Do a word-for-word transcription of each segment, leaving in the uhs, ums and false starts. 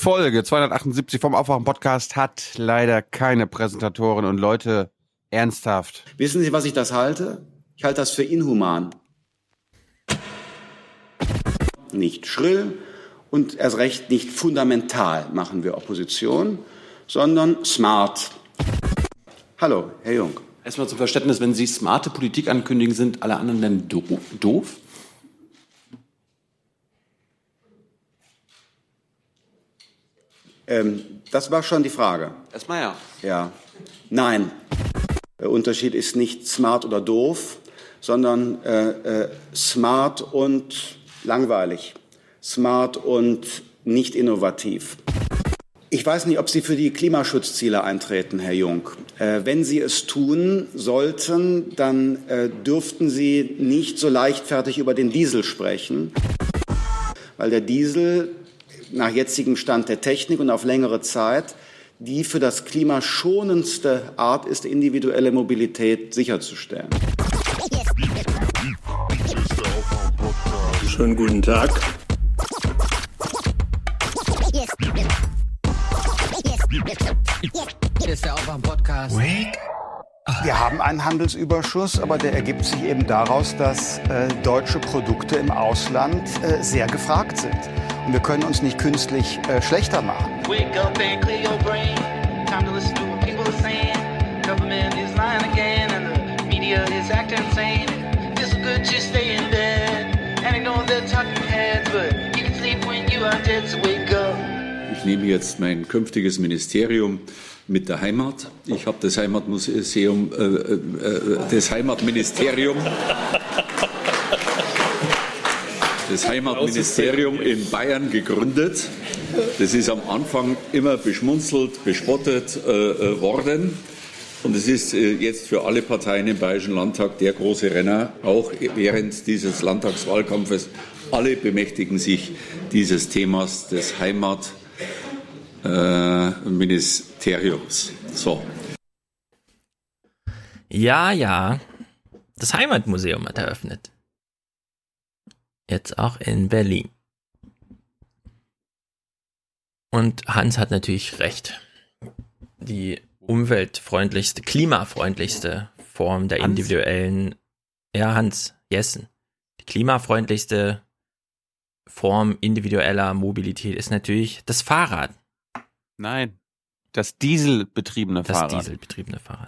Folge zweihundertachtundsiebzig vom Aufwachen-Podcast hat leider keine Präsentatoren und Leute, ernsthaft. Wissen Sie, was ich das halte? Ich halte das für inhuman. Nicht schrill und erst recht nicht fundamental machen wir Opposition, sondern smart. Hallo, Herr Jung. Erstmal zum Verständnis, wenn Sie smarte Politik ankündigen, sind alle anderen dann do- doof? Ähm, das war schon die Frage. Erstmal ja. Ja. Nein. Der Unterschied ist nicht smart oder doof, sondern äh, äh, smart und langweilig. Smart und nicht innovativ. Ich weiß nicht, ob Sie für die Klimaschutzziele eintreten, Herr Jung. Äh, wenn Sie es tun sollten, dann äh, dürften Sie nicht so leichtfertig über den Diesel sprechen, weil der Diesel nach jetzigem Stand der Technik und auf längere Zeit die für das Klima schonendste Art ist, individuelle Mobilität sicherzustellen. Schönen guten Tag. Hier ist der Aufwachen-Podcast. Wir haben einen Handelsüberschuss, aber der ergibt sich eben daraus, dass äh, deutsche Produkte im Ausland äh, sehr gefragt sind. Und wir können uns nicht künstlich äh, schlechter machen. Wake up and clear your brain. Time to listen to what people are saying. Government is lying again and the media is acting insane. It's good to stay in bed and ignore the talking heads, but you can sleep when you are dead, so wake up. Ich nehme jetzt mein künftiges Ministerium mit der Heimat. Ich habe das Heimatmuseum, äh, äh, das Heimatministerium, das Heimatministerium in Bayern gegründet. Das ist am Anfang immer beschmunzelt, bespottet äh, worden. Und es ist äh, jetzt für alle Parteien im Bayerischen Landtag der große Renner, auch während dieses Landtagswahlkampfes. Alle bemächtigen sich dieses Themas des Heimatministeriums. Äh, so. Ja, ja. Das Heimatmuseum hat eröffnet. Jetzt auch in Berlin. Und Hans hat natürlich recht. Die umweltfreundlichste, klimafreundlichste Form der Hans? individuellen, ja, Hans Jessen. Die klimafreundlichste Form individueller Mobilität ist natürlich das Fahrrad. Nein, das dieselbetriebene Das Fahrrad. dieselbetriebene Fahrrad.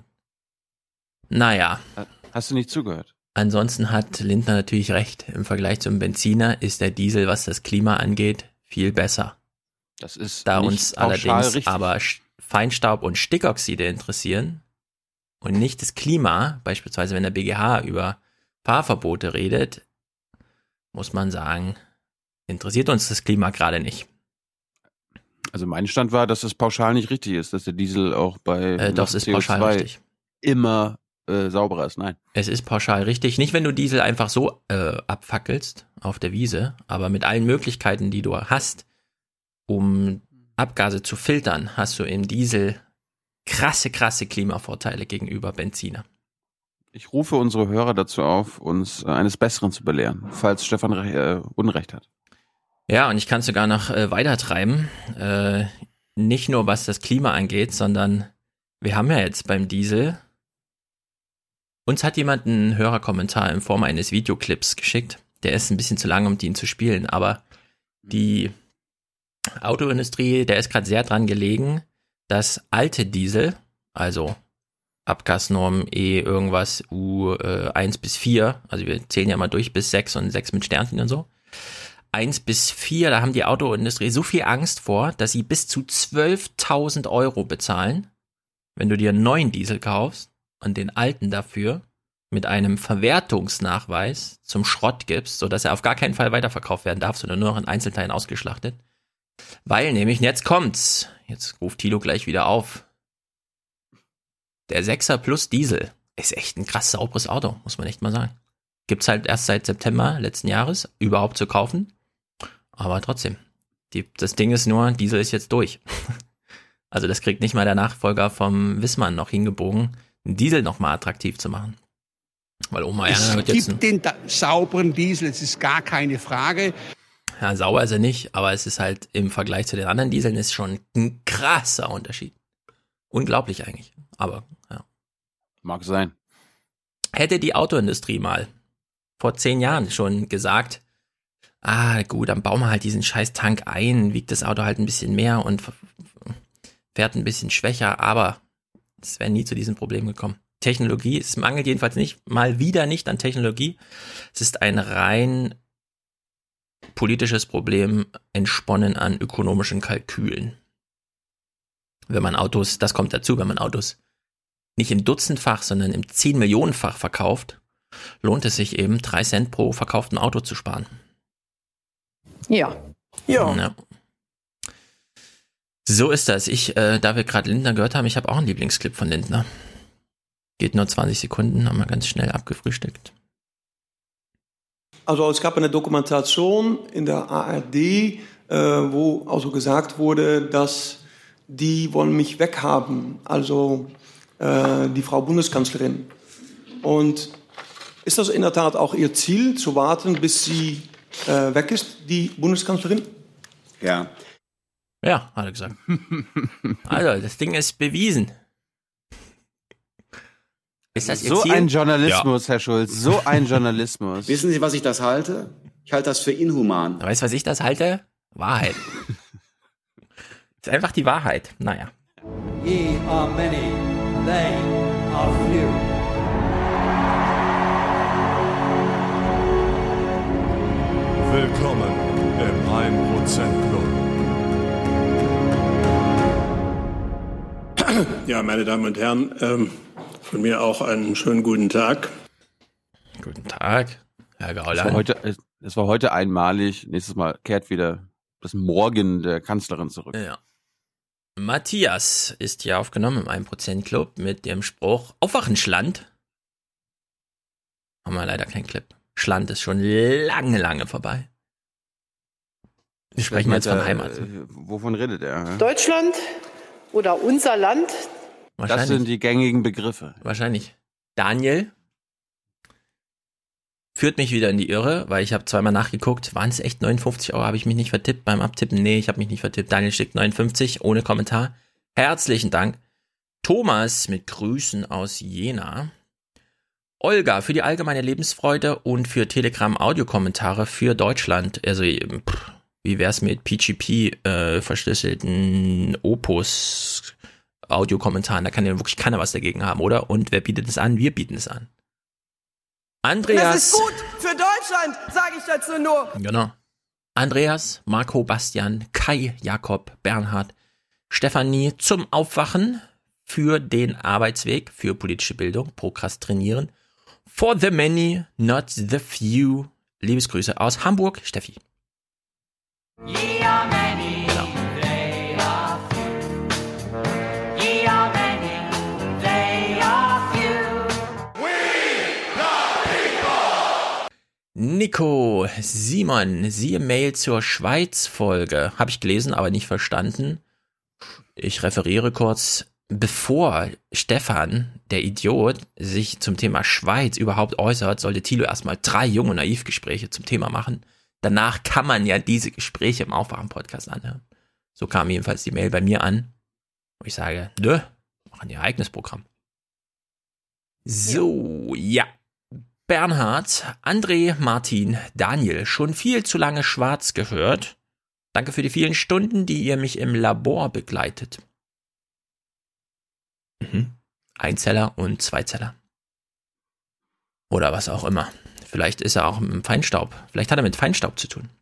Naja. Hast du nicht zugehört? Ansonsten hat Lindner natürlich recht. Im Vergleich zum Benziner ist der Diesel, was das Klima angeht, viel besser. Das ist Da nicht uns pauschal allerdings richtig. aber Feinstaub und Stickoxide interessieren und nicht das Klima, beispielsweise wenn der B G H über Fahrverbote redet, muss man sagen, interessiert uns das Klima gerade nicht. Also mein Stand war, dass es pauschal nicht richtig ist, dass der Diesel auch bei Äh, doch, es ist C O zwei pauschal richtig. immer äh, sauberer ist. Nein. Es ist pauschal richtig. Nicht, wenn du Diesel einfach so äh, abfackelst auf der Wiese, aber mit allen Möglichkeiten, die du hast, um Abgase zu filtern, hast du im Diesel krasse, krasse Klimavorteile gegenüber Benziner. Ich rufe unsere Hörer dazu auf, uns äh, eines Besseren zu belehren, falls Stefan Re- äh, Unrecht hat. Ja, und ich kann es sogar noch äh, weitertreiben. Äh, nicht nur was das Klima angeht, sondern wir haben ja jetzt beim Diesel, uns hat jemand einen Hörerkommentar in Form eines Videoclips geschickt. Der ist ein bisschen zu lang, um den zu spielen, aber die Autoindustrie, der ist gerade sehr dran gelegen, dass alte Diesel, also Abgasnorm E irgendwas U eins bis vier, also wir zählen ja mal durch bis sechs und sechs mit Sternchen und so, eins bis vier, da haben die Autoindustrie so viel Angst vor, dass sie bis zu zwölftausend Euro bezahlen, wenn du dir einen neuen Diesel kaufst und den alten dafür mit einem Verwertungsnachweis zum Schrott gibst, sodass er auf gar keinen Fall weiterverkauft werden darf, sondern nur noch in Einzelteilen ausgeschlachtet. Weil nämlich, jetzt kommt's, jetzt ruft Thilo gleich wieder auf, der Sechser plus Diesel ist echt ein krass sauberes Auto, muss man echt mal sagen. Gibt's halt erst seit September letzten Jahres überhaupt zu kaufen, aber trotzdem, die, das Ding ist nur, Diesel ist jetzt durch. Also das kriegt nicht mal der Nachfolger vom Wissmann noch hingebogen, einen Diesel nochmal attraktiv zu machen. Weil Oma Es Erna wird jetzt gibt den da- sauberen Diesel, es ist gar keine Frage. Ja, sauber ist er nicht, aber es ist halt im Vergleich zu den anderen Dieseln ist schon ein krasser Unterschied. Unglaublich eigentlich, aber ja. Mag sein. Hätte die Autoindustrie mal vor zehn Jahren schon gesagt, ah gut, dann bauen wir halt diesen scheiß Tank ein, wiegt das Auto halt ein bisschen mehr und fährt ein bisschen schwächer, aber es wäre nie zu diesem Problem gekommen. Technologie, es mangelt jedenfalls nicht, mal wieder nicht an Technologie. Es ist ein rein politisches Problem, entsponnen an ökonomischen Kalkülen. Wenn man Autos, das kommt dazu, wenn man Autos nicht im Dutzendfach, sondern im zehn-Millionenfach verkauft, lohnt es sich eben, drei Cent pro verkauften Auto zu sparen. Ja. Ja. ja. So ist das. Ich, äh, da wir gerade Lindner gehört haben, ich habe auch einen Lieblingsclip von Lindner. Geht nur zwanzig Sekunden, haben wir ganz schnell abgefrühstückt. Also es gab eine Dokumentation in der A R D, äh, wo also gesagt wurde, dass die wollen mich weghaben, also äh, die Frau Bundeskanzlerin. Und ist das in der Tat auch ihr Ziel, zu warten, bis sie äh, weg ist, die Bundeskanzlerin? Ja. Ja, hat er gesagt. Also, das Ding ist bewiesen. Ist das Ihr so Ziel? ein Journalismus, ja. Herr Schulz, so ein Journalismus. Wissen Sie, was ich das halte? Ich halte das für inhuman. Weißt du, was ich das halte? Wahrheit. Ist einfach die Wahrheit. Naja. Ye are many, they are few. Willkommen im ein Prozent Club. Ja, meine Damen und Herren, ähm, von mir auch einen schönen guten Tag. Guten Tag, Herr Gauland. Es war heute, es war heute einmalig. Nächstes Mal kehrt wieder das Morgen der Kanzlerin zurück. Ja. Matthias ist hier aufgenommen im ein Prozent Club mit dem Spruch Aufwachen, Schland. Haben wir leider keinen Clip. Schland ist schon lange, lange vorbei. Wir sprechen jetzt von Heimat. Äh, wovon redet er? Deutschland oder unser Land? Das sind die gängigen Begriffe. Wahrscheinlich. Daniel führt mich wieder in die Irre, weil ich habe zweimal nachgeguckt. Waren es echt neunundfünfzig Euro? Habe ich mich nicht vertippt beim Abtippen? Nee, ich habe mich nicht vertippt. Daniel schickt neunundfünfzig, ohne Kommentar. Herzlichen Dank. Thomas mit Grüßen aus Jena. Olga für die allgemeine Lebensfreude und für Telegram-Audiokommentare für Deutschland. Also, pff, wie wär's mit P G P äh, verschlüsselten Opus Audiokommentaren? Da kann ja wirklich keiner was dagegen haben, oder? Und wer bietet es an? Wir bieten es an. Andreas. Das ist gut für Deutschland, sage ich dazu nur. Genau. Andreas, Marco, Bastian, Kai, Jakob, Bernhard, Stefanie zum Aufwachen für den Arbeitsweg, für politische Bildung, Prokrastinieren. For the many, not the few. Liebesgrüße aus Hamburg, Steffi. Ye are many, genau. They are few. Ye are many, they are few. We the people. Nico, Simon, siehe Mail zur Schweiz-Folge. Habe ich gelesen, aber nicht verstanden. Ich referiere kurz. Bevor Stefan, der Idiot, sich zum Thema Schweiz überhaupt äußert, sollte Thilo erstmal drei Jung- und Naiv-Gespräche zum Thema machen. Danach kann man ja diese Gespräche im Aufwachen-Podcast anhören. So kam jedenfalls die Mail bei mir an, wo ich sage, nö, mach ein eigenes Programm. So, ja. ja. Bernhard, André, Martin, Daniel, schon viel zu lange schwarz gehört. Danke für die vielen Stunden, die ihr mich im Labor begleitet. Mhm. Einzeller und Zweizeller. Oder was auch immer. Vielleicht ist er auch mit Feinstaub. Vielleicht hat er mit Feinstaub zu tun.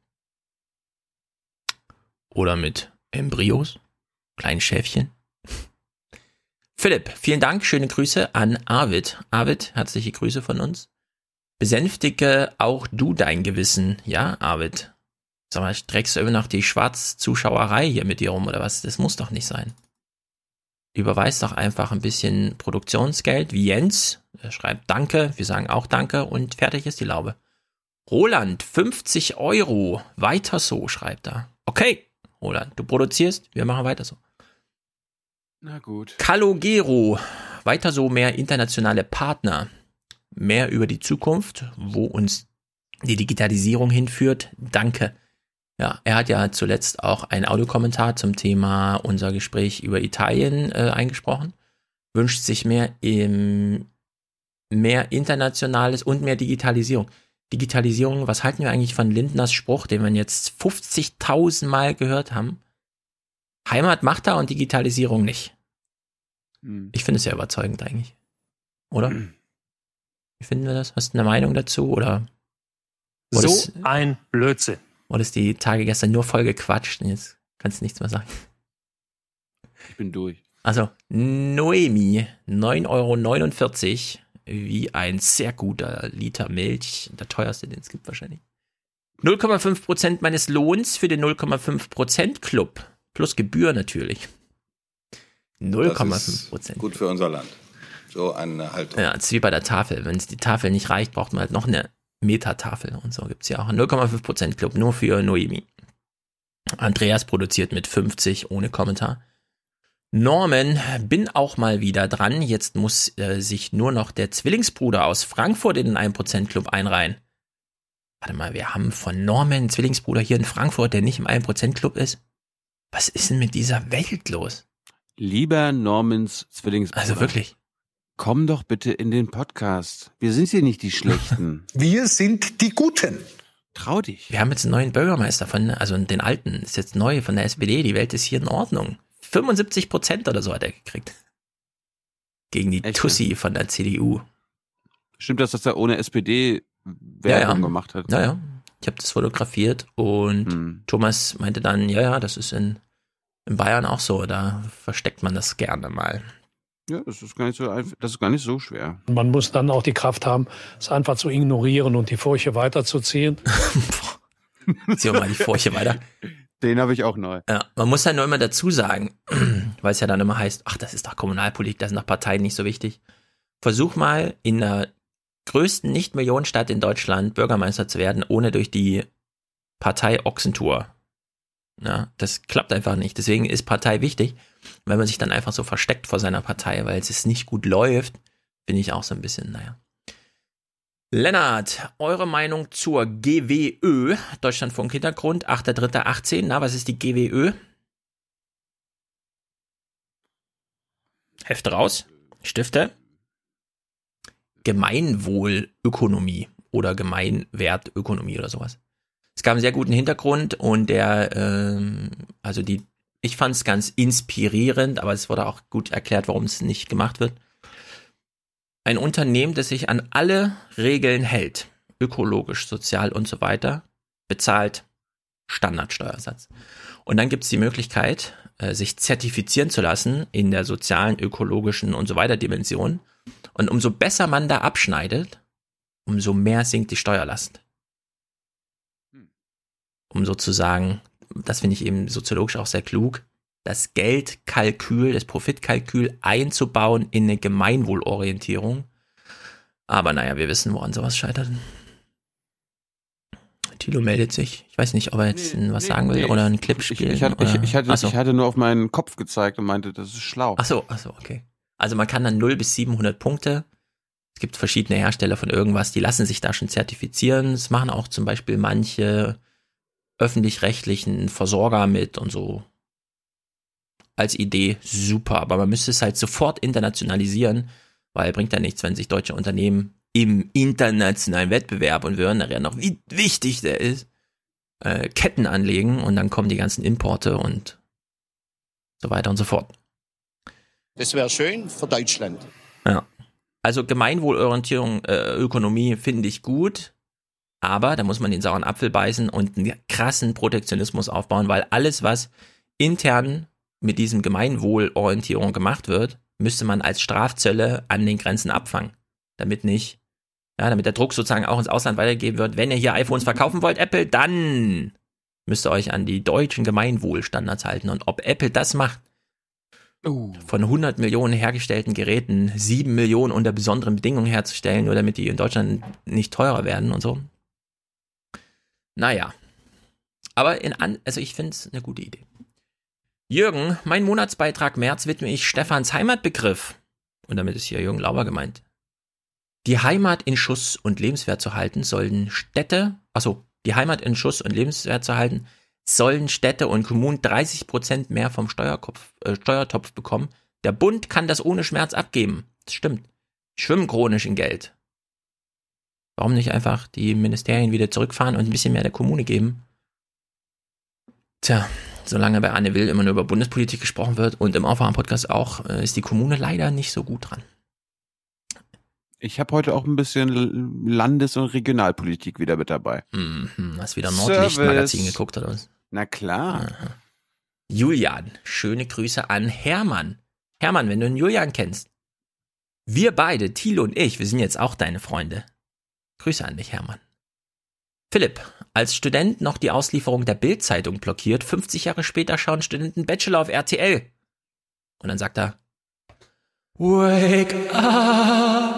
Oder mit Embryos. Kleinen Schäfchen. Philipp, vielen Dank. Schöne Grüße an Arvid. Arvid, herzliche Grüße von uns. Besänftige auch du dein Gewissen. Ja, Arvid. Sag mal, trägst du immer noch die Schwarzzuschauerei hier mit dir rum oder was? Das muss doch nicht sein. Überweist doch einfach ein bisschen Produktionsgeld, wie Jens. Er schreibt Danke, wir sagen auch Danke und fertig ist die Laube. Roland, fünfzig Euro. Weiter so, schreibt er. Okay, Roland, du produzierst, wir machen weiter so. Na gut. Calogero, weiter so, mehr internationale Partner. Mehr über die Zukunft, wo uns die Digitalisierung hinführt. Danke. Ja, er hat ja zuletzt auch einen Audiokommentar zum Thema unser Gespräch über Italien äh, eingesprochen. Wünscht sich mehr, im, mehr Internationales und mehr Digitalisierung. Digitalisierung, was halten wir eigentlich von Lindners Spruch, den wir jetzt fünfzigtausend Mal gehört haben? Heimat macht er und Digitalisierung nicht. Hm. Ich finde es ja überzeugend eigentlich. Oder? Hm. Wie finden wir das? Hast du eine Meinung dazu? Oder? So das, ein Blödsinn. Oder ist die Tage gestern nur voll gequatscht und jetzt kannst du nichts mehr sagen? Ich bin durch. Also, Noemi, neun Euro neunundvierzig, wie ein sehr guter Liter Milch. Der teuerste, den es gibt wahrscheinlich. null Komma fünf Prozent meines Lohns für den null Komma fünf Prozent Club. Plus Gebühr natürlich. null Komma fünf Prozent. Gut für unser Land. So eine Haltung. Ja, das ist wie bei der Tafel. Wenn es die Tafel nicht reicht, braucht man halt noch eine Metatafel. Und so gibt es ja auch einen null Komma fünf Prozent Club, nur für Noemi. Andreas produziert mit fünfzig, ohne Kommentar. Norman, bin auch mal wieder dran. Jetzt muss äh, sich nur noch der Zwillingsbruder aus Frankfurt in den ein Prozent Club einreihen. Warte mal, wir haben von Norman einen Zwillingsbruder hier in Frankfurt, der nicht im ein Prozent Club ist. Was ist denn mit dieser Welt los? Lieber Normans Zwillingsbruder. Also wirklich. Komm doch bitte in den Podcast. Wir sind hier nicht die Schlechten. Wir sind die Guten. Trau dich. Wir haben jetzt einen neuen Bürgermeister von, also den alten, ist jetzt neu von der S P D. Die Welt ist hier in Ordnung. fünfundsiebzig Prozent oder so hat er gekriegt. Gegen die Echt, Tussi ja? von der C D U. Stimmt das, dass er ohne S P D Werbung ja, ja. gemacht hat? Ja, ja. Ich habe das fotografiert und hm. Thomas meinte dann, ja, ja, das ist in, in Bayern auch so. Da versteckt man das gerne mal. Ja, das ist gar nicht so einfach, das ist gar nicht so schwer. Man muss dann auch die Kraft haben, es einfach zu ignorieren und die Furche weiterzuziehen. Zieh mal die Furche weiter. Den habe ich auch neu. Ja, man muss ja nur immer dazu sagen, weil es ja dann immer heißt, ach, das ist doch Kommunalpolitik, das sind doch Parteien nicht so wichtig. Versuch mal in der größten Nicht-Millionenstadt in Deutschland Bürgermeister zu werden, ohne durch die Partei-Ochsentour. Ja, das klappt einfach nicht. Deswegen ist Partei wichtig. Wenn man sich dann einfach so versteckt vor seiner Partei, weil es nicht gut läuft, bin ich auch so ein bisschen, naja. Lennart, eure Meinung zur G W Ö, Deutschlandfunk Hintergrund, achter dritter achtzehn. Na, was ist die G W Ö? Hefte raus, Stifte. Gemeinwohlökonomie oder Gemeinwertökonomie oder sowas. Es gab einen sehr guten Hintergrund und der, ähm, also die, ich fand es ganz inspirierend, aber es wurde auch gut erklärt, warum es nicht gemacht wird. Ein Unternehmen, das sich an alle Regeln hält, ökologisch, sozial und so weiter, bezahlt Standardsteuersatz. Und dann gibt es die Möglichkeit, sich zertifizieren zu lassen in der sozialen, ökologischen und so weiter Dimension. Und umso besser man da abschneidet, umso mehr sinkt die Steuerlast. Um sozusagen, das finde ich eben soziologisch auch sehr klug, das Geldkalkül, das Profitkalkül einzubauen in eine Gemeinwohlorientierung. Aber naja, wir wissen, woran sowas scheitert. Thilo meldet sich. Ich weiß nicht, ob er jetzt nee, was nee, sagen will nee, oder einen Clip spielen. Ich, ich, hatte, ich, ich, hatte, so. ich hatte nur auf meinen Kopf gezeigt und meinte, das ist schlau. Ach so, ach so, okay. Also man kann dann null bis siebenhundert Punkte. Es gibt verschiedene Hersteller von irgendwas, die lassen sich da schon zertifizieren. Das machen auch zum Beispiel manche öffentlich-rechtlichen Versorger mit und so. Als Idee super, aber man müsste es halt sofort internationalisieren, weil bringt ja nichts, wenn sich deutsche Unternehmen im internationalen Wettbewerb und wir hören nachher noch, wie wichtig der ist, äh, Ketten anlegen und dann kommen die ganzen Importe und so weiter und so fort. Das wäre schön für Deutschland. Ja. Also Gemeinwohlorientierung, äh, Ökonomie finde ich gut, aber da muss man den sauren Apfel beißen und einen krassen Protektionismus aufbauen, weil alles, was intern mit diesem Gemeinwohlorientierung gemacht wird, müsste man als Strafzölle an den Grenzen abfangen. Damit nicht, ja, damit der Druck sozusagen auch ins Ausland weitergegeben wird. Wenn ihr hier iPhones verkaufen wollt, Apple, dann müsst ihr euch an die deutschen Gemeinwohlstandards halten. Und ob Apple das macht, uh. von hundert Millionen hergestellten Geräten sieben Millionen unter besonderen Bedingungen herzustellen, nur damit die in Deutschland nicht teurer werden und so. Naja. Aber in an, also ich finde es eine gute Idee. Jürgen, mein Monatsbeitrag März widme ich Stefans Heimatbegriff. Und damit ist hier Jürgen Lauber gemeint. Die Heimat in Schuss und lebenswert zu halten, sollten Städte, also die Heimat in Schuss und lebenswert zu halten, sollen Städte und Kommunen dreißig Prozent mehr vom Steuerkopf, äh, Steuertopf bekommen. Der Bund kann das ohne Schmerz abgeben. Das stimmt. Schwimmen chronisch in Geld. Warum nicht einfach die Ministerien wieder zurückfahren und ein bisschen mehr der Kommune geben? Tja, solange bei Anne Will immer nur über Bundespolitik gesprochen wird und im Aufwachen-Podcast auch, äh, ist die Kommune leider nicht so gut dran. Ich habe heute auch ein bisschen Landes- und Regionalpolitik wieder mit dabei. Mhm, hast wieder Nordlicht-Magazin geguckt oder was? Na klar. Aha. Julian, schöne Grüße an Hermann. Hermann, wenn du einen Julian kennst. Wir beide, Thilo und ich, wir sind jetzt auch deine Freunde. Grüße an dich, Hermann. Philipp, als Student noch die Auslieferung der Bild-Zeitung blockiert, fünfzig Jahre später schauen Studenten Bachelor auf R T L. Und dann sagt er, Wake up!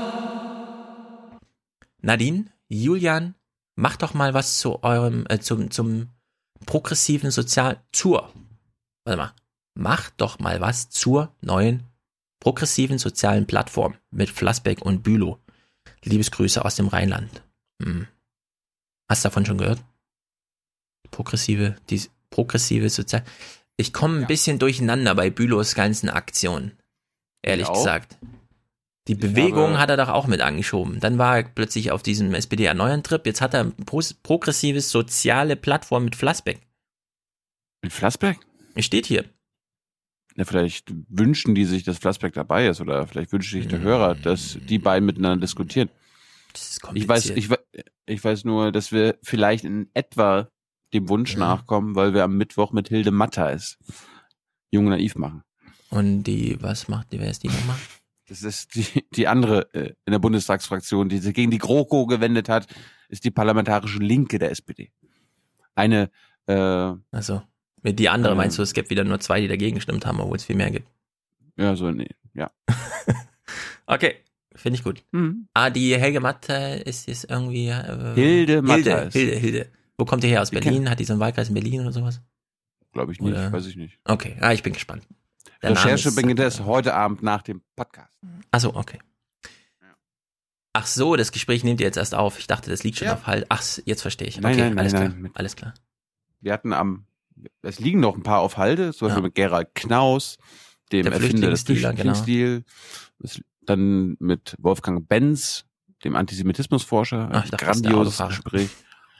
Nadine, Julian, macht doch mal was zu eurem, äh, zum, zum progressiven Sozial, zur, warte mal, macht doch mal was zur neuen progressiven sozialen Plattform mit Flassbeck und Bülow. Liebesgrüße aus dem Rheinland. Hm. Hast du davon schon gehört? Progressive, die progressive Sozial... Ich komme ein ja. bisschen durcheinander bei Bülows ganzen Aktionen. Ehrlich gesagt. Die ich Bewegung habe... hat er doch auch mit angeschoben. Dann war er plötzlich auf diesem S P D-Erneuern-Trip. Jetzt hat er ein pro- progressives soziale Plattform mit Flassbeck. Mit Flassbeck? Es steht hier. Ja, vielleicht wünschen die sich, dass Flassbeck dabei ist, oder vielleicht wünscht sich der Hörer, dass die beiden miteinander diskutieren. Das ist ich weiß, ich, ich weiß nur, dass wir vielleicht in etwa dem Wunsch ja. nachkommen, weil wir am Mittwoch mit Hilde Mattheis Jung und Naiv machen. Und die, was macht die, wer ist die nochmal? Das ist die, die andere äh, in der Bundestagsfraktion, die sich gegen die GroKo gewendet hat, ist die parlamentarische Linke der S P D. Eine, äh, also mit die andere ähm, meinst du, es gibt wieder nur zwei, die dagegen gestimmt haben, obwohl es viel mehr gibt? Ja, so, nee, ja. Okay. Finde ich gut. Mhm. Ah, die Helge Matte ist jetzt irgendwie... Äh, Hilde Matte. Hilde, Hilde, Hilde. Wo kommt die her? Aus Berlin? Kenn- Hat die so einen Wahlkreis in Berlin oder sowas? Glaube ich nicht, oder? Weiß ich nicht. Okay, ah, ich bin gespannt. Der Recherche beginnt erst heute Abend nach dem Podcast. Ach so, okay. Ach so, das Gespräch nehmt ihr jetzt erst auf. Ich dachte, das liegt schon ja. auf Halt. Ach, jetzt verstehe ich. Okay, nein, nein, alles nein, klar. nein. Alles klar. Wir hatten am... Es liegen noch ein paar auf Halde, zum Beispiel ja. mit Gerald Knaus, dem der Erfinder des Flüchtlingsdeal. Genau. Dann mit Wolfgang Benz, dem Antisemitismusforscher. Ach, ich dachte, grandioses Gespräch.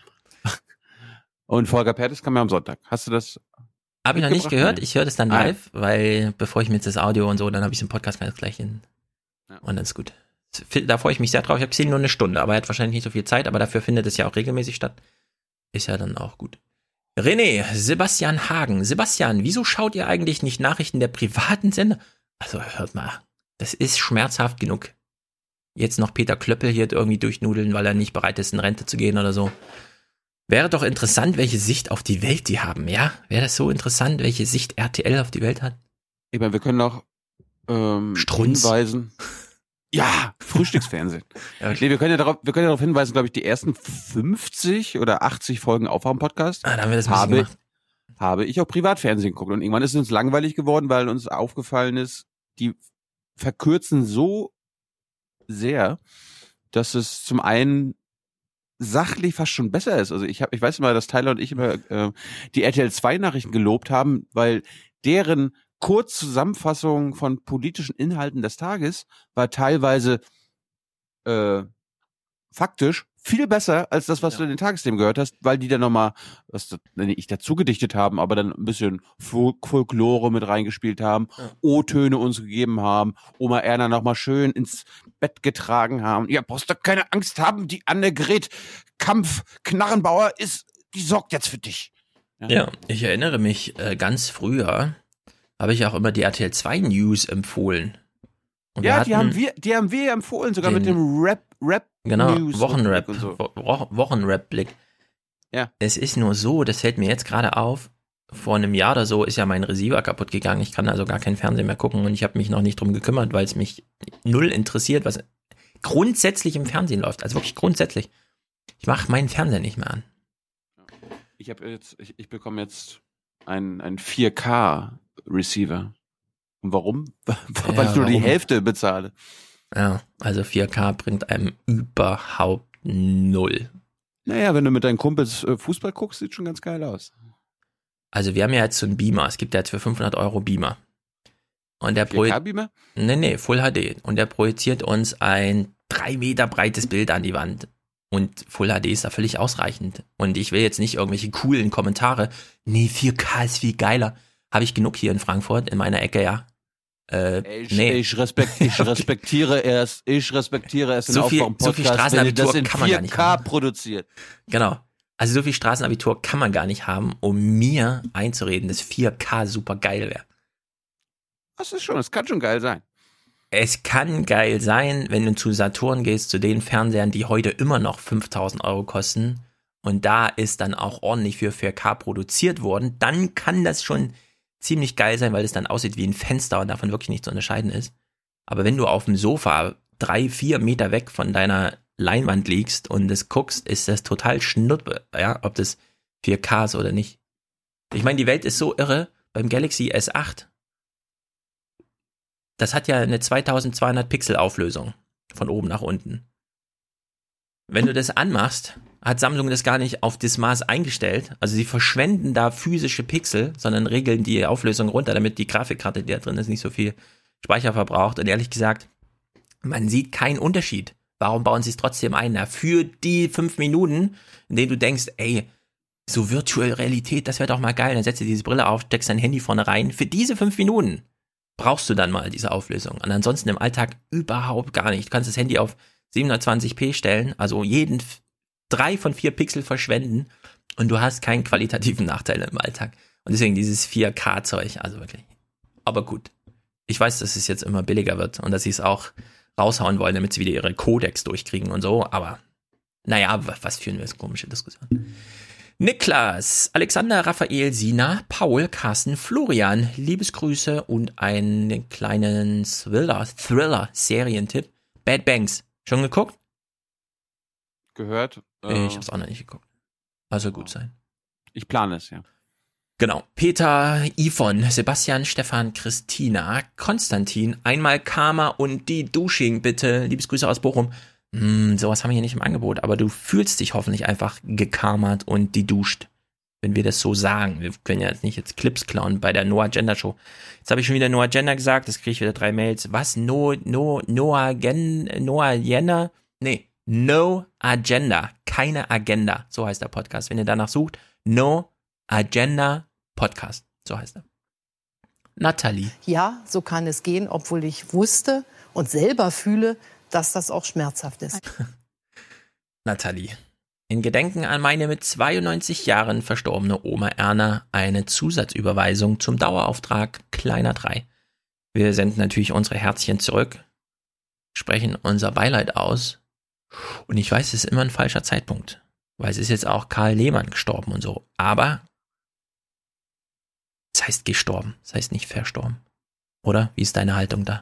Und Volker Pertes kam ja am Sonntag. Hast du das? Habe ich noch nicht gehört. Ich höre das dann live, ah. weil bevor ich mir jetzt das Audio und so, dann habe ich den Podcast ganz gleich hin. Ja. Und dann ist gut. Da freue ich mich sehr drauf. Ich habe gesehen, nur eine Stunde, aber er hat wahrscheinlich nicht so viel Zeit, aber dafür findet es ja auch regelmäßig statt. Ist ja dann auch gut. René, Sebastian Hagen. Sebastian, wieso schaut ihr eigentlich nicht Nachrichten der privaten Sender? Also hört mal, das ist schmerzhaft genug. Jetzt noch Peter Klöppel hier irgendwie durchnudeln, weil er nicht bereit ist, in Rente zu gehen oder so. Wäre doch interessant, welche Sicht auf die Welt die haben, ja? Wäre das so interessant, welche Sicht R T L auf die Welt hat? Ich meine, wir können auch ähm, hinweisen. Ja, Frühstücksfernsehen. ja, nee, wir können ja darauf, wir können ja darauf hinweisen, glaube ich, die ersten fünfzig oder achtzig Folgen Aufwachen-Podcast ah, da haben wir das habe, gemacht. habe ich auch Privatfernsehen geguckt. Und irgendwann ist es uns langweilig geworden, weil uns aufgefallen ist, die verkürzen so sehr, dass es zum einen sachlich fast schon besser ist. Also ich habe, ich weiß immer, dass Tyler und ich immer äh, die R T L zwei Nachrichten gelobt haben, weil deren Kurzzusammenfassung von politischen Inhalten des Tages war teilweise äh, faktisch viel besser als das, was ja. du in den Tagesthemen gehört hast, weil die dann nochmal, was ich dazu gedichtet haben, aber dann ein bisschen Folk- Folklore mit reingespielt haben, ja. O-Töne uns gegeben haben, Oma Erna nochmal schön ins Bett getragen haben. Ja, brauchst du keine Angst haben, die Annegret Kampf-Knarrenbauer ist, die sorgt jetzt für dich. Ja, ja ich erinnere mich, äh, ganz früher habe ich auch immer die R T L zwei News empfohlen. Und ja, die haben wir, die haben wir empfohlen, sogar mit dem Rap, Rap Genau, News Wochenrap, und so. Wo- Wochenrap-Blick. Ja. Es ist nur so, das fällt mir jetzt gerade auf, vor einem Jahr oder so ist ja mein Receiver kaputt gegangen. Ich kann also gar kein Fernsehen mehr gucken und ich habe mich noch nicht drum gekümmert, weil es mich null interessiert, was grundsätzlich im Fernsehen läuft. Also wirklich grundsätzlich. Ich mache meinen Fernseher nicht mehr an. Ich habe jetzt, ich, ich bekomme jetzt einen, einen vier K Receiver. Und warum? Weil Ja, ich nur die warum? Hälfte bezahle. Ja, also vier K bringt einem überhaupt null. Naja, wenn du mit deinen Kumpels äh, Fußball guckst, sieht schon ganz geil aus. Also wir haben ja jetzt so einen Beamer. Es gibt ja jetzt für fünfhundert Euro Beamer. Und der vier K-Beamer? Nee, nee, Full H D. Und der projiziert uns ein drei Meter breites Bild an die Wand. Und Full H D ist da völlig ausreichend. Und ich will jetzt nicht irgendwelche coolen Kommentare. Nee, vier K ist viel geiler. Habe ich genug hier in Frankfurt, in meiner Ecke, ja. Äh, ich, nee. ich, respekt, ich respektiere erst, ich respektiere erst den so viel, Aufbau im Podcast, so viel Straßenabitur wenn ihr das in kann man gar nicht vier K haben. produziert. Genau. Also so viel Straßenabitur kann man gar nicht haben, um mir einzureden, dass vier K super geil wäre. Das ist schon, das kann schon geil sein. Es kann geil sein, wenn du zu Saturn gehst, zu den Fernsehern, die heute immer noch fünftausend Euro kosten und da ist dann auch ordentlich für vier K produziert worden, dann kann das schon ziemlich geil sein, weil es dann aussieht wie ein Fenster und davon wirklich nicht zu unterscheiden ist. Aber wenn du auf dem Sofa drei, vier Meter weg von deiner Leinwand liegst und es guckst, ist das total schnuppe, ja, ob das vier K ist oder nicht. Ich meine, die Welt ist so irre, beim Galaxy S acht, das hat ja eine zweitausendzweihundert Pixel Auflösung von oben nach unten. Wenn du das anmachst, hat Samsung das gar nicht auf das Maß eingestellt. Also sie verschwenden da physische Pixel, sondern regeln die Auflösung runter, damit die Grafikkarte, die da drin ist, nicht so viel Speicher verbraucht. Und ehrlich gesagt, man sieht keinen Unterschied. Warum bauen sie es trotzdem ein? Na, für die fünf Minuten, in denen du denkst, ey, so Virtual Realität, das wäre doch mal geil. Dann setzt du diese Brille auf, steckst dein Handy vorne rein. Für diese fünf Minuten brauchst du dann mal diese Auflösung. Und ansonsten im Alltag überhaupt gar nicht. Du kannst das Handy auf siebenhundertzwanzig p stellen, also jeden drei von vier Pixel verschwenden und du hast keinen qualitativen Nachteil im Alltag. Und deswegen dieses vier K-Zeug, also wirklich. Aber gut. Ich weiß, dass es jetzt immer billiger wird und dass sie es auch raushauen wollen, damit sie wieder ihre Codecs durchkriegen und so, aber naja, was führen wir jetzt komische Diskussionen. Niklas, Alexander, Raphael, Sina, Paul, Carsten, Florian, Liebesgrüße und einen kleinen Thriller, Thriller-Serientipp. Bad Banks. Schon geguckt? Gehört. Äh, ich hab's auch noch nicht geguckt. Also gut sein. Ich plane es, ja. Genau. Peter, Yvonne, Sebastian, Stefan, Christina, Konstantin, einmal Karma und die Dusching, bitte. Liebesgrüße aus Bochum. Hm, sowas haben wir hier nicht im Angebot, aber du fühlst dich hoffentlich einfach gekarmert und die duscht, wenn wir das so sagen. Wir können ja jetzt nicht jetzt Clips klauen bei der Noah Gender Show. Jetzt habe ich schon wieder Noah Gender gesagt, das kriege ich wieder drei Mails. Was? No, no, Noah Gen, Noah Jenner? Nee, No Agenda. Keine Agenda. So heißt der Podcast. Wenn ihr danach sucht, No Agenda Podcast. So heißt er. Nathalie. Ja, so kann es gehen, obwohl ich wusste und selber fühle, dass das auch schmerzhaft ist. Nathalie. In Gedenken an meine mit zweiundneunzig Jahren verstorbene Oma Erna eine Zusatzüberweisung zum Dauerauftrag Kleiner drei. Wir senden natürlich unsere Herzchen zurück, sprechen unser Beileid aus und ich weiß, es ist immer ein falscher Zeitpunkt, weil es ist jetzt auch Karl Lehmann gestorben und so, aber es heißt gestorben, es heißt nicht verstorben. Oder? Wie ist deine Haltung da?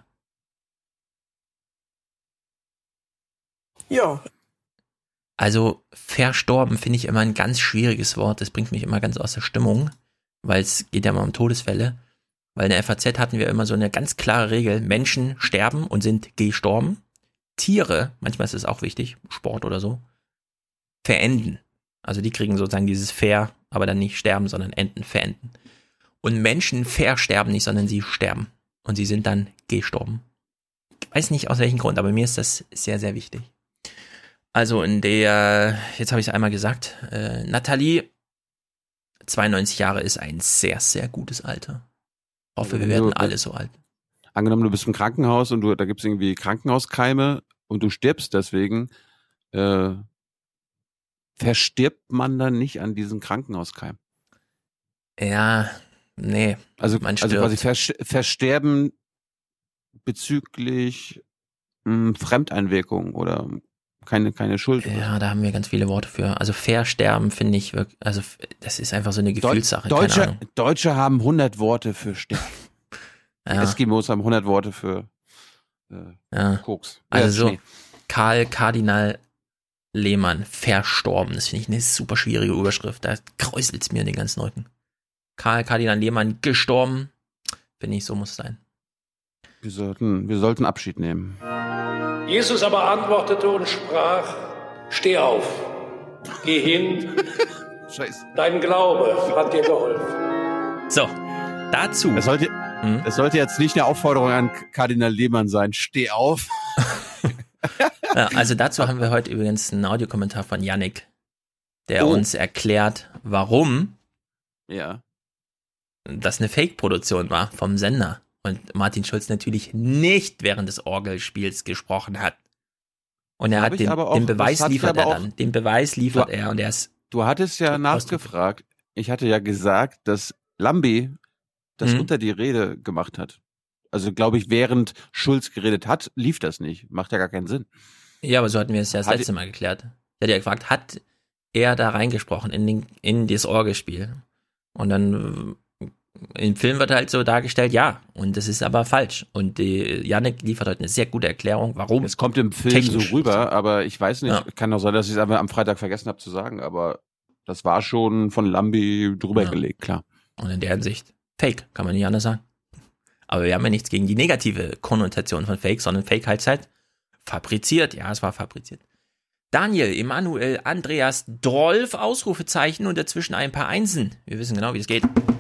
Ja. Also verstorben finde ich immer ein ganz schwieriges Wort. Das bringt mich immer ganz aus der Stimmung, weil es geht ja immer um Todesfälle. Weil in der F A Z hatten wir immer so eine ganz klare Regel. Menschen sterben und sind gestorben. Tiere, manchmal ist es auch wichtig, Sport oder so, verenden. Also die kriegen sozusagen dieses Ver, aber dann nicht sterben, sondern enden, verenden. Und Menschen versterben nicht, sondern sie sterben. Und sie sind dann gestorben. Ich weiß nicht aus welchem Grund, aber mir ist das sehr, sehr wichtig. Also in der, jetzt habe ich es einmal gesagt, äh, Nathalie, zweiundneunzig Jahre ist ein sehr, sehr gutes Alter. Ich hoffe, wir werden alle so alt. Angenommen, du bist im Krankenhaus und du, da gibt es irgendwie Krankenhauskeime und du stirbst deswegen, äh, verstirbt man dann nicht an diesen Krankenhauskeim? Ja, nee. Also, man also quasi vers- versterben bezüglich mh, Fremdeinwirkung oder keine, keine Schuld. Ja, da haben wir ganz viele Worte für. Also versterben finde ich wirklich, also das ist einfach so eine Gefühlssache. Deutsche, keine Ahnung. Deutsche haben hundert Worte für sterben. Ja. Eskimos haben hundert Worte für äh, ja. Koks. Also ja, so, Karl Kardinal Lehmann, verstorben. Das finde ich eine super schwierige Überschrift. Da kräuselt es mir in den ganzen Rücken. Karl Kardinal Lehmann, gestorben. Finde ich, so muss es sein. Wir sollten, wir sollten Abschied nehmen. Jesus aber antwortete und sprach, steh auf, geh hin, Scheiße. Dein Glaube hat dir geholfen. So, dazu. Das sollte, hm? das sollte jetzt nicht eine Aufforderung an Kardinal Lehmann sein. Steh auf. Ja, also dazu haben wir heute übrigens einen Audiokommentar von Yannick, der oh. uns erklärt, warum ja. das eine Fake-Produktion war vom Sender. Und Martin Schulz natürlich nicht während des Orgelspiels gesprochen hat. Und er hat den, auch, den Beweis liefert er auch, dann. Den Beweis liefert du, er und er ist. Du hattest ja nachgefragt. Ich hatte ja gesagt, dass Lambi das mhm. unter die Rede gemacht hat. Also glaube ich, während Schulz geredet hat, lief das nicht. Macht ja gar keinen Sinn. Ja, aber so hatten wir es ja das hat letzte Mal geklärt. Ich hatte ja gefragt, hat er da reingesprochen in, den, in das Orgelspiel? Und dann im Film wird halt so dargestellt, ja. Und das ist aber falsch. Und die Yannick liefert heute eine sehr gute Erklärung, warum. Es kommt im Film technisch so rüber, aber ich weiß nicht, ja. kann doch sein, dass ich es einfach am Freitag vergessen habe zu sagen, aber das war schon von Lambi drüber ja. gelegt, klar. Und in der Hinsicht, Fake, kann man nicht anders sagen. Aber wir haben ja nichts gegen die negative Konnotation von Fake, sondern Fake heißt halt fabriziert. Ja, es war fabriziert. Daniel, Emanuel, Andreas, Dolf, Ausrufezeichen und dazwischen ein paar Einsen. Wir wissen genau, wie es geht.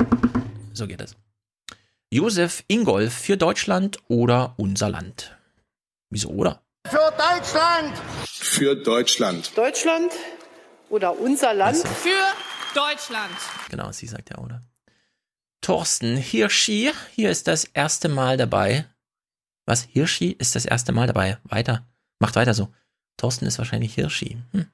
So geht es. Josef Ingolf, für Deutschland oder unser Land? Wieso oder? Für Deutschland! Für Deutschland. Deutschland oder unser Land? Also. Für Deutschland. Genau, sie sagt ja, oder? Thorsten Hirschi, hier ist das erste Mal dabei. Was? Hirschi ist das erste Mal dabei. Weiter. Macht weiter so. Thorsten ist wahrscheinlich Hirschi. Hm.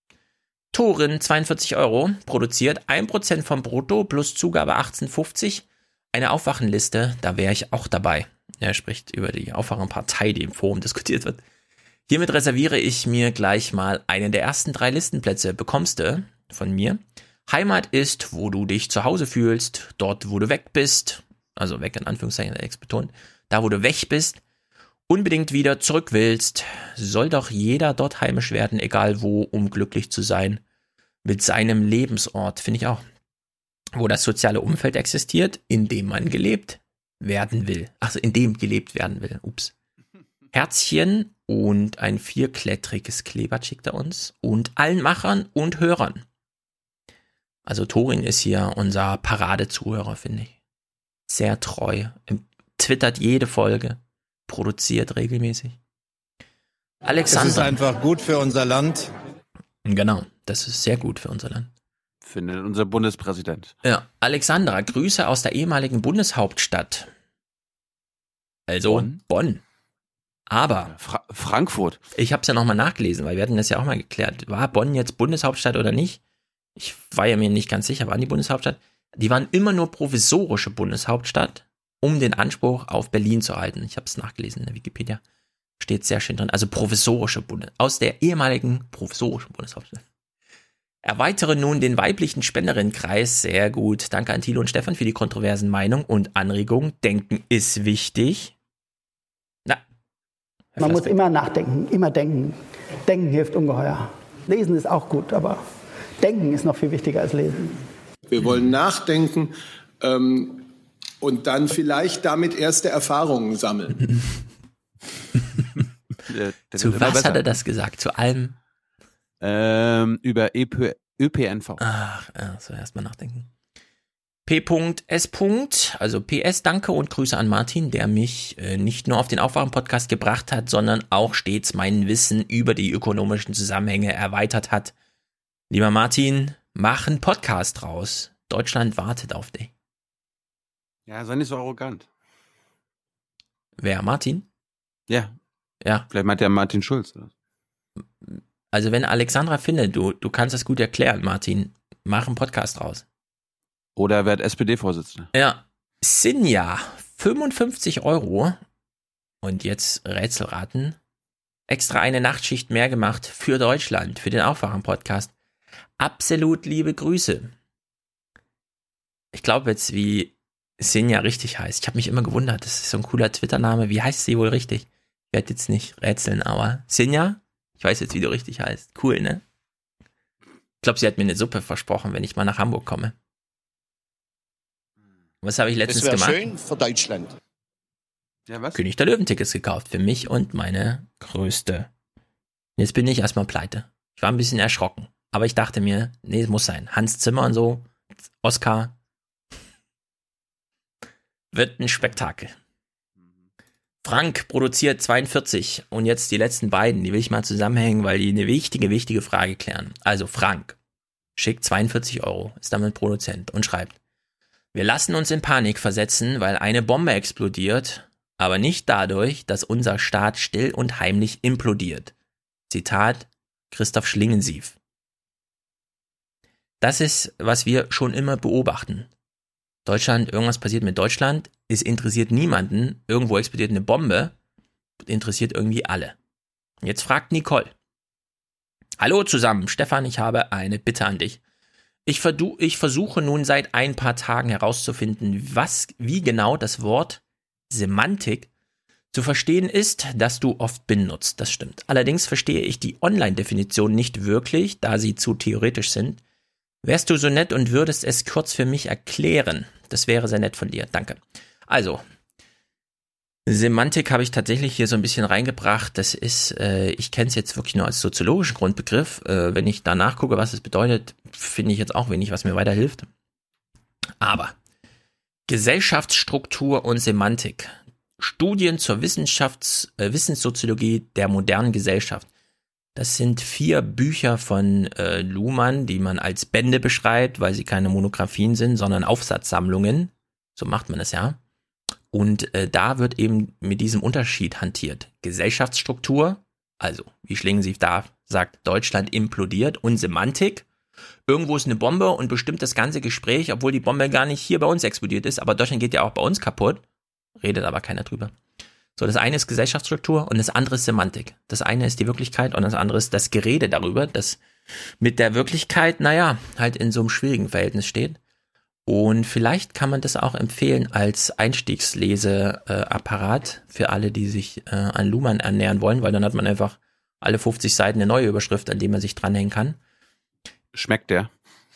Torin, zweiundvierzig Euro, produziert ein Prozent vom Brutto plus Zugabe achtzehn fünfzig. Eine Aufwachenliste, da wäre ich auch dabei. Er spricht über die Aufwachenpartei, die im Forum diskutiert wird. Hiermit reserviere ich mir gleich mal einen der ersten drei Listenplätze. Bekommst du von mir. Heimat ist, wo du dich zu Hause fühlst, dort, wo du weg bist, also weg in Anführungszeichen, der Ex betont, da, wo du weg bist, unbedingt wieder zurück willst, soll doch jeder dort heimisch werden, egal wo, um glücklich zu sein, mit seinem Lebensort, finde ich auch. Wo das soziale Umfeld existiert, in dem man gelebt werden will. Also in dem gelebt werden will, ups. Herzchen und ein vierklettriges Kleeblatt schickt er uns und allen Machern und Hörern. Also Torin ist hier unser Paradezuhörer, finde ich. Sehr treu. Twittert jede Folge. Produziert regelmäßig. Alexander. Das ist einfach gut für unser Land. Genau, das ist sehr gut für unser Land. Findet unser Bundespräsident. Ja, Alexandra, Grüße aus der ehemaligen Bundeshauptstadt. Also Bonn. Bonn. Aber Fra- Frankfurt. Ich habe es ja nochmal nachgelesen, weil wir hatten das ja auch mal geklärt. War Bonn jetzt Bundeshauptstadt oder nicht? Ich war ja mir nicht ganz sicher, waren die Bundeshauptstadt? Die waren immer nur provisorische Bundeshauptstadt, um den Anspruch auf Berlin zu halten. Ich habe es nachgelesen in der Wikipedia. Steht sehr schön drin. Also provisorische Bundes... Aus der ehemaligen provisorischen Bundeshauptstadt. Erweitere nun den weiblichen Spenderinnenkreis. Sehr gut. Danke an Thilo und Stefan für die kontroversen Meinungen und Anregungen. Denken ist wichtig. Na. Man muss immer nachdenken, immer denken. Denken hilft ungeheuer. Lesen ist auch gut, aber Denken ist noch viel wichtiger als Lesen. Wir wollen nachdenken ähm, und dann vielleicht damit erste Erfahrungen sammeln. Zu was hat er das gesagt? Zu allem? Ähm, über Ö P N V. Ach, ja, so erstmal nachdenken. P S. Also P S, danke und Grüße an Martin, der mich äh, nicht nur auf den Aufwachen-Podcast gebracht hat, sondern auch stets mein Wissen über die ökonomischen Zusammenhänge erweitert hat. Lieber Martin, mach einen Podcast draus. Deutschland wartet auf dich. Ja, sei nicht so arrogant. Wer, Martin? Ja. Ja. Vielleicht meint der Martin Schulz. Oder? Also wenn Alexandra findet, du, du kannst das gut erklären, Martin, mach einen Podcast draus. Oder er wird S P D-Vorsitzender. Ja. Sinja, fünfundfünfzig Euro. Und jetzt Rätselraten. Extra eine Nachtschicht mehr gemacht für Deutschland, für den Aufwachen-Podcast. Absolut liebe Grüße. Ich glaube jetzt, wie Sinja richtig heißt. Ich habe mich immer gewundert, das ist so ein cooler Twitter-Name. Wie heißt sie wohl richtig? Ich werde jetzt nicht rätseln, aber Sinja, ich weiß jetzt, wie du richtig heißt. Cool, ne? Ich glaube, sie hat mir eine Suppe versprochen, wenn ich mal nach Hamburg komme. Was habe ich letztens das gemacht? Das wäre schön für Deutschland. Ja, was? König der Löwen-Tickets gekauft für mich und meine Größte. Jetzt bin ich erstmal pleite. Ich war ein bisschen erschrocken. Aber ich dachte mir, nee, es muss sein. Hans Zimmer und so, Oscar. Wird ein Spektakel. Frank produziert zweiundvierzig und jetzt die letzten beiden, die will ich mal zusammenhängen, weil die eine wichtige, wichtige Frage klären. Also Frank schickt zweiundvierzig Euro, ist damit Produzent und schreibt: Wir lassen uns in Panik versetzen, weil eine Bombe explodiert, aber nicht dadurch, dass unser Staat still und heimlich implodiert. Zitat Christoph Schlingensief. Das ist, was wir schon immer beobachten. Deutschland, irgendwas passiert mit Deutschland, es interessiert niemanden, irgendwo explodiert eine Bombe, interessiert irgendwie alle. Jetzt fragt Nicole. Hallo zusammen, Stefan, ich habe eine Bitte an dich. Ich, verdu- ich versuche nun seit ein paar Tagen herauszufinden, was, wie genau das Wort Semantik zu verstehen ist, das du oft benutzt. Das stimmt. Allerdings verstehe ich die Online-Definition nicht wirklich, da sie zu theoretisch sind. Wärst du so nett und würdest es kurz für mich erklären? Das wäre sehr nett von dir. Danke. Also, Semantik habe ich tatsächlich hier so ein bisschen reingebracht. Das ist, äh, ich kenne es jetzt wirklich nur als soziologischen Grundbegriff. Äh, wenn ich da nachgucke, was es bedeutet, finde ich jetzt auch wenig, was mir weiterhilft. Aber Gesellschaftsstruktur und Semantik. Studien zur Wissenschafts-, äh, Wissenssoziologie der modernen Gesellschaft. Das sind vier Bücher von äh, Luhmann, die man als Bände beschreibt, weil sie keine Monographien sind, sondern Aufsatzsammlungen. So macht man das ja. Und äh, da wird eben mit diesem Unterschied hantiert. Gesellschaftsstruktur, also wie Schlingensief da sagt, Deutschland implodiert, und Semantik. Irgendwo ist eine Bombe und bestimmt das ganze Gespräch, obwohl die Bombe gar nicht hier bei uns explodiert ist, aber Deutschland geht ja auch bei uns kaputt. Redet aber keiner drüber. So, das eine ist Gesellschaftsstruktur und das andere ist Semantik. Das eine ist die Wirklichkeit und das andere ist das Gerede darüber, das mit der Wirklichkeit, naja, halt in so einem schwierigen Verhältnis steht. Und vielleicht kann man das auch empfehlen als Einstiegsleseapparat für alle, die sich äh, an Luhmann ernähren wollen, weil dann hat man einfach alle fünfzig Seiten eine neue Überschrift, an die man sich dranhängen kann. Schmeckt der?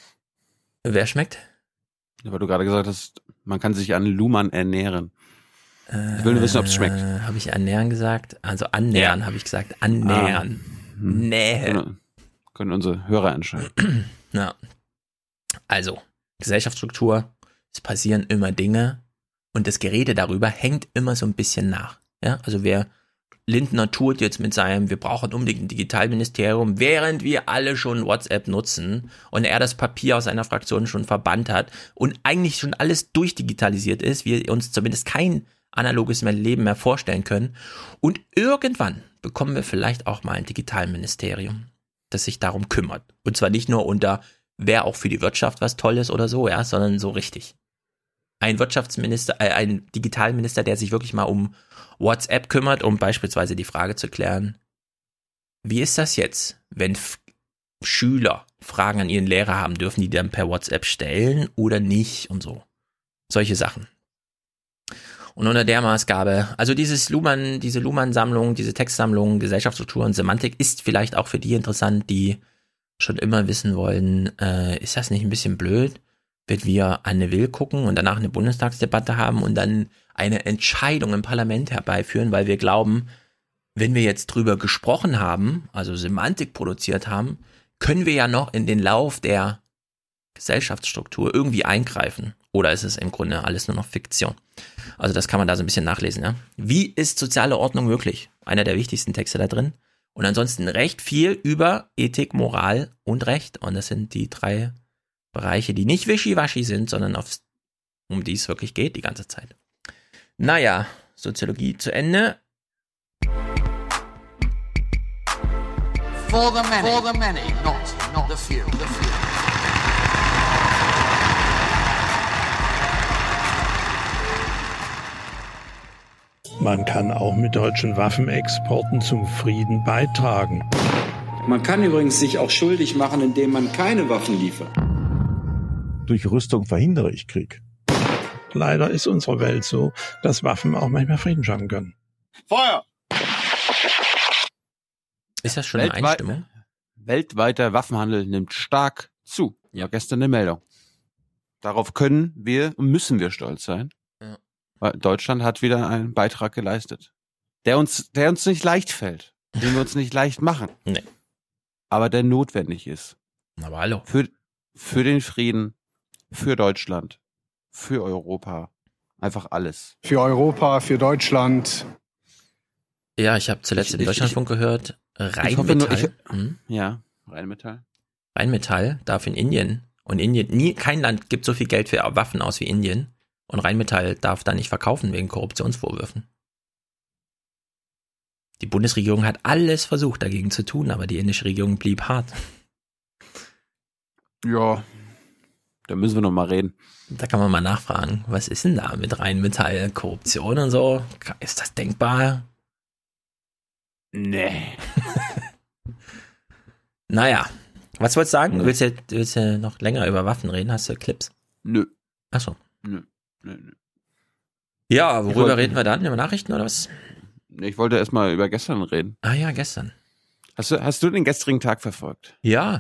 Wer schmeckt? Ja, weil du gerade gesagt hast, man kann sich an Luhmann ernähren. Ich will nur wissen, ob es schmeckt. Äh, habe ich ernähren gesagt? Also annähern, ja. habe ich gesagt. Annähern. Ah. Hm. Nähe. Können, können unsere Hörer entscheiden. Ja. Also, Gesellschaftsstruktur, es passieren immer Dinge und das Gerede darüber hängt immer so ein bisschen nach. Ja, also wer Lindner tut jetzt mit seinem, wir brauchen unbedingt ein Digitalministerium, während wir alle schon WhatsApp nutzen und er das Papier aus seiner Fraktion schon verbannt hat und eigentlich schon alles durchdigitalisiert ist, wir uns zumindest kein analoges Leben mehr vorstellen können. Und irgendwann bekommen wir vielleicht auch mal ein Digitalministerium, das sich darum kümmert. Und zwar nicht nur unter, wer auch für die Wirtschaft was Tolles oder so, ja, sondern so richtig. Ein Wirtschaftsminister, äh, ein Digitalminister, der sich wirklich mal um WhatsApp kümmert, um beispielsweise die Frage zu klären, wie ist das jetzt, wenn F- Schüler Fragen an ihren Lehrer haben, dürfen die dann per WhatsApp stellen oder nicht und so. Solche Sachen. Und unter der Maßgabe, also dieses Luhmann, diese Luhmann-Sammlung, diese Textsammlung, Gesellschaftsstruktur und Semantik ist vielleicht auch für die interessant, die schon immer wissen wollen, äh, ist das nicht ein bisschen blöd, wenn wir Anne Will gucken und danach eine Bundestagsdebatte haben und dann eine Entscheidung im Parlament herbeiführen, weil wir glauben, wenn wir jetzt drüber gesprochen haben, also Semantik produziert haben, können wir ja noch in den Lauf der Gesellschaftsstruktur irgendwie eingreifen. Oder ist es im Grunde alles nur noch Fiktion? Also das kann man da so ein bisschen nachlesen. Ja? Wie ist soziale Ordnung möglich? Einer der wichtigsten Texte da drin. Und ansonsten recht viel über Ethik, Moral und Recht. Und das sind die drei Bereiche, die nicht wischiwaschi sind, sondern aufs, um die es wirklich geht die ganze Zeit. Naja, Soziologie zu Ende. For the many, For the many. Not, not the few. The few. Man kann auch mit deutschen Waffenexporten zum Frieden beitragen. Man kann übrigens sich auch schuldig machen, indem man keine Waffen liefert. Durch Rüstung verhindere ich Krieg. Leider ist unsere Welt so, dass Waffen auch manchmal Frieden schaffen können. Feuer! Ist das schon Weltweit, eine Einstimmung? Weltweiter Waffenhandel nimmt stark zu. Ja, gestern eine Meldung. Darauf können wir und müssen wir stolz sein. Ja. Weil Deutschland hat wieder einen Beitrag geleistet. Der uns, der uns nicht leicht fällt. Den wir uns nicht leicht machen. Nee. Aber der notwendig ist. Aber hallo. Für, für den Frieden, für Deutschland, für Europa, Einfach alles. Für Europa, für Deutschland. Ja, ich habe zuletzt Ich- im ich- Deutschlandfunk gehört, Ich hoffe nur, Rheinmetall, ich, hm? ja, Rheinmetall. Rheinmetall darf in Indien, und Indien, nie, kein Land gibt so viel Geld für Waffen aus wie Indien, und Rheinmetall darf da nicht verkaufen wegen Korruptionsvorwürfen. Die Bundesregierung hat alles versucht dagegen zu tun, aber die indische Regierung blieb hart. Ja, da müssen wir noch mal reden. Da kann man mal nachfragen, was ist denn da mit Rheinmetall, Korruption und so? Ist das denkbar? Nee. Naja, was wolltest du sagen? Willst du, willst du noch länger über Waffen reden? Hast du Clips? Nö. Achso. Nö, nö, nö. Ja, Ich worüber wollte- reden wir dann? Über Nachrichten oder was? Ich wollte erstmal über gestern reden. Ah ja, gestern. Hast du, hast du den gestrigen Tag verfolgt? Ja.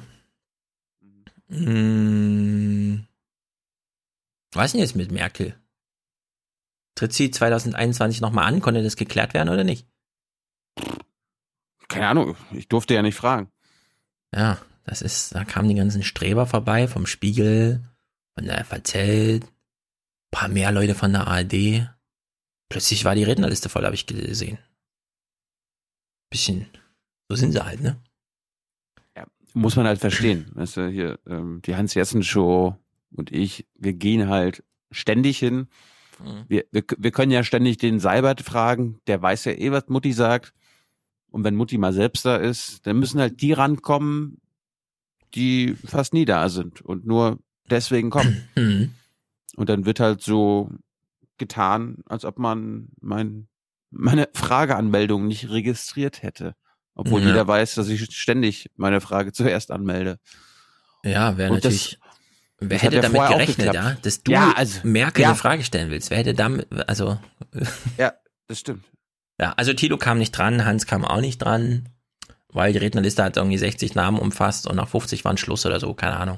Hm. Was denn jetzt mit Merkel? Tritt sie zwanzig einundzwanzig nochmal an? Konnte das geklärt werden oder nicht? Keine Ahnung, ich durfte ja nicht fragen. Ja, das ist, da kamen die ganzen Streber vorbei, vom Spiegel, von der F A Z, ein paar mehr Leute von der A R D. Plötzlich war die Rednerliste voll, habe ich gesehen. Bisschen, so sind sie halt, ne? Ja, muss man halt verstehen. Weißt du, hier, ähm, die Hans-Jessen-Show und ich, wir gehen halt ständig hin. Mhm. Wir, wir, wir können ja ständig den Seibert fragen, der weiß ja eh, was Mutti sagt. Und wenn Mutti mal selbst da ist, dann müssen halt die rankommen, die fast nie da sind und nur deswegen kommen. Mhm. Und dann wird halt so getan, als ob man mein, meine Frageanmeldung nicht registriert hätte. Obwohl Ja. jeder weiß, dass ich ständig meine Frage zuerst anmelde. Ja, wäre Und das- natürlich. Wer das hat hätte ja damit vorher auch gerechnet, geklappt. ja? Dass du Ja, also, Merkel ja. eine Frage stellen willst? Wer hätte damit, also. Ja, das stimmt. Ja, also Thilo kam nicht dran, Hans kam auch nicht dran, weil die Rednerliste hat irgendwie sechzig Namen umfasst und nach fünfzig waren Schluss oder so, keine Ahnung.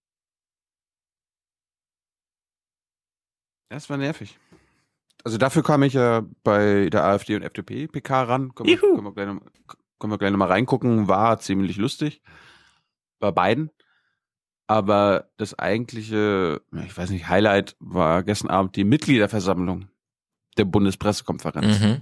Das war nervig. Also dafür kam ich ja bei der AfD und F D P P K ran. Können wir, Juhu. können wir gleich noch, können wir gleich noch mal reingucken. War ziemlich lustig. Bei beiden. Aber das eigentliche, ich weiß nicht, Highlight war gestern Abend die Mitgliederversammlung der Bundespressekonferenz. Mhm.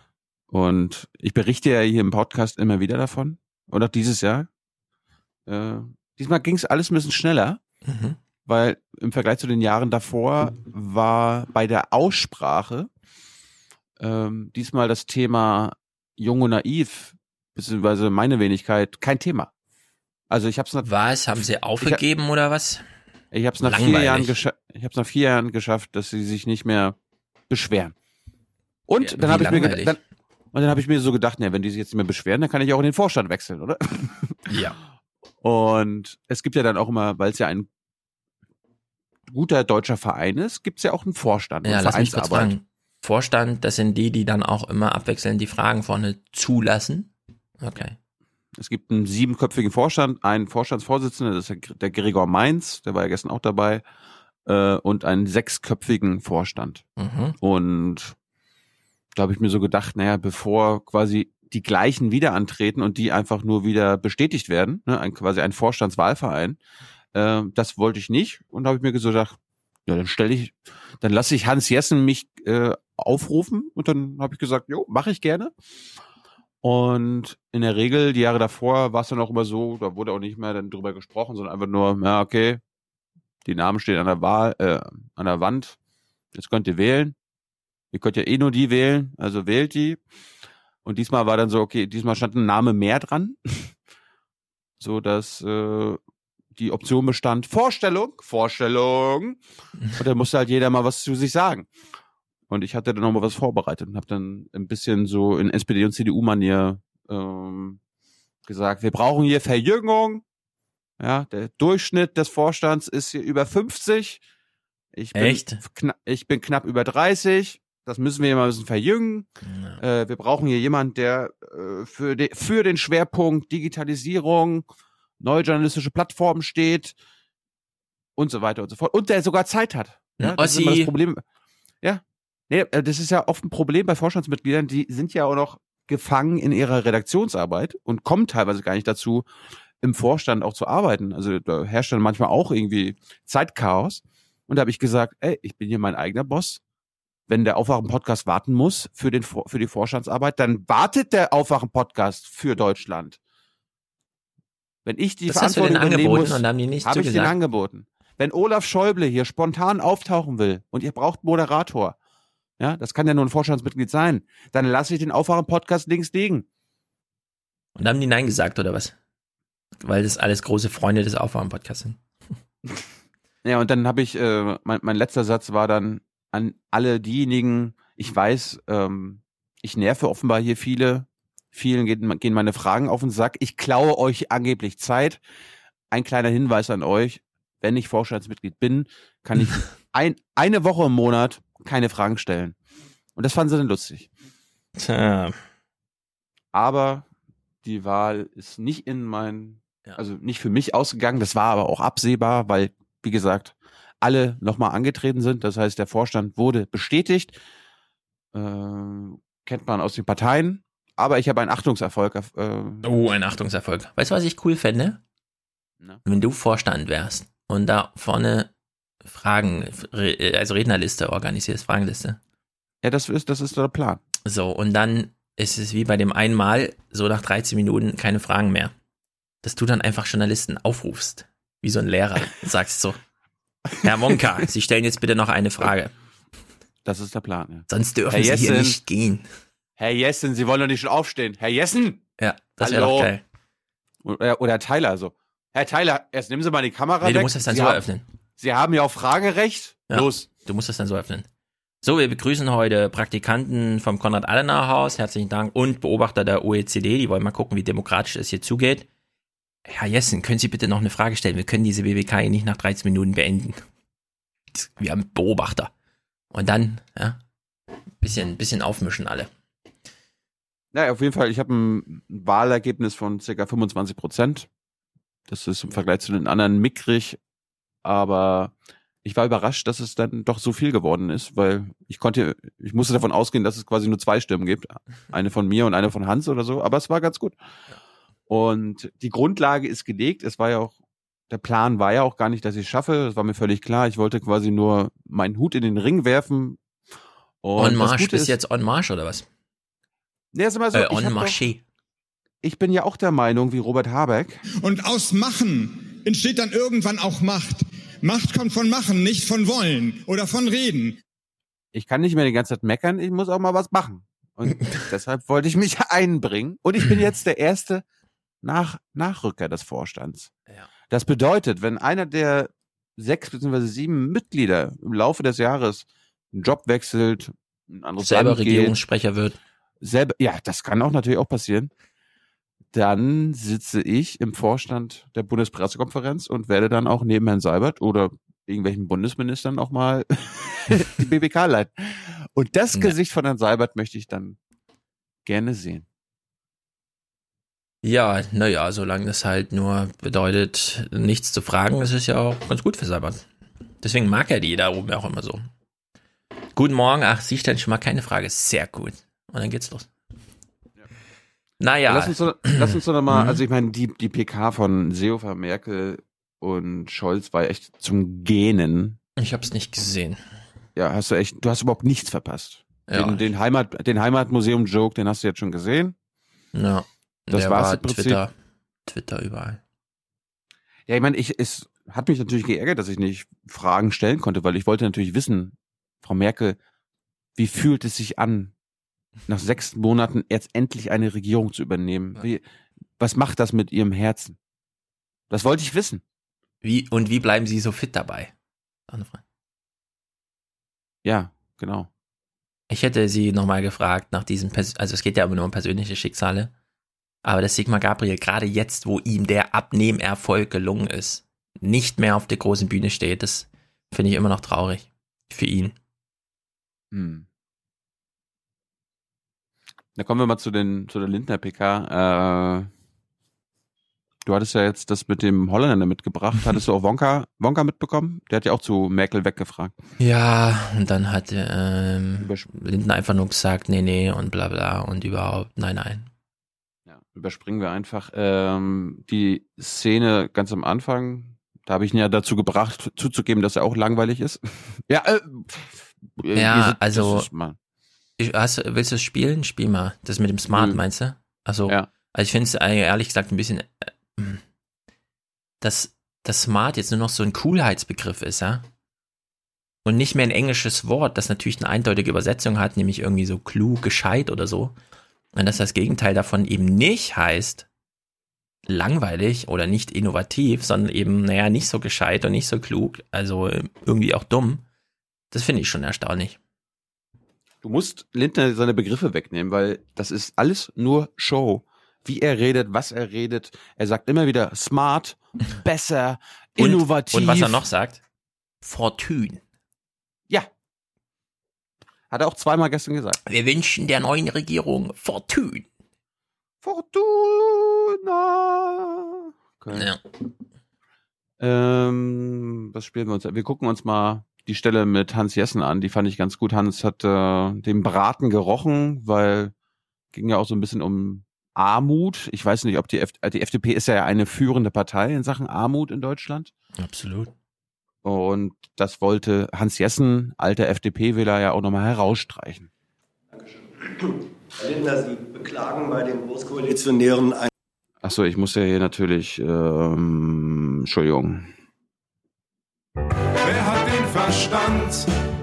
Und ich berichte ja hier im Podcast immer wieder davon. Und auch dieses Jahr. Äh, diesmal ging es alles ein bisschen schneller. Mhm. Weil im Vergleich zu den Jahren davor war bei der Aussprache ähm, diesmal das Thema Jung und Naiv, beziehungsweise meine Wenigkeit, kein Thema. Also ich habe es nach, Was, haben sie aufgegeben ich, oder was? ich habe es nach vier Jahren gescha- ich habe es nach vier Jahren geschafft, dass sie sich nicht mehr beschweren. Und Ja, dann wie habe ich mir langweilig. ge- dann, und dann habe ich mir so gedacht, ja, wenn die sich jetzt nicht mehr beschweren, dann kann ich auch in den Vorstand wechseln, oder? Ja. Und es gibt ja dann auch immer, weil es ja ein guter deutscher Verein ist, gibt es ja auch einen Vorstand Ja, und lass mich kurz Vereinsarbeit. fragen. Vorstand, das sind die, die dann auch immer abwechselnd die Fragen vorne zulassen? Okay. Es gibt einen siebenköpfigen Vorstand, einen Vorstandsvorsitzenden, das ist der, der Gregor Mainz, der war ja gestern auch dabei, äh, und einen sechsköpfigen Vorstand. Mhm. Und da habe ich mir so gedacht, naja, bevor quasi die gleichen wieder antreten und die einfach nur wieder bestätigt werden, ne, ein, quasi ein Vorstandswahlverein, äh, das wollte ich nicht. Und da habe ich mir so gedacht, ja, dann stelle ich, dann lasse ich Hans Jessen mich äh, aufrufen. Und dann habe ich gesagt, jo, mache ich gerne. Und in der Regel, die Jahre davor, war es dann auch immer so, da wurde auch nicht mehr dann drüber gesprochen, sondern einfach nur, ja, okay, die Namen stehen an der Wahl, äh, an der Wand, jetzt könnt ihr wählen. Ihr könnt ja eh nur die wählen, also wählt die. Und diesmal war dann so, okay, diesmal stand ein Name mehr dran, so dass äh, die Option bestand, Vorstellung, Vorstellung. Und dann musste halt jeder mal was zu sich sagen. Und ich hatte dann noch mal was vorbereitet und habe dann ein bisschen so in S P D und C D U-Manier ähm, gesagt, wir brauchen hier Verjüngung. Ja, der Durchschnitt des Vorstands ist hier über fünfzig. Ich bin, Echt? Kna- ich bin knapp über dreißig. Das müssen wir hier mal ein bisschen verjüngen. Ja. Äh, wir brauchen hier jemanden, der äh, für, de, für den Schwerpunkt Digitalisierung, neue journalistische Plattformen steht und so weiter und so fort. Und der sogar Zeit hat. Ja, das ist immer das Problem. Ja, nee, das ist ja oft ein Problem bei Vorstandsmitgliedern. Die sind ja auch noch gefangen in ihrer Redaktionsarbeit und kommen teilweise gar nicht dazu, im Vorstand auch zu arbeiten. Also da herrscht dann manchmal auch irgendwie Zeitchaos. Und da habe ich gesagt, ey, ich bin hier mein eigener Boss. wenn der Aufwachen-Podcast warten muss für, den, für die Vorstandsarbeit, dann wartet der Aufwachen-Podcast für Deutschland. Wenn ich die das Verantwortung hast du den angeboten muss, und haben die nicht habe ich den angeboten. Wenn Olaf Schäuble hier spontan auftauchen will und ihr braucht Moderator, ja, das kann ja nur ein Vorstandsmitglied sein, dann lasse ich den Aufwachen-Podcast links liegen. Und haben die Nein gesagt, oder was? Weil das alles große Freunde des Aufwachen-Podcasts sind. Ja, und dann habe ich, äh, mein, mein letzter Satz war dann an alle diejenigen, ich weiß, ähm, ich nerve offenbar hier viele, vielen gehen, gehen meine Fragen auf den Sack, ich klaue euch angeblich Zeit. Ein kleiner Hinweis an euch, wenn ich Vorstandsmitglied bin, kann ich ein, eine Woche im Monat keine Fragen stellen. Und das fanden sie dann lustig. Tja. Aber die Wahl ist nicht in mein, ja. also nicht für mich ausgegangen, das war aber auch absehbar, weil, wie gesagt, alle nochmal angetreten sind. Das heißt, der Vorstand wurde bestätigt. Äh, kennt man aus den Parteien. Aber ich habe einen Achtungserfolg. Äh, oh, ein Achtungserfolg. Weißt du, was ich cool fände? Na? Wenn du Vorstand wärst und da vorne Fragen, also Rednerliste organisierst, Fragenliste. Ja, das ist, das ist der Plan. So, und dann ist es wie bei dem einmal, so nach dreizehn Minuten keine Fragen mehr. Dass du dann einfach Journalisten aufrufst. Wie so ein Lehrer. Sagst so, Herr Wonka, Sie stellen jetzt bitte noch eine Frage. Das ist der Plan, ja. Sonst dürfen Herr Sie Jessen, hier nicht gehen. Herr Jessen, Sie wollen doch nicht schon aufstehen. Herr Jessen! Ja, das wäre doch geil. Oder, oder Herr Tyler, so. Herr Tyler, erst nehmen Sie mal die Kamera nee, weg. du musst das dann Sie so haben, eröffnen. Sie haben ja auch Fragerecht. Ja, Los. Du musst das dann so öffnen. So, wir begrüßen heute Praktikanten vom Konrad-Adenauer-Haus. Herzlichen Dank. Und Beobachter der O E C D. Die wollen mal gucken, wie demokratisch es hier zugeht. Herr Jessen, können Sie bitte noch eine Frage stellen? Wir können diese B W K nicht nach dreizehn Minuten beenden. Wir haben Beobachter. Und dann, ja, bisschen, bisschen aufmischen alle. Naja, auf jeden Fall, ich habe ein Wahlergebnis von ca. fünfundzwanzig Prozent. Das ist im Vergleich zu den anderen mickrig, aber ich war überrascht, dass es dann doch so viel geworden ist, weil ich konnte, ich musste davon ausgehen, dass es quasi nur zwei Stimmen gibt. Eine von mir und eine von Hans oder so, aber es war ganz gut. Und die Grundlage ist gelegt. Es war ja auch, der Plan war ja auch gar nicht, dass ich es schaffe. Das war mir völlig klar. Ich wollte quasi nur meinen Hut in den Ring werfen. Und en marche, bist du jetzt en marche oder was? Nee, ist immer so. Äh, en marché. Ich bin ja auch der Meinung, wie Robert Habeck. Und aus Machen entsteht dann irgendwann auch Macht. Macht kommt von Machen, nicht von Wollen oder von Reden. Ich kann nicht mehr die ganze Zeit meckern, ich muss auch mal was machen. Und deshalb wollte ich mich einbringen. Und ich bin jetzt der erste Nach Nachrücker des Vorstands. Ja. Das bedeutet, wenn einer der sechs bzw. sieben Mitglieder im Laufe des Jahres einen Job wechselt, ein anderes selber Land Regierungssprecher geht, wird. Selber, ja, das kann auch natürlich auch passieren. Dann sitze ich im Vorstand der Bundespressekonferenz und werde dann auch neben Herrn Seibert oder irgendwelchen Bundesministern auch mal die B W K leiten. Und das ja. Gesicht von Herrn Seibert möchte ich dann gerne sehen. Ja, naja, solange das halt nur bedeutet, nichts zu fragen, das ist ja auch ganz gut für Seibert. Deswegen mag er die da oben auch immer so. Guten Morgen, ach, Sie stellen schon mal keine Frage. Sehr gut. Und dann geht's los. Ja. Naja. Lass uns so, lass uns so nochmal, also ich meine, die, die P K von Seehofer, Merkel und Scholz war echt zum Gähnen. Ich hab's nicht gesehen. Ja, hast du echt, du hast überhaupt nichts verpasst. Ja. Den, den Heimat, den Heimatmuseum-Joke, den hast du jetzt schon gesehen. Ja. Das Der war's war im Prinzip. Twitter, Twitter überall. Ja, ich meine, ich, es hat mich natürlich geärgert, dass ich nicht Fragen stellen konnte, weil ich wollte natürlich wissen, Frau Merkel, wie fühlt es sich an, nach sechs Monaten jetzt endlich eine Regierung zu übernehmen? Wie, was macht das mit Ihrem Herzen? Das wollte ich wissen. Wie, und wie bleiben Sie so fit dabei? Ja, genau. Ich hätte Sie nochmal gefragt nach diesem, Pers- also es geht ja immer nur um persönliche Schicksale, aber dass Sigmar Gabriel gerade jetzt, wo ihm der Abnehmerfolg gelungen ist, nicht mehr auf der großen Bühne steht, das finde ich immer noch traurig für ihn. Hm. Da kommen wir mal zu den zu der Lindner P K. Äh, du hattest ja jetzt das mit dem Holländer mitgebracht. Hattest du auch Wonka, Wonka mitbekommen? Der hat ja auch zu Merkel weggefragt. Ja, und dann hat ähm, Lindner einfach nur gesagt, nee, nee und bla bla und überhaupt, nein, nein. Ja, überspringen wir einfach ähm, die Szene ganz am Anfang. Da habe ich ihn ja dazu gebracht, zuzugeben, dass er auch langweilig ist. Ja, äh, äh, Ja, diese, also, das ist mal, ich, hast, willst du es spielen? Spiel mal. Das mit dem Smart, Mhm. meinst du? Also, ja. also ich finde es ehrlich gesagt ein bisschen, äh, dass das Smart jetzt nur noch so ein Coolheitsbegriff ist, ja? Und nicht mehr ein englisches Wort, das natürlich eine eindeutige Übersetzung hat, nämlich irgendwie so klug, gescheit oder so. Und dass das Gegenteil davon eben nicht heißt, langweilig oder nicht innovativ, sondern eben, naja, nicht so gescheit und nicht so klug, also irgendwie auch dumm. Das finde ich schon erstaunlich. Du musst Lindner seine Begriffe wegnehmen, weil das ist alles nur Show. Wie er redet, was er redet. Er sagt immer wieder smart, besser, Und, innovativ. und was er noch sagt? Fortune. Ja. Hat er auch zweimal gestern gesagt. Wir wünschen der neuen Regierung Fortune. Fortuna. Okay. Ja. Ähm, was spielen wir uns? Wir gucken uns mal die Stelle mit Hans Jessen an. Die fand ich ganz gut. Hans hat äh, den Braten gerochen, weil ging ja auch so ein bisschen um Armut. Ich weiß nicht, ob die, F- die F D P ist ja eine führende Partei in Sachen Armut in Deutschland. Absolut. Und das wollte Hans Jessen, alter F D P-Wähler, ja auch nochmal herausstreichen. Herr Lindner, Sie beklagen bei den Großkoalitionären ein. Achso, ich muss ja hier natürlich, ähm, Entschuldigung. Wer hat den Verstand?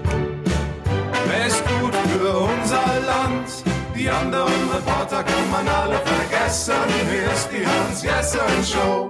Wer ist gut für unser Land? Die anderen Reporter kann man alle vergessen. Hier ist die Hans-Jessen-Show.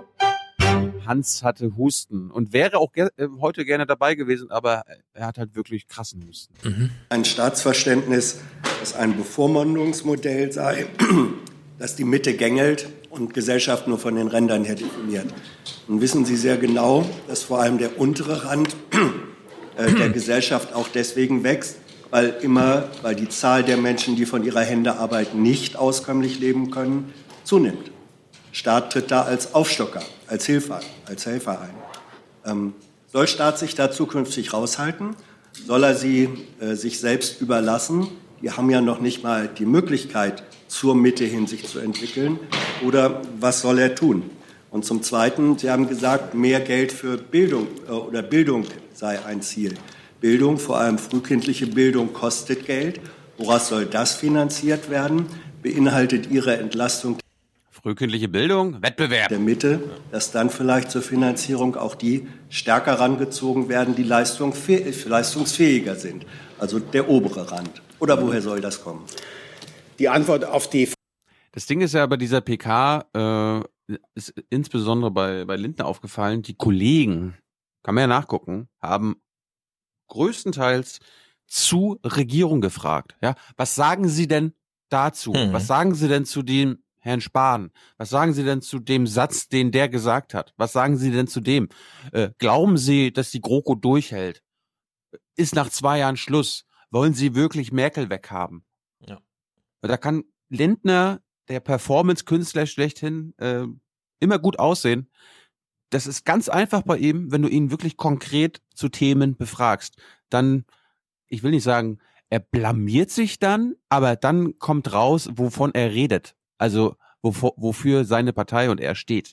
Hans hatte Husten und wäre auch ge- äh, heute gerne dabei gewesen, aber er hat halt wirklich krassen Husten. Mhm. Ein Staatsverständnis, das ein Bevormundungsmodell sei, das die Mitte gängelt und Gesellschaft nur von den Rändern her definiert. Nun wissen Sie sehr genau, dass vor allem der untere Rand äh, der Gesellschaft auch deswegen wächst, weil immer, weil die Zahl der Menschen, die von ihrer Händearbeit nicht auskömmlich leben können, zunimmt. Staat tritt da als Aufstocker, als Hilfer, als Helfer ein. Ähm, soll Staat sich da zukünftig raushalten? Soll er sie äh, sich selbst überlassen? Die haben ja noch nicht mal die Möglichkeit, zur Mitte hin sich zu entwickeln. Oder was soll er tun? Und zum Zweiten, Sie haben gesagt, mehr Geld für Bildung äh, oder Bildung sei ein Ziel. Bildung, vor allem frühkindliche Bildung, kostet Geld. Woraus soll das finanziert werden? Beinhaltet Ihre Entlastung Frühkindliche Bildung, Wettbewerb der Mitte, dass dann vielleicht zur Finanzierung auch die stärker rangezogen werden, die Leistung, leistungsfähiger sind, also der obere Rand. Oder woher soll das kommen? Die Antwort auf die... Das Ding ist ja bei dieser P K, äh, ist insbesondere bei, bei Lindner aufgefallen, die Kollegen, kann man ja nachgucken, haben größtenteils zu Regierung gefragt. Ja, was sagen Sie denn dazu? Mhm. Was sagen Sie denn zu dem Herrn Spahn? Was sagen Sie denn zu dem Satz, den der gesagt hat? Was sagen Sie denn zu dem? Äh, glauben Sie, dass die GroKo durchhält? Ist nach zwei Jahren Schluss? Wollen Sie wirklich Merkel weghaben? Ja. Da kann Lindner, der Performance-Künstler schlechthin, äh, immer gut aussehen. Das ist ganz einfach bei ihm, wenn du ihn wirklich konkret zu Themen befragst. Dann, ich will nicht sagen, er blamiert sich dann, aber dann kommt raus, wovon er redet. Also wofür, wofür seine Partei und er steht.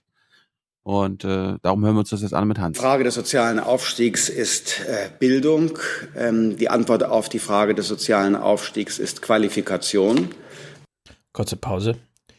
Und äh, darum hören wir uns das jetzt an mit Hans. Die Frage des sozialen Aufstiegs ist äh, Bildung. Ähm, die Antwort auf die Frage des sozialen Aufstiegs ist Qualifikation. Kurze Pause.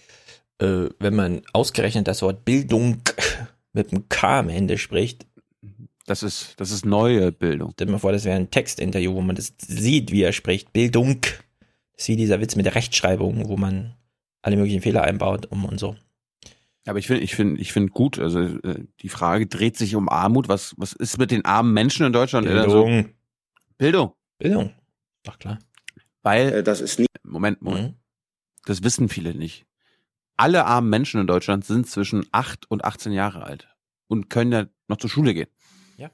Äh, wenn man ausgerechnet das Wort Bildung mit einem K am Ende spricht. Das ist, das ist neue Bildung. Stell dir mal vor, das wäre ein Textinterview, wo man das sieht, wie er spricht. Bildung. Das ist wie dieser Witz mit der Rechtschreibung, wo man alle möglichen Fehler einbaut um und so. Aber ich finde, ich finde, ich finde gut, also äh, die Frage dreht sich um Armut. Was, was ist mit den armen Menschen in Deutschland? Bildung. Also, Bildung. Bildung. Doch klar. Weil, äh, das ist nicht. Moment, Moment. Mhm. Das wissen viele nicht. Alle armen Menschen in Deutschland sind zwischen acht und achtzehn Jahre alt und können ja noch zur Schule gehen. Ja.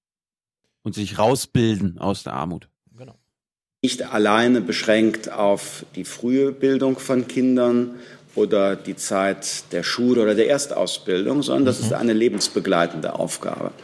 Und sich rausbilden aus der Armut. Genau. Nicht alleine beschränkt auf die frühe Bildung von Kindern oder die Zeit der Schule oder der Erstausbildung, sondern das mhm. ist eine lebensbegleitende Aufgabe.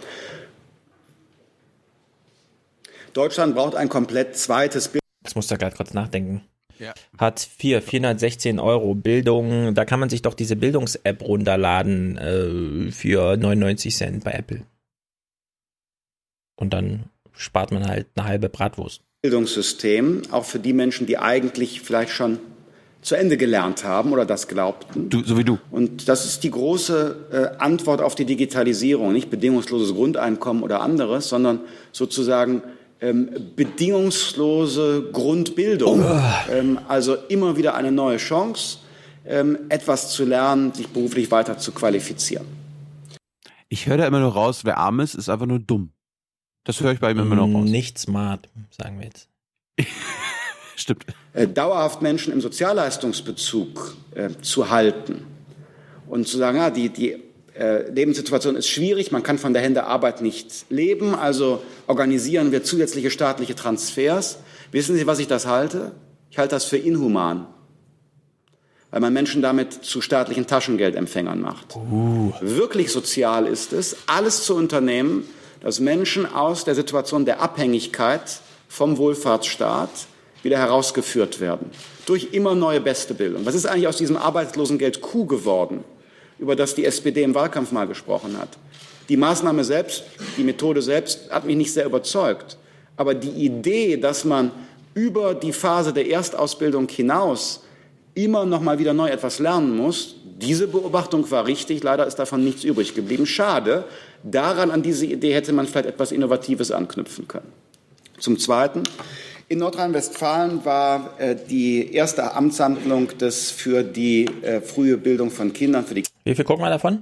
Deutschland braucht ein komplett zweites Bild. Das muss da gerade kurz nachdenken. Ja. Hartz vier, vierhundertsechzehn Euro, Bildung, da kann man sich doch diese Bildungs-App runterladen äh, für neunundneunzig Cent bei Apple. Und dann spart man halt eine halbe Bratwurst. Bildungssystem, auch für die Menschen, die eigentlich vielleicht schon zu Ende gelernt haben oder das glaubten. Du, so wie du. Und das ist die große äh, Antwort auf die Digitalisierung. Nicht bedingungsloses Grundeinkommen oder anderes, sondern sozusagen ähm, bedingungslose Grundbildung. Oh. Ähm, also immer wieder eine neue Chance, ähm, etwas zu lernen, sich beruflich weiter zu qualifizieren. Ich höre da immer nur raus, wer arm ist, ist einfach nur dumm. Das höre ich bei ihm immer noch raus. Nicht smart, sagen wir jetzt. Stimmt. Äh, dauerhaft Menschen im Sozialleistungsbezug äh, zu halten und zu sagen, ja, die, die äh, Lebenssituation ist schwierig, man kann von der Hände Arbeit nicht leben, also organisieren wir zusätzliche staatliche Transfers. Wissen Sie, was ich das halte? Ich halte das für inhuman, weil man Menschen damit zu staatlichen Taschengeldempfängern macht. Uh. Wirklich sozial ist es, alles zu unternehmen, dass Menschen aus der Situation der Abhängigkeit vom Wohlfahrtsstaat wieder herausgeführt werden. Durch immer neue beste Bildung. Was ist eigentlich aus diesem Arbeitslosengeld-Coup geworden, über das die S P D im Wahlkampf mal gesprochen hat? Die Maßnahme selbst, die Methode selbst hat mich nicht sehr überzeugt. Aber die Idee, dass man über die Phase der Erstausbildung hinaus immer noch mal wieder neu etwas lernen muss, diese Beobachtung war richtig. Leider ist davon nichts übrig geblieben. Schade. Daran, an diese Idee hätte man vielleicht etwas Innovatives anknüpfen können. Zum Zweiten, in Nordrhein-Westfalen war äh, die erste Amtshandlung des für die äh, frühe Bildung von Kindern, für die Wie viel gucken wir davon?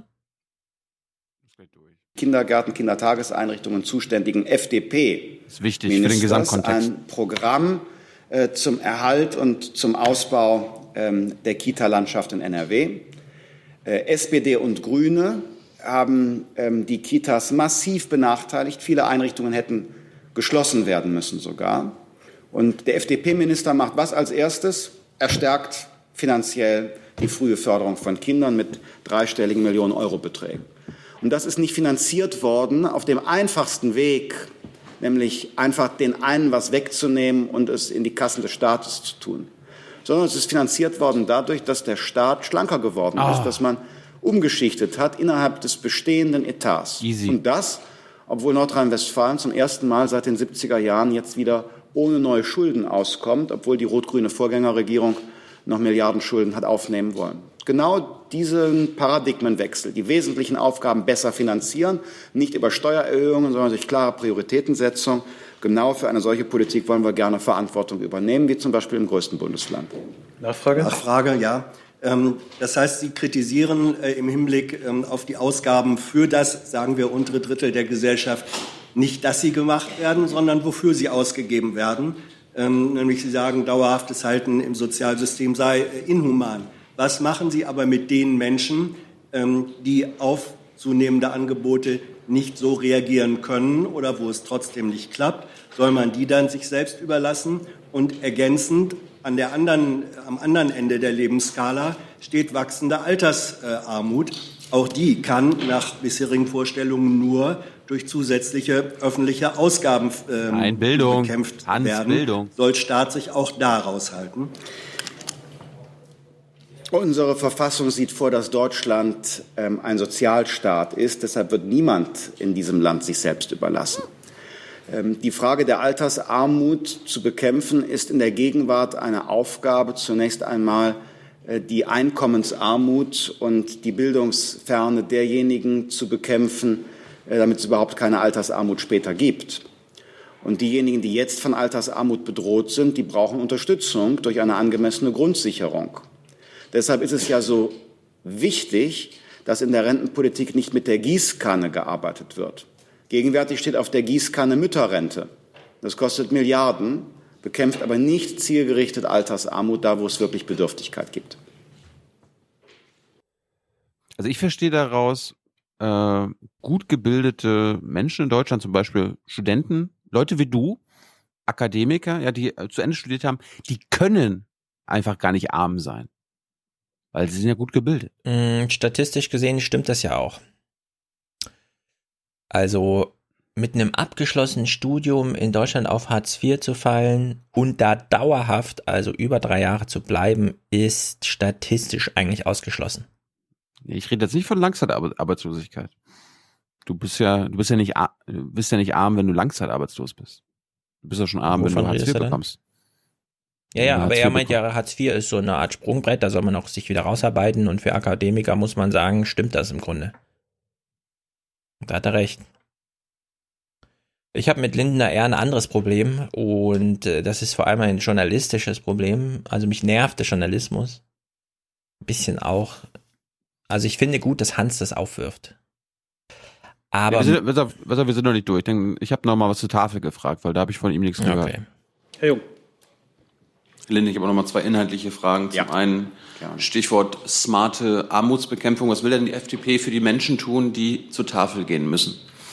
Kindergärten, Kindertageseinrichtungen zuständigen F D P. Das ist wichtig für den Gesamtkontext. Ein Programm äh, zum Erhalt und zum Ausbau ähm, der Kita-Landschaft in N R W. Äh, S P D und Grüne haben ähm, die Kitas massiv benachteiligt. Viele Einrichtungen hätten geschlossen werden müssen sogar. Und der F D P-Minister macht was als erstes? Er stärkt finanziell die frühe Förderung von Kindern mit dreistelligen Millionen-Euro-Beträgen. Und das ist nicht finanziert worden auf dem einfachsten Weg, nämlich einfach den einen was wegzunehmen und es in die Kassen des Staates zu tun. Sondern es ist finanziert worden dadurch, dass der Staat schlanker geworden Ah. ist, dass man umgeschichtet hat innerhalb des bestehenden Etats. Easy. Und das, obwohl Nordrhein-Westfalen zum ersten Mal seit den siebziger Jahren jetzt wieder ohne neue Schulden auskommt, obwohl die rot-grüne Vorgängerregierung noch Milliarden Schulden hat aufnehmen wollen. Genau diesen Paradigmenwechsel, die wesentlichen Aufgaben besser finanzieren, nicht über Steuererhöhungen, sondern durch klare Prioritätensetzung. Genau für eine solche Politik wollen wir gerne Verantwortung übernehmen, wie zum Beispiel im größten Bundesland. Nachfrage? Nachfrage, ja. Das heißt, Sie kritisieren im Hinblick auf die Ausgaben für das, sagen wir, untere Drittel der Gesellschaft nicht, dass sie gemacht werden, sondern wofür sie ausgegeben werden. Nämlich Sie sagen, dauerhaftes Halten im Sozialsystem sei inhuman. Was machen Sie aber mit den Menschen, die auf zunehmende Angebote nicht so reagieren können oder wo es trotzdem nicht klappt? Soll man die dann sich selbst überlassen? Und ergänzend an der anderen, am anderen Ende der Lebensskala steht wachsende Altersarmut. Auch die kann nach bisherigen Vorstellungen nur durch zusätzliche öffentliche Ausgaben ähm, Bildung. bekämpft Hans, werden. Bildung. Soll Staat sich auch da raushalten? Unsere Verfassung sieht vor, dass Deutschland ähm, ein Sozialstaat ist. Deshalb wird niemand in diesem Land sich selbst überlassen. Ähm, die Frage der Altersarmut zu bekämpfen, ist in der Gegenwart eine Aufgabe, zunächst einmal äh, die Einkommensarmut und die Bildungsferne derjenigen zu bekämpfen, äh, damit es überhaupt keine Altersarmut später gibt. Und diejenigen, die jetzt von Altersarmut bedroht sind, die brauchen Unterstützung durch eine angemessene Grundsicherung. Deshalb ist es ja so wichtig, dass in der Rentenpolitik nicht mit der Gießkanne gearbeitet wird. Gegenwärtig steht auf der Gießkanne Mütterrente. Das kostet Milliarden, bekämpft aber nicht zielgerichtet Altersarmut, da wo es wirklich Bedürftigkeit gibt. Also ich verstehe daraus, äh, gut gebildete Menschen in Deutschland, zum Beispiel Studenten, Leute wie du, Akademiker, ja, die zu Ende studiert haben, die können einfach gar nicht arm sein. Weil sie sind ja gut gebildet. Statistisch gesehen stimmt das ja auch. Also mit einem abgeschlossenen Studium in Deutschland auf Hartz vier zu fallen und da dauerhaft, also über drei Jahre zu bleiben, ist statistisch eigentlich ausgeschlossen. Ich rede jetzt nicht von Langzeitarbeitslosigkeit. Du bist ja, du bist ja nicht, du bist ja nicht arm, wenn du langzeitarbeitslos bist. Du bist ja schon arm, wenn du Hartz vier bekommst. Ja, ja, aber er meint ja, Hartz vier ist so eine Art Sprungbrett, da soll man auch sich wieder rausarbeiten und für Akademiker muss man sagen, stimmt das im Grunde. Da hat er recht. Ich habe mit Lindner eher ein anderes Problem und äh, das ist vor allem ein journalistisches Problem. Also mich nervt der Journalismus. Ein bisschen auch. Also ich finde gut, dass Hans das aufwirft. Aber ja, wir, sind, wir sind noch nicht durch. Ich habe noch mal was zur Tafel gefragt, weil da habe ich von ihm nichts gehört. Okay. Herr Jung. Linde, ich habe noch mal zwei inhaltliche Fragen. Zum ja. einen Stichwort smarte Armutsbekämpfung. Was will denn die F D P für die Menschen tun, die zur Tafel gehen müssen?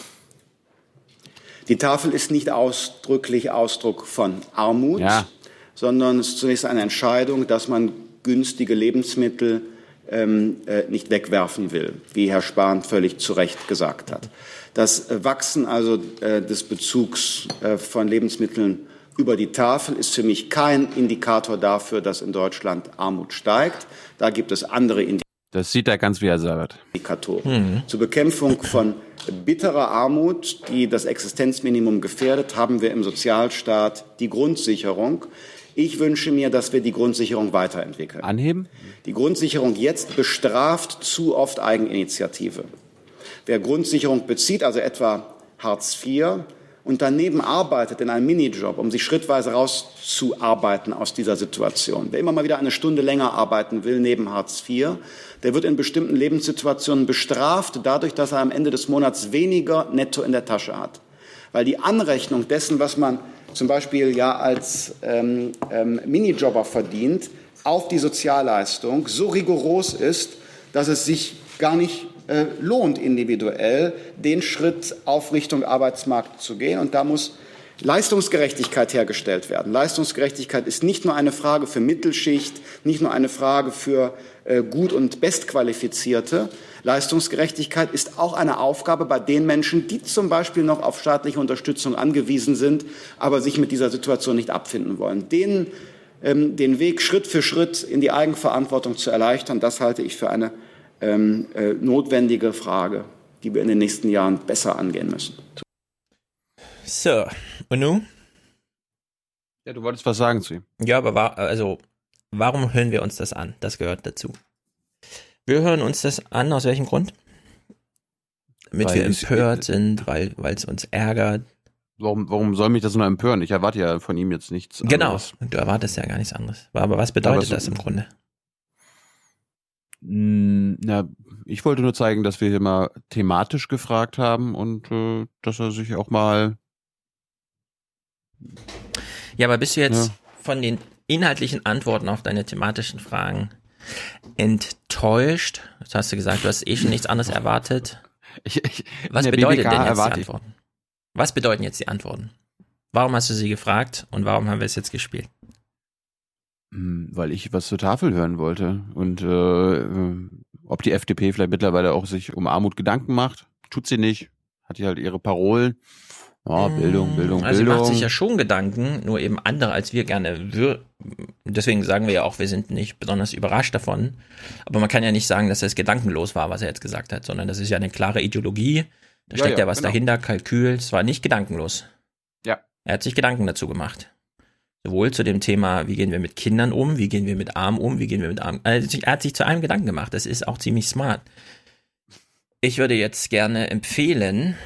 Die Tafel ist nicht ausdrücklich Ausdruck von Armut, ja. sondern es ist zunächst eine Entscheidung, dass man günstige Lebensmittel ähm, äh, nicht wegwerfen will, wie Herr Spahn völlig zu Recht gesagt hat. Das Wachsen also äh, des Bezugs äh, von Lebensmitteln über die Tafel ist für mich kein Indikator dafür, dass in Deutschland Armut steigt. Da gibt es andere Indikatoren. Das sieht er ganz, wie er sagt. Indikatoren. Mhm. Zur Bekämpfung von bitterer Armut, die das Existenzminimum gefährdet, haben wir im Sozialstaat die Grundsicherung. Ich wünsche mir, dass wir die Grundsicherung weiterentwickeln. Anheben? Die Grundsicherung jetzt bestraft zu oft Eigeninitiative. Wer Grundsicherung bezieht, also etwa Hartz vier, und daneben arbeitet in einem Minijob, um sich schrittweise rauszuarbeiten aus dieser Situation. Wer immer mal wieder eine Stunde länger arbeiten will, neben Hartz vier, der wird in bestimmten Lebenssituationen bestraft, dadurch, dass er am Ende des Monats weniger netto in der Tasche hat. Weil die Anrechnung dessen, was man zum Beispiel ja als ähm, ähm, Minijobber verdient, auf die Sozialleistung so rigoros ist, dass es sich gar nicht äh, lohnt, individuell den Schritt auf Richtung Arbeitsmarkt zu gehen. Und da muss Leistungsgerechtigkeit hergestellt werden. Leistungsgerechtigkeit ist nicht nur eine Frage für Mittelschicht, nicht nur eine Frage für äh, gut und bestqualifizierte. Leistungsgerechtigkeit ist auch eine Aufgabe bei den Menschen, die zum Beispiel noch auf staatliche Unterstützung angewiesen sind, aber sich mit dieser Situation nicht abfinden wollen. Den, ähm, den Weg Schritt für Schritt in die Eigenverantwortung zu erleichtern, das halte ich für eine ähm, äh, notwendige Frage, die wir in den nächsten Jahren besser angehen müssen. So, und nun? Ja, du wolltest was sagen zu ihm. Ja, aber war, also, warum hören wir uns das an? Das gehört dazu. Wir hören uns das an, aus welchem Grund? Damit weil wir empört sind, weil es uns ärgert. Warum, warum soll mich das nur empören? Ich erwarte ja von ihm jetzt nichts anderes. Genau, du erwartest ja gar nichts anderes. Aber was bedeutet aber so, das im Grunde? Na, ich wollte nur zeigen, dass wir hier mal thematisch gefragt haben und äh, dass er sich auch mal... Ja, aber bist du jetzt ja. von den inhaltlichen Antworten auf deine thematischen Fragen enttäuscht? Das hast du gesagt, du hast eh schon nichts anderes erwartet. Ich, ich, Was bedeutet denn jetzt die Antworten? Was bedeuten jetzt die Antworten? Warum hast du sie gefragt und warum haben wir es jetzt gespielt? Weil ich was zur Tafel hören wollte und äh, ob die F D P vielleicht mittlerweile auch sich um Armut Gedanken macht. Tut sie nicht. Hat die halt ihre Parolen. Oh, Bildung, Bildung, also Bildung. Sie macht sich ja schon Gedanken, nur eben andere, als wir gerne würden. Deswegen sagen wir ja auch, wir sind nicht besonders überrascht davon. Aber man kann ja nicht sagen, dass es gedankenlos war, was er jetzt gesagt hat, sondern das ist ja eine klare Ideologie. Da steckt ja, ja, ja was genau. dahinter, Kalkül. Es war nicht gedankenlos. Ja. Er hat sich Gedanken dazu gemacht. Sowohl zu dem Thema, wie gehen wir mit Kindern um, wie gehen wir mit Armen um, wie gehen wir mit Armen. Also er hat sich zu einem Gedanken gemacht. Das ist auch ziemlich smart. Ich würde jetzt gerne empfehlen,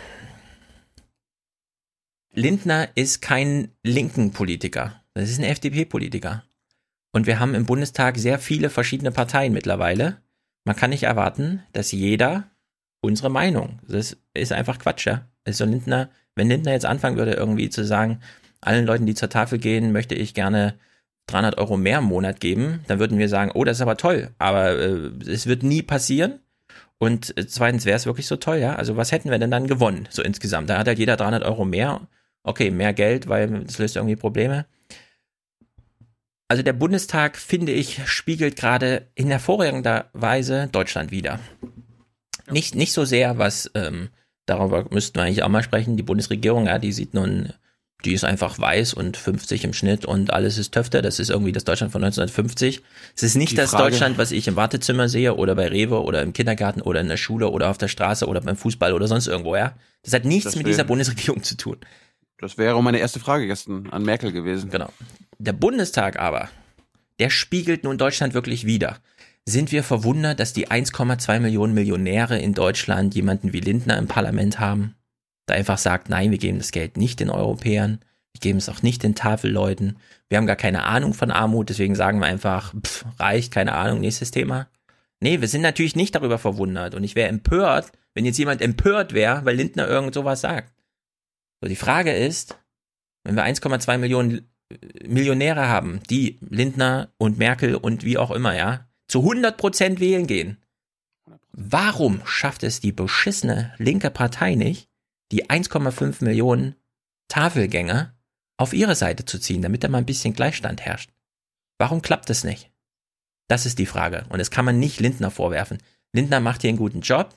Lindner ist kein linken Politiker. Das ist ein F D P-Politiker. Und wir haben im Bundestag sehr viele verschiedene Parteien mittlerweile. Man kann nicht erwarten, dass jeder unsere Meinung, das ist einfach Quatsch, ja. Also Lindner, wenn Lindner jetzt anfangen würde, irgendwie zu sagen, allen Leuten, die zur Tafel gehen, möchte ich gerne dreihundert Euro mehr im Monat geben, dann würden wir sagen, oh, das ist aber toll, aber äh, es wird nie passieren. Und äh, zweitens, wäre es wirklich so toll, ja? Also was hätten wir denn dann gewonnen, so insgesamt? Da hat halt jeder dreihundert Euro mehr. Okay, mehr Geld, weil das löst irgendwie Probleme. Also der Bundestag, finde ich, spiegelt gerade in hervorragender Weise Deutschland wider. Ja. Nicht, nicht so sehr, was, ähm, darüber müssten wir eigentlich auch mal sprechen, die Bundesregierung, ja, die sieht nun, die ist einfach weiß und fünfzig im Schnitt und alles ist Töfte. Das ist irgendwie das Deutschland von neunzehnhundertfünfzig. Es ist nicht die das Frage, Deutschland, was ich im Wartezimmer sehe oder bei Rewe oder im Kindergarten oder in der Schule oder auf der Straße oder beim Fußball oder sonst irgendwo, ja. Das hat nichts das mit dieser Bundesregierung zu tun. Das wäre meine erste Frage gestern an Merkel gewesen. Genau. Der Bundestag aber, der spiegelt nun Deutschland wirklich wider. Sind wir verwundert, dass die eins Komma zwei Millionen Millionäre in Deutschland jemanden wie Lindner im Parlament haben, der einfach sagt, nein, wir geben das Geld nicht den Europäern, wir geben es auch nicht den Tafelleuten, wir haben gar keine Ahnung von Armut, deswegen sagen wir einfach, pff, reicht, keine Ahnung, nächstes Thema. Nee, wir sind natürlich nicht darüber verwundert und ich wäre empört, wenn jetzt jemand empört wäre, weil Lindner irgend sowas sagt. So, die Frage ist, wenn wir eins Komma zwei Millionen Millionäre haben, die Lindner und Merkel und wie auch immer, ja, zu hundert Prozent wählen gehen, warum schafft es die beschissene linke Partei nicht, die eins Komma fünf Millionen Tafelgänger auf ihre Seite zu ziehen, damit da mal ein bisschen Gleichstand herrscht? Warum klappt das nicht? Das ist die Frage. Und das kann man nicht Lindner vorwerfen. Lindner macht hier einen guten Job.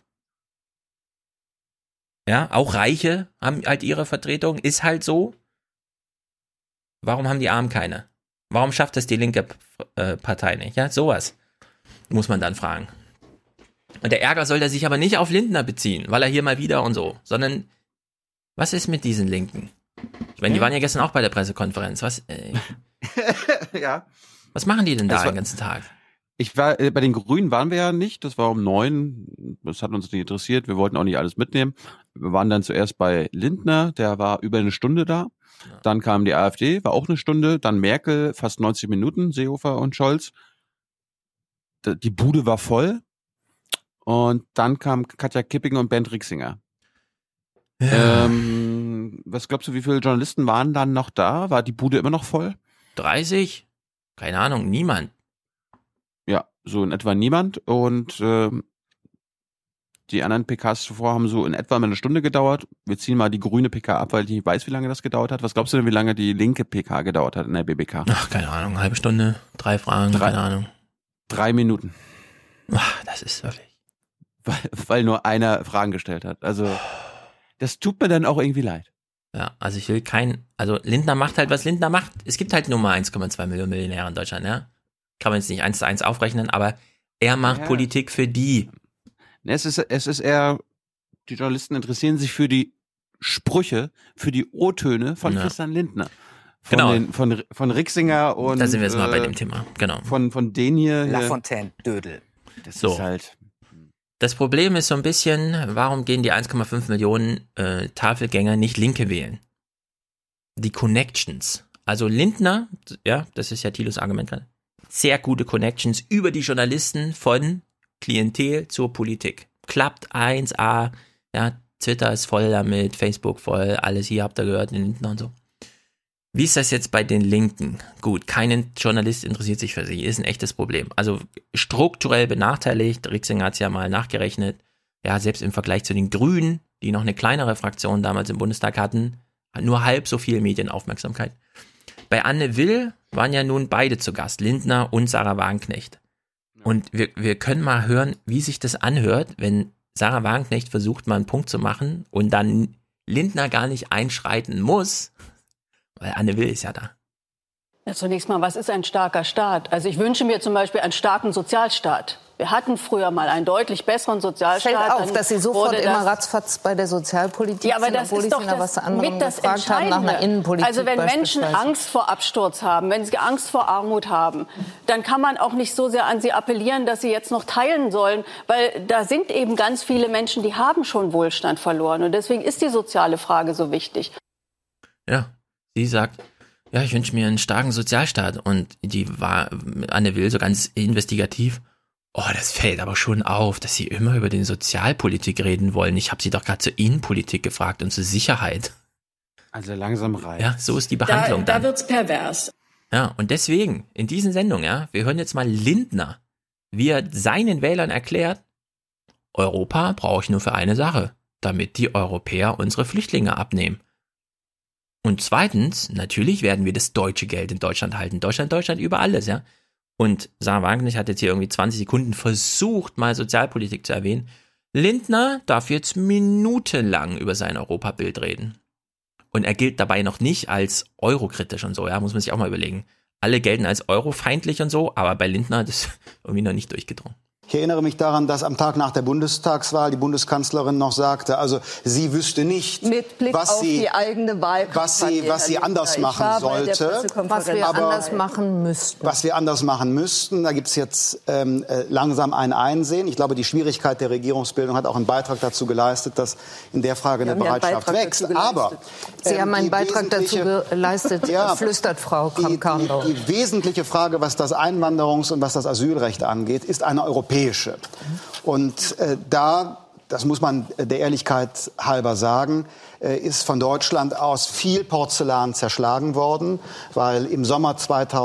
Ja, auch Reiche haben halt ihre Vertretung. Ist halt so. Warum haben die Armen keine? Warum schafft das die linke äh, Partei nicht? Ja, sowas muss man dann fragen. Und der Ärger soll der sich aber nicht auf Lindner beziehen, weil er hier mal wieder und so, sondern was ist mit diesen Linken? Ich meine, die waren ja gestern auch bei der Pressekonferenz. Was, äh, ja. Was machen die denn da war, den ganzen Tag? Ich war, äh, bei den Grünen waren wir ja nicht, das war um neun, das hat uns nicht interessiert, wir wollten auch nicht alles mitnehmen. Wir waren dann zuerst bei Lindner, der war über eine Stunde da. Ja. Dann kam die AfD, war auch eine Stunde, dann Merkel, fast neunzig Minuten, Seehofer und Scholz. Die Bude war voll. Und dann kam Katja Kipping und Bernd Rixinger. Ja. Ähm, was glaubst du, wie viele Journalisten waren dann noch da? War die Bude immer noch voll? dreißig? Keine Ahnung, niemand. Ja, so in etwa niemand. Und äh, die anderen P Ks zuvor haben so in etwa mal eine Stunde gedauert. Wir ziehen mal die grüne P K ab, weil ich nicht weiß, wie lange das gedauert hat. Was glaubst du denn, wie lange die linke P K gedauert hat in der B B K? Ach, keine Ahnung, eine halbe Stunde, drei Fragen, drei, keine Ahnung. Drei Minuten. Ach, das ist wirklich... Weil, weil nur einer Fragen gestellt hat. Also, das tut mir dann auch irgendwie leid. Ja, also ich will kein... Also Lindner macht halt, was Lindner macht. Es gibt halt nur mal eins Komma zwei Millionen Millionäre in Deutschland, ja. Kann man jetzt nicht eins zu eins aufrechnen, aber er macht ja Politik für die. Es ist, es ist eher, die Journalisten interessieren sich für die Sprüche, für die O-Töne von ja. Christian Lindner. Von genau. Den, von, von Rixinger und... Da sind wir jetzt äh, mal bei dem Thema, genau. Von, von denen hier... Lafontaine, Dödel. Das so. ist halt... Das Problem ist so ein bisschen, warum gehen die eins Komma fünf Millionen äh, Tafelgänger nicht Linke wählen? Die Connections. Also Lindner, ja, das ist ja Thilos Argument gerade, sehr gute Connections über die Journalisten von Klientel zur Politik. Klappt eins A, ja, Twitter ist voll damit, Facebook voll, alles hier habt ihr gehört, den Lindner und so. Wie ist das jetzt bei den Linken? Gut, kein Journalist interessiert sich für sie, ist ein echtes Problem. Also strukturell benachteiligt, Rixinger hat es ja mal nachgerechnet, ja, selbst im Vergleich zu den Grünen, die noch eine kleinere Fraktion damals im Bundestag hatten, nur halb so viel Medienaufmerksamkeit. Bei Anne Will waren ja nun beide zu Gast, Lindner und Sarah Wagenknecht. Und wir, wir können mal hören, wie sich das anhört, wenn Sarah Wagenknecht versucht, mal einen Punkt zu machen und dann Lindner gar nicht einschreiten muss, weil Anne Will ist ja da. Ja, zunächst mal, was ist ein starker Staat? Also ich wünsche mir zum Beispiel einen starken Sozialstaat. Wir hatten früher mal einen deutlich besseren Sozialstaat. Fällt auf, dass Sie sofort immer ratzfatz bei der Sozialpolitik ja, aber sind, das obwohl ist ich Sie nach was anderem mit das gefragt haben, nach einer Innenpolitik. Also wenn Menschen Angst vor Absturz haben, wenn sie Angst vor Armut haben, dann kann man auch nicht so sehr an sie appellieren, dass sie jetzt noch teilen sollen, weil da sind eben ganz viele Menschen, die haben schon Wohlstand verloren. Und deswegen ist die soziale Frage so wichtig. Ja, sie sagt, ja, ich wünsche mir einen starken Sozialstaat. Und die war, Anne Will, so ganz investigativ, oh, das fällt aber schon auf, dass Sie immer über die Sozialpolitik reden wollen. Ich habe Sie doch gerade zur Innenpolitik gefragt und zur Sicherheit. Also langsam reicht. Ja, so ist die Behandlung da, dann. Da wird's pervers. Ja, und deswegen, in diesen Sendungen, ja, wir hören jetzt mal Lindner, wie er seinen Wählern erklärt, Europa brauche ich nur für eine Sache, damit die Europäer unsere Flüchtlinge abnehmen. Und zweitens, natürlich werden wir das deutsche Geld in Deutschland halten. Deutschland, Deutschland, über alles, ja. Und Sarah Wagenknecht hat jetzt hier irgendwie zwanzig Sekunden versucht, mal Sozialpolitik zu erwähnen. Lindner darf jetzt minutenlang über sein Europabild reden. Und er gilt dabei noch nicht als eurokritisch und so, ja, muss man sich auch mal überlegen. Alle gelten als eurofeindlich und so, aber bei Lindner ist das irgendwie noch nicht durchgedrungen. Ich erinnere mich daran, dass am Tag nach der Bundestagswahl die Bundeskanzlerin noch sagte, also sie wüsste nicht, Mit Blick was auf sie, die eigene was sie, was sie anders machen sollte. Was wir Aber anders machen müssten. Was wir anders machen müssten, da gibt es jetzt ähm, äh, langsam ein Einsehen. Ich glaube, die Schwierigkeit der Regierungsbildung hat auch einen Beitrag dazu geleistet, dass in der Frage eine Bereitschaft wächst. Aber Sie ähm, haben einen die Beitrag dazu geleistet, ja, flüstert Frau Kramp-Karrenbauer. Die, die wesentliche Frage, was das Einwanderungs- und was das Asylrecht angeht, ist eine europäische. Und äh, da, das muss man der Ehrlichkeit halber sagen, äh, ist von Deutschland aus viel Porzellan zerschlagen worden, weil im Sommer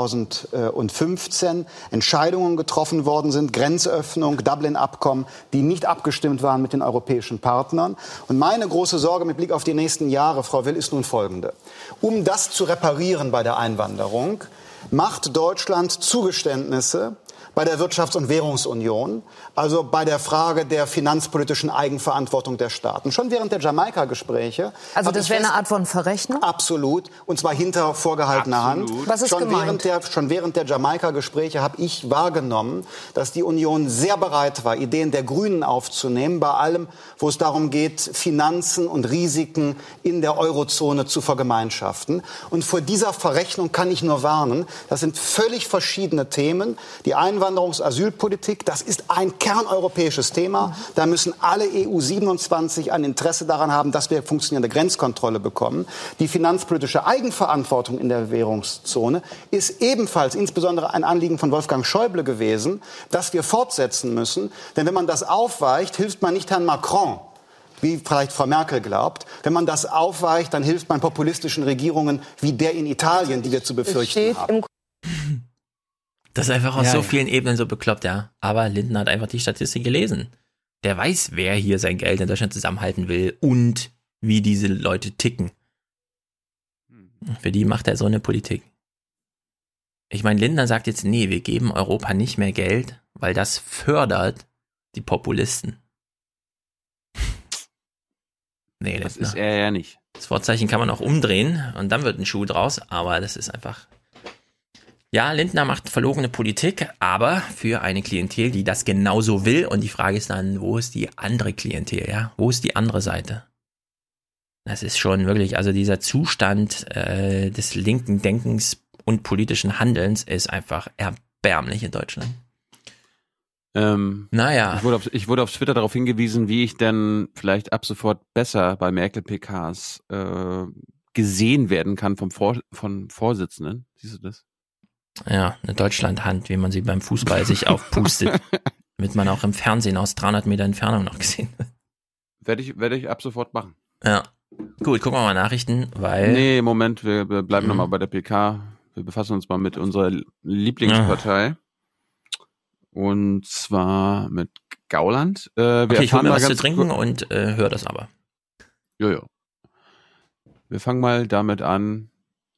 zweitausendfünfzehn Entscheidungen getroffen worden sind, Grenzöffnung, Dublin-Abkommen, die nicht abgestimmt waren mit den europäischen Partnern. Und meine große Sorge mit Blick auf die nächsten Jahre, Frau Will, ist nun folgende. Um das zu reparieren bei der Einwanderung, macht Deutschland Zugeständnisse bei der Wirtschafts- und Währungsunion, also bei der Frage der finanzpolitischen Eigenverantwortung der Staaten. Schon während der Jamaika-Gespräche. Also das wäre eine Art von Verrechnung? Absolut. Und zwar hinter vorgehaltener Hand. Was ist schon gemeint? Während der, schon während der Jamaika-Gespräche habe ich wahrgenommen, dass die Union sehr bereit war, Ideen der Grünen aufzunehmen, bei allem, wo es darum geht, Finanzen und Risiken in der Eurozone zu vergemeinschaften. Und vor dieser Verrechnung kann ich nur warnen. Das sind völlig verschiedene Themen. Die Einwanderungs-, Asylpolitik, das ist ein kerneuropäisches Thema. Da müssen alle E U siebenundzwanzig ein Interesse daran haben, dass wir funktionierende Grenzkontrolle bekommen. Die finanzpolitische Eigenverantwortung in der Währungszone ist ebenfalls insbesondere ein Anliegen von Wolfgang Schäuble gewesen, das wir fortsetzen müssen. Denn wenn man das aufweicht, hilft man nicht Herrn Macron, wie vielleicht Frau Merkel glaubt. Wenn man das aufweicht, dann hilft man populistischen Regierungen wie der in Italien, die wir zu befürchten haben. Das ist einfach auf Ja, so ja. vielen Ebenen so bekloppt, ja. Aber Lindner hat einfach die Statistik gelesen. Der weiß, wer hier sein Geld in Deutschland zusammenhalten will und wie diese Leute ticken. Für die macht er so eine Politik. Ich meine, Lindner sagt jetzt, nee, wir geben Europa nicht mehr Geld, weil das fördert die Populisten. Nee, das Lindner. ist er ja nicht. Das Wortzeichen kann man auch umdrehen und dann wird ein Schuh draus, aber das ist einfach... Ja, Lindner macht verlogene Politik, aber für eine Klientel, die das genauso will. Und die Frage ist dann, wo ist die andere Klientel, ja? Wo ist die andere Seite? Das ist schon wirklich, also dieser Zustand äh, des linken Denkens und politischen Handelns ist einfach erbärmlich in Deutschland. Ähm, naja. Ich wurde, auf, ich wurde auf Twitter darauf hingewiesen, wie ich denn vielleicht ab sofort besser bei Merkel-P Ks äh, gesehen werden kann vom Vor von Vorsitzenden. Siehst du das? Ja, eine Deutschlandhand, wie man sie beim Fußball sich aufpustet, damit man auch im Fernsehen aus dreihundert Meter Entfernung noch gesehen wird. Werde ich, werde ich ab sofort machen. Ja. Gut, gucken wir mal Nachrichten, weil... Nee, Moment, wir, wir bleiben mhm. nochmal bei der P K. Wir befassen uns mal mit unserer Lieblingspartei. Ja. Und zwar mit Gauland. Äh, wir okay, ich hole mir was zu ganz trinken und äh, höre das aber. Jojo. Wir fangen mal damit an.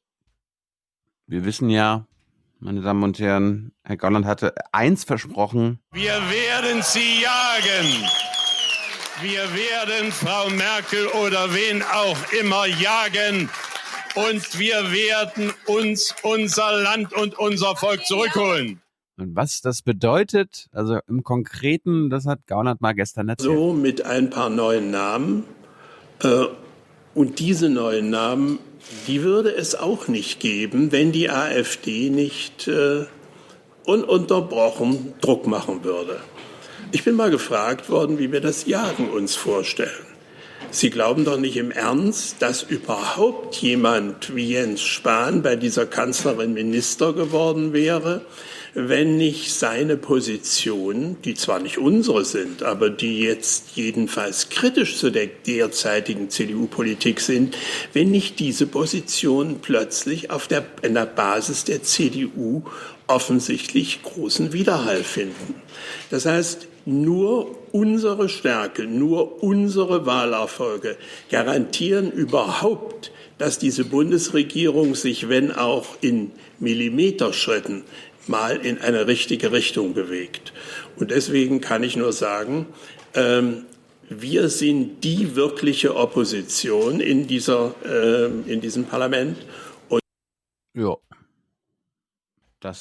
Wir wissen ja, meine Damen und Herren, Herr Gauland hatte eins versprochen. Wir werden sie jagen. Wir werden Frau Merkel oder wen auch immer jagen. Und wir werden uns unser Land und unser Volk zurückholen. Und was das bedeutet, also im Konkreten, das hat Gauland mal gestern erzählt. So mit ein paar neuen Namen. Äh, und diese neuen Namen, die würde es auch nicht geben, wenn die AfD nicht äh, ununterbrochen Druck machen würde. Ich bin mal gefragt worden, wie wir das Jagen uns vorstellen. Sie glauben doch nicht im Ernst, dass überhaupt jemand wie Jens Spahn bei dieser Kanzlerin Minister geworden wäre, wenn nicht seine Positionen, die zwar nicht unsere sind, aber die jetzt jedenfalls kritisch zu der derzeitigen C D U-Politik sind, wenn nicht diese Positionen plötzlich auf der, in der Basis der C D U offensichtlich großen Widerhall finden. Das heißt, nur unsere Stärke, nur unsere Wahlerfolge garantieren überhaupt, dass diese Bundesregierung sich, wenn auch in Millimeterschritten, mal in eine richtige Richtung bewegt. Und deswegen kann ich nur sagen, ähm, wir sind die wirkliche Opposition in dieser, äh, in diesem Parlament. Und ja, das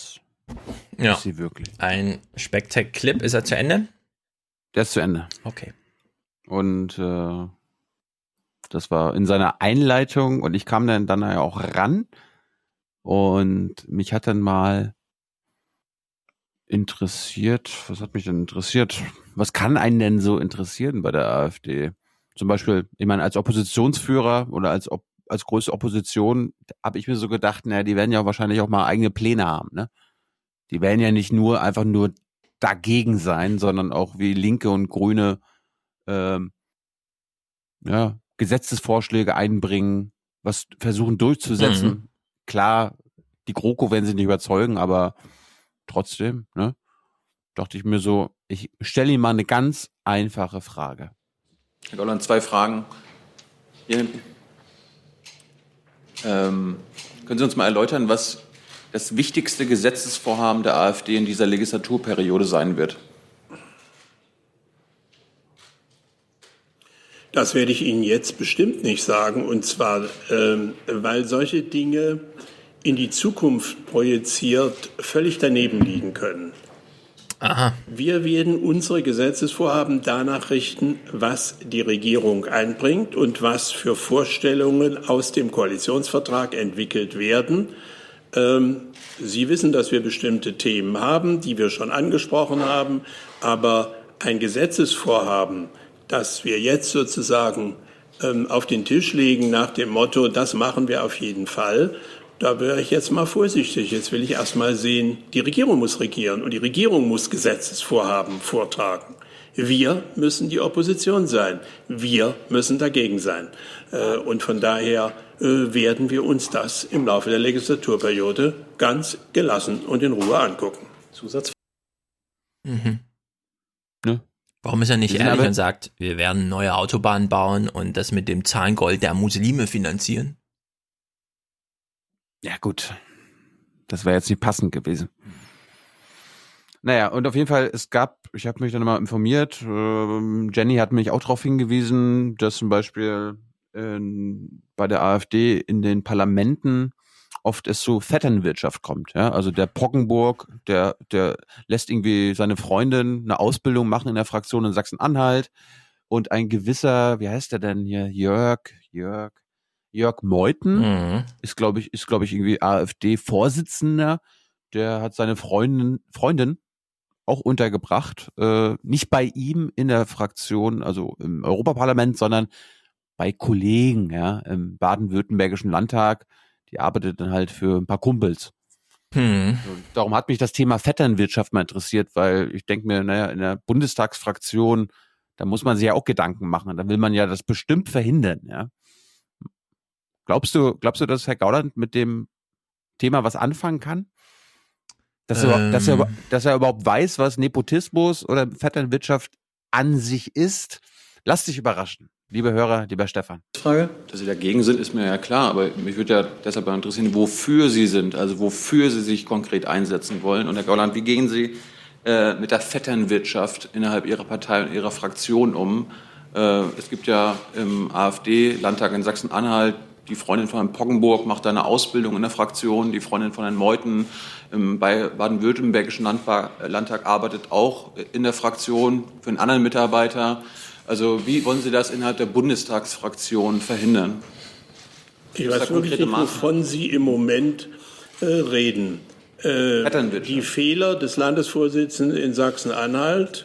Ja. Ist sie wirklich. Ein Spektak-Clip. Ist er zu Ende? Der ist zu Ende. Okay. Und äh, das war in seiner Einleitung und ich kam dann dann ja auch ran und mich hat dann mal interessiert, was hat mich denn interessiert? Was kann einen denn so interessieren bei der AfD? Zum Beispiel, ich meine, als Oppositionsführer oder als Op- als größte Opposition habe ich mir so gedacht, naja, die werden ja wahrscheinlich auch mal eigene Pläne haben, ne? Die werden ja nicht nur einfach nur dagegen sein, sondern auch wie Linke und Grüne ähm, ja, Gesetzesvorschläge einbringen, was versuchen durchzusetzen. Mhm. Klar, die GroKo werden sie nicht überzeugen, aber trotzdem, ne, dachte ich mir so, ich stelle Ihnen mal eine ganz einfache Frage. Herr Gauland, zwei Fragen. Hier hinten. Ähm, können Sie uns mal erläutern, was das wichtigste Gesetzesvorhaben der AfD in dieser Legislaturperiode sein wird? Das werde ich Ihnen jetzt bestimmt nicht sagen, und zwar, ähm, weil solche Dinge in die Zukunft projiziert völlig daneben liegen können. Aha. Wir werden unsere Gesetzesvorhaben danach richten, was die Regierung einbringt und was für Vorstellungen aus dem Koalitionsvertrag entwickelt werden. Ähm, Sie wissen, dass wir bestimmte Themen haben, die wir schon angesprochen haben, aber ein Gesetzesvorhaben, das wir jetzt sozusagen ähm, auf den Tisch legen nach dem Motto, das machen wir auf jeden Fall, da wäre ich jetzt mal vorsichtig. Jetzt will ich erst mal sehen, die Regierung muss regieren und die Regierung muss Gesetzesvorhaben vortragen. Wir müssen die Opposition sein. Wir müssen dagegen sein. Äh, und von daher äh, werden wir uns das im Laufe der Legislaturperiode ganz gelassen und in Ruhe angucken. Zusatz. Mhm. Ne? Warum ist er nicht Wir sind ehrlich aber- und sagt, wir werden neue Autobahnen bauen und das mit dem Zahngold der Muslime finanzieren? Ja gut, das wäre jetzt nicht passend gewesen. Naja, und auf jeden Fall, es gab, ich habe mich dann mal informiert, ähm, Jenny hat mich auch darauf hingewiesen, dass zum Beispiel ähm, bei der AfD in den Parlamenten oft es zu Vetternwirtschaft kommt. Ja? Also der Poggenburg, der, der lässt irgendwie seine Freundin eine Ausbildung machen in der Fraktion in Sachsen-Anhalt und ein gewisser, wie heißt der denn hier, Jörg, Jörg, Jörg Meuthen, Mhm. ist glaube ich, ist glaube ich irgendwie AfD-Vorsitzender, der hat seine Freundin, Freundin auch untergebracht, äh, nicht bei ihm in der Fraktion, also im Europaparlament, sondern bei Kollegen, ja, im baden-württembergischen Landtag. Die arbeitet dann halt für ein paar Kumpels. Hm. Und darum hat mich das Thema Vetternwirtschaft mal interessiert, weil ich denke mir, naja, in der Bundestagsfraktion, da muss man sich ja auch Gedanken machen. Da will man ja das bestimmt verhindern, ja. Glaubst du, glaubst du, dass Herr Gauland mit dem Thema was anfangen kann? Dass, er, Ähm. dass, er, dass er überhaupt weiß, was Nepotismus oder Vetternwirtschaft an sich ist? Lass dich überraschen, liebe Hörer, lieber Stefan. Frage? Dass Sie dagegen sind, ist mir ja klar, aber mich würde ja deshalb mal interessieren, wofür Sie sind, also wofür Sie sich konkret einsetzen wollen. Und Herr Gauland, wie gehen Sie äh, mit der Vetternwirtschaft innerhalb Ihrer Partei und Ihrer Fraktion um? Äh, es gibt ja im AfD-Landtag in Sachsen-Anhalt die Freundin von Herrn Poggenburg macht da eine Ausbildung in der Fraktion. Die Freundin von Herrn Meuthen im baden-württembergischen Landtag, Landtag arbeitet auch in der Fraktion für einen anderen Mitarbeiter. Also wie wollen Sie das innerhalb der Bundestagsfraktion verhindern? Ich weiß wirklich nicht, wovon Sie im Moment äh, reden. Äh, die Fehler des Landesvorsitzenden in Sachsen-Anhalt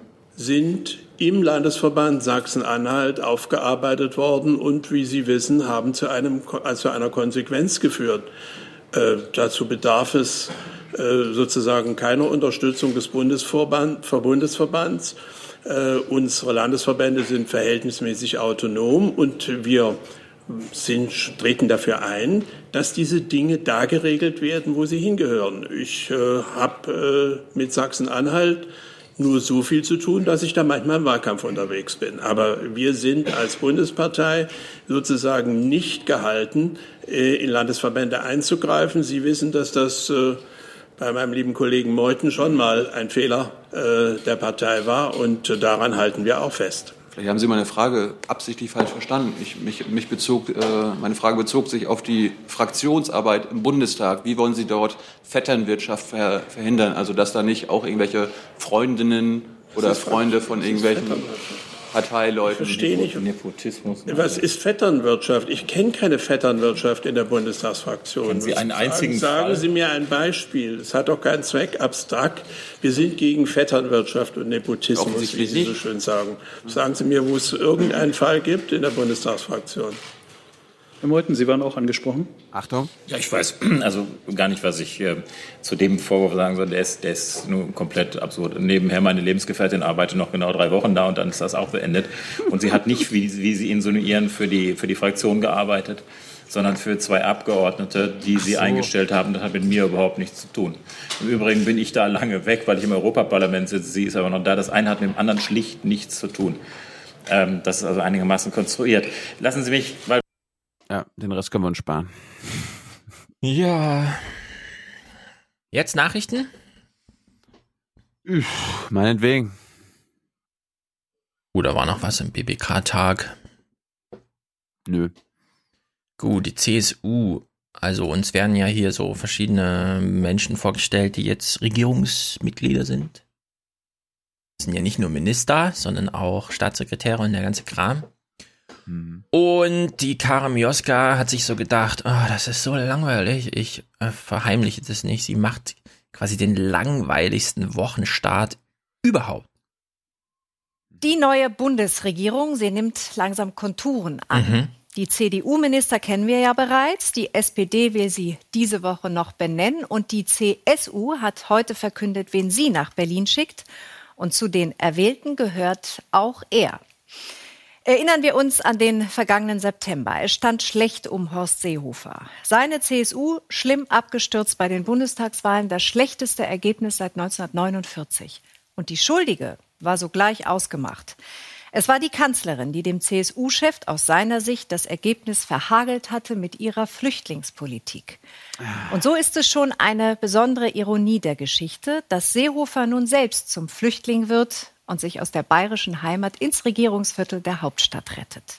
sind im Landesverband Sachsen-Anhalt aufgearbeitet worden und, wie Sie wissen, haben zu, einem, zu einer Konsequenz geführt. Äh, dazu bedarf es äh, sozusagen keiner Unterstützung des Bundesverband, Bundesverbands. Äh, unsere Landesverbände sind verhältnismäßig autonom und wir sind, treten dafür ein, dass diese Dinge da geregelt werden, wo sie hingehören. Ich äh, habe äh, mit Sachsen-Anhalt nur so viel zu tun, dass ich da manchmal im Wahlkampf unterwegs bin. Aber wir sind als Bundespartei sozusagen nicht gehalten, in Landesverbände einzugreifen. Sie wissen, dass das bei meinem lieben Kollegen Meuthen schon mal ein Fehler der Partei war und daran halten wir auch fest. Vielleicht haben Sie meine Frage absichtlich falsch verstanden. Ich, mich, mich bezog, äh, meine Frage bezog sich auf die Fraktionsarbeit im Bundestag. Wie wollen Sie dort Vetternwirtschaft ver, verhindern? Also dass da nicht auch irgendwelche Freundinnen oder Freunde von irgendwelchen Parteileuten... Ich verstehe nicht. Nepotismus. Was ist Vetternwirtschaft? Ich kenne keine Vetternwirtschaft in der Bundestagsfraktion. Kennen Sie einen sagen, einzigen sagen Fall? Sie mir ein Beispiel. Es hat doch keinen Zweck, abstrakt. Wir sind gegen Vetternwirtschaft und Nepotismus, wie Sie so schön sagen. Sagen Sie mir, wo es irgendeinen Fall gibt in der Bundestagsfraktion. Herr Meuthen, Sie waren auch angesprochen. Achtung. Ja, ich weiß also gar nicht, was ich äh, zu dem Vorwurf sagen soll. Der ist, der ist nur komplett absurd. Nebenher, meine Lebensgefährtin arbeitet noch genau drei Wochen da und dann ist das auch beendet. Und sie hat nicht, wie, wie Sie insinuieren, für die, für die Fraktion gearbeitet, sondern für zwei Abgeordnete, die sie so. eingestellt haben. Das hat mit mir überhaupt nichts zu tun. Im Übrigen bin ich da lange weg, weil ich im Europaparlament sitze. Sie ist aber noch da. Das eine hat mit dem anderen schlicht nichts zu tun. Ähm, das ist also einigermaßen konstruiert. Lassen Sie mich, weil Ja, den Rest können wir uns sparen. Ja. Jetzt Nachrichten? Üff, meinetwegen. Oder war noch was im B B K-Tag? Nö. Gut, die C S U. Also uns werden ja hier so verschiedene Menschen vorgestellt, die jetzt Regierungsmitglieder sind. Das sind ja nicht nur Minister, sondern auch Staatssekretäre und der ganze Kram. Und die Kara Mioska hat sich so gedacht, oh, das ist so langweilig, ich äh, verheimliche das nicht. Sie macht quasi den langweiligsten Wochenstart überhaupt. Die neue Bundesregierung, sie nimmt langsam Konturen an. Mhm. Die C D U-Minister kennen wir ja bereits, die S P D will sie diese Woche noch benennen und die C S U hat heute verkündet, wen sie nach Berlin schickt. Und zu den Erwählten gehört auch er. Erinnern wir uns an den vergangenen September. Es stand schlecht um Horst Seehofer. Seine C S U schlimm abgestürzt bei den Bundestagswahlen, das schlechteste Ergebnis seit neunzehnhundertneunundvierzig. Und die Schuldige war sogleich ausgemacht. Es war die Kanzlerin, die dem C S U-Chef aus seiner Sicht das Ergebnis verhagelt hatte mit ihrer Flüchtlingspolitik. Und so ist es schon eine besondere Ironie der Geschichte, dass Seehofer nun selbst zum Flüchtling wird und sich aus der bayerischen Heimat ins Regierungsviertel der Hauptstadt rettet.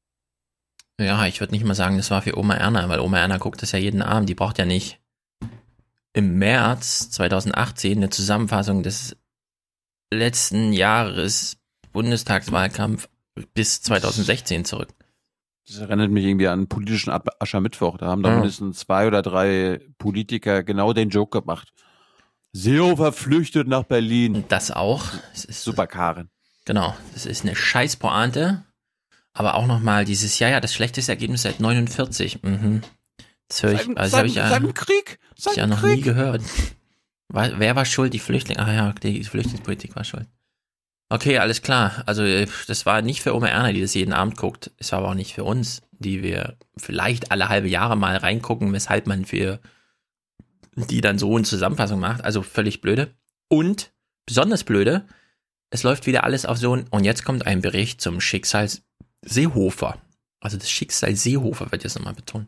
Ja, ich würde nicht mal sagen, das war für Oma Erna, weil Oma Erna guckt das ja jeden Abend. Die braucht ja nicht im März zweitausendachtzehn eine Zusammenfassung des letzten Jahres Bundestagswahlkampf bis zweitausendsechzehn zurück. Das erinnert mich irgendwie an politischen Aschermittwoch. Da haben da ja. mindestens zwei oder drei Politiker genau den Joke gemacht. Seehofer flüchtet nach Berlin. Das auch. Das ist super, Karen. Genau, das ist eine Scheißpointe. Aber auch nochmal dieses, ja, ja, das schlechteste Ergebnis seit neunundvierzig. Mhm. Das höre ich, Sein, also habe ich ja, sein Krieg, sein ich ja noch Krieg. nie gehört. War, wer war schuld? Die Flüchtlinge? Ach ja, die Flüchtlingspolitik war schuld. Okay, alles klar. Also das war nicht für Oma Erna, die das jeden Abend guckt. Es war aber auch nicht für uns, die wir vielleicht alle halbe Jahre mal reingucken, weshalb man für die dann so eine Zusammenfassung macht. Also völlig blöde. Und besonders blöde, es läuft wieder alles auf so ein, und jetzt kommt ein Bericht zum Schicksal Seehofer. Also das Schicksal Seehofer wird jetzt nochmal betont.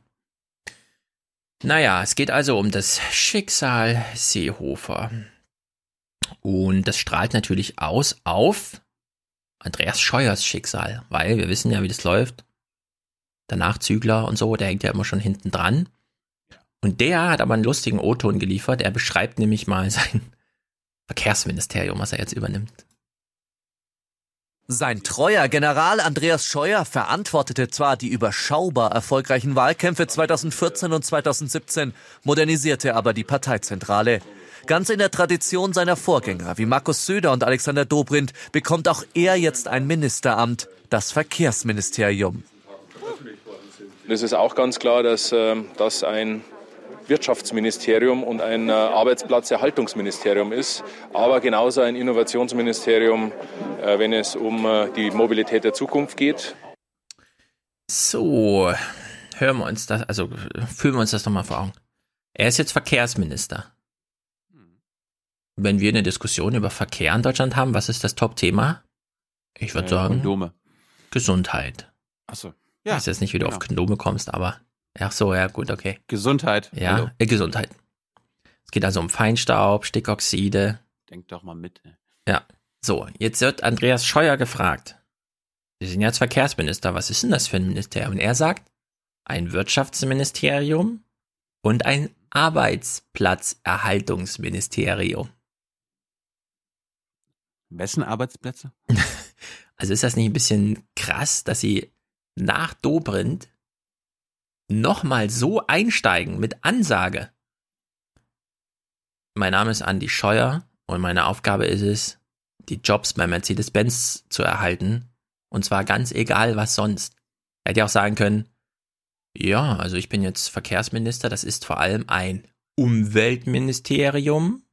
Naja, es geht also um das Schicksal Seehofer. Und das strahlt natürlich aus auf Andreas Scheuers Schicksal, weil wir wissen ja, wie das läuft. Der Nachzügler und so, der hängt ja immer schon hinten dran. Und der hat aber einen lustigen O-Ton geliefert. Er beschreibt nämlich mal sein Verkehrsministerium, was er jetzt übernimmt. Sein treuer General Andreas Scheuer verantwortete zwar die überschaubar erfolgreichen Wahlkämpfe zweitausendvierzehn und zweitausendsiebzehn, modernisierte aber die Parteizentrale. Ganz in der Tradition seiner Vorgänger wie Markus Söder und Alexander Dobrindt bekommt auch er jetzt ein Ministeramt, das Verkehrsministerium. Es ist auch ganz klar, dass äh, das ein Wirtschaftsministerium und ein äh, Arbeitsplatzerhaltungsministerium ist, aber genauso ein Innovationsministerium, äh, wenn es um äh, die Mobilität der Zukunft geht. So, hören wir uns das, also fühlen wir uns das nochmal vor Augen. Er ist jetzt Verkehrsminister. Wenn wir eine Diskussion über Verkehr in Deutschland haben, was ist das Top-Thema? Ich würde äh, sagen, Kondome. Gesundheit. Achso. Ja, ich weiß jetzt nicht, wie du genau. auf Kondome kommst, aber ach so, ja, gut, okay. Gesundheit. Ja, äh, Gesundheit. Es geht also um Feinstaub, Stickoxide. Denk doch mal mit. Ey. Ja, so, jetzt wird Andreas Scheuer gefragt. Sie sind jetzt Verkehrsminister, was ist denn das für ein Ministerium? Und er sagt, ein Wirtschaftsministerium und ein Arbeitsplatzerhaltungsministerium. Wessen Arbeitsplätze? Also ist das nicht ein bisschen krass, dass sie nach Dobrindt nochmal so einsteigen mit Ansage? Mein Name ist Andi Scheuer und meine Aufgabe ist es, die Jobs bei Mercedes-Benz zu erhalten. Und zwar ganz egal, was sonst. Er hätte ja auch sagen können, ja, also ich bin jetzt Verkehrsminister, das ist vor allem ein Umweltministerium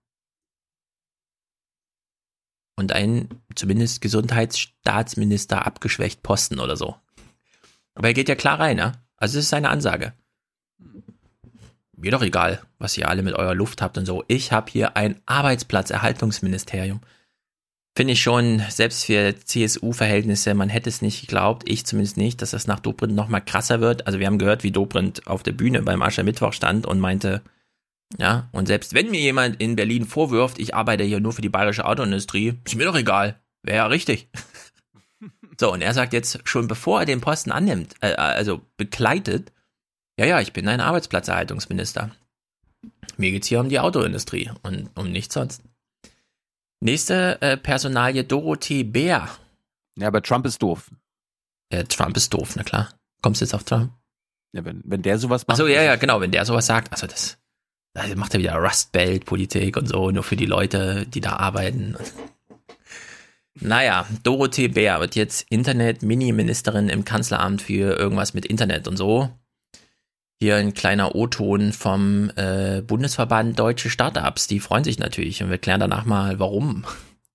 und ein zumindest Gesundheitsstaatsminister abgeschwächt Posten oder so. Aber er geht ja klar rein, ne? Also das ist seine Ansage. Mir doch egal, was ihr alle mit eurer Luft habt und so. Ich habe hier ein Arbeitsplatzerhaltungsministerium. Finde ich schon, selbst für C S U-Verhältnisse, man hätte es nicht geglaubt, ich zumindest nicht, dass das nach Dobrindt noch mal krasser wird. Also wir haben gehört, wie Dobrindt auf der Bühne beim Aschermittwoch stand und meinte, ja, und selbst wenn mir jemand in Berlin vorwirft, ich arbeite hier nur für die bayerische Autoindustrie, ist mir doch egal, wäre ja richtig. So, und er sagt jetzt, schon bevor er den Posten annimmt, äh, also begleitet, ja, ja, ich bin ein Arbeitsplatzerhaltungsminister. Mir geht's hier um die Autoindustrie und um nichts sonst. Nächste äh, Personalie, Dorothee Bär. Ja, aber Trump ist doof. Äh, Trump ist doof, na klar. Kommst du jetzt auf Trump? Ja, wenn, wenn der sowas macht. Achso, ja, ja, genau, wenn der sowas sagt, also das, das macht er wieder Rust Belt-Politik und so, nur für die Leute, die da arbeiten. Naja, Dorothee Bär wird jetzt Internet-Mini-Ministerin im Kanzleramt für irgendwas mit Internet und so. Hier ein kleiner O-Ton vom äh, Bundesverband Deutsche Startups. Die freuen sich natürlich und wir klären danach mal, warum.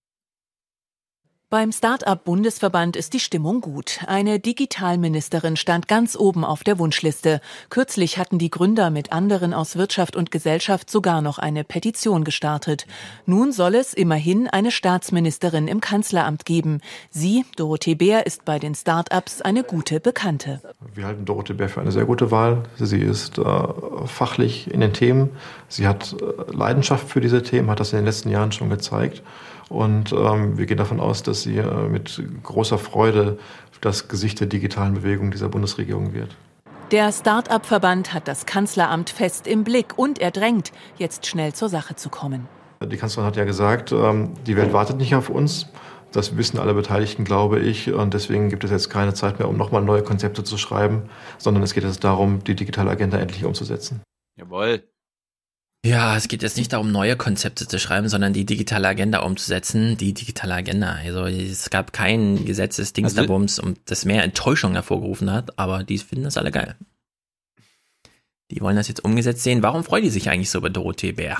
Beim Start-up-Bundesverband ist die Stimmung gut. Eine Digitalministerin stand ganz oben auf der Wunschliste. Kürzlich hatten die Gründer mit anderen aus Wirtschaft und Gesellschaft sogar noch eine Petition gestartet. Nun soll es immerhin eine Staatsministerin im Kanzleramt geben. Sie, Dorothee Bär, ist bei den Start-ups eine gute Bekannte. Wir halten Dorothee Bär für eine sehr gute Wahl. Sie ist äh, fachlich in den Themen. Sie hat äh, Leidenschaft für diese Themen, hat das in den letzten Jahren schon gezeigt. Und ähm, wir gehen davon aus, dass sie äh, mit großer Freude das Gesicht der digitalen Bewegung dieser Bundesregierung wird. Der Start-up-Verband hat das Kanzleramt fest im Blick und er drängt, jetzt schnell zur Sache zu kommen. Die Kanzlerin hat ja gesagt, ähm, die Welt wartet nicht auf uns. Das wissen alle Beteiligten, glaube ich. Und deswegen gibt es jetzt keine Zeit mehr, um nochmal neue Konzepte zu schreiben, sondern es geht jetzt darum, die digitale Agenda endlich umzusetzen. Jawohl. Ja, es geht jetzt nicht darum, neue Konzepte zu schreiben, sondern die digitale Agenda umzusetzen. Die digitale Agenda. Also es gab kein Gesetzesdingsdabums, also, das mehr Enttäuschung hervorgerufen hat, aber die finden das alle geil. Die wollen das jetzt umgesetzt sehen. Warum freuen die sich eigentlich so über Dorothee Bär?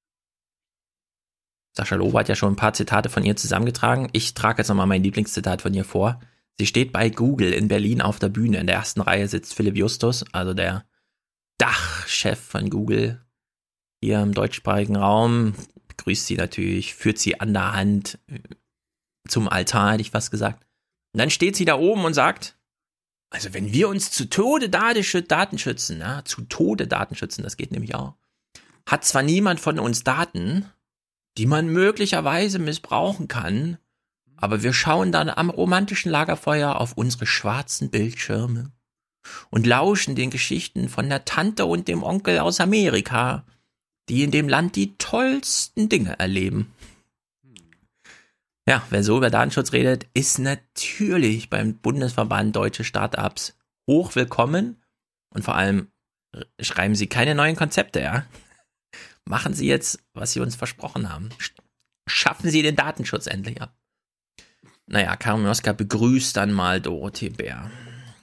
Sascha Lobo hat ja schon ein paar Zitate von ihr zusammengetragen. Ich trage jetzt nochmal mein Lieblingszitat von ihr vor. Sie steht bei Google in Berlin auf der Bühne. In der ersten Reihe sitzt Philipp Justus, also der Dachchef von Google. Hier im deutschsprachigen Raum, begrüßt sie natürlich, führt sie an der Hand zum Altar, hätte ich fast gesagt. Und dann steht sie da oben und sagt, also wenn wir uns zu Tode Daten schützen, ja, zu Tode Daten schützen, das geht nämlich auch, hat zwar niemand von uns Daten, die man möglicherweise missbrauchen kann, aber wir schauen dann am romantischen Lagerfeuer auf unsere schwarzen Bildschirme und lauschen den Geschichten von der Tante und dem Onkel aus Amerika, die in dem Land die tollsten Dinge erleben. Ja, wer so über Datenschutz redet, ist natürlich beim Bundesverband Deutsche Startups hochwillkommen und vor allem schreiben Sie keine neuen Konzepte, ja? Machen Sie jetzt, was Sie uns versprochen haben. Schaffen Sie den Datenschutz endlich ab. Naja, Karin Mioska begrüßt dann mal Dorothee Bär.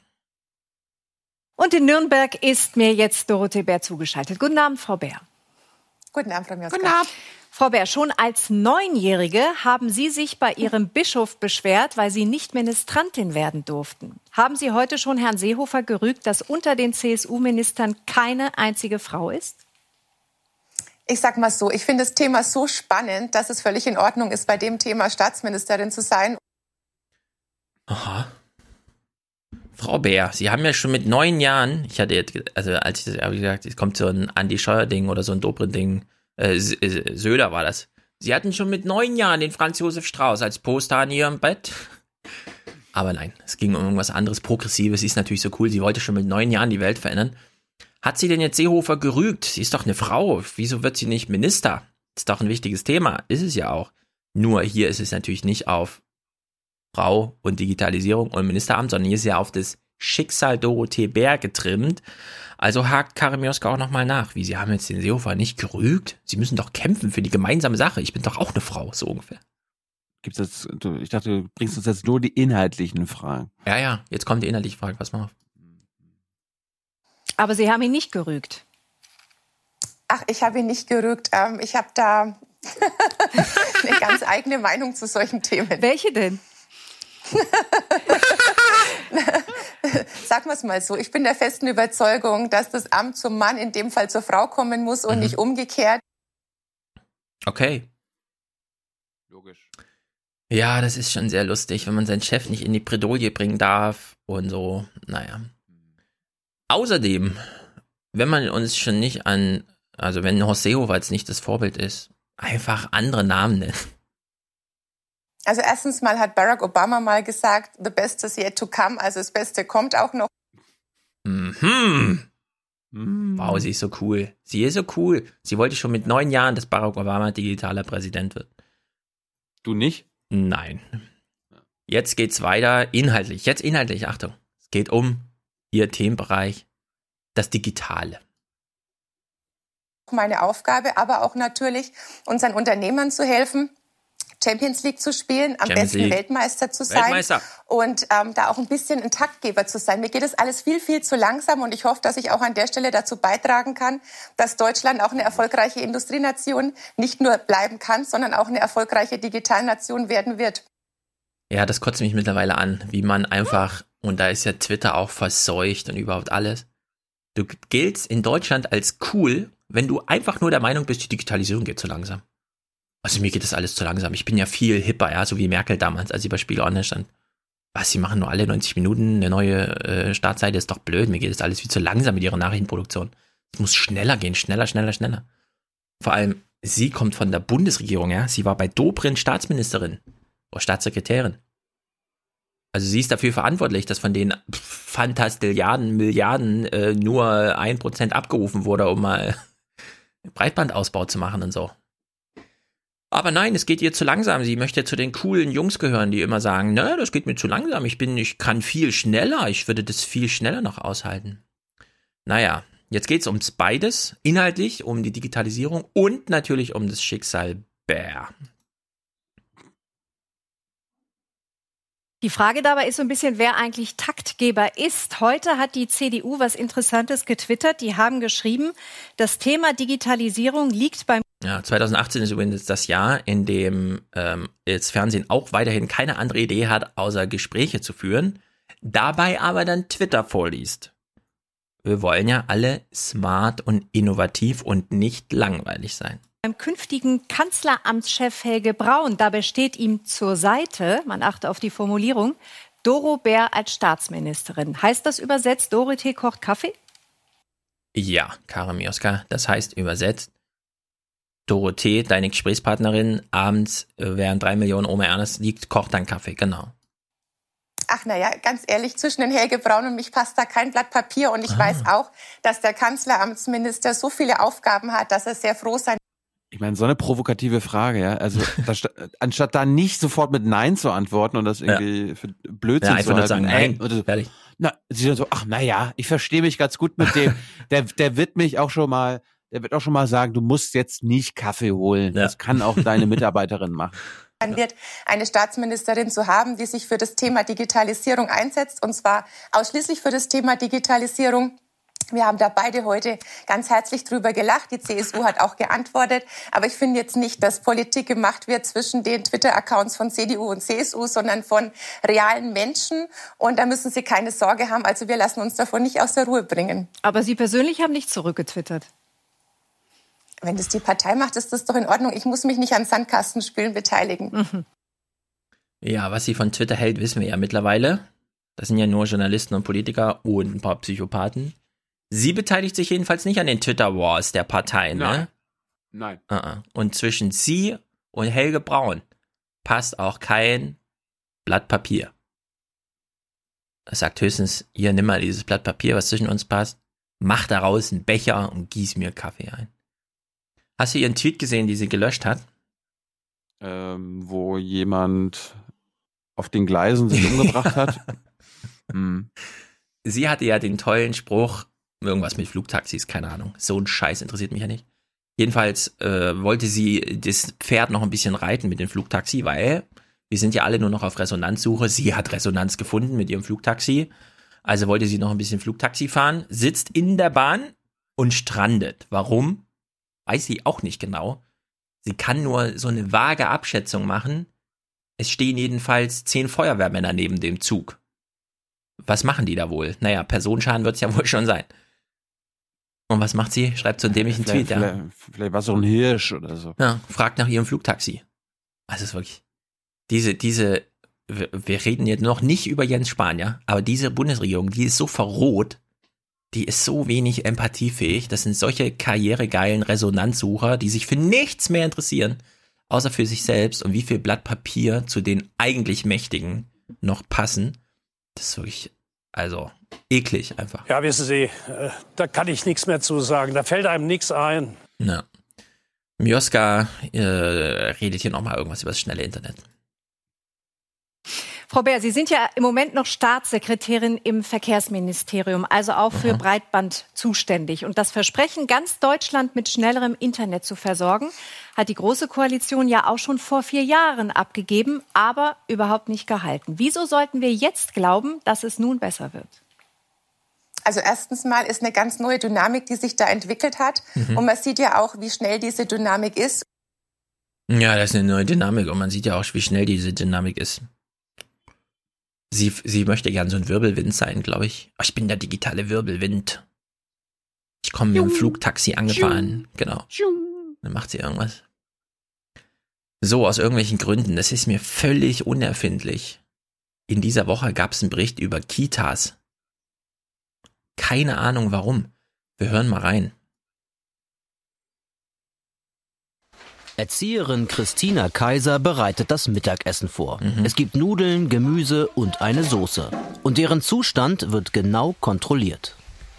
Und in Nürnberg ist mir jetzt Dorothee Bär zugeschaltet. Guten Abend, Frau Bär. Guten Abend, Frau Mioska. Guten Abend. Frau Bär, schon als Neunjährige haben Sie sich bei Ihrem Bischof beschwert, weil Sie nicht Ministrantin werden durften. Haben Sie heute schon Herrn Seehofer gerügt, dass unter den C S U-Ministern keine einzige Frau ist? Ich sag mal so, ich finde das Thema so spannend, dass es völlig in Ordnung ist, bei dem Thema Staatsministerin zu sein. Aha. Frau Bär, Sie haben ja schon mit neun Jahren, ich hatte jetzt, also als ich das habe gesagt, es kommt so ein Andi Scheuer-Ding oder so ein Dobrindt-Ding, äh, Söder war das. Sie hatten schon mit neun Jahren den Franz Josef Strauß als Poster an Ihrem Bett. Aber nein, es ging um irgendwas anderes, Progressives. Sie ist natürlich so cool. Sie wollte schon mit neun Jahren die Welt verändern. Hat sie denn jetzt Seehofer gerügt? Sie ist doch eine Frau. Wieso wird sie nicht Minister? Ist doch ein wichtiges Thema. Ist es ja auch. Nur hier ist es natürlich nicht auf Frau und Digitalisierung und Ministeramt, sondern hier ist ja auf das Schicksal Dorothee Bär getrimmt. Also hakt Karin Mioska auch nochmal nach. Wie, Sie haben jetzt den Seehofer nicht gerügt? Sie müssen doch kämpfen für die gemeinsame Sache. Ich bin doch auch eine Frau, so ungefähr. Gibt's jetzt, du, ich dachte, du bringst uns jetzt nur die inhaltlichen Fragen. Ja, ja, jetzt kommt die inhaltliche Frage. Pass mal auf. Aber Sie haben ihn nicht gerügt. Ach, ich habe ihn nicht gerügt. Ähm, ich habe da eine ganz eigene Meinung zu solchen Themen. Welche denn? Sagen wir es mal so, ich bin der festen Überzeugung, dass das Amt zum Mann, in dem Fall zur Frau kommen muss und mhm. nicht umgekehrt. Okay. Logisch. Ja, das ist schon sehr lustig, wenn man seinen Chef nicht in die Bredouille bringen darf und so, naja. Außerdem, wenn man uns schon nicht an, also wenn Horst Seehofer jetzt nicht das Vorbild ist, einfach andere Namen nennen. Also erstens mal hat Barack Obama mal gesagt, the best is yet to come, also das Beste kommt auch noch. Mhm. Wow, sie ist so cool. Sie ist so cool. Sie wollte schon mit neun Jahren, dass Barack Obama digitaler Präsident wird. Du nicht? Nein. Jetzt geht's weiter inhaltlich. Jetzt inhaltlich, Achtung. Es geht um Ihr Themenbereich, das Digitale. Meine Aufgabe, aber auch natürlich unseren Unternehmern zu helfen, Champions League zu spielen, am Champions besten League. Weltmeister zu sein Weltmeister. und ähm, da auch ein bisschen ein Taktgeber zu sein. Mir geht es alles viel, viel zu langsam und ich hoffe, dass ich auch an der Stelle dazu beitragen kann, dass Deutschland auch eine erfolgreiche Industrienation nicht nur bleiben kann, sondern auch eine erfolgreiche Digitalnation werden wird. Ja, das kotzt mich mittlerweile an, wie man einfach, und da ist ja Twitter auch verseucht und überhaupt alles. Du giltst in Deutschland als cool, wenn du einfach nur der Meinung bist, die Digitalisierung geht zu langsam. Also mir geht das alles zu langsam. Ich bin ja viel hipper, ja, so wie Merkel damals, als sie bei Spiegel Online stand. Was, sie machen nur alle neunzig Minuten eine neue äh, Startseite, ist doch blöd. Mir geht das alles viel zu langsam mit ihrer Nachrichtenproduktion. Es muss schneller gehen, schneller, schneller, schneller. Vor allem, sie kommt von der Bundesregierung, ja. Sie war bei Dobrindt Staatsministerin oder Staatssekretärin. Also sie ist dafür verantwortlich, dass von den Fantastilliarden, Milliarden äh, nur ein Prozent abgerufen wurde, um mal Breitbandausbau zu machen und so. Aber nein, es geht ihr zu langsam. Sie möchte zu den coolen Jungs gehören, die immer sagen, ne, das geht mir zu langsam. Ich bin, ich kann viel schneller. Ich würde das viel schneller noch aushalten. Naja, jetzt geht's ums beides. Inhaltlich um die Digitalisierung und natürlich um das Schicksal Bär. Die Frage dabei ist so ein bisschen, wer eigentlich Taktgeber ist. Heute hat die C D U was Interessantes getwittert. Die haben geschrieben, das Thema Digitalisierung liegt beim... Ja, zweitausendachtzehn ist übrigens das Jahr, in dem ähm, das Fernsehen auch weiterhin keine andere Idee hat, außer Gespräche zu führen, dabei aber dann Twitter vorliest. Wir wollen ja alle smart und innovativ und nicht langweilig sein. Beim künftigen Kanzleramtschef Helge Braun, dabei steht ihm zur Seite, man achte auf die Formulierung, Doro Bär als Staatsministerin. Heißt das übersetzt, Dorothee kocht Kaffee? Ja, Karin Mioska, das heißt übersetzt, Dorothee, deine Gesprächspartnerin, abends, während drei Millionen Oma Ernst liegt, kocht dann Kaffee, genau. Ach naja, ganz ehrlich, zwischen den Helge Braun und mich passt da kein Blatt Papier. Und ich ah. weiß auch, dass der Kanzleramtsminister so viele Aufgaben hat, dass er sehr froh sein. Ich meine, so eine provokative Frage, ja. Also da, anstatt da nicht sofort mit Nein zu antworten und das irgendwie ja. für Blödsinn ja, zu halten. Sagen, nein, oder so, fertig. Na, sie dann so, ach naja, ich verstehe mich ganz gut mit dem. der, der wird mich auch schon mal, der wird auch schon mal sagen, du musst jetzt nicht Kaffee holen. Ja. Das kann auch deine Mitarbeiterin machen. Wird, eine Staatsministerin zu haben, die sich für das Thema Digitalisierung einsetzt, und zwar ausschließlich für das Thema Digitalisierung. Wir haben da beide heute ganz herzlich drüber gelacht. Die C S U hat auch geantwortet. Aber ich finde jetzt nicht, dass Politik gemacht wird zwischen den Twitter-Accounts von C D U und C S U, sondern von realen Menschen. Und da müssen Sie keine Sorge haben. Also wir lassen uns davon nicht aus der Ruhe bringen. Aber Sie persönlich haben nicht zurückgetwittert. Wenn das die Partei macht, ist das doch in Ordnung. Ich muss mich nicht an Sandkastenspielen beteiligen. Mhm. Ja, was sie von Twitter hält, wissen wir ja mittlerweile. Das sind ja nur Journalisten und Politiker und ein paar Psychopathen. Sie beteiligt sich jedenfalls nicht an den Twitter-Wars der Partei, ne? Nein. Uh-uh. Und zwischen sie und Helge Braun passt auch kein Blatt Papier. sagt höchstens, hier, nimm mal dieses Blatt Papier, was zwischen uns passt, mach daraus einen Becher und gieß mir Kaffee ein. Hast du ihren Tweet gesehen, die sie gelöscht hat? Ähm, wo jemand auf den Gleisen sich umgebracht hat. Hm. Sie hatte ja den tollen Spruch, irgendwas mit Flugtaxis, keine Ahnung. So ein Scheiß interessiert mich ja nicht. Jedenfalls äh, wollte sie das Pferd noch ein bisschen reiten mit dem Flugtaxi, weil wir sind ja alle nur noch auf Resonanzsuche. Sie hat Resonanz gefunden mit ihrem Flugtaxi. Also wollte sie noch ein bisschen Flugtaxi fahren, sitzt in der Bahn und strandet. Warum? Weiß sie auch nicht genau. Sie kann nur so eine vage Abschätzung machen. Es stehen jedenfalls zehn Feuerwehrmänner neben dem Zug. Was machen die da wohl? Naja, Personenschaden wird es ja wohl schon sein. Und was macht sie? Schreibt so einen dämlichen vielleicht, Tweet, ja. Vielleicht, vielleicht war es so ein Hirsch oder so. Ja, fragt nach ihrem Flugtaxi. Also es ist wirklich, diese, diese, wir, wir reden jetzt noch nicht über Jens Spahn, ja, aber diese Bundesregierung, die ist so verroht, die ist so wenig empathiefähig, das sind solche karrieregeilen Resonanzsucher, die sich für nichts mehr interessieren, außer für sich selbst und wie viel Blatt Papier zu den eigentlich Mächtigen noch passen. Das ist wirklich, also, eklig einfach. Ja, wissen Sie, äh, da kann ich nichts mehr zu sagen. Da fällt einem nichts ein. Ja. Mioska äh, redet hier nochmal irgendwas über das schnelle Internet. Frau Baer, Sie sind ja im Moment noch Staatssekretärin im Verkehrsministerium, also auch für Mhm. Breitband zuständig. Und das Versprechen, ganz Deutschland mit schnellerem Internet zu versorgen, hat die Große Koalition ja auch schon vor vier Jahren abgegeben, aber überhaupt nicht gehalten. Wieso sollten wir jetzt glauben, dass es nun besser wird? Also erstens mal ist eine ganz neue Dynamik, die sich da entwickelt hat. Mhm. Und man sieht ja auch, wie schnell diese Dynamik ist. Ja, das ist eine neue Dynamik und man sieht ja auch, wie schnell diese Dynamik ist. Sie, sie möchte gern so ein Wirbelwind sein, glaube ich. Oh, ich bin der digitale Wirbelwind. Ich komme mit dem Flugtaxi angefahren. Genau. Dann macht sie irgendwas. So, aus irgendwelchen Gründen. Das ist mir völlig unerfindlich. In dieser Woche gab es einen Bericht über Kitas. Keine Ahnung warum. Wir hören mal rein. Erzieherin Christina Kaiser bereitet das Mittagessen vor. Mhm. Es gibt Nudeln, Gemüse und eine Soße. Und deren Zustand wird genau kontrolliert.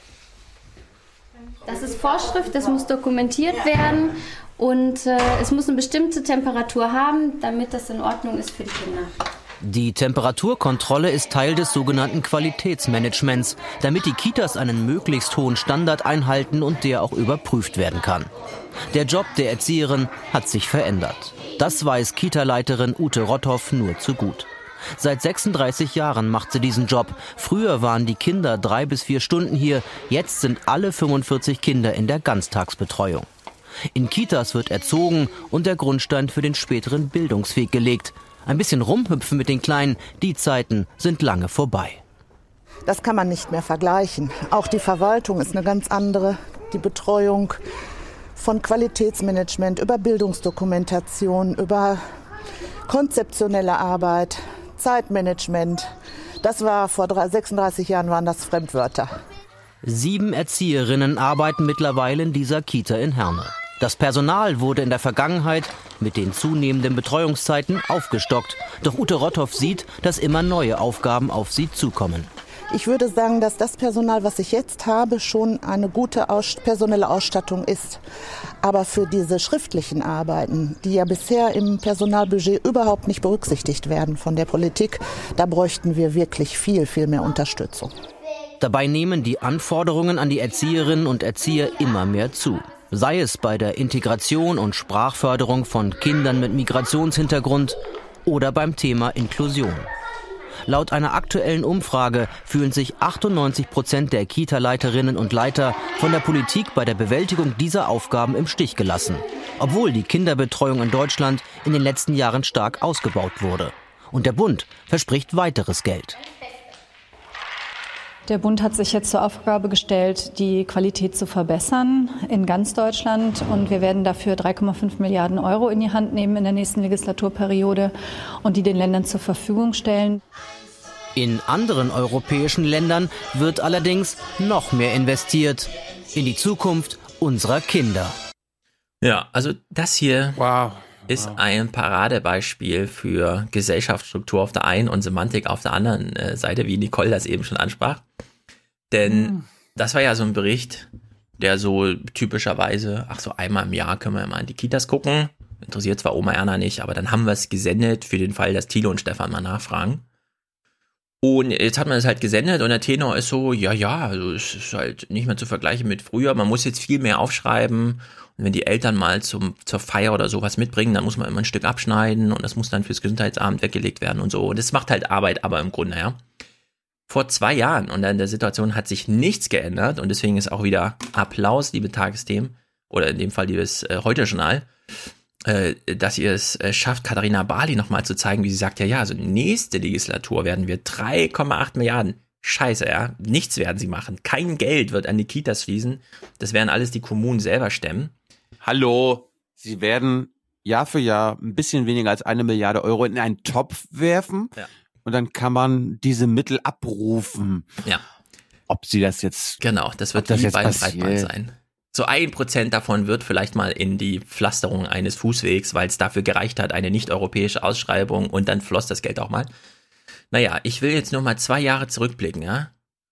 Das ist Vorschrift, das muss dokumentiert werden und äh, es muss eine bestimmte Temperatur haben, damit das in Ordnung ist für die Kinder. Die Temperaturkontrolle ist Teil des sogenannten Qualitätsmanagements, damit die Kitas einen möglichst hohen Standard einhalten und der auch überprüft werden kann. Der Job der Erzieherin hat sich verändert. Das weiß Kita-Leiterin Ute Rotthoff nur zu gut. Seit sechsunddreißig Jahren macht sie diesen Job. Früher waren die Kinder drei bis vier Stunden hier. Jetzt sind alle fünfundvierzig Kinder in der Ganztagsbetreuung. In Kitas wird erzogen und der Grundstein für den späteren Bildungsweg gelegt. Ein bisschen rumhüpfen mit den Kleinen, die Zeiten sind lange vorbei. Das kann man nicht mehr vergleichen. Auch die Verwaltung ist eine ganz andere. Die Betreuung von Qualitätsmanagement über Bildungsdokumentation, über konzeptionelle Arbeit, Zeitmanagement. Das war vor sechsunddreißig Jahren, waren das Fremdwörter. Sieben Erzieherinnen arbeiten mittlerweile in dieser Kita in Herne. Das Personal wurde in der Vergangenheit mit den zunehmenden Betreuungszeiten aufgestockt. Doch Ute Rotthoff sieht, dass immer neue Aufgaben auf sie zukommen. Ich würde sagen, dass das Personal, was ich jetzt habe, schon eine gute Aus- personelle Ausstattung ist. Aber für diese schriftlichen Arbeiten, die ja bisher im Personalbudget überhaupt nicht berücksichtigt werden von der Politik, da bräuchten wir wirklich viel, viel mehr Unterstützung. Dabei nehmen die Anforderungen an die Erzieherinnen und Erzieher immer mehr zu. Sei es bei der Integration und Sprachförderung von Kindern mit Migrationshintergrund oder beim Thema Inklusion. Laut einer aktuellen Umfrage fühlen sich achtundneunzig Prozent der Kita-Leiterinnen und Leiter von der Politik bei der Bewältigung dieser Aufgaben im Stich gelassen, obwohl die Kinderbetreuung in Deutschland in den letzten Jahren stark ausgebaut wurde. Und der Bund verspricht weiteres Geld. Der Bund hat sich jetzt zur Aufgabe gestellt, die Qualität zu verbessern in ganz Deutschland. Und wir werden dafür drei Komma fünf Milliarden Euro in die Hand nehmen in der nächsten Legislaturperiode und die den Ländern zur Verfügung stellen. In anderen europäischen Ländern wird allerdings noch mehr investiert in die Zukunft unserer Kinder. Ja, also das hier. Wow, ist ein Paradebeispiel für Gesellschaftsstruktur auf der einen und Semantik auf der anderen äh, Seite, wie Nicole das eben schon ansprach. Denn mhm. das war ja so ein Bericht, der so typischerweise, ach so einmal im Jahr können wir mal in die Kitas gucken. Interessiert zwar Oma Erna nicht, aber dann haben wir es gesendet für den Fall, dass Thilo und Stefan mal nachfragen. Und jetzt hat man es halt gesendet und der Tenor ist so, ja, ja, also es ist halt nicht mehr zu vergleichen mit früher. Man muss jetzt viel mehr aufschreiben. Und wenn die Eltern mal zum, zur Feier oder sowas mitbringen, dann muss man immer ein Stück abschneiden und das muss dann fürs Gesundheitsamt weggelegt werden und so. Und das macht halt Arbeit, aber im Grunde, ja. Vor zwei Jahren und in der Situation hat sich nichts geändert und deswegen ist auch wieder Applaus, liebe Tagesthemen, oder in dem Fall liebes äh, Heute-Journal, äh, dass ihr es äh, schafft, Katharina Barley nochmal zu zeigen, wie sie sagt, ja, ja, also nächste Legislatur werden wir drei Komma acht Milliarden, scheiße, ja, nichts werden sie machen, kein Geld wird an die Kitas fließen, das werden alles die Kommunen selber stemmen. Hallo, sie werden Jahr für Jahr ein bisschen weniger als eine Milliarde Euro in einen Topf werfen. Ja. Und dann kann man diese Mittel abrufen. Ja. Ob sie das jetzt. Genau, das wird das wie beim Breitband sein. So ein Prozent davon wird vielleicht mal in die Pflasterung eines Fußwegs, weil es dafür gereicht hat, eine nicht-europäische Ausschreibung und dann floss das Geld auch mal. Naja, ich will jetzt nur mal zwei Jahre zurückblicken, ja.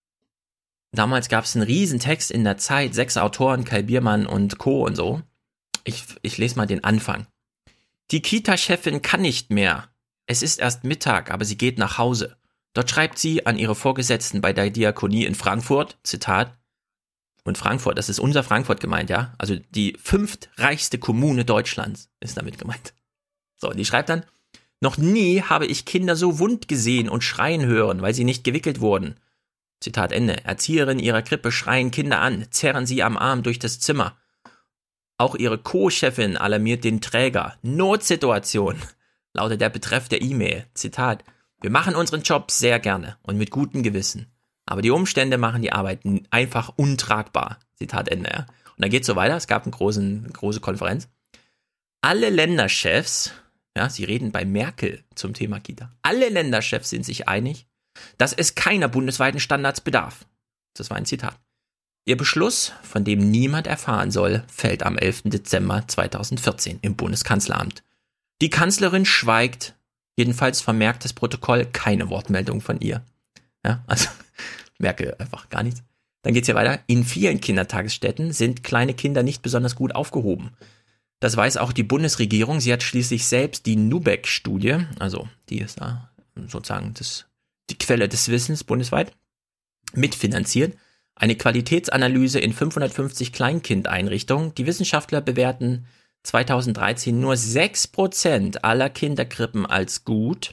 Damals gab es einen riesen Text in der Zeit, sechs Autoren, Kai Biermann und Co. und so. Ich, ich lese mal den Anfang. Die Kita-Chefin kann nicht mehr. Es ist erst Mittag, aber sie geht nach Hause. Dort schreibt sie an ihre Vorgesetzten bei der Diakonie in Frankfurt, Zitat, und Frankfurt, das ist unser Frankfurt gemeint, ja, also die fünftreichste Kommune Deutschlands ist damit gemeint. So, die schreibt dann, noch nie habe ich Kinder so wund gesehen und schreien hören, weil sie nicht gewickelt wurden. Zitat Ende. Erzieherin ihrer Krippe schreien Kinder an, zerren sie am Arm durch das Zimmer. Auch ihre Co-Chefin alarmiert den Träger. Notsituation, lautet der Betreff der E-Mail. Zitat. Wir machen unseren Job sehr gerne und mit gutem Gewissen. Aber die Umstände machen die Arbeit einfach untragbar. Zitat Ende. Ja. Und dann geht's so weiter. Es gab eine, großen, eine große Konferenz. Alle Länderchefs, ja, sie reden bei Merkel zum Thema Kita. Alle Länderchefs sind sich einig, dass es keiner bundesweiten Standards bedarf. Das war ein Zitat. Ihr Beschluss, von dem niemand erfahren soll, fällt am elften Dezember zweitausendvierzehn im Bundeskanzleramt. Die Kanzlerin schweigt, jedenfalls vermerkt das Protokoll keine Wortmeldung von ihr. Ja, also Merkel einfach gar nichts. Dann geht's hier weiter. In vielen Kindertagesstätten sind kleine Kinder nicht besonders gut aufgehoben. Das weiß auch die Bundesregierung. Sie hat schließlich selbst die Nubeck-Studie, also die ist da sozusagen das, die Quelle des Wissens bundesweit, mitfinanziert. Eine Qualitätsanalyse in fünfhundertfünfzig Kleinkindeinrichtungen. Die Wissenschaftler bewerten zweitausenddreizehn nur sechs Prozent aller Kinderkrippen als gut,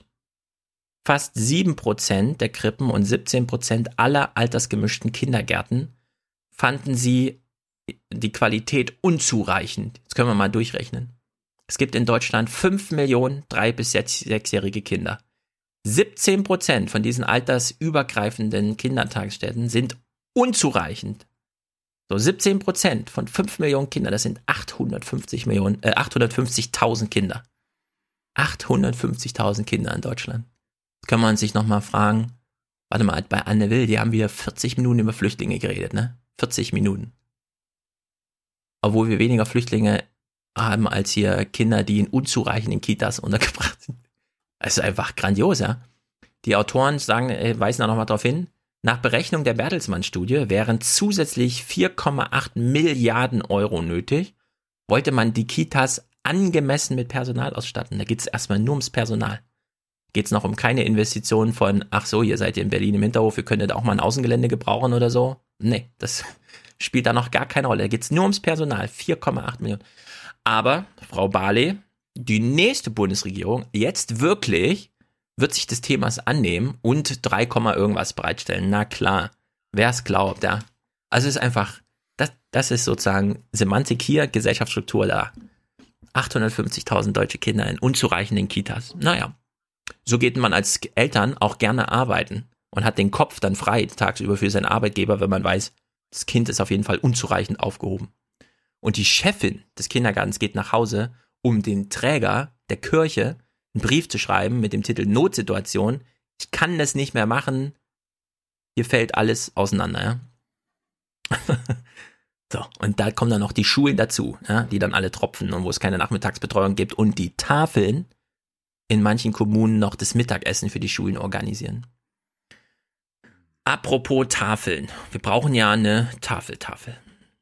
fast sieben Prozent der Krippen und siebzehn Prozent aller altersgemischten Kindergärten fanden sie die Qualität unzureichend. Jetzt können wir mal durchrechnen. Es gibt in Deutschland fünf Millionen drei- bis sechsjährige Kinder. siebzehn Prozent von diesen altersübergreifenden Kindertagesstätten sind unzureichend. So, siebzehn Prozent von fünf Millionen Kindern, das sind achthundertfünfzig Millionen, äh, achthundertfünfzigtausend Kinder. achthundertfünfzigtausend Kinder in Deutschland. Jetzt kann man sich nochmal fragen, warte mal, bei Anne Will, die haben wieder vierzig Minuten über Flüchtlinge geredet, ne? vierzig Minuten. Obwohl wir weniger Flüchtlinge haben als hier Kinder, die in unzureichenden Kitas untergebracht sind. Das ist einfach grandios, ja. Die Autoren sagen, äh, weisen da nochmal drauf hin, nach Berechnung der Bertelsmann-Studie wären zusätzlich vier Komma acht Milliarden Euro nötig, wollte man die Kitas angemessen mit Personal ausstatten. Da geht es erstmal nur ums Personal. Geht es noch um keine Investitionen von, ach so, ihr seid in Berlin im Hinterhof, ihr könntet auch mal ein Außengelände gebrauchen oder so. Nee, das spielt da noch gar keine Rolle. Da geht es nur ums Personal, vier Komma acht Millionen. Aber, Frau Barley, die nächste Bundesregierung, jetzt wirklich, wird sich des Themas annehmen und drei, irgendwas bereitstellen. Na klar, wer es glaubt, ja. Also es ist einfach, das, das ist sozusagen Semantik hier, Gesellschaftsstruktur da. achthundertfünfzigtausend deutsche Kinder in unzureichenden Kitas. Naja, so geht man als Eltern auch gerne arbeiten und hat den Kopf dann frei tagsüber für seinen Arbeitgeber, wenn man weiß, das Kind ist auf jeden Fall unzureichend aufgehoben. Und die Chefin des Kindergartens geht nach Hause, um den Träger der Kirche einen Brief zu schreiben mit dem Titel Notsituation. Ich kann das nicht mehr machen. Hier fällt alles auseinander. Ja? So, und da kommen dann noch die Schulen dazu, ja, die dann alle tropfen und wo es keine Nachmittagsbetreuung gibt und die Tafeln in manchen Kommunen noch das Mittagessen für die Schulen organisieren. Apropos Tafeln. Wir brauchen ja eine Tafeltafel.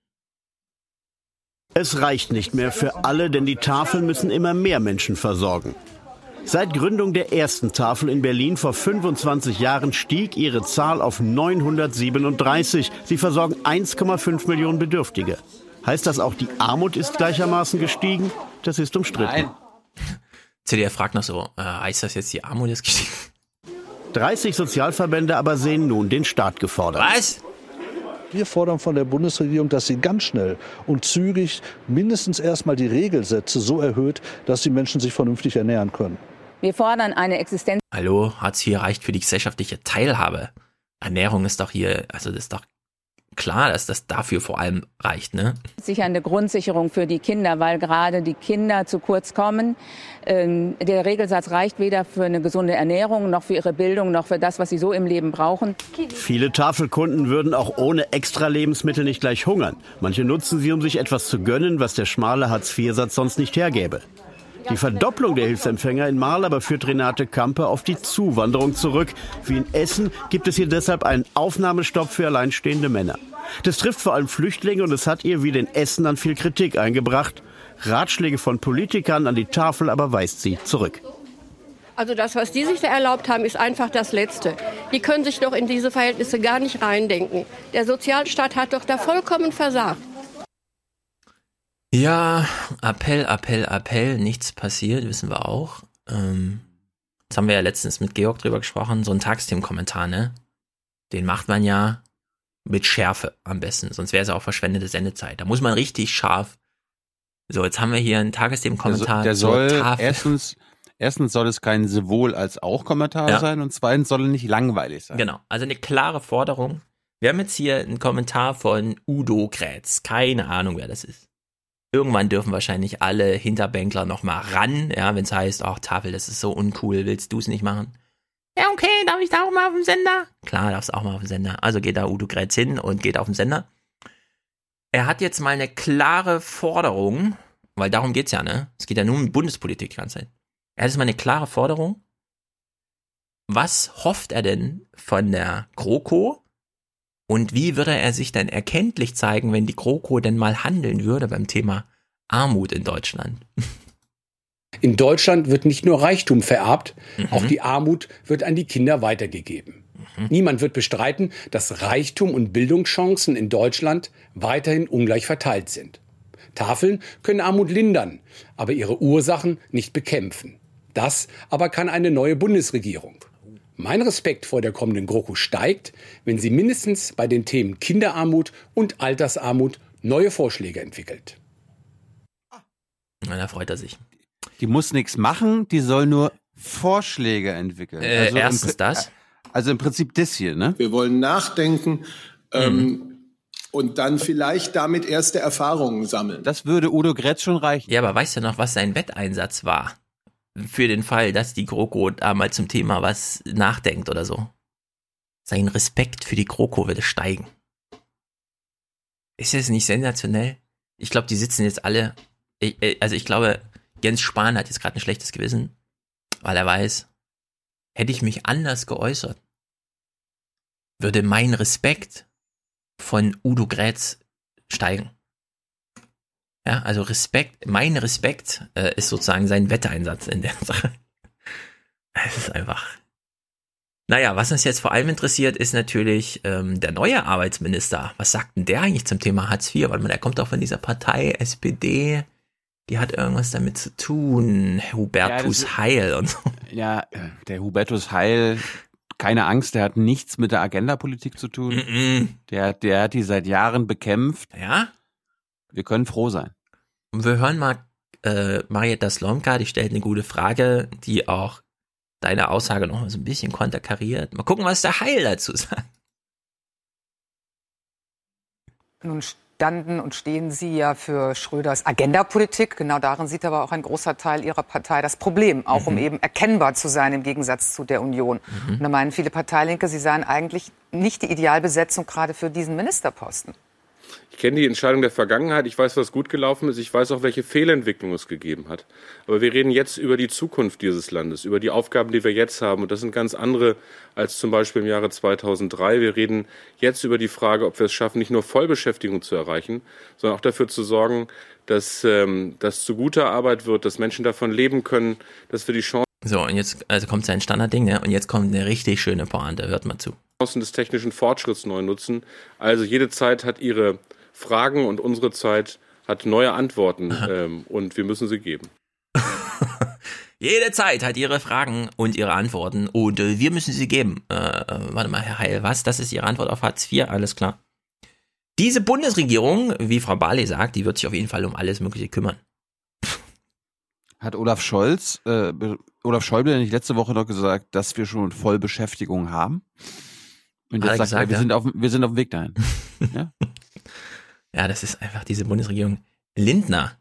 Es reicht nicht mehr für alle, denn die Tafeln müssen immer mehr Menschen versorgen. Seit Gründung der ersten Tafel in Berlin vor fünfundzwanzig Jahren stieg ihre Zahl auf neunhundertsiebenunddreißig. Sie versorgen eins Komma fünf Millionen Bedürftige. Heißt das auch, die Armut ist gleichermaßen gestiegen? Das ist umstritten. Nein. C D F fragt noch so, äh, heißt das jetzt, die Armut ist gestiegen? dreißig Sozialverbände aber sehen nun den Staat gefordert. Was? Wir fordern von der Bundesregierung, dass sie ganz schnell und zügig mindestens erstmal die Regelsätze so erhöht, dass die Menschen sich vernünftig ernähren können. Wir fordern eine Existenz. Hallo, Hartz vier reicht für die gesellschaftliche Teilhabe. Ernährung ist doch hier, also das ist doch klar, dass das dafür vor allem reicht, ne? Sichernde Grundsicherung für die Kinder, weil gerade die Kinder zu kurz kommen. Ähm, der Regelsatz reicht weder für eine gesunde Ernährung, noch für ihre Bildung, noch für das, was sie so im Leben brauchen. Viele Tafelkunden würden auch ohne extra Lebensmittel nicht gleich hungern. Manche nutzen sie, um sich etwas zu gönnen, was der schmale Hartz vier Satz sonst nicht hergäbe. Die Verdopplung der Hilfsempfänger in Marl aber führt Renate Kampe auf die Zuwanderung zurück. Wie in Essen gibt es hier deshalb einen Aufnahmestopp für alleinstehende Männer. Das trifft vor allem Flüchtlinge und es hat ihr wie den Essenern viel Kritik eingebracht. Ratschläge von Politikern an die Tafel aber weist sie zurück. Also das, was die sich da erlaubt haben, ist einfach das Letzte. Die können sich doch in diese Verhältnisse gar nicht reindenken. Der Sozialstaat hat doch da vollkommen versagt. Ja, Appell, Appell, Appell, nichts passiert, wissen wir auch. Ähm, jetzt haben wir ja letztens mit Georg drüber gesprochen, so ein Tagesthemenkommentar, ne? Den macht man ja mit Schärfe am besten, sonst wäre es auch verschwendete Sendezeit. Da muss man richtig scharf. So, jetzt haben wir hier einen Tagesthemenkommentar. Der, so, der soll, erstens, erstens soll es kein sowohl als auch Kommentar ja. sein und zweitens soll er nicht langweilig sein. Genau, also eine klare Forderung. Wir haben jetzt hier einen Kommentar von Udo Grätz, keine Ahnung, wer das ist. Irgendwann dürfen wahrscheinlich alle Hinterbänkler noch mal ran, ja, wenn es heißt, ach Tafel, das ist so uncool, willst du es nicht machen? Ja, okay, darf ich da auch mal auf dem Sender? Klar, darfst auch mal auf dem Sender. Also geht da Udo Grätz hin und geht auf den Sender. Er hat jetzt mal eine klare Forderung, weil darum geht's ja, ne? Es geht ja nur um Bundespolitik die ganze Zeit. Er hat jetzt mal eine klare Forderung. Was hofft er denn von der GroKo? Und wie würde er sich denn erkenntlich zeigen, wenn die GroKo denn mal handeln würde beim Thema Armut in Deutschland? In Deutschland wird nicht nur Reichtum vererbt, mhm. auch die Armut wird an die Kinder weitergegeben. Mhm. Niemand wird bestreiten, dass Reichtum und Bildungschancen in Deutschland weiterhin ungleich verteilt sind. Tafeln können Armut lindern, aber ihre Ursachen nicht bekämpfen. Das aber kann eine neue Bundesregierung. Mein Respekt vor der kommenden GroKo steigt, wenn sie mindestens bei den Themen Kinderarmut und Altersarmut neue Vorschläge entwickelt. Na, da freut er sich. Die muss nichts machen, die soll nur Vorschläge entwickeln. Äh, also erstens im, das. Also im Prinzip das hier, ne? Wir wollen nachdenken ähm, mhm. und dann vielleicht damit erste Erfahrungen sammeln. Das würde Udo Grätz schon reichen. Ja, aber weißt du noch, was sein Wetteinsatz war? Für den Fall, dass die GroKo da mal zum Thema was nachdenkt oder so. Sein Respekt für die GroKo würde steigen. Ist das nicht sensationell? Ich glaube, die sitzen jetzt alle, also ich glaube, Jens Spahn hat jetzt gerade ein schlechtes Gewissen, weil er weiß, hätte ich mich anders geäußert, würde mein Respekt von Udo Grätz steigen. Ja, also Respekt, mein Respekt äh, ist sozusagen sein Wetteinsatz in der Sache. Es ist einfach. Naja, was uns jetzt vor allem interessiert, ist natürlich ähm, der neue Arbeitsminister. Was sagt denn der eigentlich zum Thema Hartz vier? Weil der kommt auch von dieser Partei S P D, die hat irgendwas damit zu tun. Hubertus ja, Heil und so. Ja, der Hubertus Heil, keine Angst, der hat nichts mit der Agendapolitik zu tun. Mm-mm. Der, der hat die seit Jahren bekämpft. Ja? Wir können froh sein. Und wir hören mal äh, Marietta Slomka, die stellt eine gute Frage, die auch deine Aussage noch so ein bisschen konterkariert. Mal gucken, was der Heil dazu sagt. Nun standen und stehen Sie ja für Schröders Agendapolitik. Genau darin sieht aber auch ein großer Teil Ihrer Partei das Problem, auch mhm. um eben erkennbar zu sein im Gegensatz zu der Union. Mhm. Und da meinen viele Parteilinke, Sie seien eigentlich nicht die Idealbesetzung gerade für diesen Ministerposten. Ich kenne die Entscheidung der Vergangenheit, ich weiß, was gut gelaufen ist, ich weiß auch, welche Fehlentwicklung es gegeben hat. Aber wir reden jetzt über die Zukunft dieses Landes, über die Aufgaben, die wir jetzt haben. Und das sind ganz andere als zum Beispiel im Jahre zweitausenddrei. Wir reden jetzt über die Frage, ob wir es schaffen, nicht nur Vollbeschäftigung zu erreichen, sondern auch dafür zu sorgen, dass ähm, das zu guter Arbeit wird, dass Menschen davon leben können, dass wir die Chance... So, und jetzt also kommt sein Standardding, ne? Und jetzt kommt eine richtig schöne Pointe, hört mal zu. ...des technischen Fortschritts neu nutzen. Also jede Zeit hat ihre Fragen und unsere Zeit hat neue Antworten ähm, und wir müssen sie geben. Jede Zeit hat ihre Fragen und ihre Antworten und äh, wir müssen sie geben. Äh, äh, warte mal, Herr Heil, was? Das ist Ihre Antwort auf Hartz vier? Alles klar. Diese Bundesregierung, wie Frau Barley sagt, die wird sich auf jeden Fall um alles Mögliche kümmern. Hat Olaf Scholz, äh, Olaf Schäuble nicht letzte Woche noch gesagt, dass wir schon Vollbeschäftigung haben? Und jetzt sagt gesagt, er, wir, ja? sind auf, wir sind auf dem Weg dahin. Ja? Ja, das ist einfach diese Bundesregierung. Lindner.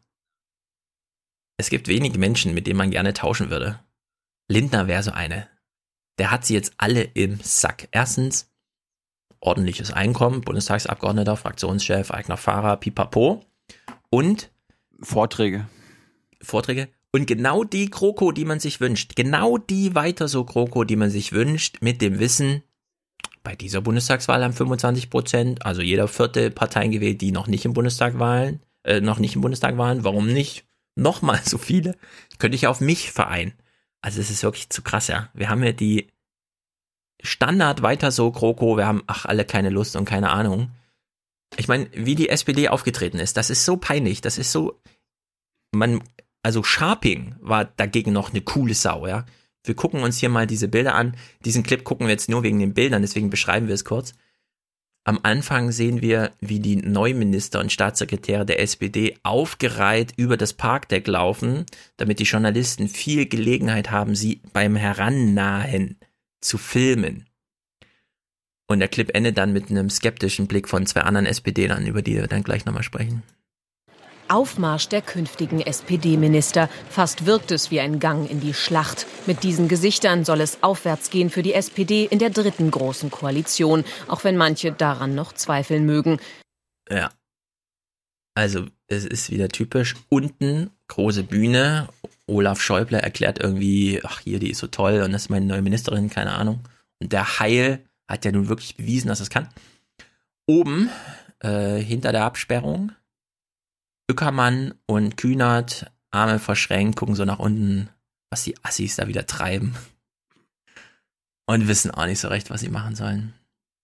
Es gibt wenige Menschen, mit denen man gerne tauschen würde. Lindner wäre so eine. Der hat sie jetzt alle im Sack. Erstens, ordentliches Einkommen, Bundestagsabgeordneter, Fraktionschef, eigener Fahrer, pipapo. Und Vorträge. Vorträge. Und genau die GroKo, die man sich wünscht. Genau die weiter so GroKo, die man sich wünscht, mit dem Wissen, bei dieser Bundestagswahl haben fünfundzwanzig Prozent, also jeder vierte Parteien gewählt, die noch nicht im Bundestag waren, äh, noch nicht im Bundestag waren. Warum nicht? Nochmal so viele. Könnte ich auf mich vereinen. Also es ist wirklich zu krass, ja. Wir haben ja die Standard weiter so GroKo, wir haben, ach, alle keine Lust und keine Ahnung. Ich meine, wie die S P D aufgetreten ist, das ist so peinlich, das ist so, man, also Scharping war dagegen noch eine coole Sau, ja. Wir gucken uns hier mal diese Bilder an. Diesen Clip gucken wir jetzt nur wegen den Bildern, deswegen beschreiben wir es kurz. Am Anfang sehen wir, wie die Neuminister und Staatssekretäre der S P D aufgereiht über das Parkdeck laufen, damit die Journalisten viel Gelegenheit haben, sie beim Herannahen zu filmen. Und der Clip endet dann mit einem skeptischen Blick von zwei anderen S P D-Lern, über die wir dann gleich nochmal sprechen. Aufmarsch der künftigen S P D-Minister. Fast wirkt es wie ein Gang in die Schlacht. Mit diesen Gesichtern soll es aufwärts gehen für die S P D in der dritten großen Koalition, auch wenn manche daran noch zweifeln mögen. Ja, also es ist wieder typisch. Unten, große Bühne, Olaf Schäuble erklärt irgendwie, ach hier, die ist so toll und das ist meine neue Ministerin, keine Ahnung. Und der Heil hat ja nun wirklich bewiesen, dass er es kann. Oben, äh, hinter der Absperrung, Ueckermann und Kühnert, Arme verschränkt, gucken so nach unten, was die Assis da wieder treiben. Und wissen auch nicht so recht, was sie machen sollen.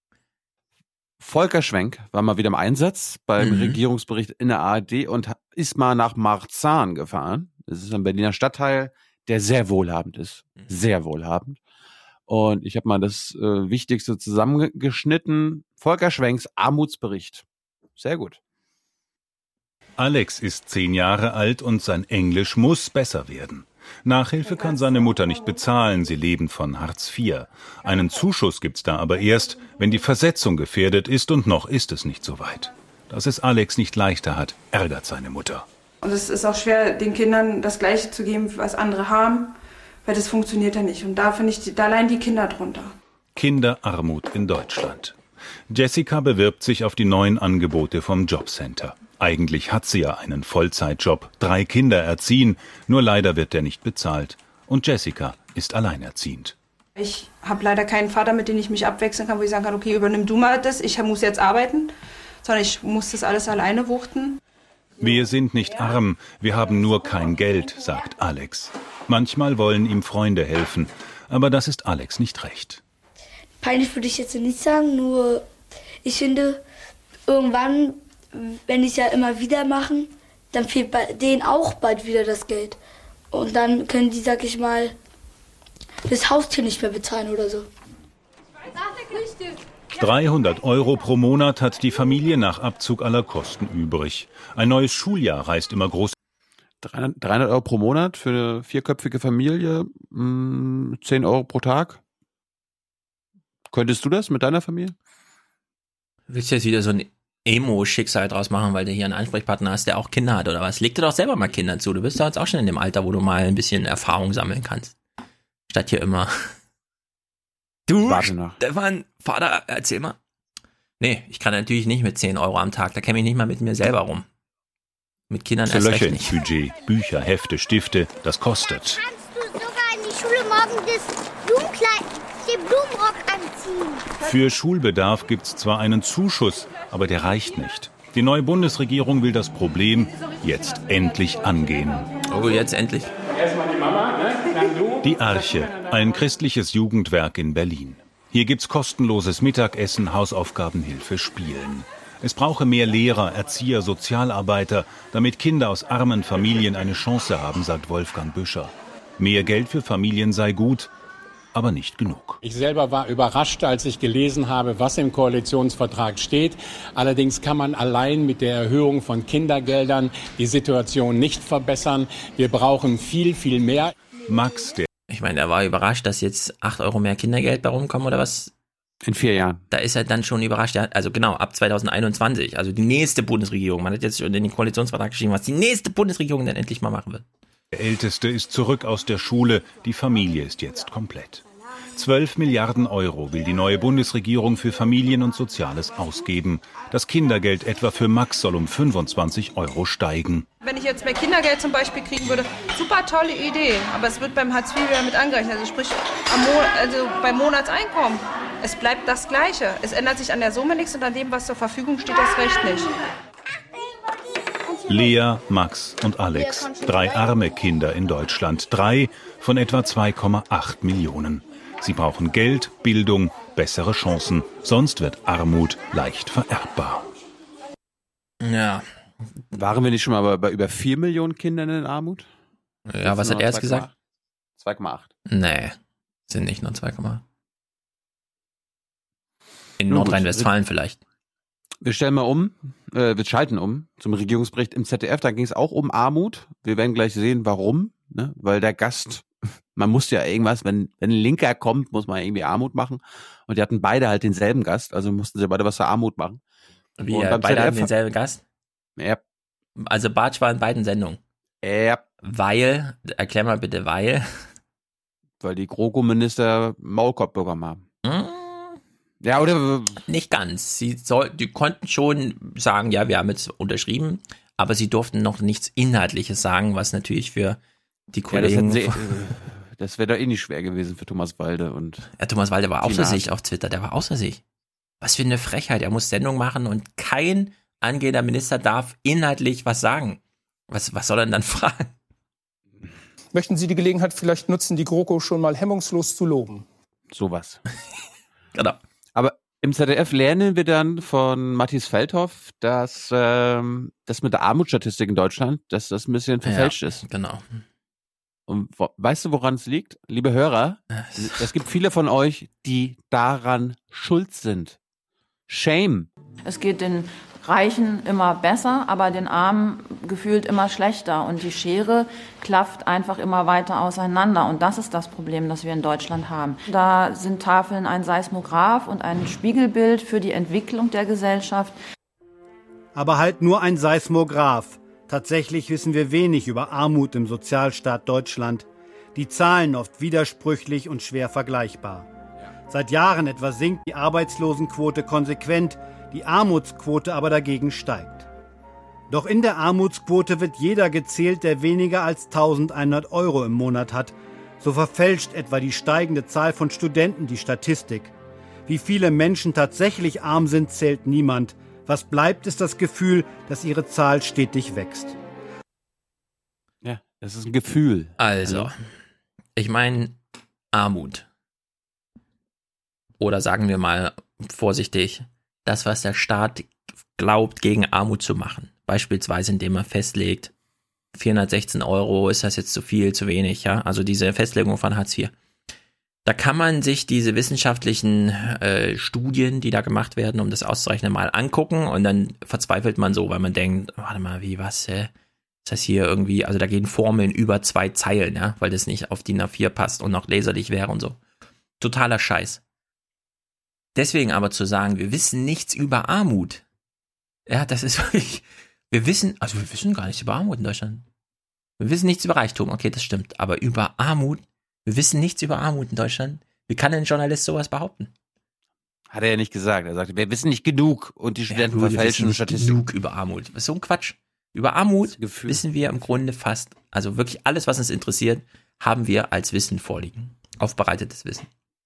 Volker Schwenk war mal wieder im Einsatz beim Mhm. Regierungsbericht in der A R D und ist mal nach Marzahn gefahren. Das ist ein Berliner Stadtteil, der sehr wohlhabend ist. Sehr wohlhabend. Und ich habe mal das äh, Wichtigste zusammengeschnitten. Volker Schwenks Armutsbericht. Sehr gut. Alex ist zehn Jahre alt und sein Englisch muss besser werden. Nachhilfe kann seine Mutter nicht bezahlen, sie leben von Hartz vier. Einen Zuschuss gibt's da aber erst, wenn die Versetzung gefährdet ist und noch ist es nicht so weit. Dass es Alex nicht leichter hat, ärgert seine Mutter. Und es ist auch schwer, den Kindern das Gleiche zu geben, was andere haben, weil das funktioniert ja nicht. Und da finde ich, die, da leiden die Kinder drunter. Kinderarmut in Deutschland. Jessica bewirbt sich auf die neuen Angebote vom Jobcenter. Eigentlich hat sie ja einen Vollzeitjob, drei Kinder erziehen, nur leider wird der nicht bezahlt. Und Jessica ist alleinerziehend. Ich habe leider keinen Vater, mit dem ich mich abwechseln kann, wo ich sagen kann, okay, übernimm du mal das, ich muss jetzt arbeiten, sondern ich muss das alles alleine wuchten. Wir sind nicht arm, wir haben nur kein Geld, sagt Alex. Manchmal wollen ihm Freunde helfen, aber das ist Alex nicht recht. Peinlich würde ich jetzt nicht sagen, nur ich finde, irgendwann, wenn die es ja immer wieder machen, dann fehlt bei denen auch bald wieder das Geld. Und dann können die, sag ich mal, das Haustier nicht mehr bezahlen oder so. dreihundert Euro pro Monat hat die Familie nach Abzug aller Kosten übrig. Ein neues Schuljahr reißt immer groß. dreihundert Euro pro Monat für eine vierköpfige Familie, mh, zehn Euro pro Tag. Könntest du das mit deiner Familie? Willst du jetzt wieder so ein Emo-Schicksal draus machen, weil du hier einen Ansprechpartner hast, der auch Kinder hat oder was? Leg dir doch selber mal Kinder zu. Du bist doch jetzt auch schon in dem Alter, wo du mal ein bisschen Erfahrung sammeln kannst. Statt hier immer. Du, Warte noch. Stefan, Vater, erzähl mal. Nee, ich kann natürlich nicht mit zehn Euro am Tag, da käme ich nicht mal mit mir selber rum. Mit Kindern erst Löcher recht ins nicht. Budget, Bücher, Hefte, Stifte, das kostet. Kannst du sogar in die Schule morgen das Blumenkleid, den Blumenrock anziehen? Für Schulbedarf gibt's zwar einen Zuschuss, aber der reicht nicht. Die neue Bundesregierung will das Problem jetzt endlich angehen. Oh, jetzt endlich. Erstmal die Mama, ne? Dann du. Die Arche, ein christliches Jugendwerk in Berlin. Hier gibt's kostenloses Mittagessen, Hausaufgabenhilfe, Spielen. Es brauche mehr Lehrer, Erzieher, Sozialarbeiter, damit Kinder aus armen Familien eine Chance haben, sagt Wolfgang Büscher. Mehr Geld für Familien sei gut, aber nicht genug. Ich selber war überrascht, als ich gelesen habe, was im Koalitionsvertrag steht. Allerdings kann man allein mit der Erhöhung von Kindergeldern die Situation nicht verbessern. Wir brauchen viel, viel mehr. Max, der... Ich meine, er war überrascht, dass jetzt acht Euro mehr Kindergeld bei rumkommen oder was? In vier Jahren. Da ist er dann schon überrascht. Ja, also genau, ab zwanzig einundzwanzig. Also die nächste Bundesregierung. Man hat jetzt schon in den Koalitionsvertrag geschrieben, was die nächste Bundesregierung dann endlich mal machen wird. Der Älteste ist zurück aus der Schule. Die Familie ist jetzt komplett. zwölf Milliarden Euro will die neue Bundesregierung für Familien und Soziales ausgeben. Das Kindergeld etwa für Max soll um fünfundzwanzig Euro steigen. Wenn ich jetzt mehr Kindergeld zum Beispiel kriegen würde, super tolle Idee, aber es wird beim Hartz vier wieder mit angerechnet, also sprich am Mo- also beim Monatseinkommen. Es bleibt das Gleiche. Es ändert sich an der Summe nichts und an dem, was zur Verfügung steht, das Recht nicht. Lea, Max und Alex, drei arme Kinder in Deutschland, drei von etwa zwei Komma acht Millionen. Sie brauchen Geld, Bildung, bessere Chancen, sonst wird Armut leicht vererbbar. Ja. Waren wir nicht schon mal bei, bei über vier Millionen Kindern in Armut? Ja, was hat er jetzt gesagt? zwei Komma acht. Nee, sind nicht nur zwei Komma acht. In Nun gut. Nordrhein-Westfalen vielleicht. Wir stellen mal um, äh, wir schalten um zum Regierungsbericht im Z D F. Da ging es auch um Armut. Wir werden gleich sehen, warum. Ne? Weil der Gast, man muss ja irgendwas, wenn, wenn ein Linker kommt, muss man irgendwie Armut machen. Und die hatten beide halt denselben Gast, also mussten sie beide was für Armut machen. Wie, und äh, beim beide Z D F hatten denselben Gast? Ja. Also Bartsch war in beiden Sendungen. Ja. Weil, erklär mal bitte, weil. Weil die GroKo-Minister Maulkorb bekommen haben. Hm? Ja, oder? Nicht ganz. Sie soll, die konnten schon sagen, ja, wir haben jetzt unterschrieben, aber sie durften noch nichts Inhaltliches sagen, was natürlich für die Kollegen... Ja, das, äh, das wäre doch eh nicht schwer gewesen für Thomas Walde. Und ja, Thomas Walde war außer sich auf Twitter, der war außer sich. Was für eine Frechheit, er muss Sendung machen und kein angehender Minister darf inhaltlich was sagen. Was, was soll er denn dann fragen? Möchten Sie die Gelegenheit vielleicht nutzen, die GroKo schon mal hemmungslos zu loben? Sowas. Genau. Aber im Z D F lernen wir dann von Matthias Feldhoff, dass ähm, das mit der Armutsstatistik in Deutschland, dass das ein bisschen verfälscht ja, ist. Genau. Und wo, weißt du, woran es liegt? Liebe Hörer, es gibt viele von euch, die daran schuld sind. Shame. Es geht den Reichen immer besser, aber den Armen gefühlt immer schlechter. Und die Schere klafft einfach immer weiter auseinander. Und das ist das Problem, das wir in Deutschland haben. Da sind Tafeln ein Seismograph und ein Spiegelbild für die Entwicklung der Gesellschaft. Aber halt nur ein Seismograph. Tatsächlich wissen wir wenig über Armut im Sozialstaat Deutschland. Die Zahlen oft widersprüchlich und schwer vergleichbar. Seit Jahren etwa sinkt die Arbeitslosenquote konsequent, die Armutsquote aber dagegen steigt. Doch in der Armutsquote wird jeder gezählt, der weniger als eintausendeinhundert Euro im Monat hat. So verfälscht etwa die steigende Zahl von Studenten die Statistik. Wie viele Menschen tatsächlich arm sind, zählt niemand. Was bleibt, ist das Gefühl, dass ihre Zahl stetig wächst. Ja, das ist ein Gefühl. Also, ich meine, Armut. Oder sagen wir mal vorsichtig, das, was der Staat glaubt, gegen Armut zu machen. Beispielsweise, indem er festlegt, vierhundertsechzehn Euro, ist das jetzt zu viel, zu wenig, ja? Also diese Festlegung von Hartz vier. Da kann man sich diese wissenschaftlichen äh, Studien, die da gemacht werden, um das auszurechnen, mal angucken und dann verzweifelt man so, weil man denkt, warte mal, wie, was, hä? Ist das hier irgendwie, also da gehen Formeln über zwei Zeilen, ja? Weil das nicht auf D I N A vier passt und noch leserlich wäre und so. Totaler Scheiß. Deswegen aber zu sagen, wir wissen nichts über Armut. Ja, das ist wirklich, wir wissen, also wir wissen gar nichts über Armut in Deutschland. Wir wissen nichts über Reichtum, okay, das stimmt. Aber über Armut, wir wissen nichts über Armut in Deutschland. Wie kann denn ein Journalist sowas behaupten? Hat er ja nicht gesagt. Er sagte, wir wissen nicht genug und die Studenten ja, verfälschen Statistiken. Genug über Armut. Was ist so ein Quatsch. Über Armut wissen wir im Grunde fast, also wirklich alles, was uns interessiert, haben wir als Wissen vorliegen. Aufbereitetes Wissen.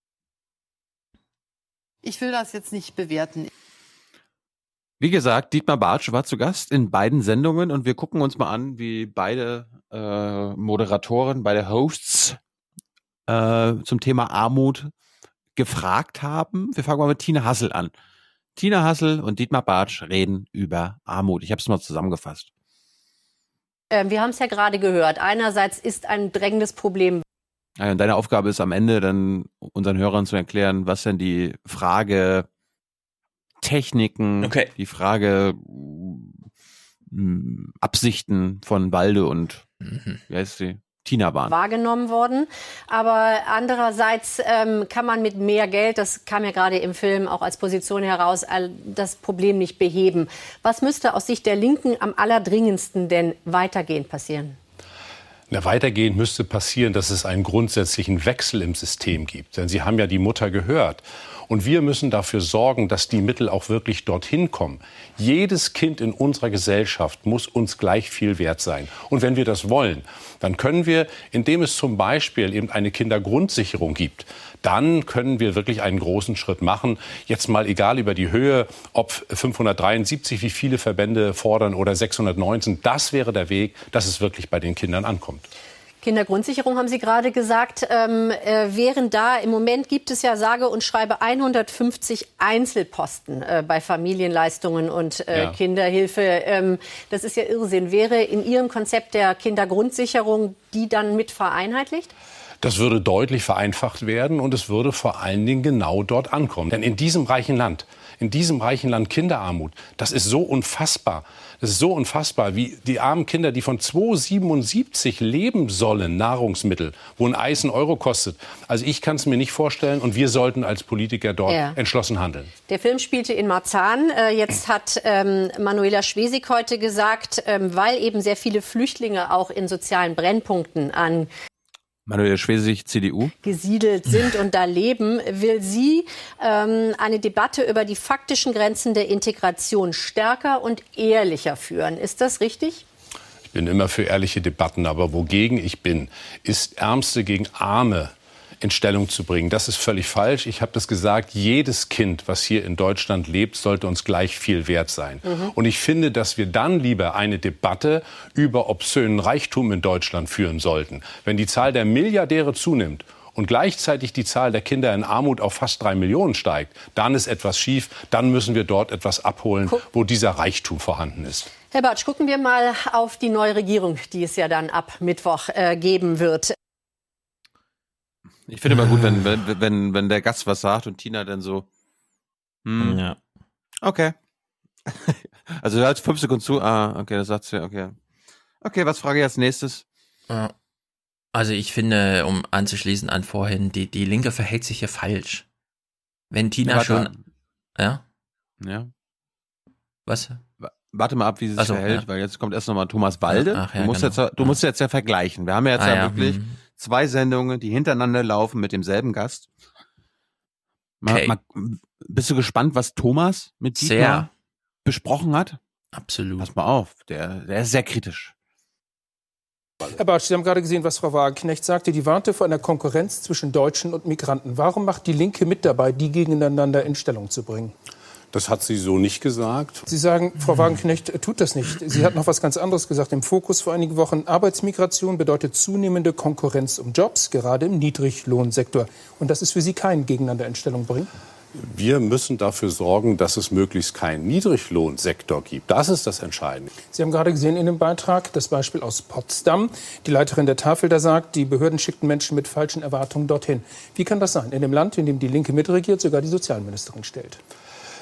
Ich will das jetzt nicht bewerten. Wie gesagt, Dietmar Bartsch war zu Gast in beiden Sendungen und wir gucken uns mal an, wie beide äh, Moderatoren, beide Hosts äh, zum Thema Armut gefragt haben. Wir fangen mal mit Tina Hassel an. Tina Hassel und Dietmar Bartsch reden über Armut. Ich habe es mal zusammengefasst. Wir haben es ja gerade gehört. Einerseits ist ein drängendes Problem. Ja, und deine Aufgabe ist am Ende dann unseren Hörern zu erklären, was denn die Frage Techniken, okay. die Frage mh, Absichten von Walde und mhm. wie heißt sie? Tina waren. Wahrgenommen worden. Aber andererseits ähm, kann man mit mehr Geld, das kam ja gerade im Film auch als Position heraus, das Problem nicht beheben. Was müsste aus Sicht der Linken am allerdringendsten denn weitergehend passieren? Na, weitergehend müsste passieren, dass es einen grundsätzlichen Wechsel im System gibt. Denn Sie haben ja die Mutter gehört. Und wir müssen dafür sorgen, dass die Mittel auch wirklich dorthin kommen. Jedes Kind in unserer Gesellschaft muss uns gleich viel wert sein. Und wenn wir das wollen, dann können wir, indem es zum Beispiel eben eine Kindergrundsicherung gibt, dann können wir wirklich einen großen Schritt machen. Jetzt mal egal über die Höhe, ob fünfhundertdreiundsiebzig, wie viele Verbände fordern, oder sechshundertneunzehn. Das wäre der Weg, dass es wirklich bei den Kindern ankommt. Kindergrundsicherung haben Sie gerade gesagt, ähm, äh, während da im Moment gibt es ja sage und schreibe hundertfünfzig Einzelposten äh, bei Familienleistungen und äh, ja. Kinderhilfe. Ähm, das ist ja Irrsinn. Wäre in Ihrem Konzept der Kindergrundsicherung die dann mit vereinheitlicht? Das würde deutlich vereinfacht werden und es würde vor allen Dingen genau dort ankommen. Denn in diesem reichen Land, in diesem reichen Land Kinderarmut, das ist so unfassbar. Das ist so unfassbar, wie die armen Kinder, die von zwei Euro siebenundsiebzig leben sollen, Nahrungsmittel, wo ein Eis einen Euro kostet. Also ich kann es mir nicht vorstellen und wir sollten als Politiker dort ja. entschlossen handeln. Der Film spielte in Marzahn. Jetzt hat ähm, Manuela Schwesig heute gesagt, ähm, weil eben sehr viele Flüchtlinge auch in sozialen Brennpunkten an Manuela Schwesig, C D U. gesiedelt sind und da leben, will sie ähm, eine Debatte über die faktischen Grenzen der Integration stärker und ehrlicher führen. Ist das richtig? Ich bin immer für ehrliche Debatten, aber wogegen ich bin, ist Ärmste gegen Arme in Stellung zu bringen. Das ist völlig falsch. Ich habe das gesagt, jedes Kind, was hier in Deutschland lebt, sollte uns gleich viel wert sein. Mhm. Und ich finde, dass wir dann lieber eine Debatte über obszönen Reichtum in Deutschland führen sollten. Wenn die Zahl der Milliardäre zunimmt und gleichzeitig die Zahl der Kinder in Armut auf fast drei Millionen steigt, dann ist etwas schief. Dann müssen wir dort etwas abholen, Guck. wo dieser Reichtum vorhanden ist. Herr Bartsch, gucken wir mal auf die neue Regierung, die es ja dann ab Mittwoch äh, geben wird. Ich finde immer gut, wenn, wenn, wenn, wenn der Gast was sagt und Tina dann so, hm, ja. okay. Also du hörst fünf Sekunden zu, ah, okay, das sagt sie, okay. Okay, was frage ich als nächstes? Also ich finde, um anzuschließen an vorhin, die, die Linke verhält sich hier falsch. Wenn Tina ja, schon, ja? Ja. Was? Warte mal ab, wie sie sich so, verhält, ja. weil jetzt kommt erst nochmal Thomas Walde. Ach, ja, du musst, genau. jetzt, du musst jetzt ja vergleichen. Wir haben ja jetzt ah, ja, ja wirklich hm. zwei Sendungen, die hintereinander laufen mit demselben Gast. Mal, okay. mal, bist du gespannt, was Thomas mit Dietmar sehr. besprochen hat? Absolut. Pass mal auf, der, der ist sehr kritisch. Herr Bartsch, Sie haben gerade gesehen, was Frau Wagenknecht sagte. Die warnte vor einer Konkurrenz zwischen Deutschen und Migranten. Warum macht die Linke mit dabei, die gegeneinander in Stellung zu bringen? Das hat sie so nicht gesagt. Sie sagen, Frau Wagenknecht tut das nicht. Sie hat noch was ganz anderes gesagt im Fokus vor einigen Wochen. Arbeitsmigration bedeutet zunehmende Konkurrenz um Jobs, gerade im Niedriglohnsektor. Und das ist für Sie kein Gegeneinander in Stellung bringen? Wir müssen dafür sorgen, dass es möglichst keinen Niedriglohnsektor gibt. Das ist das Entscheidende. Sie haben gerade gesehen in dem Beitrag das Beispiel aus Potsdam. Die Leiterin der Tafel da sagt, die Behörden schickten Menschen mit falschen Erwartungen dorthin. Wie kann das sein? In dem Land, in dem die Linke mitregiert, sogar die Sozialministerin stellt.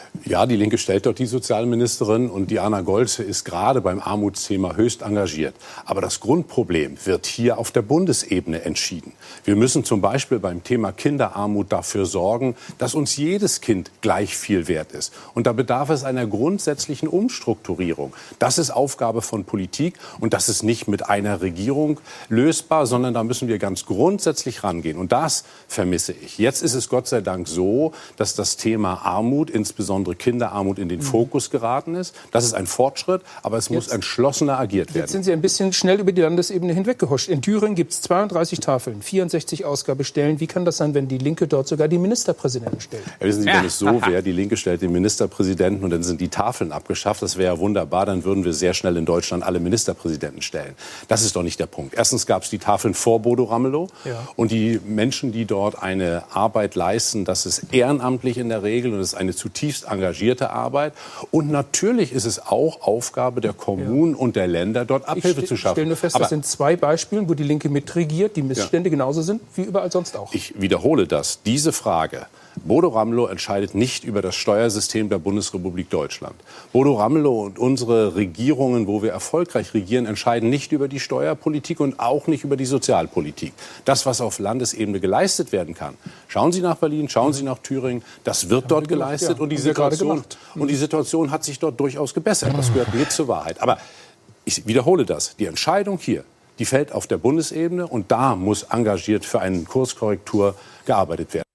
Ja, die Linke stellt dort die Sozialministerin und Diana Golze ist gerade beim Armutsthema höchst engagiert. Aber das Grundproblem wird hier auf der Bundesebene entschieden. Wir müssen zum Beispiel beim Thema Kinderarmut dafür sorgen, dass uns jedes Kind gleich viel wert ist. Und da bedarf es einer grundsätzlichen Umstrukturierung. Das ist Aufgabe von Politik und das ist nicht mit einer Regierung lösbar, sondern da müssen wir ganz grundsätzlich rangehen. Und das vermisse ich. Jetzt ist es Gott sei Dank so, dass das Thema Armut, insbesondere Kinderarmut, in den Fokus geraten ist. Das ist ein Fortschritt, aber es muss Jetzt- entschlossener agiert werden. Jetzt sind Sie ein bisschen schnell über die Landesebene hinweggehuscht. In Thüringen gibt es zweiunddreißig Tafeln, vierundsechzig Ausgabestellen. Wie kann das sein, wenn die Linke dort sogar die Ministerpräsidenten stellt? Ja, wissen Sie, wenn es so wäre, die Linke stellt den Ministerpräsidenten und dann sind die Tafeln abgeschafft, das wäre ja wunderbar, dann würden wir sehr schnell in Deutschland alle Ministerpräsidenten stellen. Das ist doch nicht der Punkt. Erstens gab es die Tafeln vor Bodo Ramelow Ja. und die Menschen, die dort eine Arbeit leisten, das ist ehrenamtlich in der Regel und es ist eine zutiefst engagierte Arbeit. Und natürlich ist es auch Aufgabe der Kommunen und der Länder, dort Abhilfe ich zu Ich schaffen. stelle nur fest, Aber das sind zwei Beispiele, wo die Linke mitregiert, die Missstände genauso sind wie überall sonst auch. ich wiederhole das. Diese Frage. Bodo Ramelow entscheidet nicht über das Steuersystem der Bundesrepublik Deutschland. Bodo Ramelow und unsere Regierungen, wo wir erfolgreich regieren, entscheiden nicht über die Steuerpolitik und auch nicht über die Sozialpolitik. Das, was auf Landesebene geleistet werden kann. Schauen Sie nach Berlin, schauen Sie nach Thüringen. Das wird dort gemacht, geleistet ja. und die Haben wir gerade Situation, gemacht. und die Situation hat sich dort durchaus gebessert. Das gehört mit zur Wahrheit. Aber ich wiederhole das. Die Entscheidung hier, die fällt auf der Bundesebene und da muss engagiert für eine Kurskorrektur gearbeitet werden.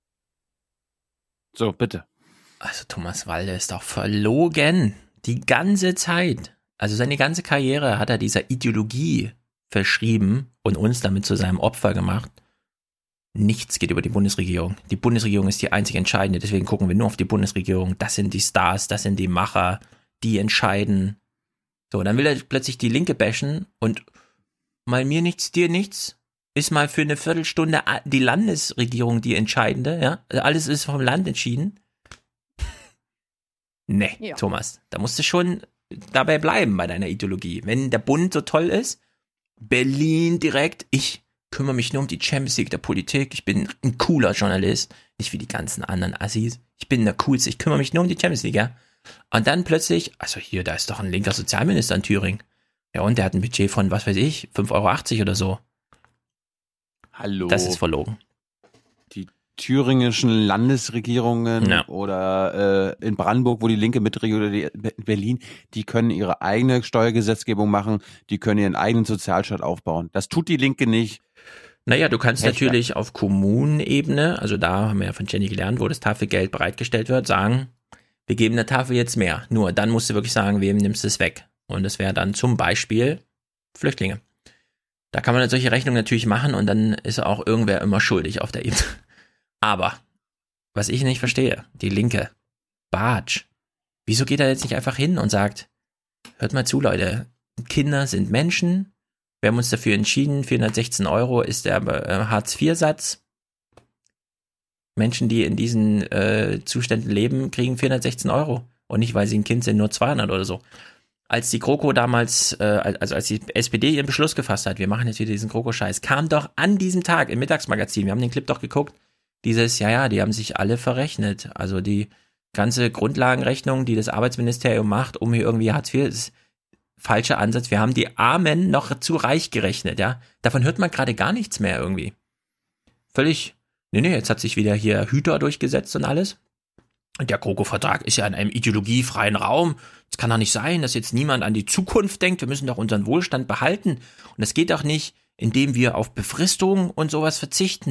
So, bitte. Also Thomas Walde ist doch verlogen. Die ganze Zeit. Also seine ganze Karriere hat er dieser Ideologie verschrieben und uns damit zu seinem Opfer gemacht. Nichts geht über die Bundesregierung. Die Bundesregierung ist die einzig entscheidende, deswegen gucken wir nur auf die Bundesregierung. Das sind die Stars, das sind die Macher, die entscheiden. So, dann will er plötzlich die Linke bashen und mal mir nichts, dir nichts. Ist mal für eine Viertelstunde die Landesregierung die entscheidende, ja? Alles ist vom Land entschieden. Nee, Ja. Thomas, da musst du schon dabei bleiben bei deiner Ideologie. Wenn der Bund so toll ist, Berlin direkt, ich kümmere mich nur um die Champions League der Politik, ich bin ein cooler Journalist, nicht wie die ganzen anderen Assis. Ich bin der Coolste, ich kümmere mich nur um die Champions League, ja? Und dann plötzlich, also hier, da ist doch ein linker Sozialminister in Thüringen. Ja, und der hat ein Budget von, was weiß ich, fünf Euro achtzig oder so. Hallo. Das ist verlogen. Die thüringischen Landesregierungen Ja. oder äh, in Brandenburg, wo die Linke mitregiert, oder die, in Berlin, die können ihre eigene Steuergesetzgebung machen, die können ihren eigenen Sozialstaat aufbauen. Das tut die Linke nicht. Naja, du kannst Echt? natürlich auf Kommunenebene, also da haben wir ja von Jenny gelernt, wo das Tafelgeld bereitgestellt wird, sagen, wir geben der Tafel jetzt mehr. Nur dann musst du wirklich sagen, wem nimmst du es weg? Und das wäre dann zum Beispiel Flüchtlinge. Da kann man halt solche Rechnungen natürlich machen und dann ist auch irgendwer immer schuldig auf der Ebene. Aber, was ich nicht verstehe, die Linke, Bartsch, wieso geht er jetzt nicht einfach hin und sagt, hört mal zu, Leute, Kinder sind Menschen, wir haben uns dafür entschieden, vierhundertsechzehn Euro ist der äh, Hartz vier Satz. Menschen, die in diesen äh, Zuständen leben, kriegen vierhundertsechzehn Euro. Und nicht, weil sie ein Kind sind, nur zweihundert oder so. Als die GroKo damals, äh, also als die S P D ihren Beschluss gefasst hat, wir machen jetzt wieder diesen GroKo-Scheiß, kam doch an diesem Tag im Mittagsmagazin, wir haben den Clip doch geguckt, dieses, ja, ja, die haben sich alle verrechnet. Also die ganze Grundlagenrechnung, die das Arbeitsministerium macht, um hier irgendwie Hartz vier, ist falscher Ansatz. Wir haben die Armen noch zu reich gerechnet, ja. Davon hört man gerade gar nichts mehr irgendwie. Völlig, nee, nee, jetzt hat sich wieder hier Hüter durchgesetzt und alles. Und der GroKo-Vertrag ist ja in einem ideologiefreien Raum. Es kann doch nicht sein, dass jetzt niemand an die Zukunft denkt. Wir müssen doch unseren Wohlstand behalten. Und das geht doch nicht, indem wir auf Befristung und sowas verzichten.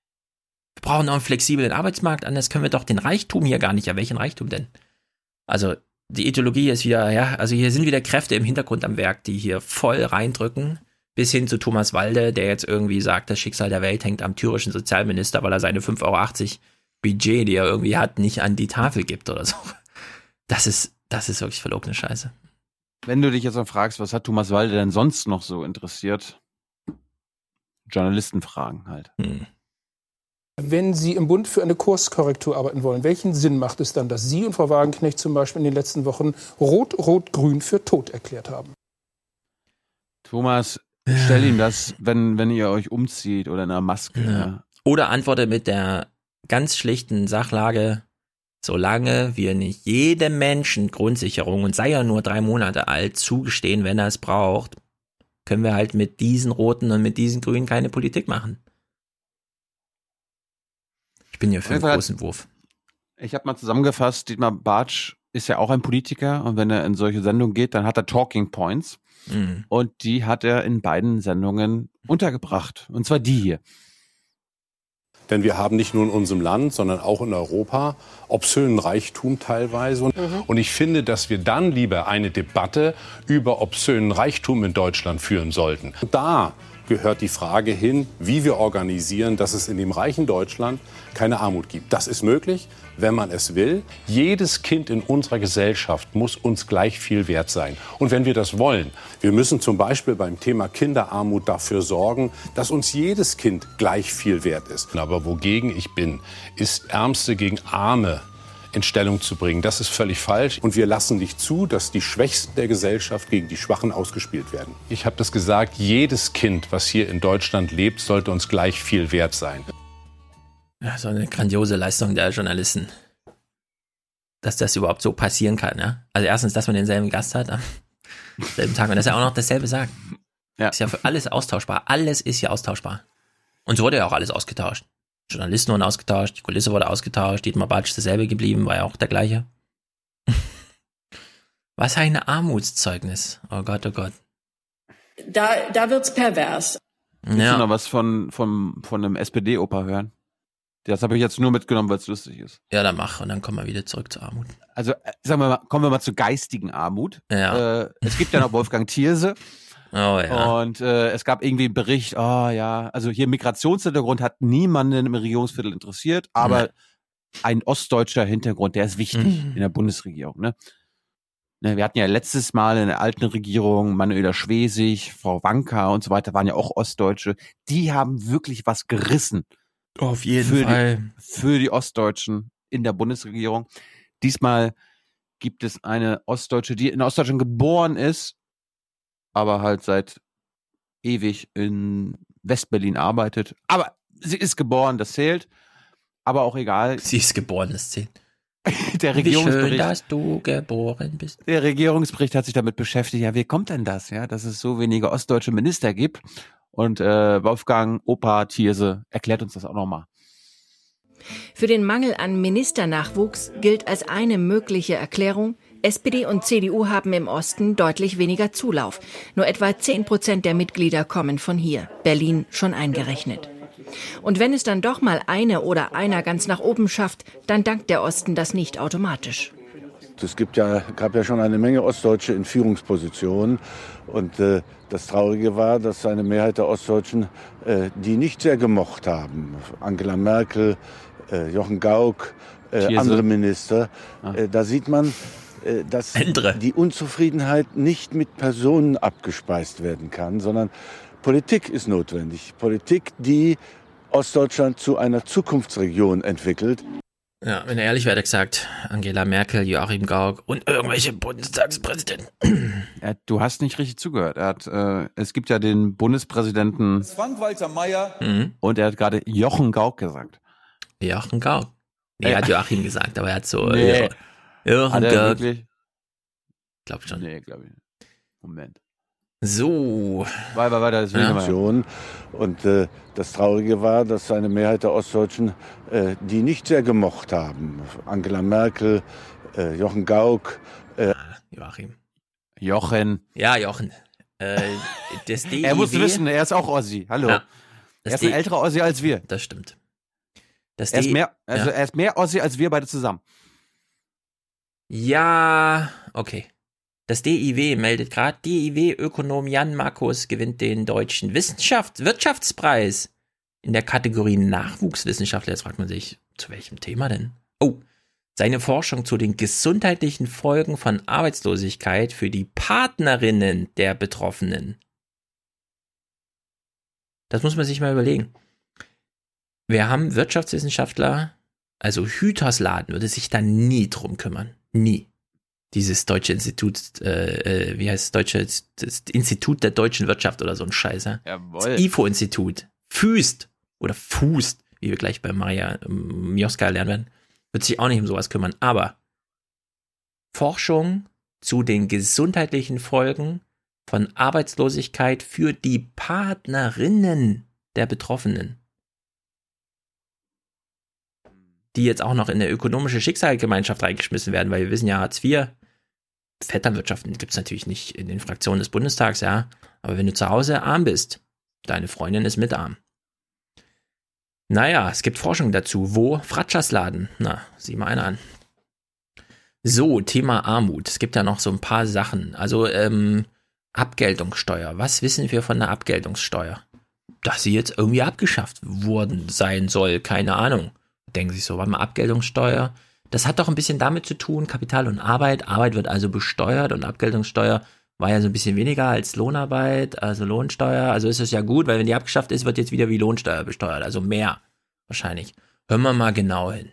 Wir brauchen noch einen flexiblen Arbeitsmarkt, anders können wir doch den Reichtum hier gar nicht. Ja, welchen Reichtum denn? Also, die Ideologie ist wieder, ja, also hier sind wieder Kräfte im Hintergrund am Werk, die hier voll reindrücken. Bis hin zu Thomas Walde, der jetzt irgendwie sagt, das Schicksal der Welt hängt am thürischen Sozialminister, weil er seine fünf Euro achtzig Budget, die er irgendwie hat, nicht an die Tafel gibt oder so. Das ist, das ist wirklich verlogene Scheiße. Wenn du dich jetzt noch fragst, was hat Thomas Walde denn sonst noch so interessiert? Journalistenfragen halt. Hm. Wenn Sie im Bund für eine Kurskorrektur arbeiten wollen, welchen Sinn macht es dann, dass Sie und Frau Wagenknecht zum Beispiel in den letzten Wochen Rot-Rot-Grün für tot erklärt haben? Thomas, stell ihm das, wenn, wenn ihr euch umzieht oder in einer Maske. Ja. Ja. Oder antworte mit der ganz schlichten Sachlage, solange wir nicht jedem Menschen Grundsicherung, und sei er nur drei Monate alt, zugestehen, wenn er es braucht, können wir halt mit diesen Roten und mit diesen Grünen keine Politik machen. Ich bin hier für einen großen Wurf. Ich habe mal zusammengefasst, Dietmar Bartsch ist ja auch ein Politiker und wenn er in solche Sendungen geht, dann hat er Talking Points mhm. und die hat er in beiden Sendungen untergebracht und zwar die hier. Denn wir haben nicht nur in unserem Land, sondern auch in Europa obszönen Reichtum teilweise. Mhm. Und ich finde, dass wir dann lieber eine Debatte über obszönen Reichtum in Deutschland führen sollten. Und da gehört die Frage hin, wie wir organisieren, dass es in dem reichen Deutschland keine Armut gibt. Das ist möglich, wenn man es will. Jedes Kind in unserer Gesellschaft muss uns gleich viel wert sein. Und wenn wir das wollen, wir müssen zum Beispiel beim Thema Kinderarmut dafür sorgen, dass uns jedes Kind gleich viel wert ist. Aber wogegen ich bin, ist Ärmste gegen Arme in Stellung zu bringen. Das ist völlig falsch. Und wir lassen nicht zu, dass die Schwächsten der Gesellschaft gegen die Schwachen ausgespielt werden. Ich habe das gesagt, jedes Kind, was hier in Deutschland lebt, sollte uns gleich viel wert sein. Ja, so eine grandiose Leistung der Journalisten. Dass das überhaupt so passieren kann, ja. Also erstens, dass man denselben Gast hat am selben Tag und dass er auch noch dasselbe sagt. Ja. Ist ja für alles austauschbar. Alles ist ja austauschbar. Und so wurde ja auch alles ausgetauscht. Journalisten wurden ausgetauscht, die Kulisse wurde ausgetauscht, Dietmar Bartsch ist dasselbe geblieben, war ja auch der gleiche. Was ein Armutszeugnis. Oh Gott, oh Gott. Da, da wird's pervers. Willst ja. du noch was von, von, von einem S P D-Opa hören? Das habe ich jetzt nur mitgenommen, weil es lustig ist. Ja, dann mach und dann kommen wir wieder zurück zur Armut. Also, sagen wir mal, kommen wir mal zur geistigen Armut. Ja. Äh, es gibt ja noch Wolfgang Thierse. Oh ja. Und äh, es gab irgendwie einen Bericht, oh ja, also hier Migrationshintergrund hat niemanden im Regierungsviertel interessiert, aber mhm. ein ostdeutscher Hintergrund, der ist wichtig mhm. in der Bundesregierung. Ne? Ne, wir hatten ja letztes Mal in der alten Regierung Manuela Schwesig, Frau Wanka und so weiter, waren ja auch Ostdeutsche. Die haben wirklich was gerissen. Auf jeden für Fall. Die, für die Ostdeutschen in der Bundesregierung. Diesmal gibt es eine Ostdeutsche, die in Ostdeutschland geboren ist, aber halt seit ewig in Westberlin arbeitet. Aber sie ist geboren, das zählt. Aber auch egal. Sie ist geboren, das zählt. Der Regierungsbericht, wie schön, dass du geboren bist. Der Regierungsbericht hat sich damit beschäftigt, ja, wie kommt denn das, ja, dass es so wenige ostdeutsche Minister gibt? Und äh, Wolfgang Opa Thierse erklärt uns das auch nochmal. Für den Mangel an Ministernachwuchs gilt als eine mögliche Erklärung, S P D und C D U haben im Osten deutlich weniger Zulauf. Nur etwa zehn Prozent der Mitglieder kommen von hier, Berlin schon eingerechnet. Und wenn es dann doch mal eine oder einer ganz nach oben schafft, dann dankt der Osten das nicht automatisch. Es gibt ja, gab ja schon eine Menge Ostdeutsche in Führungspositionen. Und äh, das Traurige war, dass eine Mehrheit der Ostdeutschen äh, die nicht sehr gemocht haben. Angela Merkel, äh, Jochen Gauck, äh, andere Minister. Äh, da sieht man, äh, dass Endre. die Unzufriedenheit nicht mit Personen abgespeist werden kann, sondern Politik ist notwendig. Politik, die Ostdeutschland zu einer Zukunftsregion entwickelt. Ja, wenn er ehrlich wäre, hat er gesagt, Angela Merkel, Joachim Gauck und irgendwelche Bundestagspräsidenten. Ja, du hast nicht richtig zugehört. Er hat, äh, es gibt ja den Bundespräsidenten Frank-Walter Meyer mhm. und er hat gerade Jochen Gauck gesagt. Jochen Gauck. Nee, er hat Joachim gesagt, aber er hat so nee. Jochen hat er Gauck. Wirklich? Glaub schon. Nee, glaube ich. Moment. So. Weiter, weiter, das will ja. Und äh, das Traurige war, dass eine Mehrheit der Ostdeutschen äh, die nicht sehr gemocht haben. Angela Merkel, äh, Jochen Gauck. Äh, ah, Joachim. Jochen. Ja, Jochen. Äh, das D I W, er muss wissen, er ist auch Ossi. Hallo. Ja, er ist ein älterer Ossi als wir. Das stimmt. Das er, ist mehr, also ja. er ist mehr Ossi als wir beide zusammen. Ja, okay. Das D I W meldet gerade, D I W-Ökonom Jan Markus gewinnt den deutschen Wissenschaft Wirtschaftspreis in der Kategorie Nachwuchswissenschaftler. Jetzt fragt man sich, zu welchem Thema denn? Oh, seine Forschung zu den gesundheitlichen Folgen von Arbeitslosigkeit für die Partnerinnen der Betroffenen. Das muss man sich mal überlegen. Wir haben Wirtschaftswissenschaftler, also Hütersladen würde sich da nie drum kümmern. Nie. Dieses deutsche Institut, äh, wie heißt es, deutsche, das Institut der deutschen Wirtschaft oder so ein Scheiße. Jawohl. Das I F O-Institut. Füßt oder Fußt, wie wir gleich bei Maria Mioska lernen werden. wird sich auch nicht um sowas kümmern. Aber Forschung zu den gesundheitlichen Folgen von Arbeitslosigkeit für die Partnerinnen der Betroffenen, die jetzt auch noch in eine ökonomische Schicksalsgemeinschaft reingeschmissen werden, weil wir wissen ja, Hartz vier, Vetternwirtschaften gibt es natürlich nicht in den Fraktionen des Bundestags, ja, aber wenn du zu Hause arm bist, deine Freundin ist mit arm. Naja, es gibt Forschung dazu. Wo? Fratschers-Laden. Na, sieh mal einer an. So, Thema Armut. Es gibt da noch so ein paar Sachen. Also, ähm, Abgeltungssteuer. Was wissen wir von der Abgeltungssteuer? Dass sie jetzt irgendwie abgeschafft worden sein soll. Keine Ahnung. Denken sich so, warte mal, Abgeltungssteuer. Das hat doch ein bisschen damit zu tun, Kapital und Arbeit. Arbeit wird also besteuert und Abgeltungssteuer war ja so ein bisschen weniger als Lohnarbeit, also Lohnsteuer. Also ist es ja gut, weil wenn die abgeschafft ist, wird jetzt wieder wie Lohnsteuer besteuert. Also mehr wahrscheinlich. Hören wir mal genau hin.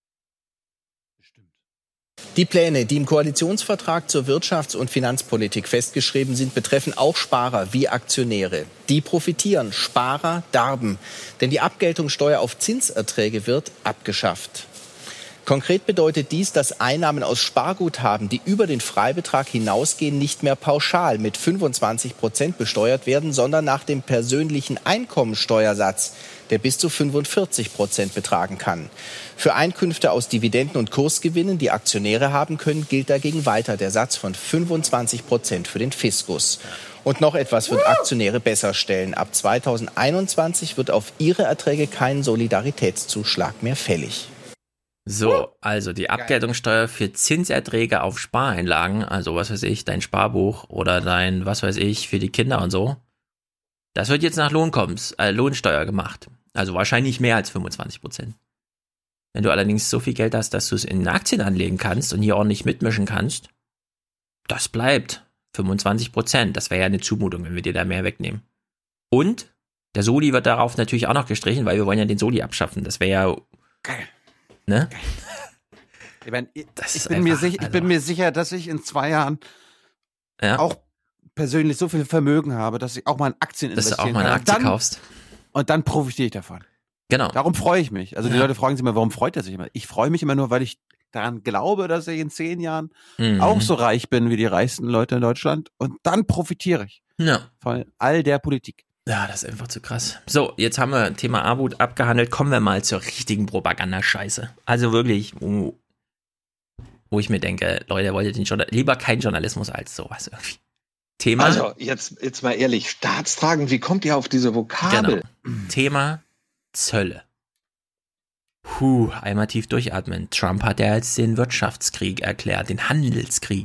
Die Pläne, die im Koalitionsvertrag zur Wirtschafts- und Finanzpolitik festgeschrieben sind, betreffen auch Sparer wie Aktionäre. Die profitieren, Sparer darben. Denn die Abgeltungssteuer auf Zinserträge wird abgeschafft. Konkret bedeutet dies, dass Einnahmen aus Sparguthaben, die über den Freibetrag hinausgehen, nicht mehr pauschal mit fünfundzwanzig Prozent besteuert werden, sondern nach dem persönlichen Einkommensteuersatz, der bis zu fünfundvierzig Prozent betragen kann. Für Einkünfte aus Dividenden und Kursgewinnen, die Aktionäre haben können, gilt dagegen weiter der Satz von fünfundzwanzig Prozent für den Fiskus. Und noch etwas wird Aktionäre besser stellen. Ab zweitausendeinundzwanzig wird auf ihre Erträge kein Solidaritätszuschlag mehr fällig. So, also die Abgeltungssteuer für Zinserträge auf Spareinlagen, also was weiß ich, dein Sparbuch oder dein, was weiß ich, für die Kinder und so, das wird jetzt nach Lohnkommens, äh, Lohnsteuer gemacht. Also wahrscheinlich mehr als fünfundzwanzig Prozent. Wenn du allerdings so viel Geld hast, dass du es in Aktien anlegen kannst und hier ordentlich mitmischen kannst, das bleibt fünfundzwanzig Prozent. Das wäre ja eine Zumutung, wenn wir dir da mehr wegnehmen. Und der Soli wird darauf natürlich auch noch gestrichen, weil wir wollen ja den Soli abschaffen. Das wäre ja... Geil. Ne? Ich, mein, ich, ich, bin mir sicher, ich bin mir sicher, dass ich in zwei Jahren ja. auch persönlich so viel Vermögen habe, dass ich auch mal in Aktien investieren kann. Dass du auch mal eine Aktie dann, kaufst. Und dann profitiere ich davon. Genau. Darum freue ich mich. Also die ja. Leute fragen sich immer, warum freut er sich immer? Ich freue mich immer nur, weil ich daran glaube, dass ich in zehn Jahren mhm. auch so reich bin wie die reichsten Leute in Deutschland. Und dann profitiere ich ja. von all der Politik. Ja, das ist einfach zu krass. So, jetzt haben wir Thema Armut abgehandelt. Kommen wir mal zur richtigen Propagandascheiße. Also wirklich, wo, wo ich mir denke, Leute, wollt ihr den Journal- lieber keinen Journalismus als sowas irgendwie. Thema. Also, jetzt, jetzt mal ehrlich, staatstragend, wie kommt ihr auf diese Vokabel? Genau. Thema Zölle. Puh, einmal tief durchatmen. Trump hat ja jetzt den Wirtschaftskrieg erklärt, den Handelskrieg.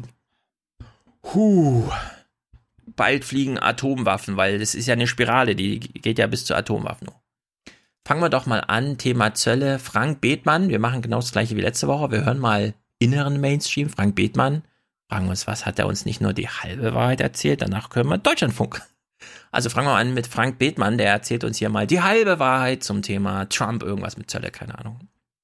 Puh. Bald fliegen Atomwaffen, weil das ist ja eine Spirale, die geht ja bis zu Atomwaffen. Fangen wir doch mal an, Thema Zölle. Frank Bethmann, wir machen genau das gleiche wie letzte Woche, wir hören mal inneren Mainstream. Frank Bethmann, fragen wir uns, was hat er uns nicht nur die halbe Wahrheit erzählt, danach hören wir Deutschlandfunk. Also fangen wir an mit Frank Bethmann, der erzählt uns hier mal die halbe Wahrheit zum Thema Trump, irgendwas mit Zölle, keine Ahnung.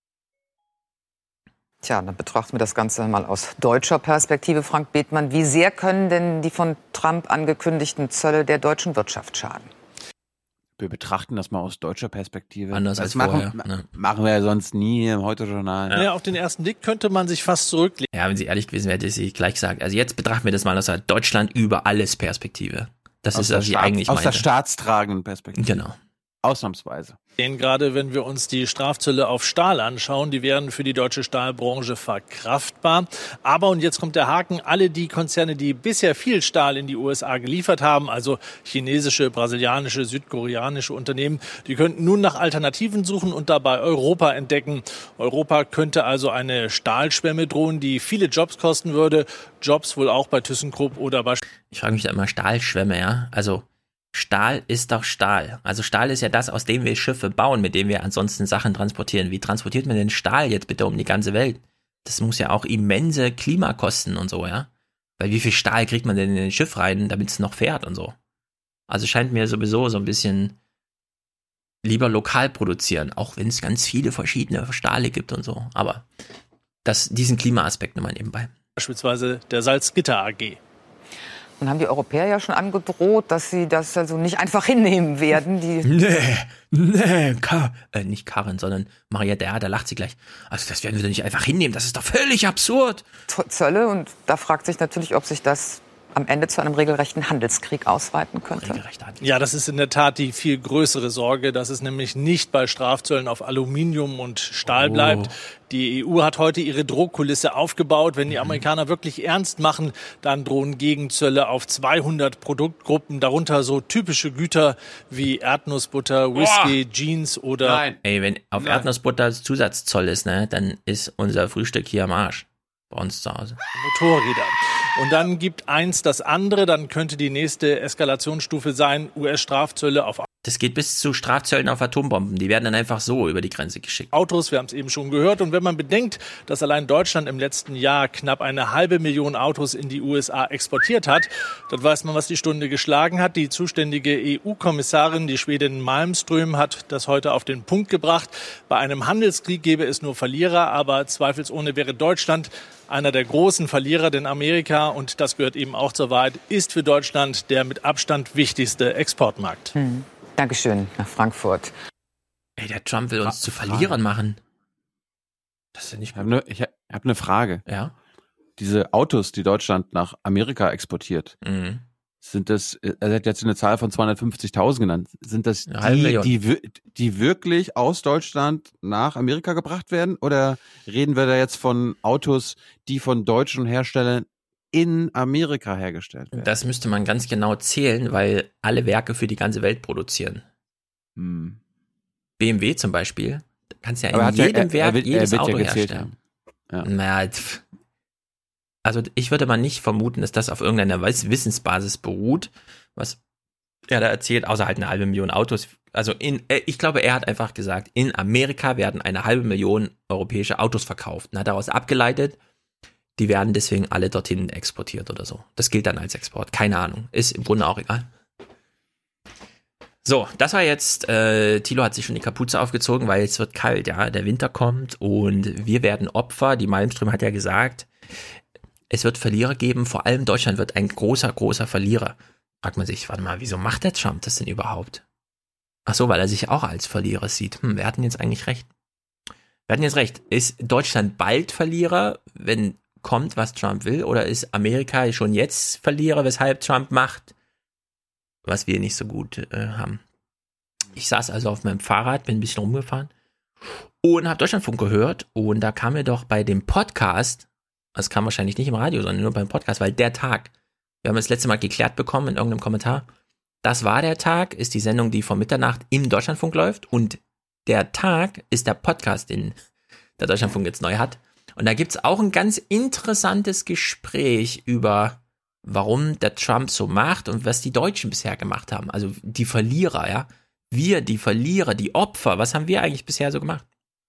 Tja, dann betrachten wir das Ganze mal aus deutscher Perspektive, Frank Bethmann. Wie sehr können denn die von Trump angekündigten Zölle der deutschen Wirtschaft schaden? Wir betrachten das mal aus deutscher Perspektive. Anders das als machen, vorher. Ne? Machen wir ja sonst nie im Heute-Journal. Ja. ja, auf den ersten Blick könnte man sich fast zurücklehnen. Ja, wenn sie ehrlich gewesen wäre, hätte sie gleich gesagt. Also jetzt betrachten wir das mal aus der Deutschland über alles Perspektive. Das aus ist, was sie eigentlich Aus meinte. der staatstragenden Perspektive. Genau. Ausnahmsweise. Gerade wenn wir uns die Strafzölle auf Stahl anschauen, die wären für die deutsche Stahlbranche verkraftbar. Aber, und jetzt kommt der Haken, alle die Konzerne, die bisher viel Stahl in die U S A geliefert haben, also chinesische, brasilianische, südkoreanische Unternehmen, die könnten nun nach Alternativen suchen und dabei Europa entdecken. Europa könnte also eine Stahlschwemme drohen, die viele Jobs kosten würde. Jobs wohl auch bei ThyssenKrupp oder bei... Ich frage mich da immer, Stahlschwämme, ja? Also... Stahl ist doch Stahl. Also Stahl ist ja das, aus dem wir Schiffe bauen, mit dem wir ansonsten Sachen transportieren. Wie transportiert man den Stahl jetzt bitte um die ganze Welt? Das muss ja auch immense Klimakosten und so, ja? Weil wie viel Stahl kriegt man denn in ein Schiff rein, damit es noch fährt und so? Also scheint mir sowieso so ein bisschen lieber lokal produzieren, auch wenn es ganz viele verschiedene Stahle gibt und so. Aber das, diesen Klimaaspekt nochmal nebenbei. Beispielsweise der Salzgitter A G. Und haben die Europäer ja schon angedroht, dass sie das also nicht einfach hinnehmen werden. Die nee, nee, Ka äh, nicht Karin, sondern Maria, der, da lacht sie gleich. Also das werden wir doch nicht einfach hinnehmen, das ist doch völlig absurd. Zölle, und da fragt sich natürlich, ob sich das am Ende zu einem regelrechten Handelskrieg ausweiten könnte. Ja, das ist in der Tat die viel größere Sorge, dass es nämlich nicht bei Strafzöllen auf Aluminium und Stahl Oh. bleibt. Die E U hat heute ihre Drohkulisse aufgebaut. Wenn die Amerikaner wirklich ernst machen, dann drohen Gegenzölle auf zweihundert Produktgruppen, darunter so typische Güter wie Erdnussbutter, Whisky, Oh. Jeans oder... Nein. Ey, wenn auf Nein. Erdnussbutter Zusatzzoll ist, ne, dann ist unser Frühstück hier am Arsch. Bei uns zu Hause. Motorräder. Und dann gibt eins das andere, dann könnte die nächste Eskalationsstufe sein, U S-Strafzölle auf Das geht bis zu Strafzöllen auf Atombomben. Die werden dann einfach so über die Grenze geschickt. Autos, wir haben es eben schon gehört. Und wenn man bedenkt, dass allein Deutschland im letzten Jahr knapp eine halbe Million Autos in die U S A exportiert hat, dann weiß man, was die Stunde geschlagen hat. Die zuständige E U-Kommissarin, die Schwedin Malmström, hat das heute auf den Punkt gebracht. Bei einem Handelskrieg gäbe es nur Verlierer, aber zweifelsohne wäre Deutschland einer der großen Verlierer, denn Amerika, und das gehört eben auch zur Wahrheit, ist für Deutschland der mit Abstand wichtigste Exportmarkt. Hm. Dankeschön nach Frankfurt. Ey, der Trump will uns zu Verlierern machen. Das ist ja nicht ich habe eine ich hab ne Frage. Ja? Diese Autos, die Deutschland nach Amerika exportiert, mhm. sind das, er hat jetzt eine Zahl von zweihundertfünfzigtausend genannt, sind das Eine die, die, die wirklich aus Deutschland nach Amerika gebracht werden? Oder reden wir da jetzt von Autos, die von deutschen Herstellern in Amerika hergestellt werden? Das müsste man ganz genau zählen, weil alle Werke für die ganze Welt produzieren. Hm. B M W zum Beispiel, da kannst ja in Aber hat ja- jedem er- Werk er wird- er jedes wird ja Auto gezählt herstellen. Ja. Naja, pff. Also ich würde mal nicht vermuten, dass das auf irgendeiner Wiss- Wissensbasis beruht, was er da erzählt, außer halt eine halbe Million Autos. Also in, äh, ich glaube, er hat einfach gesagt, in Amerika werden eine halbe Million europäische Autos verkauft und hat daraus abgeleitet, die werden deswegen alle dorthin exportiert oder so. Das gilt dann als Export. Keine Ahnung. Ist im Grunde auch egal. So, das war jetzt, äh, Thilo hat sich schon die Kapuze aufgezogen, weil es wird kalt, ja. Der Winter kommt und wir werden Opfer. Die Malmström hat ja gesagt, es wird Verlierer geben. Vor allem Deutschland wird ein großer, großer Verlierer. Fragt man sich, warte mal, wieso macht der Trump das denn überhaupt? Ach so, weil er sich auch als Verlierer sieht. Hm, wer hat denn jetzt eigentlich recht? Wir hatten jetzt recht. Ist Deutschland bald Verlierer, wenn kommt, was Trump will? Oder ist Amerika schon jetzt Verlierer, weshalb Trump macht, was wir nicht so gut äh, haben? Ich saß also auf meinem Fahrrad, bin ein bisschen rumgefahren und habe Deutschlandfunk gehört. Und da kam mir doch bei dem Podcast, das kam wahrscheinlich nicht im Radio, sondern nur beim Podcast, weil der Tag, wir haben das letzte Mal geklärt bekommen in irgendeinem Kommentar, das war der Tag, ist die Sendung, die vor Mitternacht im Deutschlandfunk läuft, und der Tag ist der Podcast, den der Deutschlandfunk jetzt neu hat. Und da gibt's auch ein ganz interessantes Gespräch über, warum der Trump so macht und was die Deutschen bisher gemacht haben. Also die Verlierer, ja. Wir, die Verlierer, die Opfer, was haben wir eigentlich bisher so gemacht?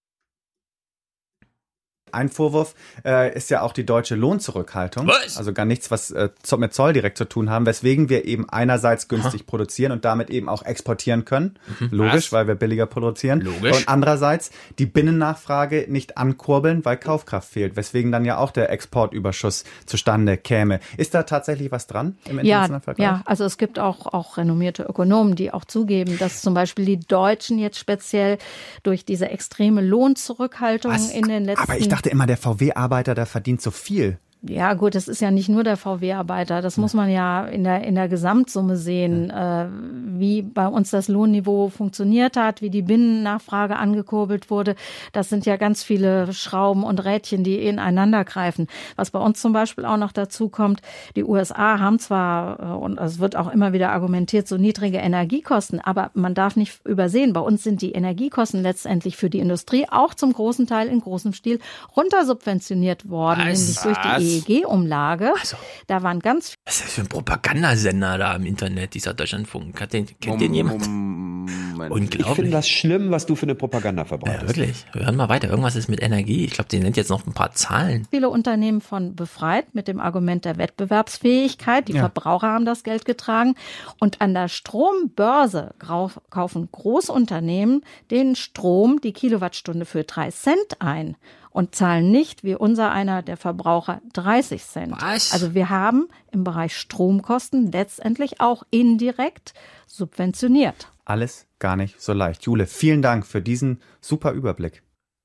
Ein Vorwurf äh, ist ja auch die deutsche Lohnzurückhaltung. Was? Also gar nichts, was äh, mit Zoll direkt zu tun haben, weswegen wir eben einerseits günstig Aha. produzieren und damit eben auch exportieren können. Mhm. Logisch, Was? weil wir billiger produzieren. Logisch. Und andererseits die Binnennachfrage nicht ankurbeln, weil Kaufkraft fehlt, weswegen dann ja auch der Exportüberschuss zustande käme. Ist da tatsächlich was dran im internationalen Ja, Vergleich? ja, also es gibt auch, auch renommierte Ökonomen, die auch zugeben, dass zum Beispiel die Deutschen jetzt speziell durch diese extreme Lohnzurückhaltung Was? in den letzten... Aber ich dachte immer, der V W-Arbeiter, der verdient so viel. Ja gut, das ist ja nicht nur der V W-Arbeiter, das muss man ja in der, in der Gesamtsumme sehen, äh, wie bei uns das Lohnniveau funktioniert hat, wie die Binnennachfrage angekurbelt wurde. Das sind ja ganz viele Schrauben und Rädchen, die ineinander greifen. Was bei uns zum Beispiel auch noch dazu kommt, die U S A haben zwar, äh, und es wird auch immer wieder argumentiert, so niedrige Energiekosten, aber man darf nicht übersehen, bei uns sind die Energiekosten letztendlich für die Industrie auch zum großen Teil in großem Stil runtersubventioniert worden, Was? nämlich durch die Was? E E G-Umlage. Also, da waren ganz was ist das für ein Propagandasender da im Internet, dieser Deutschlandfunk? Hat den, kennt den jemand? Unglaublich. Ich finde das schlimm, was du für eine Propaganda verbreitest. Ja, wirklich. Wir hören mal weiter. Irgendwas ist mit Energie. Ich glaube, die nennt jetzt noch ein paar Zahlen. Viele Unternehmen von befreit mit dem Argument der Wettbewerbsfähigkeit. Die ja. Verbraucher haben das Geld getragen. Und an der Strombörse kaufen Großunternehmen den Strom, die Kilowattstunde für drei Cent ein. Und zahlen nicht, wie unser einer, der Verbraucher, dreißig Cent. Was? Also wir haben im Bereich Stromkosten letztendlich auch indirekt subventioniert. Alles gar nicht so leicht. Jule, vielen Dank für diesen super Überblick.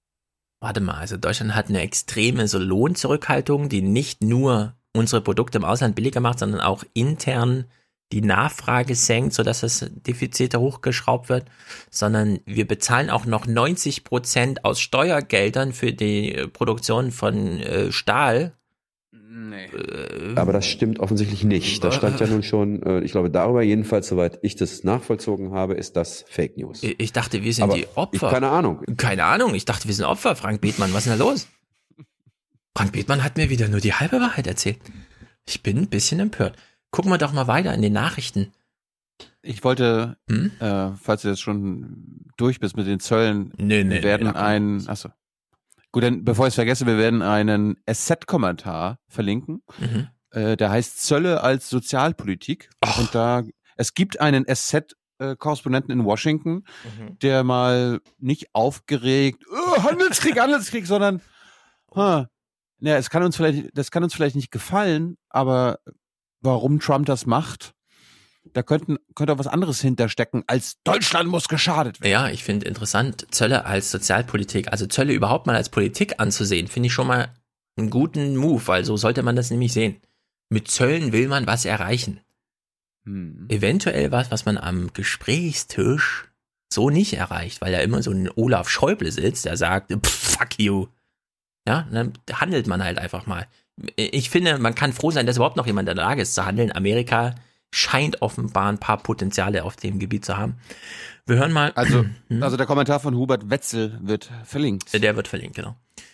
Warte mal, also Deutschland hat eine extreme so Lohnzurückhaltung, die nicht nur unsere Produkte im Ausland billiger macht, sondern auch intern die Nachfrage senkt, sodass das Defizit hochgeschraubt wird, sondern wir bezahlen auch noch neunzig Prozent aus Steuergeldern für die Produktion von äh, Stahl. Nee. Äh, Aber das stimmt offensichtlich nicht. Das stand ja nun schon, äh, ich glaube darüber jedenfalls, soweit ich das nachvollzogen habe, ist das Fake News. Ich dachte, wir sind Aber die Opfer. Ich, keine Ahnung. Keine Ahnung, ich dachte, wir sind Opfer. Frank Bethmann, was ist denn da los? Frank Bethmann hat mir wieder nur die halbe Wahrheit erzählt. Ich bin ein bisschen empört. Gucken wir doch mal weiter in den Nachrichten. Ich wollte, hm? äh, falls du jetzt schon durch bist mit den Zöllen, nee, nee, wir werden nee, einen, achso. Gut, dann, bevor ich es vergesse, wir werden einen Asset-Kommentar verlinken. Mhm. Äh, der heißt Zölle als Sozialpolitik. Ach. Und da, es gibt einen Asset-Korrespondenten in Washington, mhm. der mal nicht aufgeregt, oh, Handelskrieg, Handelskrieg, sondern, huh, ja, es kann uns vielleicht, das kann uns vielleicht nicht gefallen, aber warum Trump das macht, da könnten, könnte auch was anderes hinterstecken, als Deutschland muss geschadet werden. Ja, ich finde interessant, Zölle als Sozialpolitik, also Zölle überhaupt mal als Politik anzusehen, finde ich schon mal einen guten Move, weil so sollte man das nämlich sehen. Mit Zöllen will man was erreichen. Hm. Eventuell was, was man am Gesprächstisch so nicht erreicht, weil da immer so ein Olaf Schäuble sitzt, der sagt, fuck you. Ja, dann handelt man halt einfach mal. Ich finde, man kann froh sein, dass überhaupt noch jemand in der Lage ist zu handeln. Amerika scheint offenbar ein paar Potenziale auf dem Gebiet zu haben. Wir hören mal. Also, also der Kommentar von Hubert Wetzel wird verlinkt. Der wird verlinkt, genau.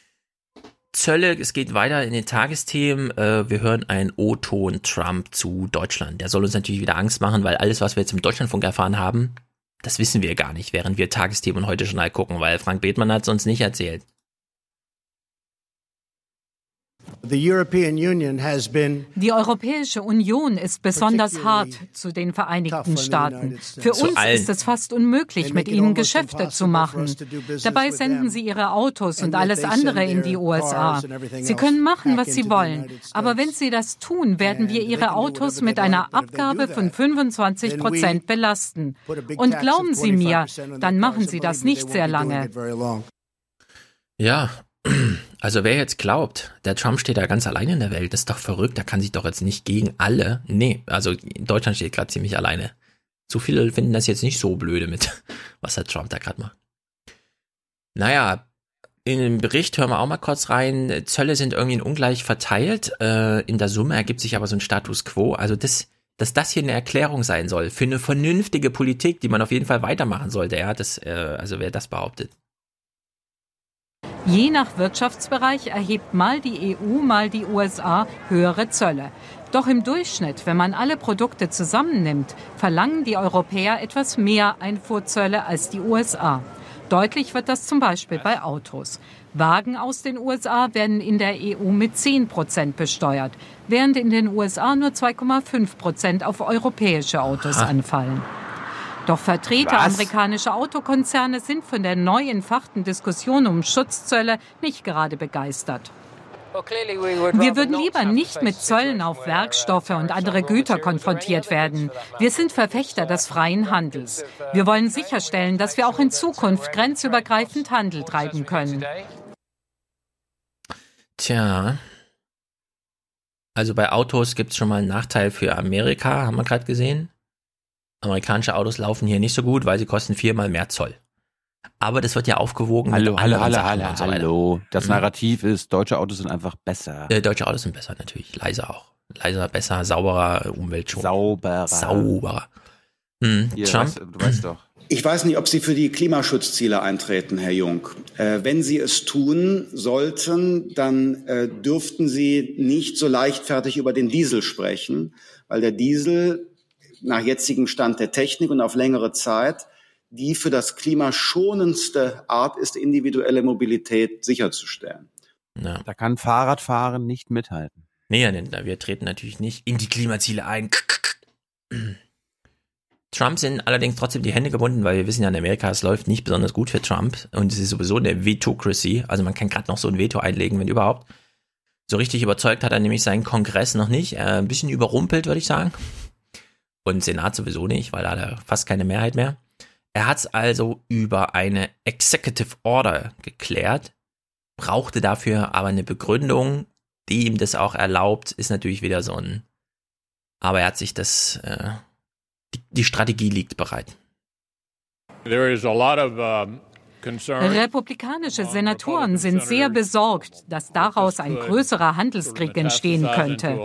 Zölle, es geht weiter in den Tagesthemen. Wir hören einen O-Ton Trump zu Deutschland. Der soll uns natürlich wieder Angst machen, weil alles, was wir jetzt im Deutschlandfunk erfahren haben, das wissen wir gar nicht, während wir Tagesthemen und Heute Journal gucken, weil Frank Bethmann hat es uns nicht erzählt. Die Europäische Union ist besonders hart zu den Vereinigten Staaten. Für uns ist es fast unmöglich, mit ihnen Geschäfte zu machen. Dabei senden sie ihre Autos und alles andere in die U S A. Sie können machen, was sie wollen. Aber wenn sie das tun, werden wir ihre Autos mit einer Abgabe von fünfundzwanzig Prozent belasten. Und glauben Sie mir, dann machen sie das nicht sehr lange. Ja, also wer jetzt glaubt, der Trump steht da ganz alleine in der Welt, das ist doch verrückt, der kann sich doch jetzt nicht gegen alle, nee, also Deutschland steht gerade ziemlich alleine. So viele finden das jetzt nicht so blöde mit, was der Trump da gerade macht. Naja, in den Bericht hören wir auch mal kurz rein, Zölle sind irgendwie ungleich verteilt, äh, in der Summe ergibt sich aber so ein Status quo, also das, dass das hier eine Erklärung sein soll für eine vernünftige Politik, die man auf jeden Fall weitermachen sollte, ja, das, äh, also wer das behauptet. Je nach Wirtschaftsbereich erhebt mal die E U, mal die U S A höhere Zölle. Doch im Durchschnitt, wenn man alle Produkte zusammennimmt, verlangen die Europäer etwas mehr Einfuhrzölle als die U S A. Deutlich wird das zum Beispiel bei Autos. Wagen aus den U S A werden in der E U mit zehn Prozent besteuert, während in den U S A nur zwei Komma fünf Prozent auf europäische Autos anfallen. Doch Vertreter Was? amerikanischer Autokonzerne sind von der neu entfachten Diskussion um Schutzzölle nicht gerade begeistert. Wir würden lieber nicht mit Zöllen auf Werkstoffe und andere Güter konfrontiert werden. Wir sind Verfechter des freien Handels. Wir wollen sicherstellen, dass wir auch in Zukunft grenzübergreifend Handel treiben können. Tja, also bei Autos gibt es schon mal einen Nachteil für Amerika, haben wir gerade gesehen. Amerikanische Autos laufen hier nicht so gut, weil sie kosten viermal mehr Zoll. Aber das wird ja aufgewogen. Hallo, mit hallo, hallo, hallo, und so hallo. Das Narrativ mhm. ist, deutsche Autos sind einfach besser. Äh, deutsche Autos sind besser, natürlich. Leiser auch. Leiser, besser, sauberer, Umweltschutz. Sauberer. Sauberer. Mhm. Hier, Trump. Weißt, du weißt doch. Ich weiß nicht, ob Sie für die Klimaschutzziele eintreten, Herr Jung. Äh, wenn Sie es tun sollten, dann äh, dürften Sie nicht so leichtfertig über den Diesel sprechen, weil der Diesel nach jetzigem Stand der Technik und auf längere Zeit die für das Klima schonendste Art ist, individuelle Mobilität sicherzustellen. Ja. Da kann Fahrradfahren nicht mithalten. Nee, wir treten natürlich nicht in die Klimaziele ein. Trump sind allerdings trotzdem die Hände gebunden, weil wir wissen ja in Amerika, es läuft nicht besonders gut für Trump und es ist sowieso eine Vetocracy, also man kann gerade noch so ein Veto einlegen, wenn überhaupt. So richtig überzeugt hat er nämlich seinen Kongress noch nicht, äh, ein bisschen überrumpelt, würde ich sagen. Und Senat sowieso nicht, weil da hat er fast keine Mehrheit mehr. Er hat es also über eine Executive Order geklärt, brauchte dafür aber eine Begründung, die ihm das auch erlaubt, ist natürlich wieder so ein, aber er hat sich das, äh, die, die Strategie liegt bereit. There is a lot of, um Republikanische Senatoren sind sehr besorgt, dass daraus ein größerer Handelskrieg entstehen könnte.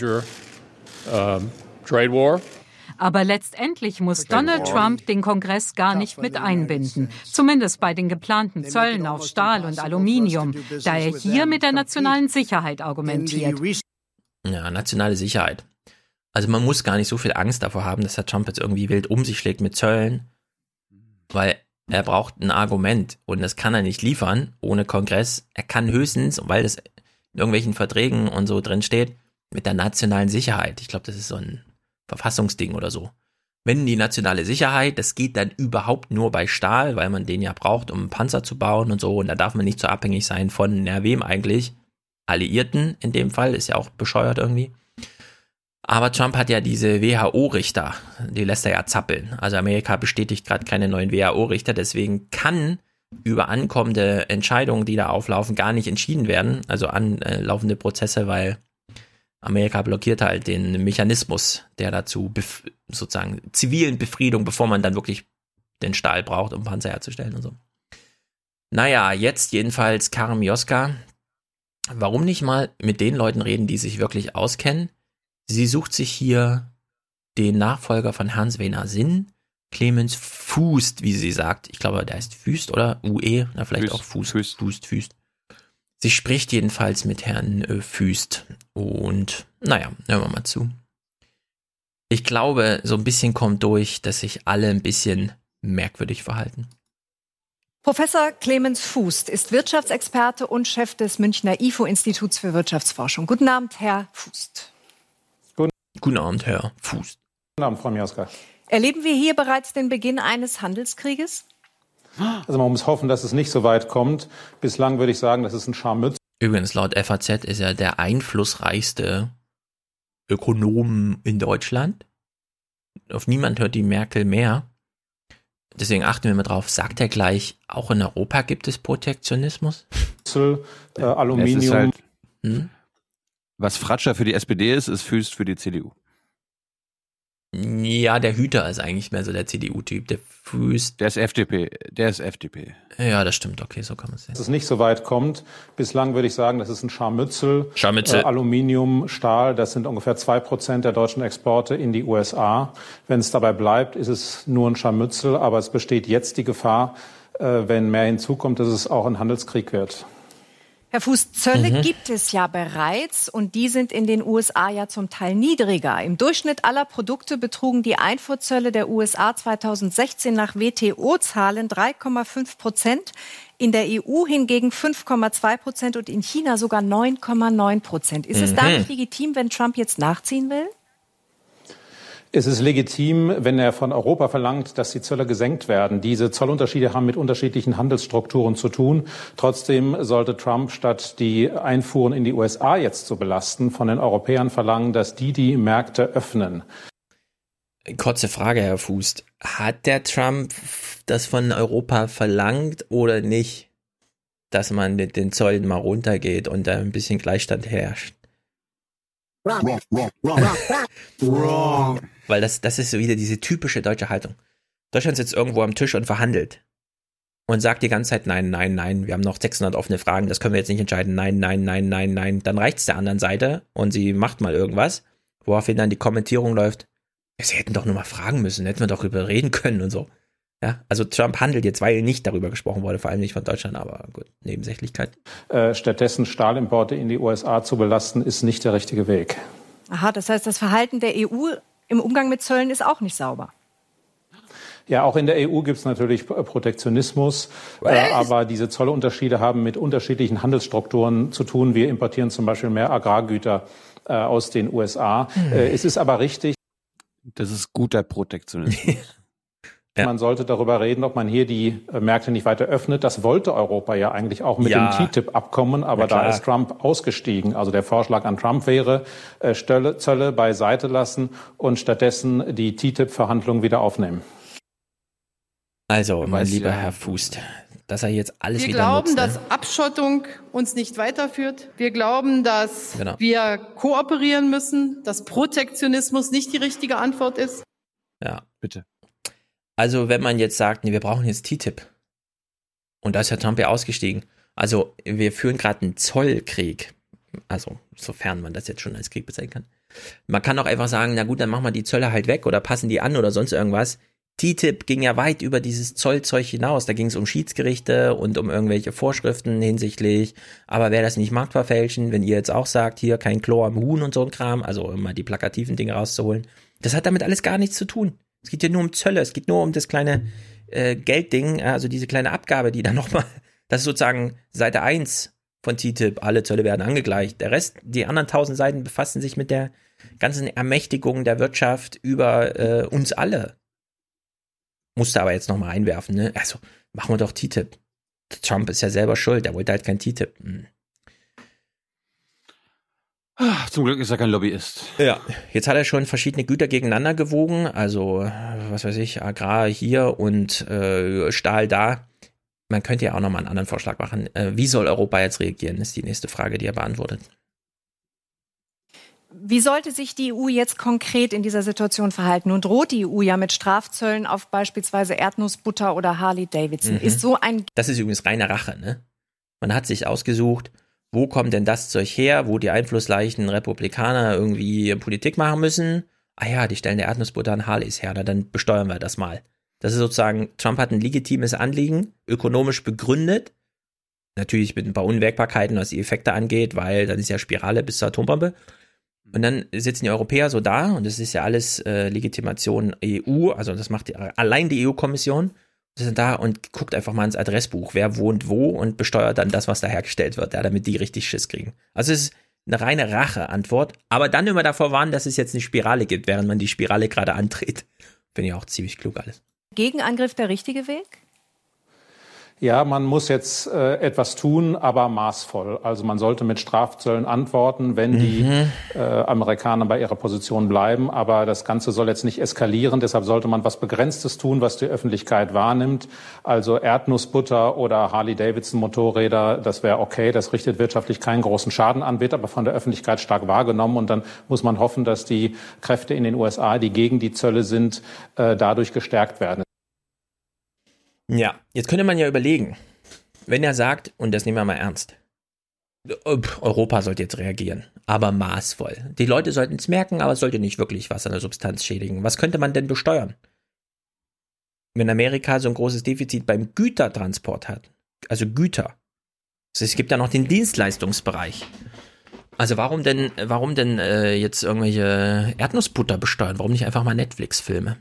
Aber letztendlich muss Donald Trump den Kongress gar nicht mit einbinden, zumindest bei den geplanten Zöllen auf Stahl und Aluminium, da er hier mit der nationalen Sicherheit argumentiert. Ja, nationale Sicherheit. Also man muss gar nicht so viel Angst davor haben, dass Herr Trump jetzt irgendwie wild um sich schlägt mit Zöllen, weil er braucht ein Argument und das kann er nicht liefern ohne Kongress. Er kann höchstens, weil das in irgendwelchen Verträgen und so drin steht, mit der nationalen Sicherheit. Ich glaube, das ist so ein Verfassungsding oder so. Wenn die nationale Sicherheit, das geht dann überhaupt nur bei Stahl, weil man den ja braucht, um einen Panzer zu bauen und so. Und da darf man nicht so abhängig sein von, na, wem eigentlich? Alliierten in dem Fall, ist ja auch bescheuert irgendwie. Aber Trump hat ja diese W H O-Richter, die lässt er ja zappeln. Also Amerika bestätigt gerade keine neuen W H O-Richter, deswegen kann über ankommende Entscheidungen, die da auflaufen, gar nicht entschieden werden. Also anlaufende Prozesse, weil Amerika blockiert halt den Mechanismus, der dazu bef- sozusagen zivilen Befriedung, bevor man dann wirklich den Stahl braucht, um Panzer herzustellen und so. Naja, jetzt jedenfalls Karin Mioska. Warum nicht mal mit den Leuten reden, die sich wirklich auskennen? Sie sucht sich hier den Nachfolger von Hans-Werner Sinn, Clemens Fuest, wie sie sagt. Ich glaube, der heißt Fuest, oder? U E, na vielleicht Fuest, auch Fuest, Fuest, Fuest, Fuest. Sie spricht jedenfalls mit Herrn äh, Fuest. Und naja, hören wir mal zu. Ich glaube, so ein bisschen kommt durch, dass sich alle ein bisschen merkwürdig verhalten. Professor Clemens Fuest ist Wirtschaftsexperte und Chef des Münchner I F O-Instituts für Wirtschaftsforschung. Guten Abend, Herr Fuest. Guten Abend, Herr Fuest. Guten Abend, Frau Mioska. Erleben wir hier bereits den Beginn eines Handelskrieges? Also man muss hoffen, dass es nicht so weit kommt. Bislang würde ich sagen, das ist ein Scharmützel. Übrigens, laut F A Z ist er der einflussreichste Ökonom in Deutschland. Auf niemand hört die Merkel mehr. Deswegen achten wir mal drauf. Sagt er gleich, auch in Europa gibt es Protektionismus? Äh, Aluminium. Es ist halt, hm? Was Fratscher für die S P D ist, ist Fuest für die C D U. Ja, der Hüter ist eigentlich mehr so der C D U-Typ. Der Fuest. Der ist F D P. Der ist F D P. Ja, das stimmt. Okay, so kann man es sehen. Dass es nicht so weit kommt. Bislang würde ich sagen, das ist ein Scharmützel. Scharmützel. Äh, Aluminium, Stahl, das sind ungefähr zwei Prozent der deutschen Exporte in die U S A. Wenn es dabei bleibt, ist es nur ein Scharmützel. Aber es besteht jetzt die Gefahr, äh, wenn mehr hinzukommt, dass es auch ein Handelskrieg wird. Herr Fuest, Zölle Mhm. gibt es ja bereits und die sind in den U S A ja zum Teil niedriger. Im Durchschnitt aller Produkte betrugen die Einfuhrzölle der U S A zweitausendsechzehn nach W T O-Zahlen drei Komma fünf Prozent, in der E U hingegen fünf Komma zwei Prozent und in China sogar neun Komma neun Prozent. Ist es da Mhm. nicht legitim, wenn Trump jetzt nachziehen will? Es ist legitim, wenn er von Europa verlangt, dass die Zölle gesenkt werden. Diese Zollunterschiede haben mit unterschiedlichen Handelsstrukturen zu tun. Trotzdem sollte Trump, statt die Einfuhren in die U S A jetzt zu belasten, von den Europäern verlangen, dass die die Märkte öffnen. Kurze Frage, Herr Fuest. Hat der Trump das von Europa verlangt oder nicht, dass man mit den Zöllen mal runtergeht und da ein bisschen Gleichstand herrscht? Wrong, wrong, wrong, wrong. Weil das, das ist so wieder diese typische deutsche Haltung. Deutschland sitzt irgendwo am Tisch und verhandelt und sagt die ganze Zeit, nein, nein, nein, wir haben noch sechshundert offene Fragen, das können wir jetzt nicht entscheiden, nein, nein, nein, nein, nein. Dann reicht es der anderen Seite und sie macht mal irgendwas, woraufhin dann die Kommentierung läuft, sie hätten doch nur mal fragen müssen, hätten wir doch darüber reden können und so. Ja, also Trump handelt jetzt, weil nicht darüber gesprochen wurde, vor allem nicht von Deutschland, aber gut, Nebensächlichkeit. Äh, stattdessen Stahlimporte in die U S A zu belasten, ist nicht der richtige Weg. Aha, das heißt, das Verhalten der E U im Umgang mit Zöllen ist auch nicht sauber. Ja, auch in der E U gibt es natürlich Protektionismus, äh, aber diese Zollunterschiede haben mit unterschiedlichen Handelsstrukturen zu tun. Wir importieren zum Beispiel mehr Agrargüter äh, aus den U S A. Mhm. Äh, es ist aber richtig. Das ist guter Protektionismus. Ja. Man sollte darüber reden, ob man hier die äh, Märkte nicht weiter öffnet. Das wollte Europa ja eigentlich auch mit ja. dem T T I P-Abkommen, aber da ist Trump ausgestiegen. Also der Vorschlag an Trump wäre, äh, Stölle, Zölle beiseite lassen und stattdessen die T T I P-Verhandlungen wieder aufnehmen. Also, mein lieber Herr Fußt, dass er jetzt alles wir wieder glauben, nutzt, ne? dass Abschottung uns nicht weiterführt. Wir glauben, dass genau. wir kooperieren müssen, dass Protektionismus nicht die richtige Antwort ist. Ja, bitte. Also wenn man jetzt sagt, nee, wir brauchen jetzt T T I P und da ist Herr Trump ja ausgestiegen, also wir führen gerade einen Zollkrieg, also sofern man das jetzt schon als Krieg bezeichnen kann. Man kann auch einfach sagen, na gut, dann machen wir die Zölle halt weg oder passen die an oder sonst irgendwas. T T I P ging ja weit über dieses Zollzeug hinaus, da ging es um Schiedsgerichte und um irgendwelche Vorschriften hinsichtlich, aber wäre das nicht Marktverfälschen, wenn ihr jetzt auch sagt, hier kein Klo am Huhn und so ein Kram, also um mal die plakativen Dinge rauszuholen, das hat damit alles gar nichts zu tun. Es geht ja nur um Zölle, es geht nur um das kleine äh, Geldding, also diese kleine Abgabe, die dann nochmal, das ist sozusagen Seite eins von T T I P, alle Zölle werden angegleicht. Der Rest, die anderen tausend Seiten befassen sich mit der ganzen Ermächtigung der Wirtschaft über äh, uns alle. Musste aber jetzt nochmal einwerfen, ne? Also, machen wir doch T T I P. Trump ist ja selber schuld, der wollte halt kein T T I P. Hm. Zum Glück ist er kein Lobbyist. Ja, jetzt hat er schon verschiedene Güter gegeneinander gewogen, also was weiß ich, Agrar hier und äh, Stahl da. Man könnte ja auch nochmal einen anderen Vorschlag machen. Äh, wie soll Europa jetzt reagieren, ist die nächste Frage, die er beantwortet. Wie sollte sich die E U jetzt konkret in dieser Situation verhalten? Nun droht die E U ja mit Strafzöllen auf beispielsweise Erdnussbutter oder Harley-Davidson. Mhm. Ist so ein Das ist übrigens reine Rache, ne? Man hat sich ausgesucht, wo kommt denn das Zeug her, wo die einflussreichen Republikaner irgendwie Politik machen müssen? Ah ja, die stellen der Erdnussbutter an Harleys her, na dann besteuern wir das mal. Das ist sozusagen, Trump hat ein legitimes Anliegen, ökonomisch begründet. Natürlich mit ein paar Unwägbarkeiten, was die Effekte angeht, weil dann ist ja Spirale bis zur Atombombe. Und dann sitzen die Europäer so da und das ist ja alles äh, Legitimation E U, also das macht die, allein die E U-Kommission. Sie sind da und guckt einfach mal ins Adressbuch, wer wohnt wo und besteuert dann das, was da hergestellt wird, ja, damit die richtig Schiss kriegen. Also es ist eine reine Rache-Antwort, aber dann immer davor warnen, dass es jetzt eine Spirale gibt, während man die Spirale gerade antritt. Finde ich auch ziemlich klug alles. Gegenangriff der richtige Weg? Ja, man muss jetzt äh, etwas tun, aber maßvoll. Also man sollte mit Strafzöllen antworten, wenn die mhm. äh, Amerikaner bei ihrer Position bleiben. Aber das Ganze soll jetzt nicht eskalieren. Deshalb sollte man was Begrenztes tun, was die Öffentlichkeit wahrnimmt. Also Erdnussbutter oder Harley-Davidson-Motorräder, das wäre okay. Das richtet wirtschaftlich keinen großen Schaden an, wird aber von der Öffentlichkeit stark wahrgenommen. Und dann muss man hoffen, dass die Kräfte in den U S A, die gegen die Zölle sind, äh, dadurch gestärkt werden. Ja, jetzt könnte man ja überlegen, wenn er sagt, und das nehmen wir mal ernst, Europa sollte jetzt reagieren, aber maßvoll. Die Leute sollten es merken, aber es sollte nicht wirklich was an der Substanz schädigen. Was könnte man denn besteuern? Wenn Amerika so ein großes Defizit beim Gütertransport hat, also Güter, es gibt ja noch den Dienstleistungsbereich. Also warum denn, warum denn äh, jetzt irgendwelche Erdnussbutter besteuern? Warum nicht einfach mal Netflix-Filme?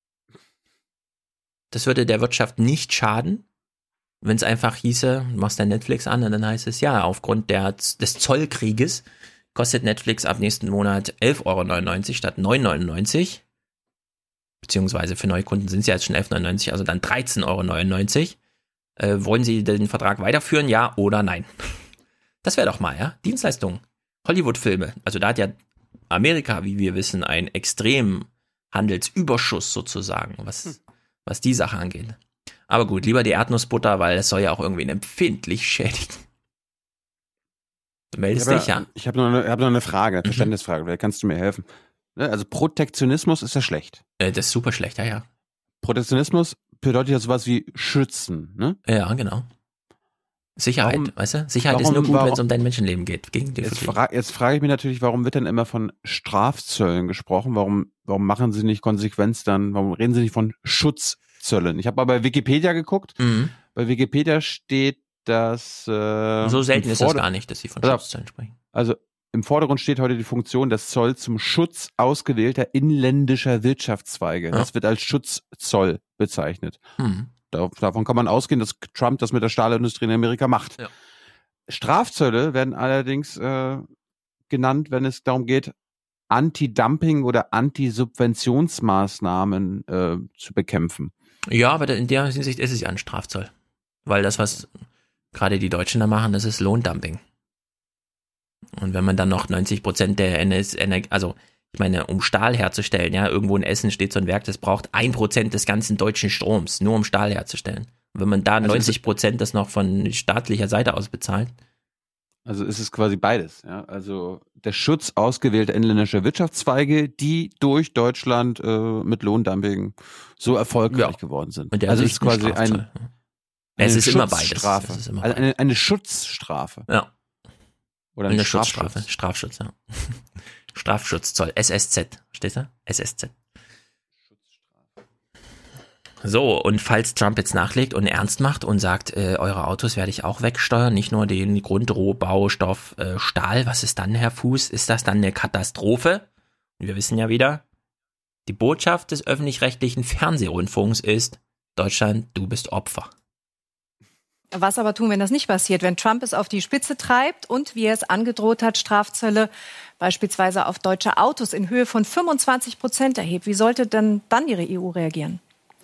Das würde der Wirtschaft nicht schaden, wenn es einfach hieße, du machst dein Netflix an und dann heißt es, ja, aufgrund der, des Zollkrieges kostet Netflix ab nächsten Monat elf Euro neunundneunzig statt neun Euro neunundneunzig. Beziehungsweise für neue Kunden sind es ja jetzt schon elf Euro neunundneunzig, also dann dreizehn Euro neunundneunzig. Äh, wollen Sie den Vertrag weiterführen, ja oder nein? Das wäre doch mal, ja, Dienstleistungen. Hollywood-Filme, also da hat ja Amerika, wie wir wissen, einen extremen Handelsüberschuss sozusagen, was... Hm. was die Sache angeht. Aber gut, lieber die Erdnussbutter, weil es soll ja auch irgendwie empfindlich schädigen. Du meldest ich dich, ja? Ich habe noch, hab noch eine Frage, eine Verständnisfrage, vielleicht kannst du mir helfen. Also Protektionismus ist ja schlecht. Äh, das ist super schlecht, ja, ja. Protektionismus bedeutet ja sowas wie schützen, ne? Ja, genau. Sicherheit, warum, weißt du? Sicherheit warum, ist nur gut, warum, wenn es um dein Menschenleben geht. Gegen die jetzt, fra- jetzt frage ich mich natürlich, warum wird dann immer von Strafzöllen gesprochen? Warum, warum machen sie nicht konsequent dann, warum reden sie nicht von Schutzzöllen? Ich habe mal bei Wikipedia geguckt. Mhm. Bei Wikipedia steht, dass... Äh, so selten ist es gar nicht, dass sie von also, Schutzzöllen sprechen. Also im Vordergrund steht heute die Funktion des Zolls zum Schutz ausgewählter inländischer Wirtschaftszweige. Ja. Das wird als Schutzzoll bezeichnet. Mhm. Davon kann man ausgehen, dass Trump das mit der Stahlindustrie in Amerika macht. Ja. Strafzölle werden allerdings äh, genannt, wenn es darum geht, Anti-Dumping- oder Anti-Subventionsmaßnahmen äh, zu bekämpfen. Ja, aber in der Hinsicht ist es ja ein Strafzoll. Weil das, was gerade die Deutschen da machen, das ist Lohndumping. Und wenn man dann noch neunzig Prozent der Energie, also ich meine, um Stahl herzustellen, ja, irgendwo in Essen steht so ein Werk, das braucht ein Prozent des ganzen deutschen Stroms, nur um Stahl herzustellen. Und wenn man da also neunzig Prozent das noch von staatlicher Seite aus bezahlt. Also ist es quasi beides, ja. Also der Schutz ausgewählter inländischer Wirtschaftszweige, die durch Deutschland äh, mit Lohndumping so erfolgreich ja. geworden sind. Und der also es ist quasi ein, eine es ist immer beides. Schutzstrafe. Es ist immer also eine, eine Schutzstrafe. Ja. Oder eine eine Schutzstrafe. Strafschutz, ja. Strafschutzzoll. S S Z. Steht da? S S Z. So, und falls Trump jetzt nachlegt und ernst macht und sagt, äh, eure Autos werde ich auch wegsteuern, nicht nur den Grundrohbaustoff äh, Stahl, was ist dann, Herr Fuß? Ist das dann eine Katastrophe? Und wir wissen ja wieder, die Botschaft des öffentlich-rechtlichen Fernsehrundfunks ist, Deutschland, du bist Opfer. Was aber tun, wenn das nicht passiert, wenn Trump es auf die Spitze treibt und, wie er es angedroht hat, Strafzölle beispielsweise auf deutsche Autos in Höhe von fünfundzwanzig Prozent erhebt? Wie sollte denn dann Ihre E U reagieren?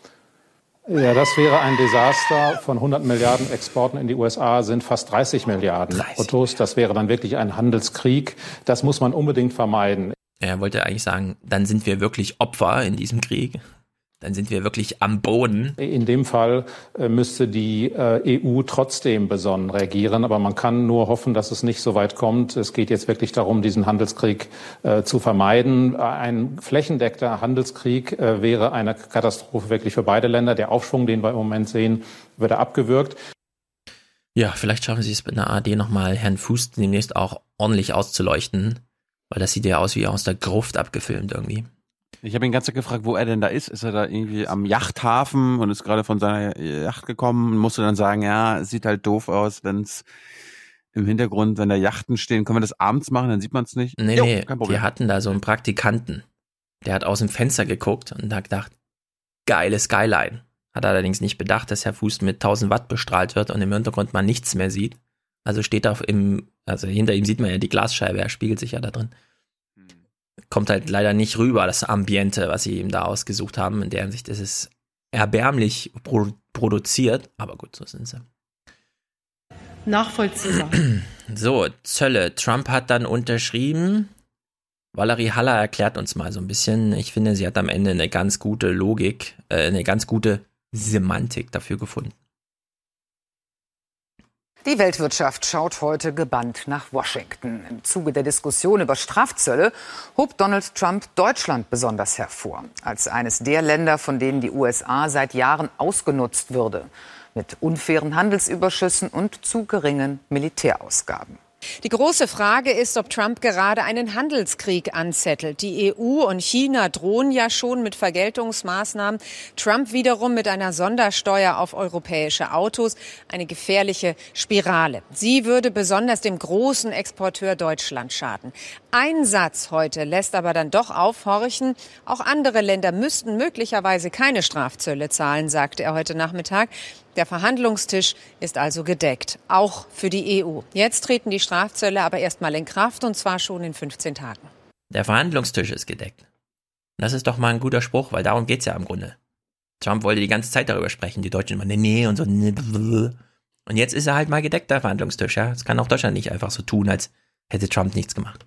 Ja, das wäre ein Desaster. Von hundert Milliarden Exporten in die U S A sind fast dreißig Milliarden dreißig. Autos. Das wäre dann wirklich ein Handelskrieg. Das muss man unbedingt vermeiden. Er wollte eigentlich sagen, dann sind wir wirklich Opfer in diesem Krieg. Dann sind wir wirklich am Boden. In dem Fall äh, müsste die äh, E U trotzdem besonnen reagieren. Aber man kann nur hoffen, dass es nicht so weit kommt. Es geht jetzt wirklich darum, diesen Handelskrieg äh, zu vermeiden. Ein flächendeckender Handelskrieg äh, wäre eine Katastrophe wirklich für beide Länder. Der Aufschwung, den wir im Moment sehen, würde abgewürgt. Ja, vielleicht schaffen Sie es mit einer A R D nochmal, Herrn Fuß demnächst auch ordentlich auszuleuchten. Weil das sieht ja aus wie aus der Gruft abgefilmt irgendwie. Ich habe ihn ganz gefragt, wo er denn da ist. Ist er da irgendwie am Yachthafen und ist gerade von seiner Yacht gekommen und musste dann sagen, ja, es sieht halt doof aus, wenn es im Hintergrund, wenn da Yachten stehen. Können wir das abends machen, dann sieht man es nicht? Nee, jo, nee, kein Problem. Wir hatten da so einen Praktikanten, der hat aus dem Fenster geguckt und hat gedacht, geile Skyline. Hat allerdings nicht bedacht, dass Herr Fuß mit tausend Watt bestrahlt wird und im Hintergrund man nichts mehr sieht. Also steht da im, also hinter ihm sieht man ja die Glasscheibe, er spiegelt sich ja da drin. Kommt halt leider nicht rüber, das Ambiente, was sie ihm da ausgesucht haben. In der Hinsicht ist es erbärmlich pro- produziert, aber gut, so sind sie. Nachvollziehbar. So, Zölle. Trump hat dann unterschrieben. Valerie Haller erklärt uns mal so ein bisschen. Ich finde, sie hat am Ende eine ganz gute Logik, äh, eine ganz gute Semantik dafür gefunden. Die Weltwirtschaft schaut heute gebannt nach Washington. Im Zuge der Diskussion über Strafzölle hob Donald Trump Deutschland besonders hervor. Als eines der Länder, von denen die U S A seit Jahren ausgenutzt würde. Mit unfairen Handelsüberschüssen und zu geringen Militärausgaben. Die große Frage ist, ob Trump gerade einen Handelskrieg anzettelt. Die E U und China drohen ja schon mit Vergeltungsmaßnahmen. Trump wiederum mit einer Sondersteuer auf europäische Autos. Eine gefährliche Spirale. Sie würde besonders dem großen Exporteur Deutschland schaden. Ein Satz heute lässt aber dann doch aufhorchen. Auch andere Länder müssten möglicherweise keine Strafzölle zahlen, sagte er heute Nachmittag. Der Verhandlungstisch ist also gedeckt, auch für die E U. Jetzt treten die Strafzölle aber erstmal in Kraft, und zwar schon in fünfzehn Tagen. Der Verhandlungstisch ist gedeckt. Das ist doch mal ein guter Spruch, weil darum geht's ja im Grunde. Trump wollte die ganze Zeit darüber sprechen, die Deutschen immer, nee, nee und so. Nee, und jetzt ist er halt mal gedeckt, der Verhandlungstisch. Ja? Das kann auch Deutschland nicht einfach so tun, als hätte Trump nichts gemacht.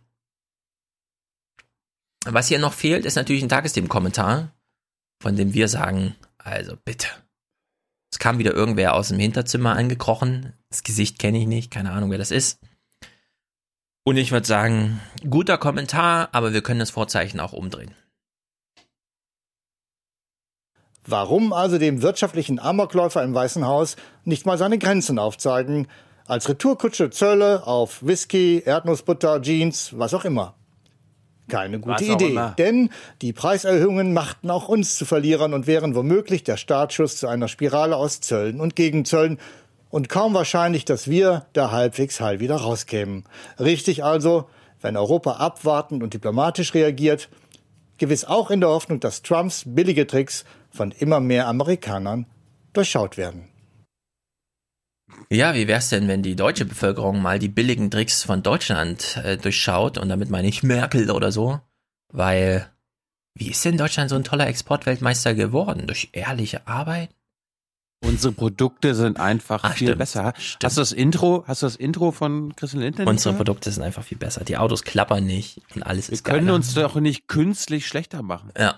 Was hier noch fehlt, ist natürlich ein Tagesthemenkommentar, von dem wir sagen, also bitte. Es kam wieder irgendwer aus dem Hinterzimmer angekrochen. Das Gesicht kenne ich nicht, keine Ahnung, wer das ist. Und ich würde sagen, guter Kommentar, aber wir können das Vorzeichen auch umdrehen. Warum also dem wirtschaftlichen Amokläufer im Weißen Haus nicht mal seine Grenzen aufzeigen? Als Retourkutsche Zölle auf Whisky, Erdnussbutter, Jeans, was auch immer. Keine gute Idee, denn die Preiserhöhungen machten auch uns zu Verlierern und wären womöglich der Startschuss zu einer Spirale aus Zöllen und Gegenzöllen und kaum wahrscheinlich, dass wir da halbwegs heil wieder rauskämen. Richtig also, wenn Europa abwartend und diplomatisch reagiert, gewiss auch in der Hoffnung, dass Trumps billige Tricks von immer mehr Amerikanern durchschaut werden. Ja, wie wär's denn, wenn die deutsche Bevölkerung mal die billigen Tricks von Deutschland äh, durchschaut? Und damit meine ich Merkel oder so. Weil, wie ist denn Deutschland so ein toller Exportweltmeister geworden? Durch ehrliche Arbeit? Unsere Produkte sind einfach Ach, viel stimmt, besser. stimmt. Hast du das Intro, hast du das Intro von Christian Lindner? Unsere Produkte sind einfach viel besser. Die Autos klappern nicht und alles Wir ist können geiler. uns doch nicht künstlich schlechter machen. Ja.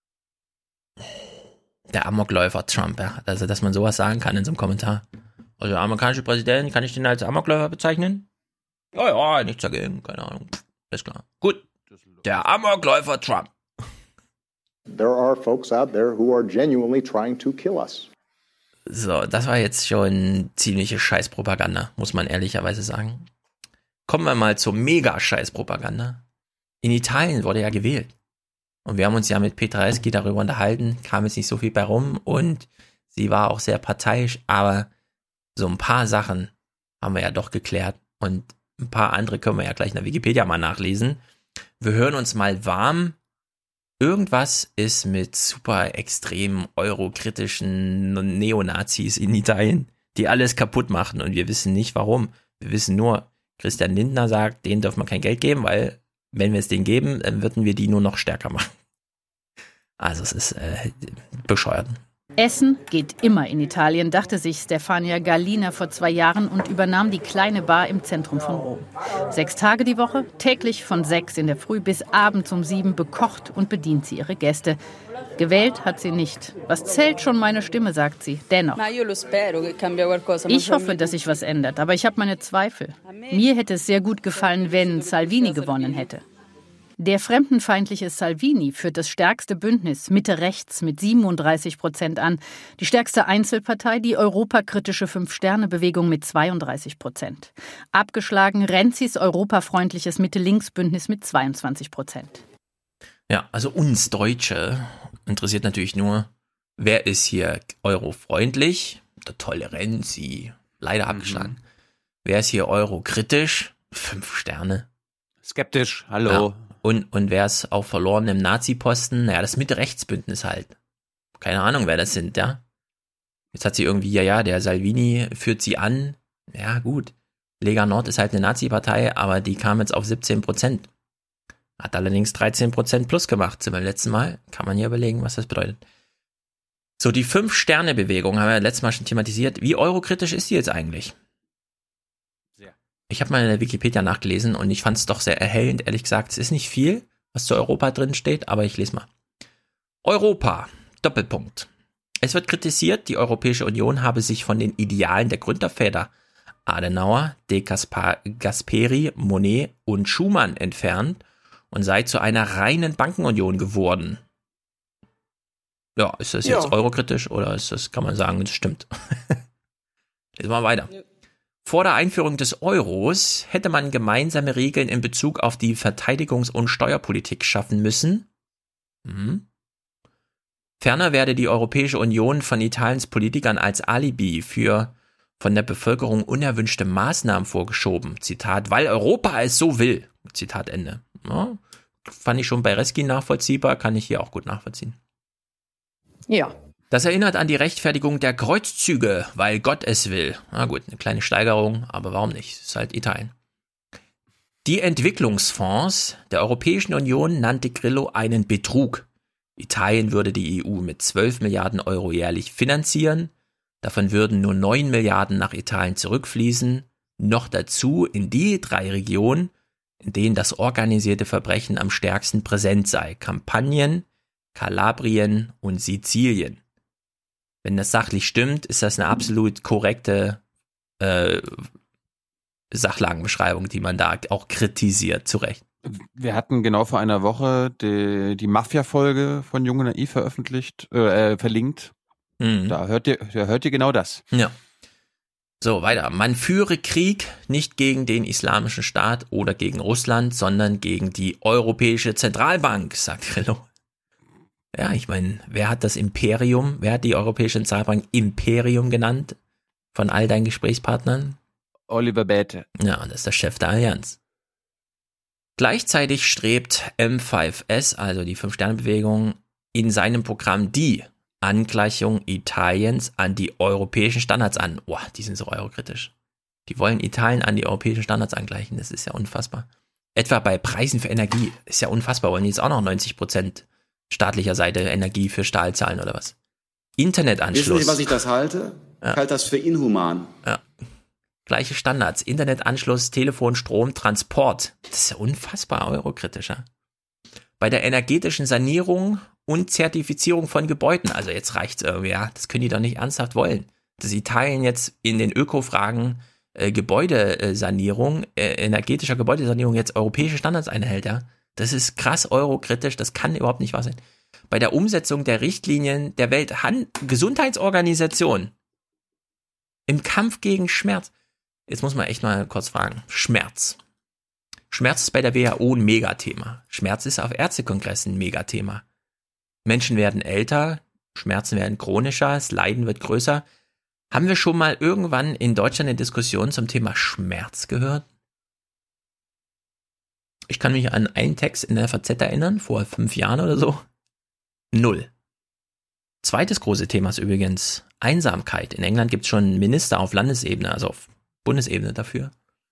Der Amokläufer Trump, ja. Also, dass man sowas sagen kann in so einem Kommentar. Also, der amerikanische Präsident, kann ich den als Amokläufer bezeichnen? Ja, ja, nichts dagegen, keine Ahnung. Ist klar. Gut. Der Amokläufer Trump. There are folks out there who are genuinely trying to kill us. So, das war jetzt schon ziemliche Scheißpropaganda, muss man ehrlicherweise sagen. Kommen wir mal zur Mega-Scheißpropaganda. In Italien wurde ja gewählt. Und wir haben uns ja mit Petra Eschi darüber unterhalten, kam jetzt nicht so viel bei rum und sie war auch sehr parteiisch, aber so ein paar Sachen haben wir ja doch geklärt und ein paar andere können wir ja gleich in der Wikipedia mal nachlesen. Wir hören uns mal warm. Irgendwas ist mit super extrem eurokritischen Neonazis in Italien, die alles kaputt machen und wir wissen nicht warum. Wir wissen nur, Christian Lindner sagt, denen dürfen wir kein Geld geben, weil wenn wir es denen geben, dann würden wir die nur noch stärker machen. Also es ist äh, bescheuert. Essen geht immer in Italien, dachte sich Stefania Gallina vor zwei Jahren und übernahm die kleine Bar im Zentrum von Rom. Sechs Tage die Woche, täglich von sechs in der Früh bis abends um sieben bekocht und bedient sie ihre Gäste. Gewählt hat sie nicht. Was zählt schon meine Stimme, sagt sie. Dennoch. Ich hoffe, dass sich was ändert, aber ich habe meine Zweifel. Mir hätte es sehr gut gefallen, wenn Salvini gewonnen hätte. Der fremdenfeindliche Salvini führt das stärkste Bündnis Mitte-Rechts mit siebenunddreißig Prozent an. Die stärkste Einzelpartei, die europakritische Fünf-Sterne-Bewegung mit zweiunddreißig Prozent. Abgeschlagen Renzis europafreundliches Mitte-Links-Bündnis mit zweiundzwanzig Prozent. Ja, also uns Deutsche interessiert natürlich nur, wer ist hier eurofreundlich? Der tolle Renzi, leider abgeschlagen. Mhm. Wer ist hier eurokritisch? Fünf Sterne. Skeptisch, hallo. Ja. Und, und wer ist auch verloren im Nazi-Posten? Naja, das Mitte-Rechts-Bündnis halt. Keine Ahnung, wer das sind, ja. Jetzt hat sie irgendwie, ja, ja, der Salvini führt sie an. Ja, gut. Lega Nord ist halt eine Nazi-Partei, aber die kam jetzt auf siebzehn Prozent. Hat allerdings dreizehn Prozent plus gemacht zum letzten Mal. Kann man hier überlegen, was das bedeutet. So, die Fünf-Sterne-Bewegung haben wir letztes Mal schon thematisiert. Wie eurokritisch ist die jetzt eigentlich? Ich habe mal in der Wikipedia nachgelesen und ich fand es doch sehr erhellend, ehrlich gesagt. Es ist nicht viel, was zu Europa drin steht, aber ich lese mal. Europa, Doppelpunkt. Es wird kritisiert, die Europäische Union habe sich von den Idealen der Gründerväter Adenauer, De Gasperi, Monnet und Schumann entfernt und sei zu einer reinen Bankenunion geworden. Ja, ist das jetzt ja. eurokritisch oder ist das, kann man sagen, das stimmt? Lesen wir weiter. Ja. Vor der Einführung des Euros hätte man gemeinsame Regeln in Bezug auf die Verteidigungs- und Steuerpolitik schaffen müssen. Mhm. Ferner werde die Europäische Union von Italiens Politikern als Alibi für von der Bevölkerung unerwünschte Maßnahmen vorgeschoben. Zitat, weil Europa es so will. Zitat Ende. Ja, fand ich schon bei Reski nachvollziehbar, kann ich hier auch gut nachvollziehen. Ja. Das erinnert an die Rechtfertigung der Kreuzzüge, weil Gott es will. Na gut, eine kleine Steigerung, aber warum nicht? Das ist halt Italien. Die Entwicklungsfonds der Europäischen Union nannte Grillo einen Betrug. Italien würde die E U mit zwölf Milliarden Euro jährlich finanzieren. Davon würden nur neun Milliarden nach Italien zurückfließen. Noch dazu in die drei Regionen, in denen das organisierte Verbrechen am stärksten präsent sei. Kampanien, Kalabrien und Sizilien. Wenn das sachlich stimmt, ist das eine absolut korrekte äh, Sachlagenbeschreibung, die man da auch kritisiert, zu Recht. Wir hatten genau vor einer Woche die, die Mafia-Folge von Jung und Naiv veröffentlicht, äh, verlinkt. Mhm. Da hört ihr, da hört ihr genau das. Ja. So, weiter. Man führe Krieg nicht gegen den Islamischen Staat oder gegen Russland, sondern gegen die Europäische Zentralbank, sagt Grillo. Ja, ich meine, wer hat das Imperium, wer hat die Europäische Zentralbank Imperium genannt von all deinen Gesprächspartnern? Oliver Bäte. Ja, das ist der Chef der Allianz. Gleichzeitig strebt M fünf S, also die Fünf-Sterne-Bewegung, in seinem Programm die Angleichung Italiens an die europäischen Standards an. Boah, die sind so eurokritisch. Die wollen Italien an die europäischen Standards angleichen. Das ist ja unfassbar. Etwa bei Preisen für Energie. Ist ja unfassbar. Wollen die jetzt auch noch neunzig Prozent staatlicher Seite Energie für Stahl zahlen oder was? Internetanschluss. Wissen Sie, was ich das halte? Ja. Ich halte das für inhuman. Ja. Gleiche Standards. Internetanschluss, Telefon, Strom, Transport. Das ist ja unfassbar eurokritischer. Bei der energetischen Sanierung und Zertifizierung von Gebäuden. Also jetzt reicht's irgendwie, ja. Das können die doch nicht ernsthaft wollen. Dass Italien jetzt in den Öko-Fragen äh, Gebäudesanierung, äh, energetischer Gebäudesanierung jetzt europäische Standards einhält, ja. Das ist krass eurokritisch. Das kann überhaupt nicht wahr sein. Bei der Umsetzung der Richtlinien der Weltgesundheitsorganisation im Kampf gegen Schmerz. Jetzt muss man echt mal kurz fragen. Schmerz. Schmerz ist bei der W H O ein Megathema. Schmerz ist auf Ärztekongressen ein Megathema. Menschen werden älter, Schmerzen werden chronischer, das Leiden wird größer. Haben wir schon mal irgendwann in Deutschland eine Diskussion zum Thema Schmerz gehört? Ich kann mich an einen Text in der F A Z erinnern, vor fünf Jahren oder so. Null. Zweites große Thema ist übrigens Einsamkeit. In England gibt es schon Minister auf Landesebene, also auf Bundesebene dafür.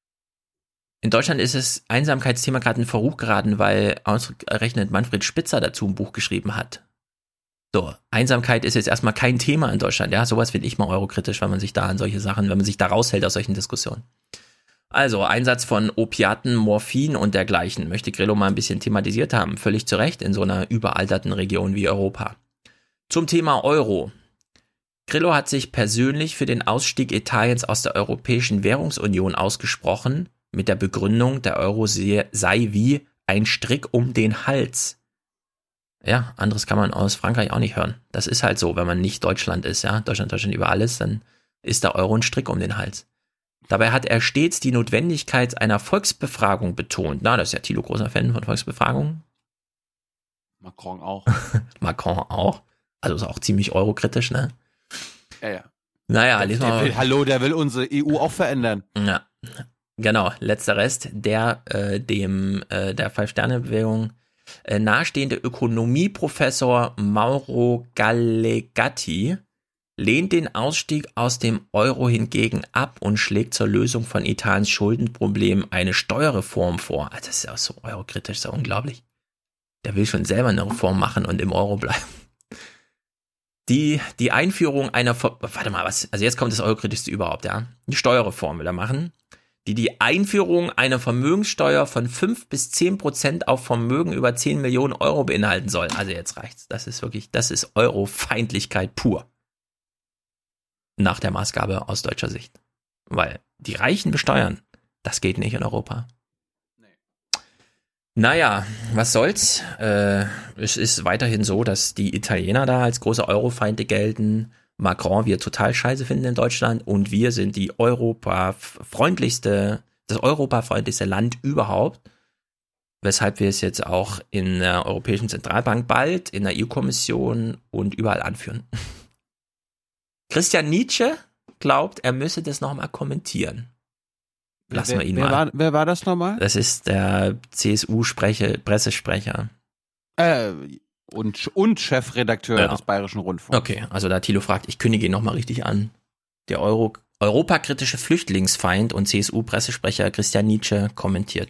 In Deutschland ist das Einsamkeitsthema gerade in Verruch geraten, weil ausgerechnet Manfred Spitzer dazu ein Buch geschrieben hat. So, Einsamkeit ist jetzt erstmal kein Thema in Deutschland. Ja, sowas finde ich mal eurokritisch, wenn man sich da an solche Sachen, wenn man sich da raushält aus solchen Diskussionen. Also, Einsatz von Opiaten, Morphin und dergleichen möchte Grillo mal ein bisschen thematisiert haben. Völlig zu Recht in so einer überalterten Region wie Europa. Zum Thema Euro. Grillo hat sich persönlich für den Ausstieg Italiens aus der Europäischen Währungsunion ausgesprochen, mit der Begründung, der Euro sei wie ein Strick um den Hals. Ja, anderes kann man aus Frankreich auch nicht hören. Das ist halt so, wenn man nicht Deutschland ist, ja, Deutschland, Deutschland über alles, dann ist der Euro ein Strick um den Hals. Dabei hat er stets die Notwendigkeit einer Volksbefragung betont. Na, das ist ja Thilo großer Fan von Volksbefragungen. Macron auch. Macron auch. Also ist auch ziemlich eurokritisch, ne? Ja, ja. Naja, lesen wir mal. Will, hallo, der will unsere E U auch verändern. Ja, genau. Letzter Rest, der äh, dem äh, der Fünf-Sterne-Bewegung äh, nahestehende Ökonomieprofessor Mauro Gallegatti lehnt den Ausstieg aus dem Euro hingegen ab und schlägt zur Lösung von Italiens Schuldenproblem eine Steuerreform vor. Das ist ja auch so eurokritisch, so unglaublich. Der will schon selber eine Reform machen und im Euro bleiben. Die, die Einführung einer, Ver- warte mal, was, also jetzt kommt das Eurokritischste überhaupt, ja. Die Steuerreform will er machen, die die Einführung einer Vermögenssteuer von fünf bis zehn Prozent auf Vermögen über zehn Millionen Euro beinhalten soll. Also jetzt reicht's. Das ist wirklich, das ist Eurofeindlichkeit pur. Nach der Maßgabe aus deutscher Sicht. Weil die Reichen besteuern, das geht nicht in Europa. Naja, was soll's? Äh, es ist weiterhin so, dass die Italiener da als große Eurofeinde gelten. Macron wir total scheiße finden in Deutschland und wir sind die europafreundlichste, das europafreundlichste Land überhaupt. Weshalb wir es jetzt auch in der Europäischen Zentralbank bald, in der E U-Kommission und überall anführen. Christian Nietzsche glaubt, er müsse das nochmal kommentieren. Lassen wir ihn wer mal. War, wer war das nochmal? Das ist der C S U-Pressesprecher. Äh, und, und Chefredakteur ja. des Bayerischen Rundfunks. Okay, also da Thilo fragt, ich kündige ihn nochmal richtig an. Der Euro, europakritische Flüchtlingsfeind und C S U-Pressesprecher Christian Nietzsche kommentiert.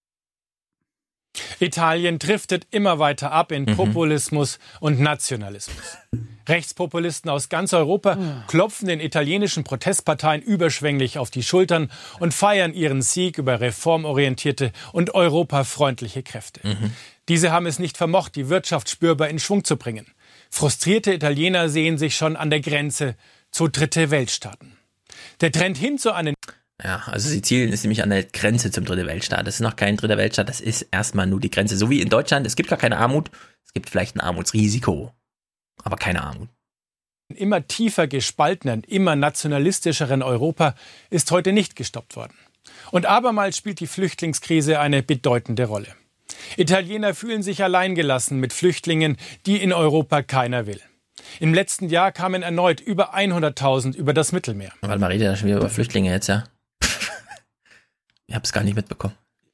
Italien driftet immer weiter ab in Mhm. Populismus und Nationalismus. Rechtspopulisten aus ganz Europa klopfen den italienischen Protestparteien überschwänglich auf die Schultern und feiern ihren Sieg über reformorientierte und europafreundliche Kräfte. Mhm. Diese haben es nicht vermocht, die Wirtschaft spürbar in Schwung zu bringen. Frustrierte Italiener sehen sich schon an der Grenze zu Dritte-Welt-Staaten. Der Trend hin zu einem Ja, also Sizilien ist nämlich an der Grenze zum Dritte Weltstaat. Das ist noch kein Dritter Weltstaat, das ist erstmal nur die Grenze. So wie in Deutschland, es gibt gar keine Armut, es gibt vielleicht ein Armutsrisiko, aber keine Armut. immer tiefer gespaltenen, immer nationalistischeren Europa ist heute nicht gestoppt worden. Und abermals spielt die Flüchtlingskrise eine bedeutende Rolle. Italiener fühlen sich alleingelassen mit Flüchtlingen, die in Europa keiner will. Im letzten Jahr kamen erneut über hunderttausend über das Mittelmeer. Warte mal, redet ja schon wieder über Flüchtlinge jetzt, ja? Ich habe es gar nicht mitbekommen.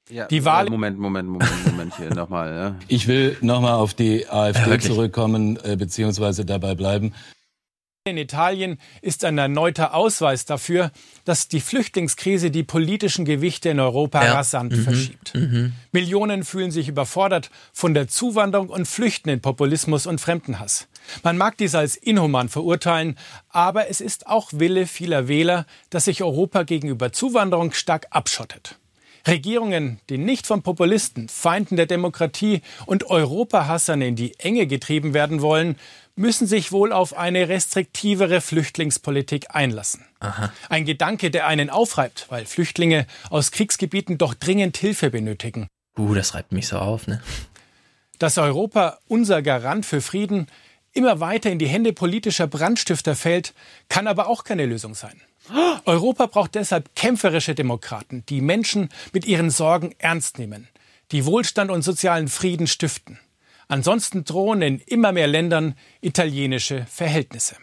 Ja, die Wahl. Moment, Moment, Moment, Moment hier nochmal. Ja. Ich will nochmal auf die AfD ja, zurückkommen, äh, beziehungsweise dabei bleiben. In Italien ist ein erneuter Ausweis dafür, dass die Flüchtlingskrise die politischen Gewichte in Europa ja. rasant mhm. verschiebt. Mhm. Millionen fühlen sich überfordert von der Zuwanderung und flüchten in Populismus und Fremdenhass. Man mag dies als inhuman verurteilen, aber es ist auch Wille vieler Wähler, dass sich Europa gegenüber Zuwanderung stark abschottet. Regierungen, die nicht von Populisten, Feinden der Demokratie und Europahassern in die Enge getrieben werden wollen, müssen sich wohl auf eine restriktivere Flüchtlingspolitik einlassen. Aha. Ein Gedanke, der einen aufreibt, weil Flüchtlinge aus Kriegsgebieten doch dringend Hilfe benötigen. Uh, das reibt mich so auf, ne? Dass Europa, unser Garant für Frieden, immer weiter in die Hände politischer Brandstifter fällt, kann aber auch keine Lösung sein. Europa braucht deshalb kämpferische Demokraten, die Menschen mit ihren Sorgen ernst nehmen, die Wohlstand und sozialen Frieden stiften. Ansonsten drohen in immer mehr Ländern italienische Verhältnisse.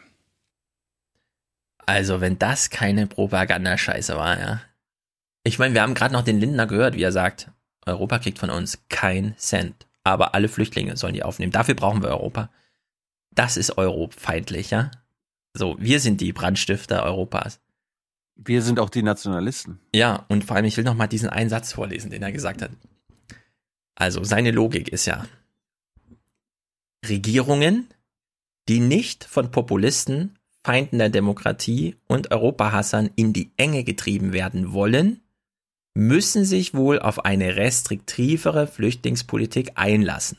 Also, wenn das keine Propagandascheiße war, ja. Ich meine, wir haben gerade noch den Lindner gehört, wie er sagt, Europa kriegt von uns keinen Cent, aber alle Flüchtlinge sollen die aufnehmen. Dafür brauchen wir Europa. Das ist europafeindlich, ja. So, wir sind die Brandstifter Europas. Wir sind auch die Nationalisten. Ja, und vor allem, ich will noch mal diesen einen Satz vorlesen, den er gesagt hat. Also, seine Logik ist ja, Regierungen, die nicht von Populisten, Feinden der Demokratie und Europahassern in die Enge getrieben werden wollen, müssen sich wohl auf eine restriktivere Flüchtlingspolitik einlassen.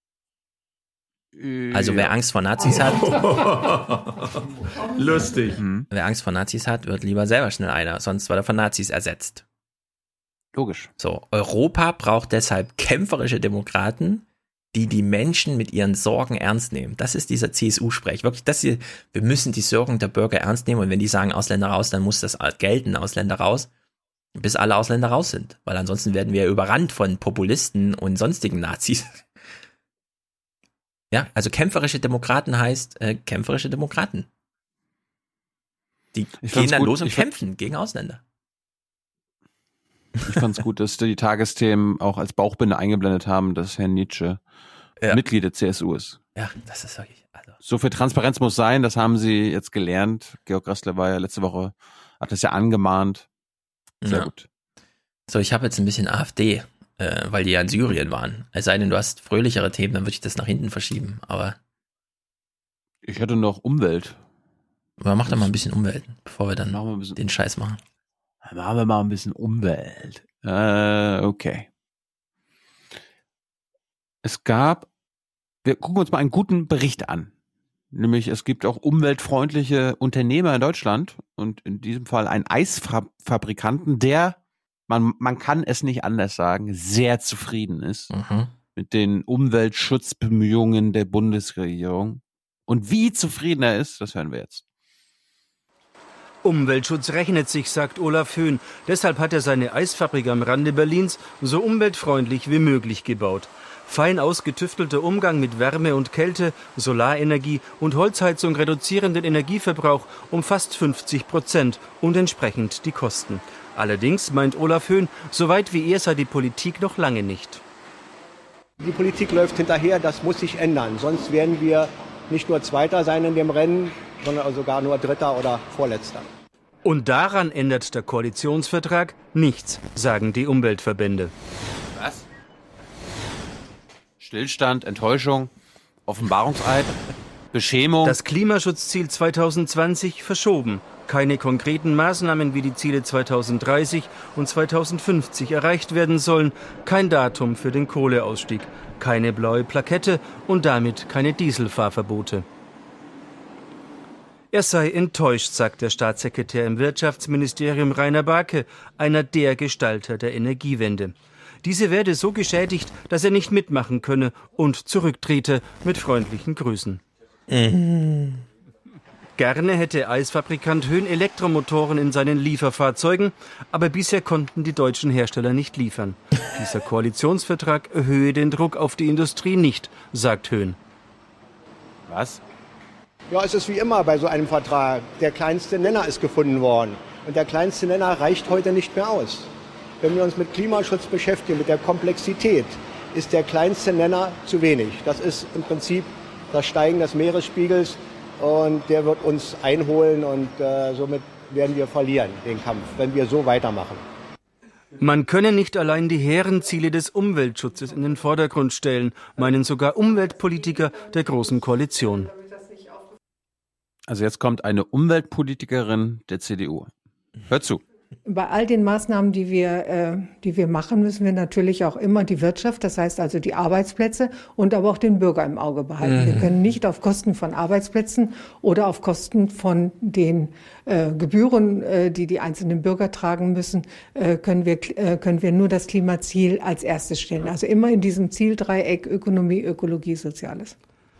Also wer Angst vor Nazis hat, lustig. Wer Angst vor Nazis hat, wird lieber selber schnell einer, sonst wird er von Nazis ersetzt. Logisch. So, Europa braucht deshalb kämpferische Demokraten, die die Menschen mit ihren Sorgen ernst nehmen. Das ist dieser C S U-Sprech. Wirklich, das hier, wir müssen die Sorgen der Bürger ernst nehmen und wenn die sagen Ausländer raus, dann muss das gelten, Ausländer raus, bis alle Ausländer raus sind. Weil ansonsten werden wir überrannt von Populisten und sonstigen Nazis. Ja, also kämpferische Demokraten heißt äh, kämpferische Demokraten. Die Ich gehen dann gut. los und ich kämpfen gegen Ausländer. Ich fand's gut, dass die Tagesthemen auch als Bauchbinde eingeblendet haben, dass Herr Nietzsche ja. Mitglied der C S U ist. Ja, das ist wirklich. Also. So viel Transparenz muss sein, das haben sie jetzt gelernt. Georg Grassle war ja letzte Woche, hat das ja angemahnt. Sehr ja. gut. So, ich habe jetzt ein bisschen AfD, äh, weil die ja in Syrien waren. Es sei denn, du hast fröhlichere Themen, dann würde ich das nach hinten verschieben. Aber ich hätte noch Umwelt. Aber mach doch mal ein bisschen Umwelt, bevor wir dann wir bisschen, den Scheiß machen. Dann machen wir mal ein bisschen Umwelt. Äh, okay. Es gab, wir gucken uns mal einen guten Bericht an. Nämlich, es gibt auch umweltfreundliche Unternehmer in Deutschland und in diesem Fall einen Eisfabrikanten, der, man, man kann es nicht anders sagen, sehr zufrieden ist mhm. mit den Umweltschutzbemühungen der Bundesregierung. Und wie zufrieden er ist, das hören wir jetzt. Umweltschutz rechnet sich, sagt Olaf Höhn. Deshalb hat er seine Eisfabrik am Rande Berlins so umweltfreundlich wie möglich gebaut. Fein ausgetüftelter Umgang mit Wärme und Kälte, Solarenergie und Holzheizung reduzieren den Energieverbrauch um fast fünfzig Prozent und entsprechend die Kosten. Allerdings, meint Olaf Höhn, so weit wie er sei die Politik noch lange nicht. Die Politik läuft hinterher, das muss sich ändern. Sonst werden wir nicht nur Zweiter sein in dem Rennen, sondern sogar nur Dritter oder Vorletzter. Und daran ändert der Koalitionsvertrag nichts, sagen die Umweltverbände. Was? Stillstand, Enttäuschung, Offenbarungseid, Beschämung. Das Klimaschutzziel zweitausendzwanzig verschoben. Keine konkreten Maßnahmen, wie die Ziele zweitausenddreißig und zweitausendfünfzig erreicht werden sollen. Kein Datum für den Kohleausstieg. Keine blaue Plakette und damit keine Dieselfahrverbote. Er sei enttäuscht, sagt der Staatssekretär im Wirtschaftsministerium Rainer Barke, einer der Gestalter der Energiewende. Diese werde so geschädigt, dass er nicht mitmachen könne und zurücktrete mit freundlichen Grüßen. Mhm. Gerne hätte Eisfabrikant Höhn Elektromotoren in seinen Lieferfahrzeugen, aber bisher konnten die deutschen Hersteller nicht liefern. Dieser Koalitionsvertrag erhöhe den Druck auf die Industrie nicht, sagt Höhn. Was? Ja, es ist wie immer bei so einem Vertrag. Der kleinste Nenner ist gefunden worden. Und der kleinste Nenner reicht heute nicht mehr aus. Wenn wir uns mit Klimaschutz beschäftigen, mit der Komplexität, ist der kleinste Nenner zu wenig. Das ist im Prinzip das Steigen des Meeresspiegels und der wird uns einholen und äh, somit werden wir verlieren, den Kampf, wenn wir so weitermachen. Man könne nicht allein die hehren Ziele des Umweltschutzes in den Vordergrund stellen, meinen sogar Umweltpolitiker der Großen Koalition. Also jetzt kommt eine Umweltpolitikerin der C D U. Hört zu. Bei all den Maßnahmen, die wir, äh, die wir machen, müssen wir natürlich auch immer die Wirtschaft, das heißt also die Arbeitsplätze und aber auch den Bürger im Auge behalten. Mhm. Wir können nicht auf Kosten von Arbeitsplätzen oder auf Kosten von den äh, Gebühren, äh, die die einzelnen Bürger tragen müssen, äh, können wir, äh, können wir nur das Klimaziel als erstes stellen. Also immer in diesem Zieldreieck Ökonomie, Ökologie, Soziales.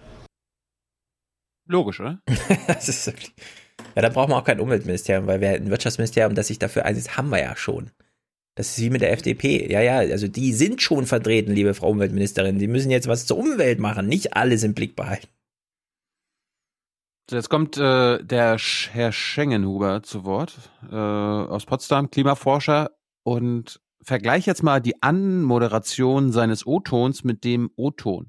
Logisch, oder? Das ist wirklich... Ja, dann brauchen wir auch kein Umweltministerium, weil wir ein Wirtschaftsministerium, das sich dafür einsetzt, haben wir ja schon. Das ist wie mit der F D P. Ja, ja, also die sind schon vertreten, liebe Frau Umweltministerin. Die müssen jetzt was zur Umwelt machen, nicht alles im Blick behalten. So, jetzt kommt äh, der Sch- Herr Schengenhuber zu Wort äh, aus Potsdam, Klimaforscher, und vergleich jetzt mal die Anmoderation seines O-Tons mit dem O-Ton.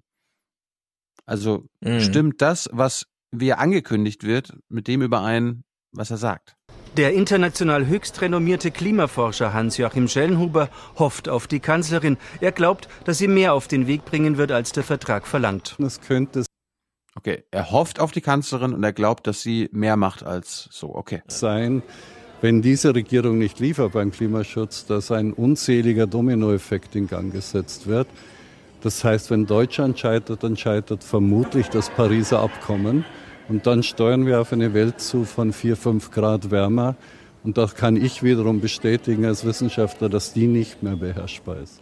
Also mhm. stimmt das, was wie er angekündigt wird, mit dem überein, was er sagt. Der international höchst renommierte Klimaforscher Hans-Joachim Schellenhuber hofft auf die Kanzlerin. Er glaubt, dass sie mehr auf den Weg bringen wird, als der Vertrag verlangt. Das könnte Okay, er hofft auf die Kanzlerin und er glaubt, dass sie mehr macht als so. Okay. Sein, wenn diese Regierung nicht liefert beim Klimaschutz, dass ein unzähliger Dominoeffekt in Gang gesetzt wird. Das heißt, wenn Deutschland scheitert, dann scheitert vermutlich das Pariser Abkommen. Und dann steuern wir auf eine Welt zu von vier, fünf Grad wärmer. Und da kann ich wiederum bestätigen als Wissenschaftler, dass die nicht mehr beherrschbar ist.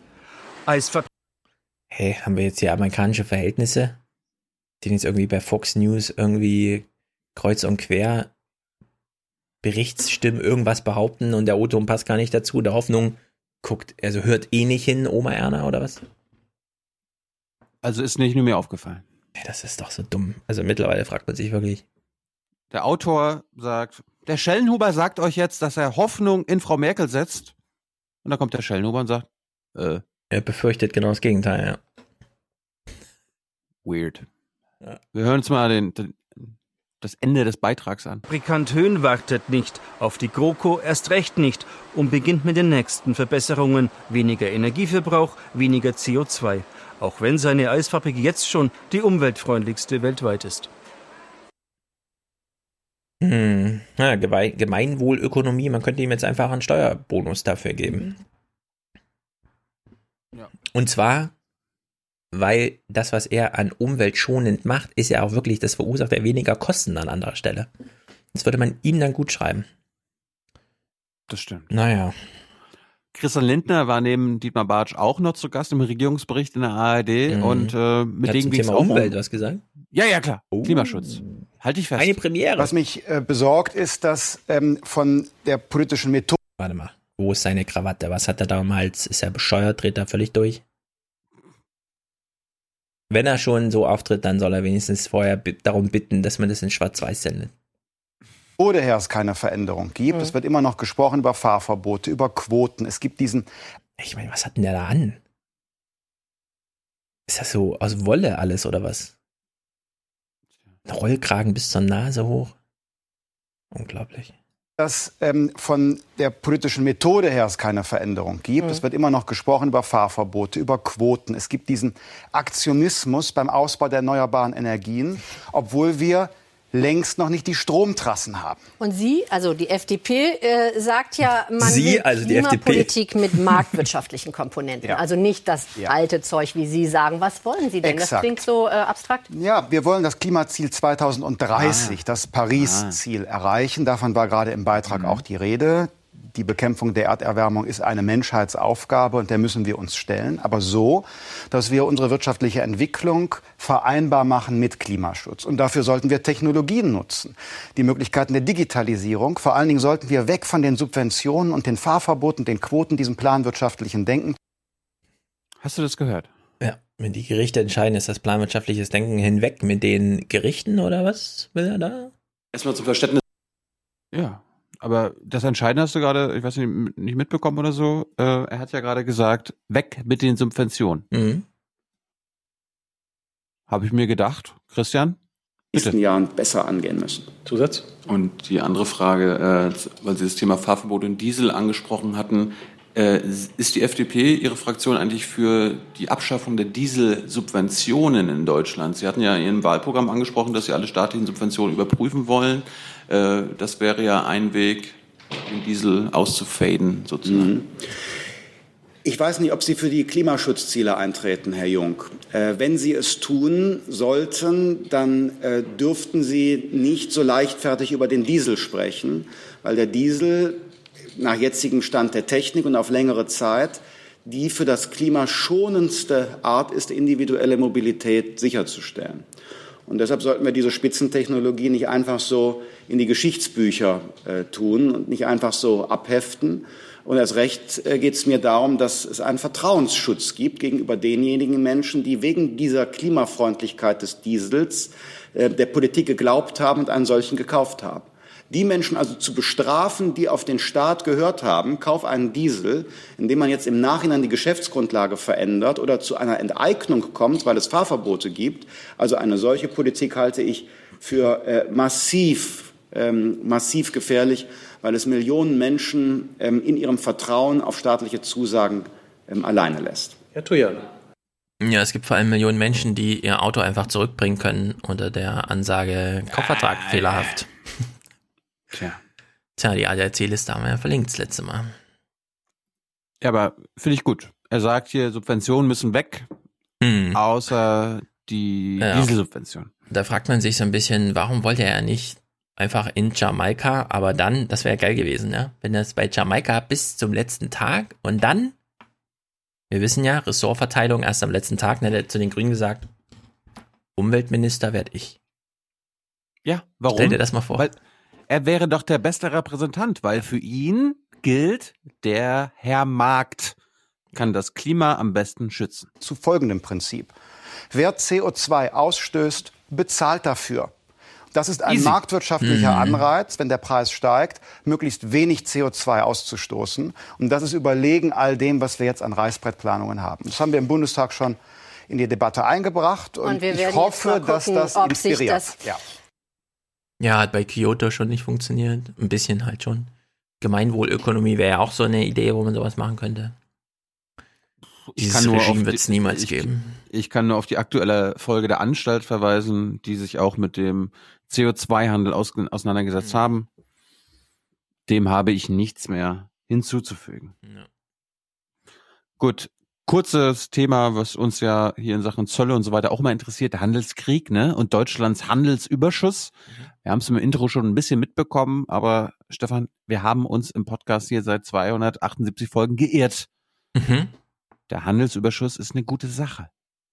Hey, haben wir jetzt hier amerikanische Verhältnisse, die jetzt irgendwie bei Fox News irgendwie kreuz und quer Berichtsstimmen irgendwas behaupten und der O-Ton passt gar nicht dazu. Der Hoffnung guckt, also hört eh nicht hin, Oma Erna oder was? Also ist nicht nur mir aufgefallen. Das ist doch so dumm. Also mittlerweile fragt man sich wirklich. Der Autor sagt, der Schellenhuber sagt euch jetzt, dass er Hoffnung in Frau Merkel setzt. Und dann kommt der Schellenhuber und sagt, äh. Er befürchtet genau das Gegenteil, ja. Weird. Ja. Wir hören uns mal den, den, das Ende des Beitrags an. Fabrikant Höhn wartet nicht, auf die GroKo erst recht nicht und beginnt mit den nächsten Verbesserungen. Weniger Energieverbrauch, weniger C O zwei. Auch wenn seine Eisfabrik jetzt schon die umweltfreundlichste weltweit ist. Hm. Ja, Gemeinwohlökonomie, man könnte ihm jetzt einfach einen Steuerbonus dafür geben. Ja. Und zwar, weil das, was er an umweltschonend macht, ist ja auch wirklich, das verursacht er weniger Kosten an anderer Stelle. Das würde man ihm dann gut schreiben. Das stimmt. Naja. Christian Lindner war neben Dietmar Bartsch auch noch zu Gast im Regierungsbericht in der A R D mhm. und äh, mit Hat denen zum ging es Thema auch Umwelt um. was gesagt? Ja, ja, klar. Oh. Klimaschutz. Halte ich fest. Eine Premiere. Was mich äh, besorgt, ist, dass ähm, von der politischen Methode... Warte mal, wo ist seine Krawatte? Was hat er da am Hals? Ist er bescheuert? Dreht er völlig durch? Wenn er schon so auftritt, dann soll er wenigstens vorher bi- darum bitten, dass man das in Schwarz-Weiß sendet. Oder her es keine Veränderung gibt. Mhm. Es wird immer noch gesprochen über Fahrverbote, über Quoten. Es gibt diesen... Ich meine, was hat denn der da an? Ist das so aus Wolle alles oder was? Ein Rollkragen bis zur Nase hoch? Unglaublich. Dass ähm, von der politischen Methode her es keine Veränderung gibt. Mhm. Es wird immer noch gesprochen über Fahrverbote, über Quoten. Es gibt diesen Aktionismus beim Ausbau der erneuerbaren Energien, obwohl wir längst noch nicht die Stromtrassen haben. Und Sie, also die F D P, äh, sagt ja, man Sie, will also die Klimapolitik mit marktwirtschaftlichen Komponenten. Ja. Also nicht das ja. alte Zeug, wie Sie sagen. Was wollen Sie denn? Exakt. Das klingt so äh, abstrakt. Ja, wir wollen das Klimaziel zweitausenddreißig, ah. das Paris-Ziel, ah. erreichen. Davon war gerade im Beitrag mhm. auch die Rede. Die Bekämpfung der Erderwärmung ist eine Menschheitsaufgabe und der müssen wir uns stellen. Aber so, dass wir unsere wirtschaftliche Entwicklung vereinbar machen mit Klimaschutz. Und dafür sollten wir Technologien nutzen. Die Möglichkeiten der Digitalisierung. Vor allen Dingen sollten wir weg von den Subventionen und den Fahrverboten, den Quoten, diesem planwirtschaftlichen Denken. Hast du das gehört? Ja, wenn die Gerichte entscheiden, ist das planwirtschaftliches Denken hinweg mit den Gerichten oder was will er da? Erstmal zum Verständnis. Ja. aber das Entscheidende hast du gerade, ich weiß nicht, nicht mitbekommen oder so, äh, er hat ja gerade gesagt, weg mit den Subventionen. Mhm. Habe ich mir gedacht, Christian? In den nächsten Jahren besser angehen müssen. Zusatz? Und die andere Frage, äh, weil Sie das Thema Fahrverbot und Diesel angesprochen hatten, äh, ist die F D P, Ihre Fraktion, eigentlich für die Abschaffung der Dieselsubventionen in Deutschland? Sie hatten ja in Ihrem Wahlprogramm angesprochen, dass Sie alle staatlichen Subventionen überprüfen wollen. Äh, das wäre ja ein Weg, den Diesel auszufaden, sozusagen. Mhm. Ich weiß nicht, ob Sie für die Klimaschutzziele eintreten, Herr Jung. Äh, wenn Sie es tun sollten, dann äh, dürften Sie nicht so leichtfertig über den Diesel sprechen, weil der Diesel nach jetzigem Stand der Technik und auf längere Zeit die für das Klima schonendste Art ist, individuelle Mobilität sicherzustellen. Und deshalb sollten wir diese Spitzentechnologie nicht einfach so in die Geschichtsbücher äh, tun und nicht einfach so abheften. Und erst recht äh, geht es mir darum, dass es einen Vertrauensschutz gibt gegenüber denjenigen Menschen, die wegen dieser Klimafreundlichkeit des Diesels äh, der Politik geglaubt haben und einen solchen gekauft haben. Die Menschen also zu bestrafen, die auf den Staat gehört haben, kauf einen Diesel, indem man jetzt im Nachhinein die Geschäftsgrundlage verändert oder zu einer Enteignung kommt, weil es Fahrverbote gibt. Also eine solche Politik halte ich für äh, massiv, ähm, massiv gefährlich, weil es Millionen Menschen ähm, in ihrem Vertrauen auf staatliche Zusagen ähm, alleine lässt. Herr Thujan. Ja, es gibt vor allem Millionen Menschen, die ihr Auto einfach zurückbringen können unter der Ansage Kaufvertrag ah, fehlerhaft. Tja. Tja, die A D A C-Liste haben wir ja verlinkt das letzte Mal. Ja, aber finde ich gut. Er sagt hier, Subventionen müssen weg, hm. außer die ja. Dieselsubvention. Da fragt man sich so ein bisschen, warum wollte er nicht einfach in Jamaika, aber dann, das wäre geil gewesen, ja, wenn das bei Jamaika bis zum letzten Tag und dann, wir wissen ja, Ressortverteilung erst am letzten Tag, ne, der hat zu den Grünen gesagt, Umweltminister werde ich. Ja, warum? Stell dir das mal vor. Weil er wäre doch der beste Repräsentant, weil für ihn gilt, der Herr Markt kann das Klima am besten schützen. Zu folgendem Prinzip. Wer C O zwei ausstößt, bezahlt dafür. Das ist ein Easy. marktwirtschaftlicher mhm. Anreiz, wenn der Preis steigt, möglichst wenig C O zwei auszustoßen. Und das ist überlegen all dem, was wir jetzt an Reißbrettplanungen haben. Das haben wir im Bundestag schon in die Debatte eingebracht. Und, und ich hoffe, gucken, dass das inspiriert. Das ja. ja, hat bei Kyoto schon nicht funktioniert. Ein bisschen halt schon. Gemeinwohlökonomie wäre ja auch so eine Idee, wo man sowas machen könnte. Ich kann, nur Regime auf wird's die, niemals ich, geben. Ich kann nur auf die aktuelle Folge der Anstalt verweisen, die sich auch mit dem C O zwei Handel aus, auseinandergesetzt mhm. haben. Dem habe ich nichts mehr hinzuzufügen. Ja. Gut, kurzes Thema, was uns ja hier in Sachen Zölle und so weiter auch mal interessiert, der Handelskrieg, ne? Und Deutschlands Handelsüberschuss. Mhm. Wir haben es im Intro schon ein bisschen mitbekommen, aber Stefan, wir haben uns im Podcast hier seit zweihundertachtundsiebzig Folgen geirrt. Mhm. Der Handelsüberschuss ist eine gute Sache.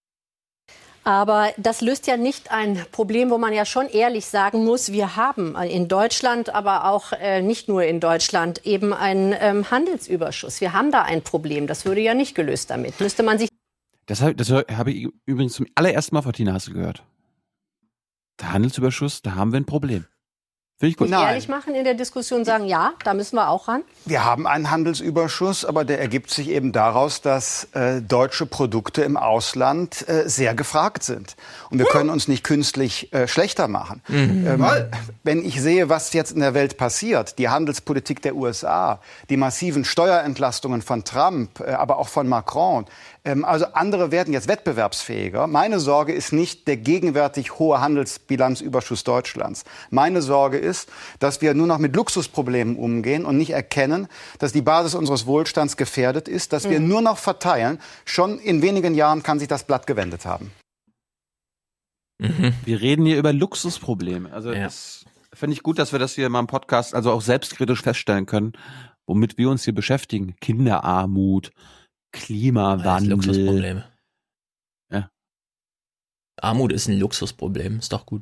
Aber das löst ja nicht ein Problem, wo man ja schon ehrlich sagen muss, wir haben in Deutschland, aber auch äh, nicht nur in Deutschland, eben einen ähm, Handelsüberschuss. Wir haben da ein Problem. Das würde ja nicht gelöst damit. Müsste man sich... Das, das habe ich übrigens zum allerersten Mal von Tina Hassel gehört. Der Handelsüberschuss, da haben wir ein Problem. Finde ich gut. Nein. Ehrlich machen in der Diskussion, sagen, ja, da müssen wir auch ran. Wir haben einen Handelsüberschuss, aber der ergibt sich eben daraus, dass äh, deutsche Produkte im Ausland äh, sehr gefragt sind. Und wir hm. können uns nicht künstlich äh, schlechter machen. Mhm. Ähm, wenn ich sehe, was jetzt in der Welt passiert, die Handelspolitik der U S A, die massiven Steuerentlastungen von Trump, äh, aber auch von Macron, ähm, also andere werden jetzt wettbewerbsfähiger. Meine Sorge ist nicht der gegenwärtig hohe Handelsbilanzüberschuss Deutschlands. Meine Sorge ist, ist, dass wir nur noch mit Luxusproblemen umgehen und nicht erkennen, dass die Basis unseres Wohlstands gefährdet ist, dass mhm. wir nur noch verteilen. Schon in wenigen Jahren kann sich das Blatt gewendet haben. Mhm. Wir reden hier über Luxusprobleme. Also ja. das finde ich gut, dass wir das hier mal im Podcast also auch selbstkritisch feststellen können, womit wir uns hier beschäftigen. Kinderarmut, Klimawandel. Luxusprobleme. Ja. Armut ist ein Luxusproblem, ist doch gut.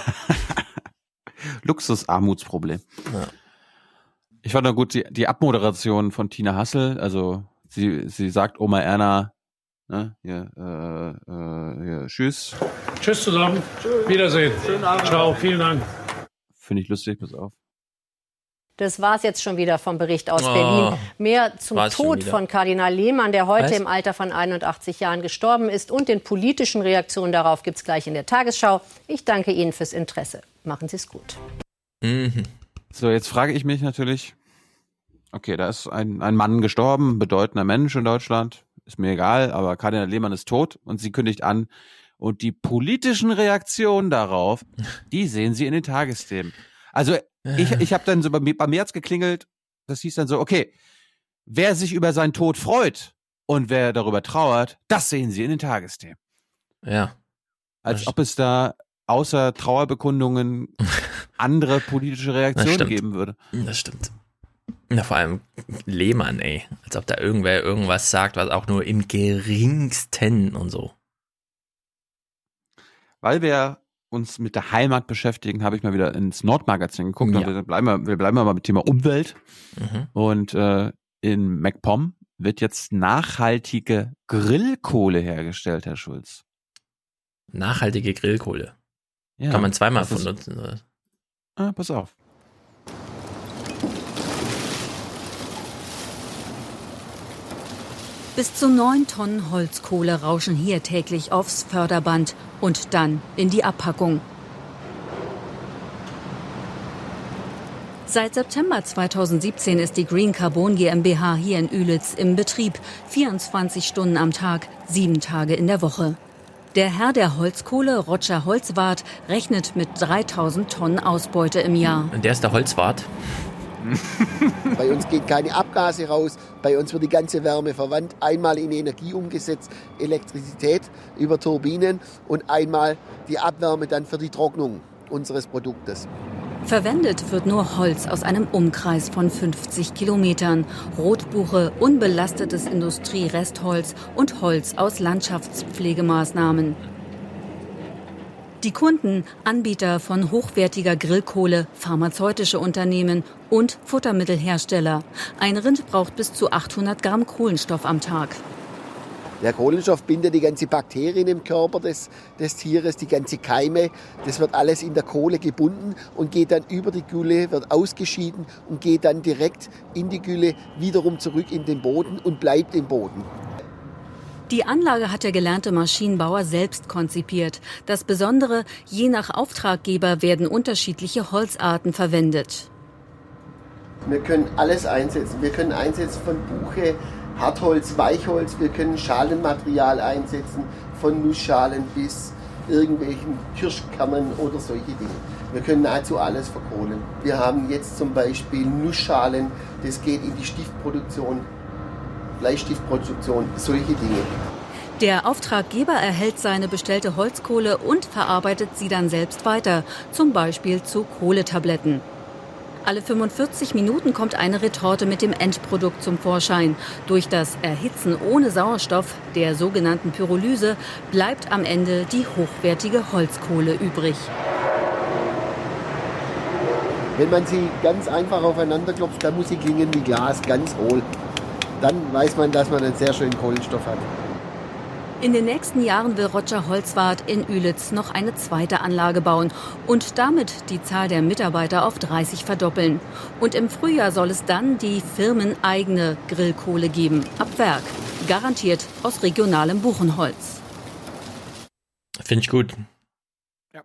Luxusarmutsproblem. Ja. Ich fand noch gut die, die Abmoderation von Tina Hassel. Also sie, sie sagt Oma Erna, ne, hier, äh, äh, hier, tschüss. Tschüss zusammen. Tschüss. Wiedersehen. Schönen Abend. Ciao, vielen Dank. Finde ich lustig, pass auf. Das war es jetzt schon wieder vom Bericht aus Oh, Berlin. Mehr zum war's schon Tod wieder. von Kardinal Lehmann, der heute Was? im Alter von einundachtzig Jahren gestorben ist. Und den politischen Reaktionen darauf gibt es gleich in der Tagesschau. Ich danke Ihnen fürs Interesse. Machen Sie es gut. Mhm. So, jetzt frage ich mich natürlich, okay, da ist ein, ein Mann gestorben, ein bedeutender Mensch in Deutschland, ist mir egal, aber Kardinal Lehmann ist tot und sie kündigt an. Und die politischen Reaktionen darauf, die sehen Sie in den Tagesthemen. Also ich, ich habe dann so bei mir, bei mir hat's geklingelt, das hieß dann so, okay, wer sich über seinen Tod freut und wer darüber trauert, das sehen Sie in den Tagesthemen. Ja. Als ob es da außer Trauerbekundungen andere politische Reaktionen stimmt. geben würde. Das stimmt. Na, vor allem Lehmann, ey. Als ob da irgendwer irgendwas sagt, was auch nur im geringsten und so. Weil wir uns mit der Heimat beschäftigen, habe ich mal wieder ins Nordmagazin geguckt. Ja. Und wir bleiben, mal, wir bleiben mal beim Thema Umwelt. Mhm. Und äh, in MacPom wird jetzt nachhaltige Grillkohle hergestellt, Herr Schulz. Nachhaltige Grillkohle. Ja, Kann man zweimal das ist- benutzen. Oder? Ah, pass auf. Bis zu neun Tonnen Holzkohle rauschen hier täglich aufs Förderband und dann in die Abpackung. Seit September zweitausendsiebzehn ist die Green Carbon GmbH hier in Ühlitz im Betrieb. vierundzwanzig Stunden am Tag, sieben Tage in der Woche. Der Herr der Holzkohle, Roger Holzwart, rechnet mit dreitausend Tonnen Ausbeute im Jahr. Und der ist der Holzwart. Bei uns geht keine Abgase raus, bei uns wird die ganze Wärme verwandt, einmal in Energie umgesetzt, Elektrizität über Turbinen und einmal die Abwärme dann für die Trocknung unseres Produktes. Verwendet wird nur Holz aus einem Umkreis von fünfzig Kilometern. Rotbuche, unbelastetes Industrierestholz und Holz aus Landschaftspflegemaßnahmen. Die Kunden, Anbieter von hochwertiger Grillkohle, pharmazeutische Unternehmen und Futtermittelhersteller. Ein Rind braucht bis zu achthundert Gramm Kohlenstoff am Tag. Der Kohlenstoff bindet die ganzen Bakterien im Körper des, des Tieres, die ganze Keime. Das wird alles in der Kohle gebunden und geht dann über die Gülle, wird ausgeschieden und geht dann direkt in die Gülle wiederum zurück in den Boden und bleibt im Boden. Die Anlage hat der gelernte Maschinenbauer selbst konzipiert. Das Besondere, je nach Auftraggeber werden unterschiedliche Holzarten verwendet. Wir können alles einsetzen. Wir können einsetzen von Buche, Hartholz, Weichholz. Wir können Schalenmaterial einsetzen, von Nussschalen bis irgendwelchen Kirschkernen oder solche Dinge. Wir können nahezu alles verkohlen. Wir haben jetzt zum Beispiel Nussschalen, das geht in die Stiftproduktion, Bleistiftproduktion, solche Dinge. Der Auftraggeber erhält seine bestellte Holzkohle und verarbeitet sie dann selbst weiter, zum Beispiel zu Kohletabletten. Alle fünfundvierzig Minuten kommt eine Retorte mit dem Endprodukt zum Vorschein. Durch das Erhitzen ohne Sauerstoff, der sogenannten Pyrolyse, bleibt am Ende die hochwertige Holzkohle übrig. Wenn man sie ganz einfach aufeinander klopft, dann muss sie klingen wie Glas, ganz hohl. Dann weiß man, dass man einen sehr schönen Kohlenstoff hat. In den nächsten Jahren will Roger Holzwart in Ühlitz noch eine zweite Anlage bauen und damit die Zahl der Mitarbeiter auf dreißig verdoppeln. Und im Frühjahr soll es dann die firmeneigene Grillkohle geben, ab Werk, garantiert aus regionalem Buchenholz. Finde ich gut. Ja.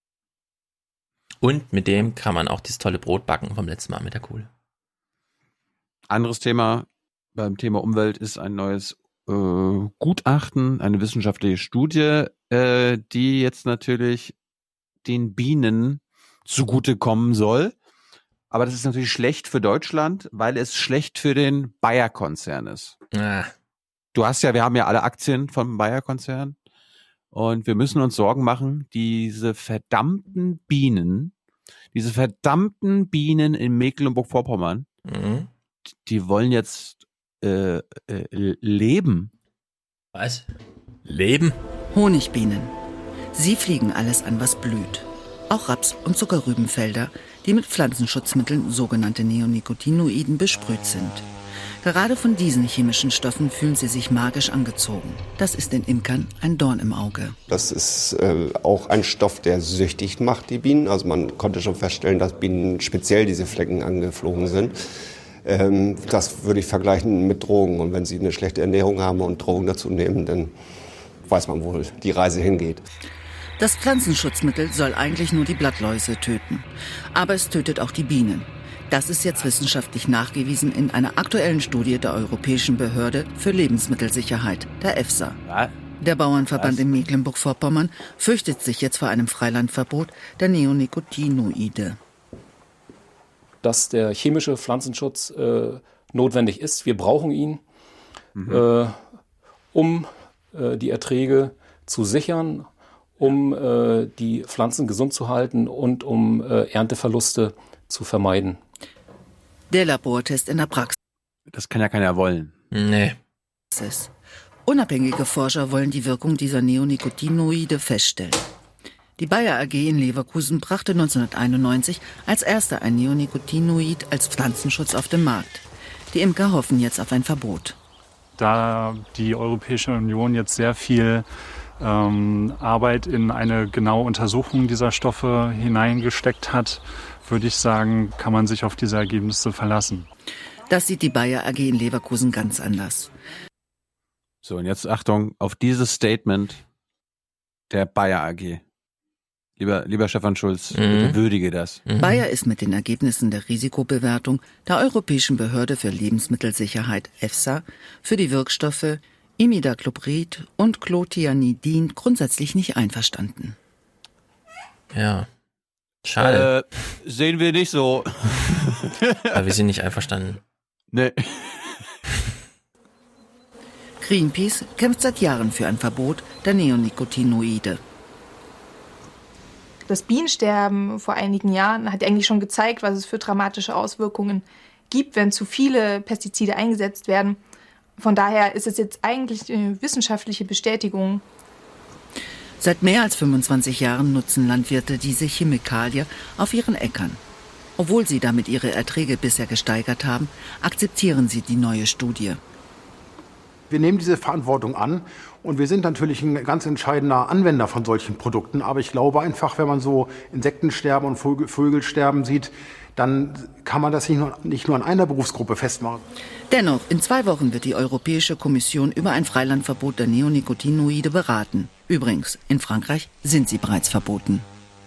Und mit dem kann man auch dieses tolle Brot backen vom letzten Mal mit der Kohle. Anderes Thema beim Thema Umwelt ist ein neues äh, Gutachten, eine wissenschaftliche Studie, äh, die jetzt natürlich den Bienen zugutekommen soll. Aber das ist natürlich schlecht für Deutschland, weil es schlecht für den Bayer-Konzern ist. Ah. Du hast ja, wir haben ja alle Aktien vom Bayer-Konzern und wir müssen uns Sorgen machen, diese verdammten Bienen, diese verdammten Bienen in Mecklenburg-Vorpommern, Mhm. die wollen jetzt äh, äh, leben. Was? Leben? Honigbienen. Sie fliegen alles an, was blüht. Auch Raps- und Zuckerrübenfelder, die mit Pflanzenschutzmitteln, sogenannte Neonicotinoiden, besprüht sind. Gerade von diesen chemischen Stoffen fühlen sie sich magisch angezogen. Das ist den Imkern ein Dorn im Auge. Das ist äh, auch ein Stoff, der süchtig macht, die Bienen. Also man konnte schon feststellen, dass Bienen speziell diese Flecken angeflogen sind. Ähm, das würde ich vergleichen mit Drogen. Und wenn sie eine schlechte Ernährung haben und Drogen dazu nehmen, dann weiß man, wo die Reise hingeht. Das Pflanzenschutzmittel soll eigentlich nur die Blattläuse töten. Aber es tötet auch die Bienen. Das ist jetzt wissenschaftlich nachgewiesen in einer aktuellen Studie der Europäischen Behörde für Lebensmittelsicherheit, der EFSA. Der Bauernverband in Mecklenburg-Vorpommern fürchtet sich jetzt vor einem Freilandverbot der Neonicotinoide. Dass der chemische Pflanzenschutz äh, notwendig ist. Wir brauchen ihn, mhm. äh, um äh, die Erträge zu sichern, um äh, die Pflanzen gesund zu halten und um äh, Ernteverluste zu vermeiden. Der Labortest in der Praxis. Das kann ja keiner wollen. Nee. Unabhängige Forscher wollen die Wirkung dieser Neonicotinoide feststellen. Die Bayer A G in Leverkusen brachte neunzehnhunderteinundneunzig als erster ein Neonicotinoid als Pflanzenschutz auf den Markt. Die Imker hoffen jetzt auf ein Verbot. Da die Europäische Union jetzt sehr viel ähm, Arbeit in eine genaue Untersuchung dieser Stoffe hineingesteckt hat, würde ich sagen, kann man sich auf diese Ergebnisse verlassen. Das sieht die Bayer A G in Leverkusen ganz anders. So, und jetzt Achtung auf dieses Statement der Bayer A G. Lieber, lieber Stefan Schulz, mhm. bitte würdige das. Mhm. Bayer ist mit den Ergebnissen der Risikobewertung der Europäischen Behörde für Lebensmittelsicherheit EFSA für die Wirkstoffe Imidacloprid und Clothianidin grundsätzlich nicht einverstanden. Ja. Schade. Äh, sehen wir nicht so. Aber wir sind nicht einverstanden. Nee. Greenpeace kämpft seit Jahren für ein Verbot der Neonicotinoide. Das Bienensterben vor einigen Jahren hat eigentlich schon gezeigt, was es für dramatische Auswirkungen gibt, wenn zu viele Pestizide eingesetzt werden. Von daher ist es jetzt eigentlich eine wissenschaftliche Bestätigung. Seit mehr als fünfundzwanzig Jahren nutzen Landwirte diese Chemikalie auf ihren Äckern. Obwohl sie damit ihre Erträge bisher gesteigert haben, akzeptieren sie die neue Studie. Wir nehmen diese Verantwortung an und wir sind natürlich ein ganz entscheidender Anwender von solchen Produkten. Aber ich glaube einfach, wenn man so Insektensterben und Vögelsterben sieht, dann kann man das nicht nur, nicht nur an einer Berufsgruppe festmachen. Dennoch, in zwei Wochen wird die Europäische Kommission über ein Freilandverbot der Neonicotinoide beraten. Übrigens, in Frankreich sind sie bereits verboten.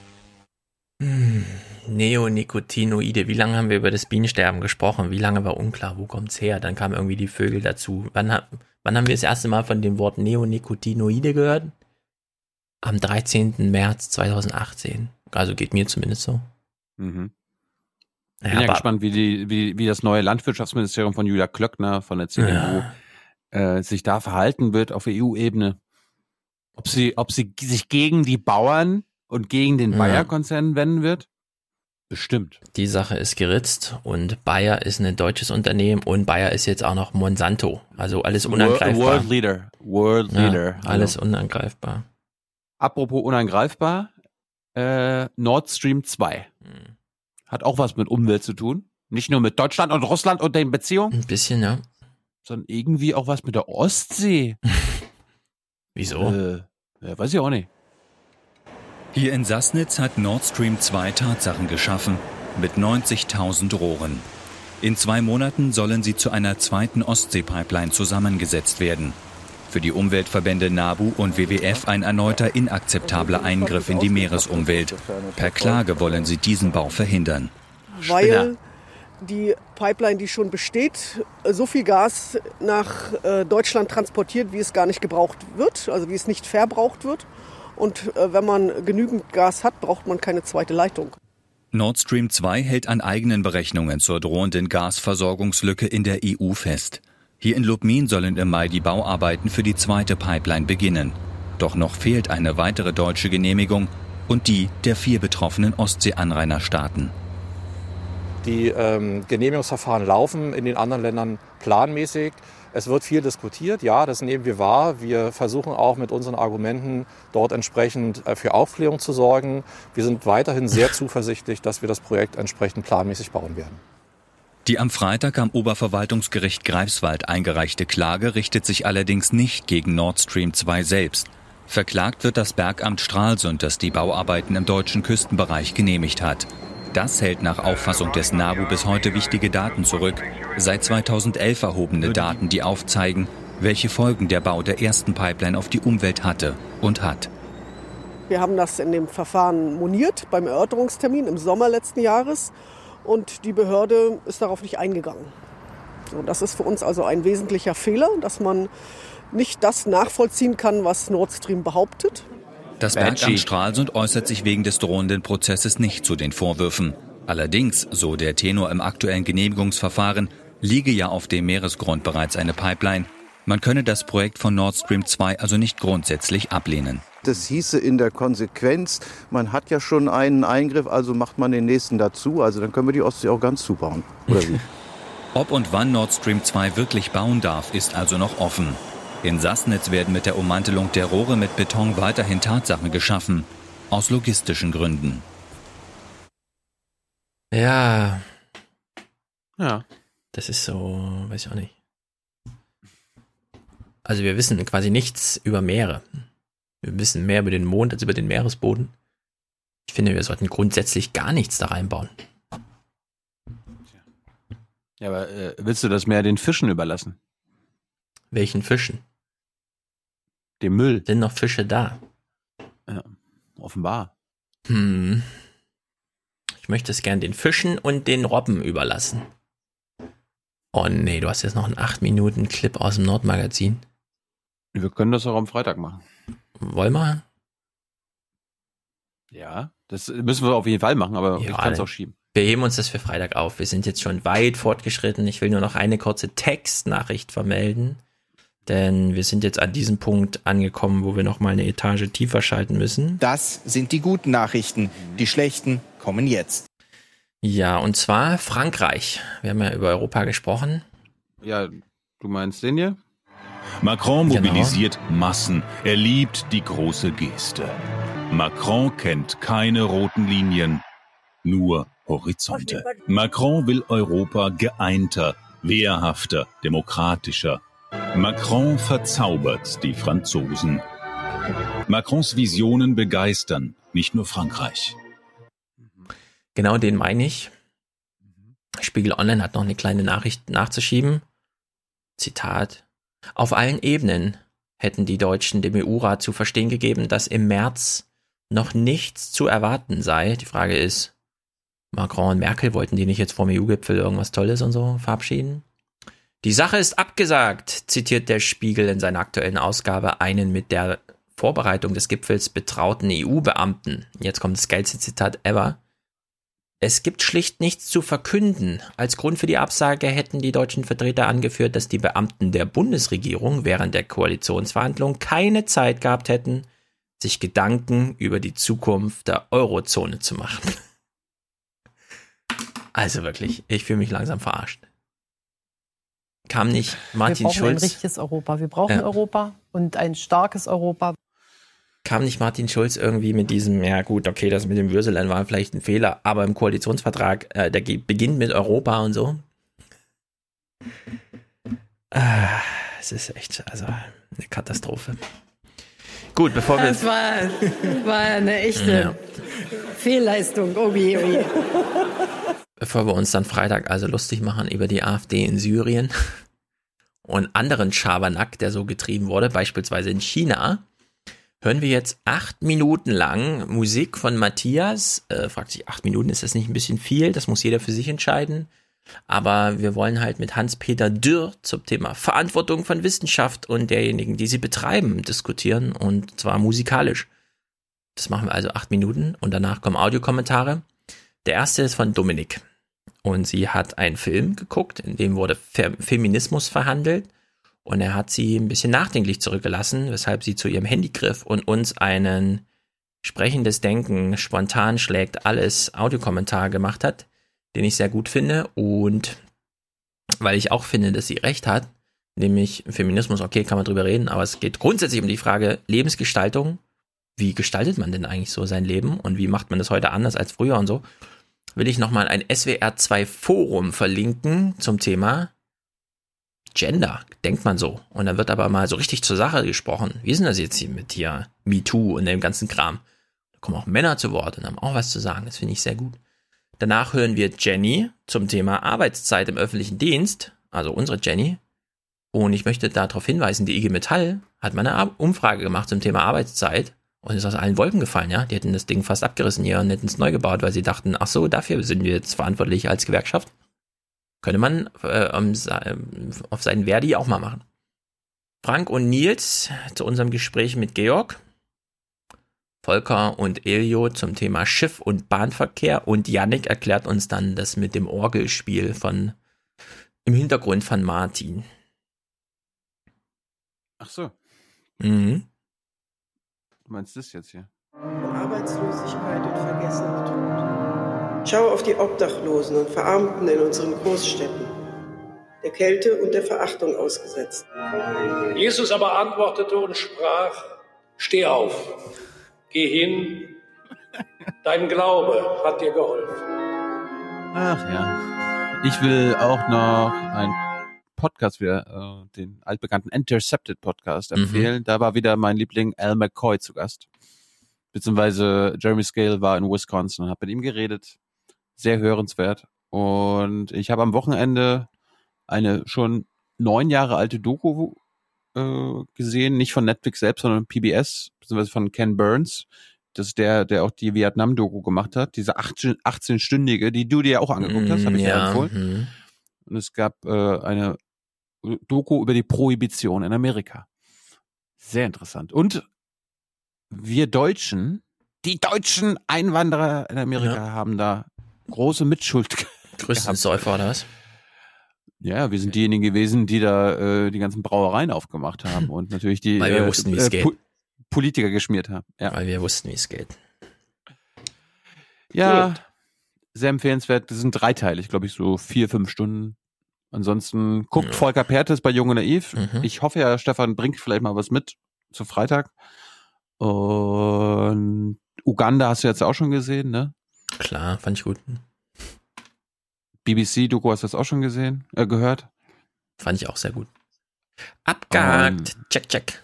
Hm, Neonicotinoide, wie lange haben wir über das Bienensterben gesprochen? Wie lange war unklar, wo kommt's her? Dann kamen irgendwie die Vögel dazu. Wann, wann haben wir das erste Mal von dem Wort Neonicotinoide gehört? Am dreizehnten März zweitausendachtzehn. Also geht mir zumindest so. Mhm. Ich Ja, bin ja aber- gespannt, wie, die, wie, wie das neue Landwirtschaftsministerium von Julia Klöckner von der C D U Ja. äh, sich da verhalten wird auf E U-Ebene. Ob sie, ob sie sich gegen die Bauern und gegen den Ja. Bayer-Konzern wenden wird? Bestimmt. Die Sache ist geritzt und Bayer ist ein deutsches Unternehmen und Bayer ist jetzt auch noch Monsanto. Also alles unangreifbar. World, World Leader. World Ja, Leader. alles Also, unangreifbar. apropos unangreifbar, äh, Nord Stream zwei. Hm. Hat auch was mit Umwelt zu tun. Nicht nur mit Deutschland und Russland und den Beziehungen. Ein bisschen, ja. Sondern irgendwie auch was mit der Ostsee. Wieso? Äh, ja, weiß ich auch nicht. Hier in Sassnitz hat Nord Stream zwei Tatsachen geschaffen, mit neunzigtausend Rohren. In zwei Monaten sollen sie zu einer zweiten Ostsee-Pipeline zusammengesetzt werden. Für die Umweltverbände NABU und W W F ein erneuter inakzeptabler Eingriff in die Meeresumwelt. Per Klage wollen sie diesen Bau verhindern. Weil die Pipeline, die schon besteht, so viel Gas nach äh, Deutschland transportiert, wie es gar nicht gebraucht wird, also wie es nicht verbraucht wird. Und äh, wenn man genügend Gas hat, braucht man keine zweite Leitung. Nord Stream zwei hält an eigenen Berechnungen zur drohenden Gasversorgungslücke in der E U fest. Hier in Lubmin sollen im Mai die Bauarbeiten für die zweite Pipeline beginnen. Doch noch fehlt eine weitere deutsche Genehmigung und die der vier betroffenen Ostsee-Anrainerstaaten. Die ähm, Genehmigungsverfahren laufen in den anderen Ländern planmäßig. Es wird viel diskutiert, ja, das nehmen wir wahr. Wir versuchen auch mit unseren Argumenten dort entsprechend äh, für Aufklärung zu sorgen. Wir sind weiterhin sehr zuversichtlich, dass wir das Projekt entsprechend planmäßig bauen werden. Die am Freitag am Oberverwaltungsgericht Greifswald eingereichte Klage richtet sich allerdings nicht gegen Nord Stream zwei selbst. Verklagt wird das Bergamt Stralsund, das die Bauarbeiten im deutschen Küstenbereich genehmigt hat. Das hält nach Auffassung des N A B U bis heute wichtige Daten zurück. Seit zweitausendelf erhobene Daten, die aufzeigen, welche Folgen der Bau der ersten Pipeline auf die Umwelt hatte und hat. Wir haben das in dem Verfahren moniert beim Erörterungstermin im Sommer letzten Jahres und die Behörde ist darauf nicht eingegangen. So, das ist für uns also ein wesentlicher Fehler, dass man nicht das nachvollziehen kann, was Nord Stream behauptet. Das Bergamt Stralsund äußert sich wegen des drohenden Prozesses nicht zu den Vorwürfen. Allerdings, so der Tenor im aktuellen Genehmigungsverfahren, liege ja auf dem Meeresgrund bereits eine Pipeline. Man könne das Projekt von Nord Stream zwei also nicht grundsätzlich ablehnen. Das hieße in der Konsequenz, man hat ja schon einen Eingriff, also macht man den nächsten dazu. Also dann können wir die Ostsee auch ganz zubauen. Oder wie? Ob und wann Nord Stream zwei wirklich bauen darf, ist also noch offen. In Sassnitz werden mit der Ummantelung der Rohre mit Beton weiterhin Tatsachen geschaffen. Aus logistischen Gründen. Ja. Ja. Das ist so, weiß ich auch nicht. Also wir wissen quasi nichts über Meere. Wir wissen mehr über den Mond als über den Meeresboden. Ich finde, wir sollten grundsätzlich gar nichts da reinbauen. Ja, aber äh, willst du das Meer den Fischen überlassen? Welchen Fischen? Dem Müll. Sind noch Fische da? Ja, offenbar. Hm. Ich möchte es gern den Fischen und den Robben überlassen. Oh nee, du hast jetzt noch einen acht Minuten Clip aus dem Nordmagazin. Wir können das auch am Freitag machen. Wollen wir? Ja, das müssen wir auf jeden Fall machen, aber Ja, ich kann es auch schieben. Wir heben uns das für Freitag auf. Wir sind jetzt schon weit fortgeschritten. Ich will nur noch eine kurze Textnachricht vermelden. Denn wir sind jetzt an diesem Punkt angekommen, wo wir noch mal eine Etage tiefer schalten müssen. Das sind die guten Nachrichten. Die schlechten kommen jetzt. Ja, und zwar Frankreich. Wir haben ja über Europa gesprochen. Ja, du meinst den hier? Macron mobilisiert genau. Massen. Er liebt die große Geste. Macron kennt keine roten Linien, nur Horizonte. Macron will Europa geeinter, wehrhafter, demokratischer. Macron verzaubert die Franzosen. Macrons Visionen begeistern nicht nur Frankreich. Genau den meine ich. Spiegel Online hat noch eine kleine Nachricht nachzuschieben. Zitat. Auf allen Ebenen hätten die Deutschen dem E U-Rat zu verstehen gegeben, dass im März noch nichts zu erwarten sei. Die Frage ist, Macron und Merkel, wollten die nicht jetzt vom E U-Gipfel irgendwas Tolles und so verabschieden? Die Sache ist abgesagt, zitiert der Spiegel in seiner aktuellen Ausgabe einen mit der Vorbereitung des Gipfels betrauten E U-Beamten. Jetzt kommt das geilste Zitat ever. Es gibt schlicht nichts zu verkünden. Als Grund für die Absage hätten die deutschen Vertreter angeführt, dass die Beamten der Bundesregierung während der Koalitionsverhandlungen keine Zeit gehabt hätten, sich Gedanken über die Zukunft der Eurozone zu machen. Also wirklich, ich fühle mich langsam verarscht. Kam nicht Martin Wir brauchen Schulz? ein richtiges Europa. Wir brauchen Ja. Europa und ein starkes Europa. Kam nicht Martin Schulz irgendwie mit diesem, ja gut, okay, das mit dem Würselein war vielleicht ein Fehler, aber im Koalitionsvertrag, äh, der ge- beginnt mit Europa und so. Ah, es ist echt, also eine Katastrophe. Gut, bevor wir... Das war, war eine echte Ja. Fehlleistung. Oh je, oh je. Bevor wir uns dann Freitag also lustig machen über die AfD in Syrien und anderen Schabernack, der so getrieben wurde, beispielsweise in China, hören wir jetzt acht Minuten lang Musik von Matthias. Äh, fragt sich, acht Minuten, ist das nicht ein bisschen viel? Das muss jeder für sich entscheiden. Aber wir wollen halt mit Hans-Peter Dürr zum Thema Verantwortung von Wissenschaft und derjenigen, die sie betreiben, diskutieren, und zwar musikalisch. Das machen wir also acht Minuten und danach kommen Audiokommentare. Der erste ist von Dominik und sie hat einen Film geguckt, in dem wurde Fe- Feminismus verhandelt und er hat sie ein bisschen nachdenklich zurückgelassen, weshalb sie zu ihrem Handy griff und uns einen sprechendes Denken, spontan schlägt alles Audiokommentar gemacht hat, den ich sehr gut finde, und weil ich auch finde, dass sie recht hat, nämlich Feminismus, okay, kann man drüber reden, aber es geht grundsätzlich um die Frage Lebensgestaltung. Wie gestaltet man denn eigentlich so sein Leben und wie macht man das heute anders als früher und so? will ich nochmal ein S W R zwei Forum verlinken zum Thema Gender, denkt man so. Und dann wird aber mal so richtig zur Sache gesprochen. Wie ist denn das jetzt hier mit hier MeToo und dem ganzen Kram? Da kommen auch Männer zu Wort und haben auch was zu sagen. Das finde ich sehr gut. Danach hören wir Jenny zum Thema Arbeitszeit im öffentlichen Dienst. Also unsere Jenny. Und ich möchte darauf hinweisen, die I G Metall hat mal eine Umfrage gemacht zum Thema Arbeitszeit und ist aus allen Wolken gefallen, ja. Die hätten das Ding fast abgerissen hier und hätten es neu gebaut, weil sie dachten, ach so, dafür sind wir jetzt verantwortlich als Gewerkschaft. Könnte man äh, um, auf seinen Verdi auch mal machen. Frank und Nils zu unserem Gespräch mit Georg. Volker und Elio zum Thema Schiff- und Bahnverkehr. Und Yannick erklärt uns dann das mit dem Orgelspiel von im Hintergrund von Martin. Ach so. Mhm. Du meinst das jetzt hier? Arbeitslosigkeit und Vergessenheit. Schau auf die Obdachlosen und Verarmten in unseren Großstädten, der Kälte und der Verachtung ausgesetzt. Jesus aber antwortete und sprach, steh auf, geh hin, dein Glaube hat dir geholfen. Ach ja. Ich will auch noch einen Podcast wieder, äh, den altbekannten Intercepted Podcast empfehlen. Mhm. Da war wieder mein Liebling Al McCoy zu Gast. Beziehungsweise Jeremy Scale war in Wisconsin und habe mit ihm geredet. Sehr hörenswert. Und ich habe am Wochenende eine schon neun Jahre alte Doku äh, gesehen, nicht von Netflix selbst, sondern P B S, beziehungsweise von Ken Burns. Das ist der, der auch die Vietnam-Doku gemacht hat. Diese achtzehn-stündige, die du dir ja auch angeguckt hast, habe ich ja, dir empfohlen. Mhm. Und es gab äh, eine Doku über die Prohibition in Amerika. Sehr interessant. Und wir Deutschen, die deutschen Einwanderer in Amerika ja. haben da große Mitschuld. Größten Säufer oder was? Ja, wir sind diejenigen gewesen, die da äh, die ganzen Brauereien aufgemacht haben und natürlich die Weil wir äh, wussten, wie es äh, geht. Po- Politiker geschmiert haben. Ja. Weil wir wussten, wie es geht. Ja, Gut. Sehr empfehlenswert. Das sind dreiteilig, glaube ich, so vier, fünf Stunden. Ansonsten guckt Ja. Volker Pertes bei Jung und Naiv. Mhm. Ich hoffe ja, Stefan bringt vielleicht mal was mit zu Freitag. Und Uganda hast du jetzt auch schon gesehen, ne? Klar, fand ich gut. B B C-Doku hast du jetzt auch schon gesehen, äh, gehört? Fand ich auch sehr gut. Abgehakt. Um, check, check.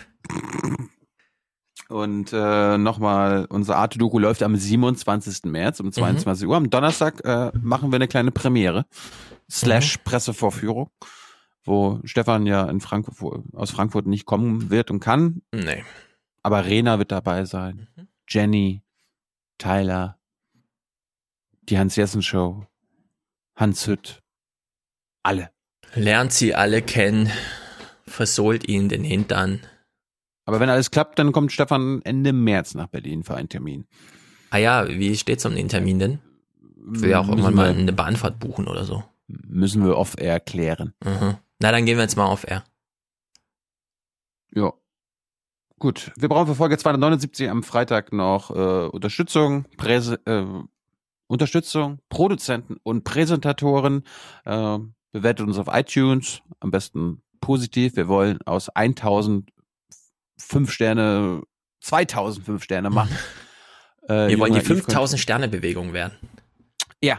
Und äh, nochmal, unsere Arte-Doku läuft am siebenundzwanzigsten März um zweiundzwanzig Uhr. Am Donnerstag äh, machen wir eine kleine Premiere. Slash Mhm. Pressevorführung, wo Stefan ja in Frankfurt, aus Frankfurt nicht kommen wird und kann. Nee. Aber Rena wird dabei sein. Mhm. Jenny, Tyler, die Hans-Jessen-Show, Hans Hütt, alle. Lernt sie alle kennen, versohlt ihnen den Hintern. Aber wenn alles klappt, dann kommt Stefan Ende März nach Berlin für einen Termin. Ah ja, wie steht's um den Termin denn? Ich will ja auch Müssen irgendwann mal wir- eine Bahnfahrt buchen oder so. Müssen wir off-air klären. Mhm. Na, dann gehen wir jetzt mal auf Air. Ja. Gut, wir brauchen für Folge zweihundertneunundsiebzig am Freitag noch äh, Unterstützung, Präse, äh, Unterstützung, Produzenten und Präsentatoren. Äh, bewertet uns auf iTunes, am besten positiv. Wir wollen aus tausend fünf Sterne, zweitausend fünf Sterne machen. Äh, Wir wollen die Jung Naiv fünftausend Sterne Bewegung werden. Ja.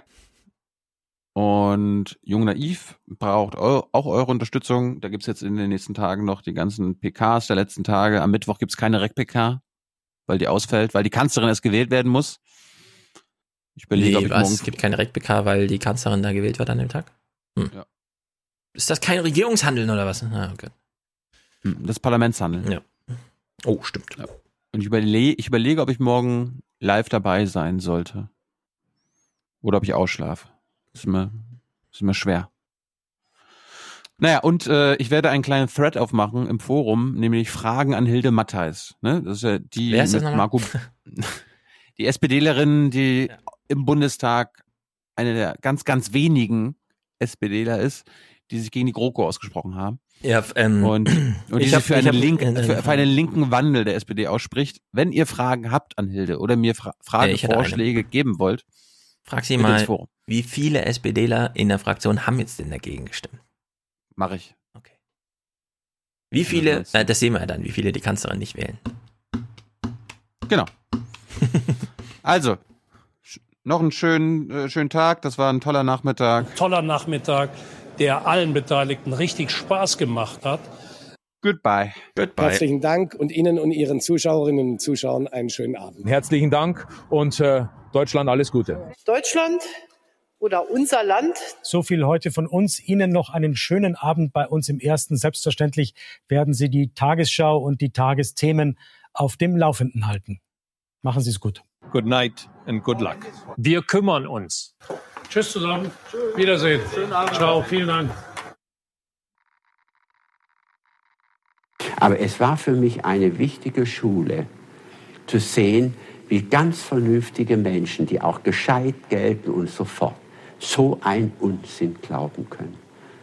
Und Jung Naiv braucht eu- auch eure Unterstützung. Da gibt's jetzt in den nächsten Tagen noch die ganzen P Ks der letzten Tage. Am Mittwoch gibt's keine Rec-P K, weil die ausfällt, weil die Kanzlerin erst gewählt werden muss. Ich überlege, Nee, ob ich was? morgen... Es gibt keine Rec-P K, weil die Kanzlerin da gewählt wird an dem Tag? Hm. Ja. Ist das kein Regierungshandeln oder was? Ah, okay. Hm, Das Parlamentshandeln. Ja. Oh, stimmt. Ja. Und ich überlege, ich überlege, ob ich morgen live dabei sein sollte. Oder ob ich ausschlafe. Das ist mir, das ist mir schwer. Naja, und äh, ich werde einen kleinen Thread aufmachen im Forum, nämlich Fragen an Hilde Mattheis. Ne? Das ist ja die Wer ist das mit nochmal? Marco, die SPDlerin, die Ja. im Bundestag eine der ganz, ganz wenigen SPDler ist, die sich gegen die GroKo ausgesprochen haben. Ja, ähm, Und, und die ich sich hab- für, ich eine hab- Link, äh, äh, für, für einen linken Wandel der S P D ausspricht. Wenn ihr Fragen habt an Hilde oder mir Fra- Fragen, ich hätte eine. Vorschläge geben wollt, frag sie bitte ins mal, Forum. wie viele SPDler in der Fraktion haben jetzt denn dagegen gestimmt? Mache ich. Okay. Wie viele, ansonsten- äh, das sehen wir ja dann, wie viele die Kanzlerin nicht wählen. Genau. Also, noch einen schönen, äh, schönen Tag. Das war ein toller Nachmittag. Toller Nachmittag, der allen Beteiligten richtig Spaß gemacht hat. Goodbye. Goodbye. Herzlichen Dank und Ihnen und Ihren Zuschauerinnen und Zuschauern einen schönen Abend. Herzlichen Dank und äh, Deutschland alles Gute. Deutschland oder unser Land. So viel heute von uns. Ihnen noch einen schönen Abend bei uns im Ersten. Selbstverständlich werden Sie die Tagesschau und die Tagesthemen auf dem Laufenden halten. Machen Sie es gut. Good night and good luck. Wir kümmern uns. Tschüss zusammen. Tschüss. Wiedersehen. Schönen Abend. Ciao. Vielen Dank. Aber es war für mich eine wichtige Schule, zu sehen, wie ganz vernünftige Menschen, die auch gescheit gelten und so fort, so ein Unsinn glauben können.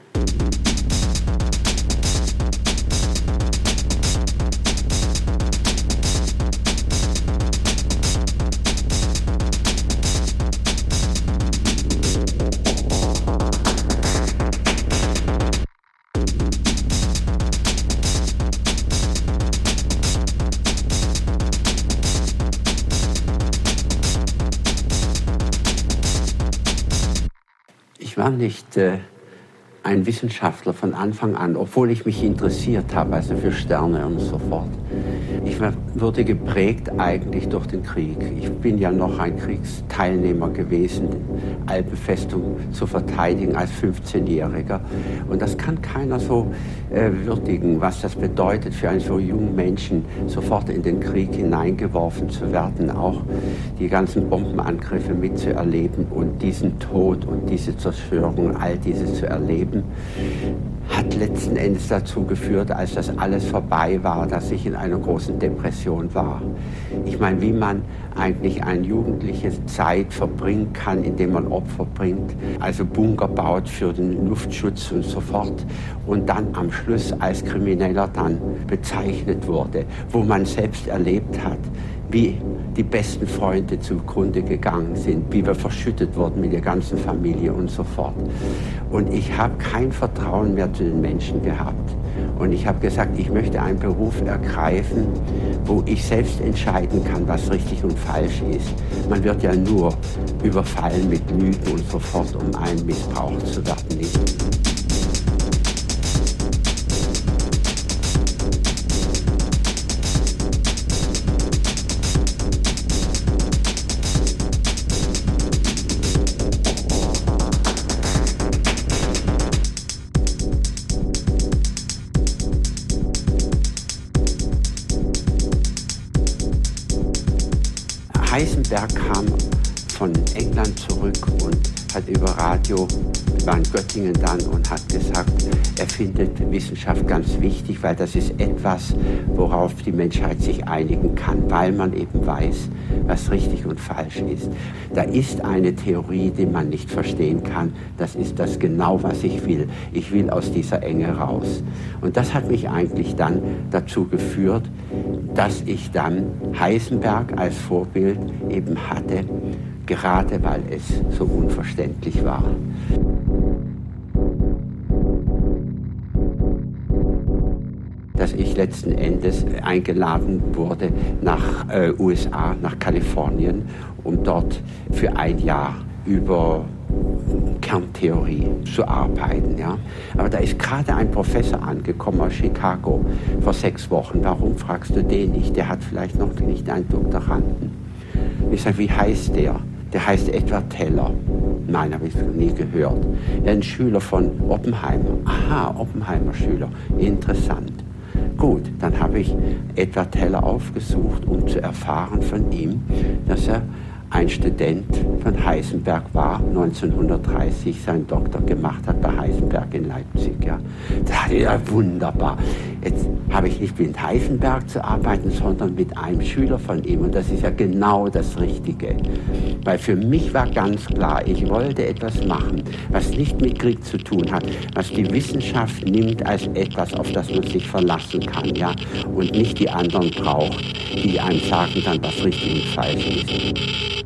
Ich war nicht äh, ein Wissenschaftler von Anfang an, obwohl ich mich interessiert habe, also für Sterne und so fort. Ich war, wurde geprägt eigentlich durch den Krieg. Ich bin ja noch ein Kriegsteilnehmer gewesen, die Alpenfestung zu verteidigen als fünfzehnjähriger. Und das kann keiner so äh, würdigen, was das bedeutet für einen so jungen Menschen, sofort in den Krieg hineingeworfen zu werden, auch die ganzen Bombenangriffe mitzuerleben und diesen Tod und diese Zerstörung, all dieses zu erleben, hat letzten Endes dazu geführt, als das alles vorbei war, dass ich in einer großen Depression war. Ich meine, wie man eigentlich eine jugendliche Zeit verbringen kann, indem man Opfer bringt, also Bunker baut für den Luftschutz und so fort und dann am Schluss als Krimineller dann bezeichnet wurde, wo man selbst erlebt hat, wie die besten Freunde zugrunde gegangen sind, wie wir verschüttet wurden mit der ganzen Familie und so fort. Und ich habe kein Vertrauen mehr zu den Menschen gehabt. Und ich habe gesagt, ich möchte einen Beruf ergreifen, wo ich selbst entscheiden kann, was richtig und falsch ist. Man wird ja nur überfallen mit Lügen und so fort, um einen missbraucht zu werden. Nicht? Heisenberg kam von England zurück und hat über Radio, war in Göttingen dann und hat gesagt, er findet Wissenschaft ganz wichtig, weil das ist etwas, worauf die Menschheit sich einigen kann, weil man eben weiß, was richtig und falsch ist. Da ist eine Theorie, die man nicht verstehen kann. Das ist das genau, was ich will. Ich will aus dieser Enge raus. Und das hat mich eigentlich dann dazu geführt, dass ich dann Heisenberg als Vorbild eben hatte, gerade weil es so unverständlich war. Dass ich letzten Endes eingeladen wurde nach äh, U S A, nach Kalifornien, um dort für ein Jahr über Kerntheorie zu arbeiten. Ja. Aber da ist gerade ein Professor angekommen aus Chicago vor sechs Wochen. Warum fragst du den nicht? Der hat vielleicht noch nicht einen Doktoranden. Ich sage, wie heißt der? Der heißt Edward Teller. Nein, habe ich nie gehört. Er ist ein Schüler von Oppenheimer. Aha, Oppenheimer-Schüler. Interessant. Gut, dann habe ich Edward Teller aufgesucht, um zu erfahren von ihm, dass er ein Student von Heisenberg war, neunzehnhundertdreißig seinen Doktor gemacht hat bei Heisenberg in Leipzig. Ja. Das ist ja wunderbar. Jetzt habe ich nicht mit Heisenberg zu arbeiten, sondern mit einem Schüler von ihm. Und das ist ja genau das Richtige. Weil für mich war ganz klar, ich wollte etwas machen, was nicht mit Krieg zu tun hat, was die Wissenschaft nimmt als etwas, auf das man sich verlassen kann, ja, und nicht die anderen braucht, die einem sagen dann, was richtig und falsch ist.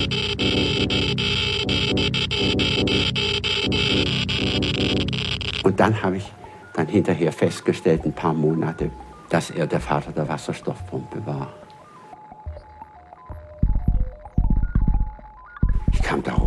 Und dann habe ich dann hinterher festgestellt, ein paar Monate, dass er der Vater der Wasserstoffpumpe war.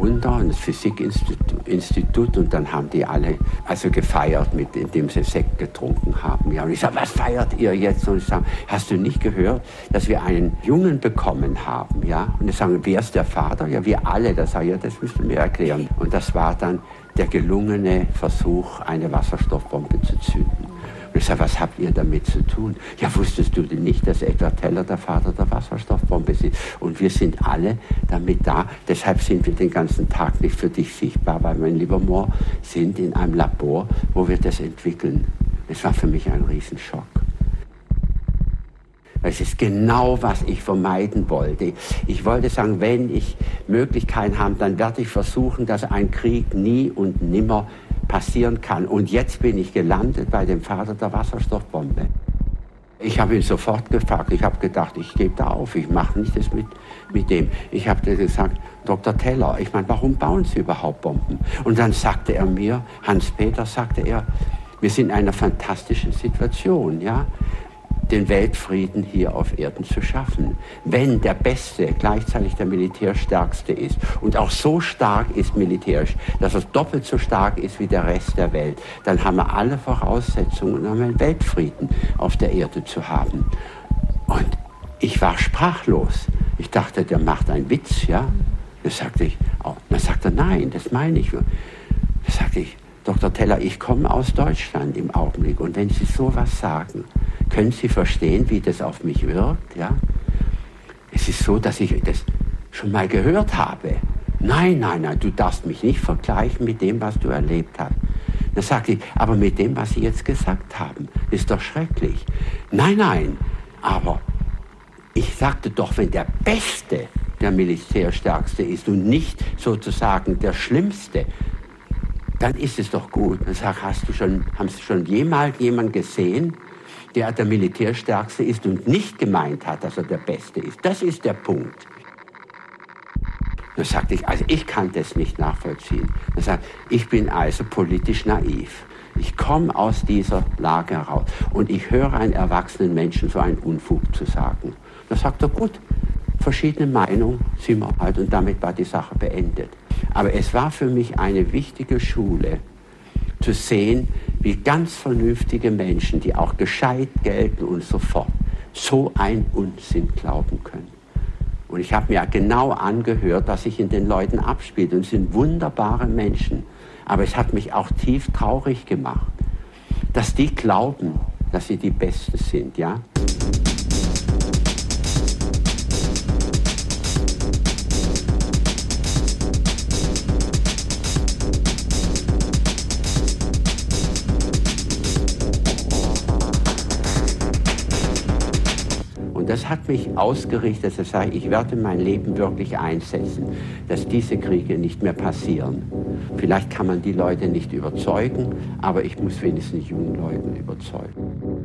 runter ins Physikinstitut und dann haben die alle also gefeiert, mit, indem sie Sekt getrunken haben. Ja, und ich sage, was feiert ihr jetzt? Und ich sage, hast du nicht gehört, dass wir einen Jungen bekommen haben? Ja? Und ich sage, wer ist der Vater? Ja, wir alle. Das sage ich, ja, das müsst ihr mir erklären. Und das war dann der gelungene Versuch, eine Wasserstoffbombe zu zünden. Und ich sage, was habt ihr damit zu tun? Ja, wusstest du denn nicht, dass Edward Teller der Vater der Wasserstoffbombe ist? Und wir sind alle damit da. Deshalb sind wir den ganzen Tag nicht für dich sichtbar, weil wir in Livermore sind in einem Labor, wo wir das entwickeln. Das war für mich ein Riesenschock. Es ist genau, was ich vermeiden wollte. Ich wollte sagen, wenn ich Möglichkeiten habe, dann werde ich versuchen, dass ein Krieg nie und nimmer passieren kann. Und jetzt bin ich gelandet bei dem Vater der Wasserstoffbombe. Ich habe ihn sofort gefragt. Ich habe gedacht, ich gebe da auf. Ich mache nicht das mit, mit dem. Ich habe gesagt, Doktor Teller, ich meine, warum bauen Sie überhaupt Bomben? Und dann sagte er mir, Hans-Peter sagte er, wir sind in einer fantastischen Situation, ja, den Weltfrieden hier auf Erden zu schaffen. Wenn der Beste gleichzeitig der Militärstärkste ist und auch so stark ist militärisch, dass er doppelt so stark ist wie der Rest der Welt, dann haben wir alle Voraussetzungen, um einen Weltfrieden auf der Erde zu haben. Und ich war sprachlos. Ich dachte, der macht einen Witz, ja. Dann sagte ich, oh, dann sagte er, nein, das meine ich. Dann sagte ich, Doktor Teller, ich komme aus Deutschland im Augenblick und wenn Sie sowas sagen, können Sie verstehen, wie das auf mich wirkt? Ja? Es ist so, dass ich das schon mal gehört habe. Nein, nein, nein, du darfst mich nicht vergleichen mit dem, was du erlebt hast. Dann sagte ich, aber mit dem, was Sie jetzt gesagt haben, ist doch schrecklich. Nein, nein, aber ich sagte doch, wenn der Beste der Militärstärkste ist und nicht sozusagen der Schlimmste, dann ist es doch gut. Dann sag, hast du schon, haben Sie schon jemals jemanden gesehen, der der Militärstärkste ist und nicht gemeint hat, dass er der Beste ist? Das ist der Punkt. Dann sagte ich, also ich kann das nicht nachvollziehen. Dann sagte ich, ich bin also politisch naiv. Ich komme aus dieser Lage heraus und ich höre einen erwachsenen Menschen so einen Unfug zu sagen. Dann sagt er, gut, verschiedene Meinungen sind wir halt, und damit war die Sache beendet. Aber es war für mich eine wichtige Schule, zu sehen, wie ganz vernünftige Menschen, die auch gescheit gelten und so fort, so ein Unsinn glauben können. Und ich habe mir genau angehört, was sich in den Leuten abspielt. Und es sind wunderbare Menschen. Aber es hat mich auch tief traurig gemacht, dass die glauben, dass sie die Besten sind, ja. Das hat mich ausgerichtet, dass ich sage, ich werde mein Leben wirklich einsetzen, dass diese Kriege nicht mehr passieren. Vielleicht kann man die Leute nicht überzeugen, aber ich muss wenigstens jungen Leuten überzeugen.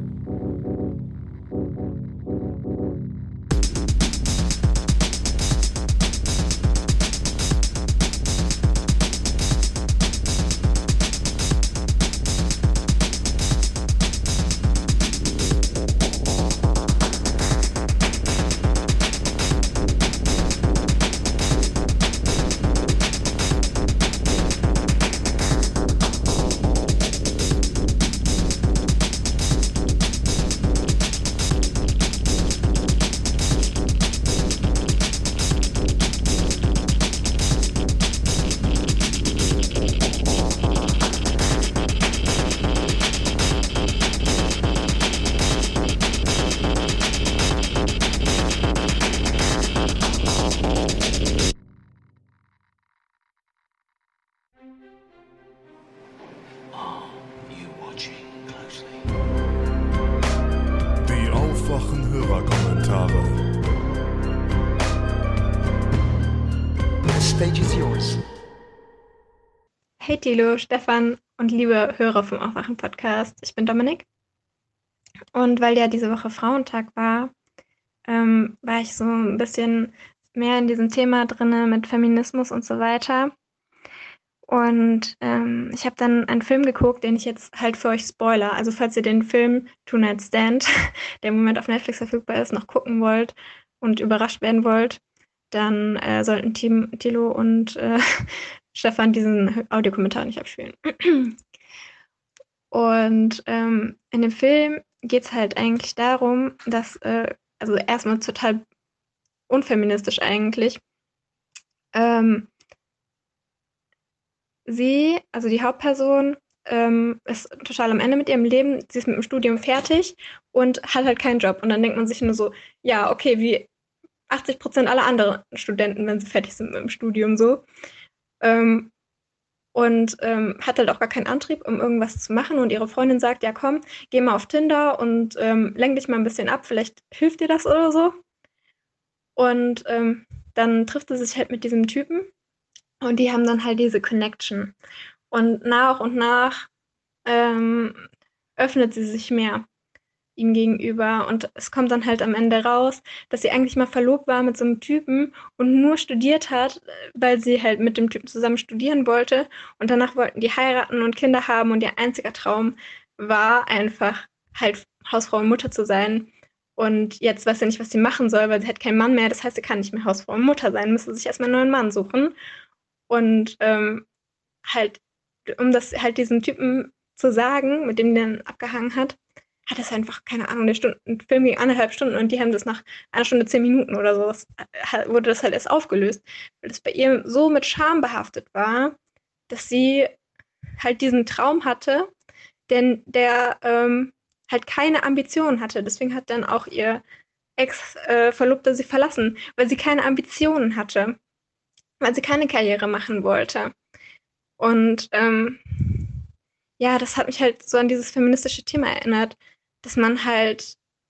Hey Thilo, Stefan und liebe Hörer vom Aufwachen-Podcast. Ich bin Dominik. Und weil ja diese Woche Frauentag war, ähm, war ich so ein bisschen mehr in diesem Thema drin mit Feminismus und so weiter. Und ähm, ich habe dann einen Film geguckt, den ich jetzt halt für euch spoiler. Also falls ihr den Film Two Night Stand, der im Moment auf Netflix verfügbar ist, noch gucken wollt und überrascht werden wollt, dann äh, sollten Tim, Thilo und äh, Stefan diesen Audiokommentar nicht abspielen. Und ähm, in dem Film geht es halt eigentlich darum, dass, äh, also erstmal total unfeministisch eigentlich, ähm, sie, also die Hauptperson, ähm, ist total am Ende mit ihrem Leben, sie ist mit dem Studium fertig und hat halt keinen Job. Und dann denkt man sich nur so, ja, okay, wie achtzig Prozent aller anderen Studenten, wenn sie fertig sind mit dem Studium so. Ähm, und ähm, hat halt auch gar keinen Antrieb, um irgendwas zu machen. Und ihre Freundin sagt, ja komm, geh mal auf Tinder und ähm, lenk dich mal ein bisschen ab, vielleicht hilft dir das oder so. Und ähm, dann trifft sie sich halt mit diesem Typen und die haben dann halt diese Connection. Und nach und nach ähm, öffnet sie sich mehr ihm gegenüber. Und es kommt dann halt am Ende raus, dass sie eigentlich mal verlobt war mit so einem Typen und nur studiert hat, weil sie halt mit dem Typen zusammen studieren wollte. Und danach wollten die heiraten und Kinder haben. Und ihr einziger Traum war einfach halt Hausfrau und Mutter zu sein. Und jetzt weiß sie nicht, was sie machen soll, weil sie hat keinen Mann mehr. Das heißt, sie kann nicht mehr Hausfrau und Mutter sein, müsste sich erstmal einen neuen Mann suchen. Und ähm, halt, um das halt diesem Typen zu sagen, mit dem der dann abgehangen hat, hat es einfach, keine Ahnung, der Stunde, ein Film ging anderthalb Stunden und die haben das nach einer Stunde zehn Minuten oder so, wurde das halt erst aufgelöst, weil das bei ihr so mit Scham behaftet war, dass sie halt diesen Traum hatte, denn der ähm, halt keine Ambitionen hatte. Deswegen hat dann auch ihr Ex-Verlobter äh, sie verlassen, weil sie keine Ambitionen hatte, weil sie keine Karriere machen wollte. Und ähm, ja, das hat mich halt so an dieses feministische Thema erinnert, dass man halt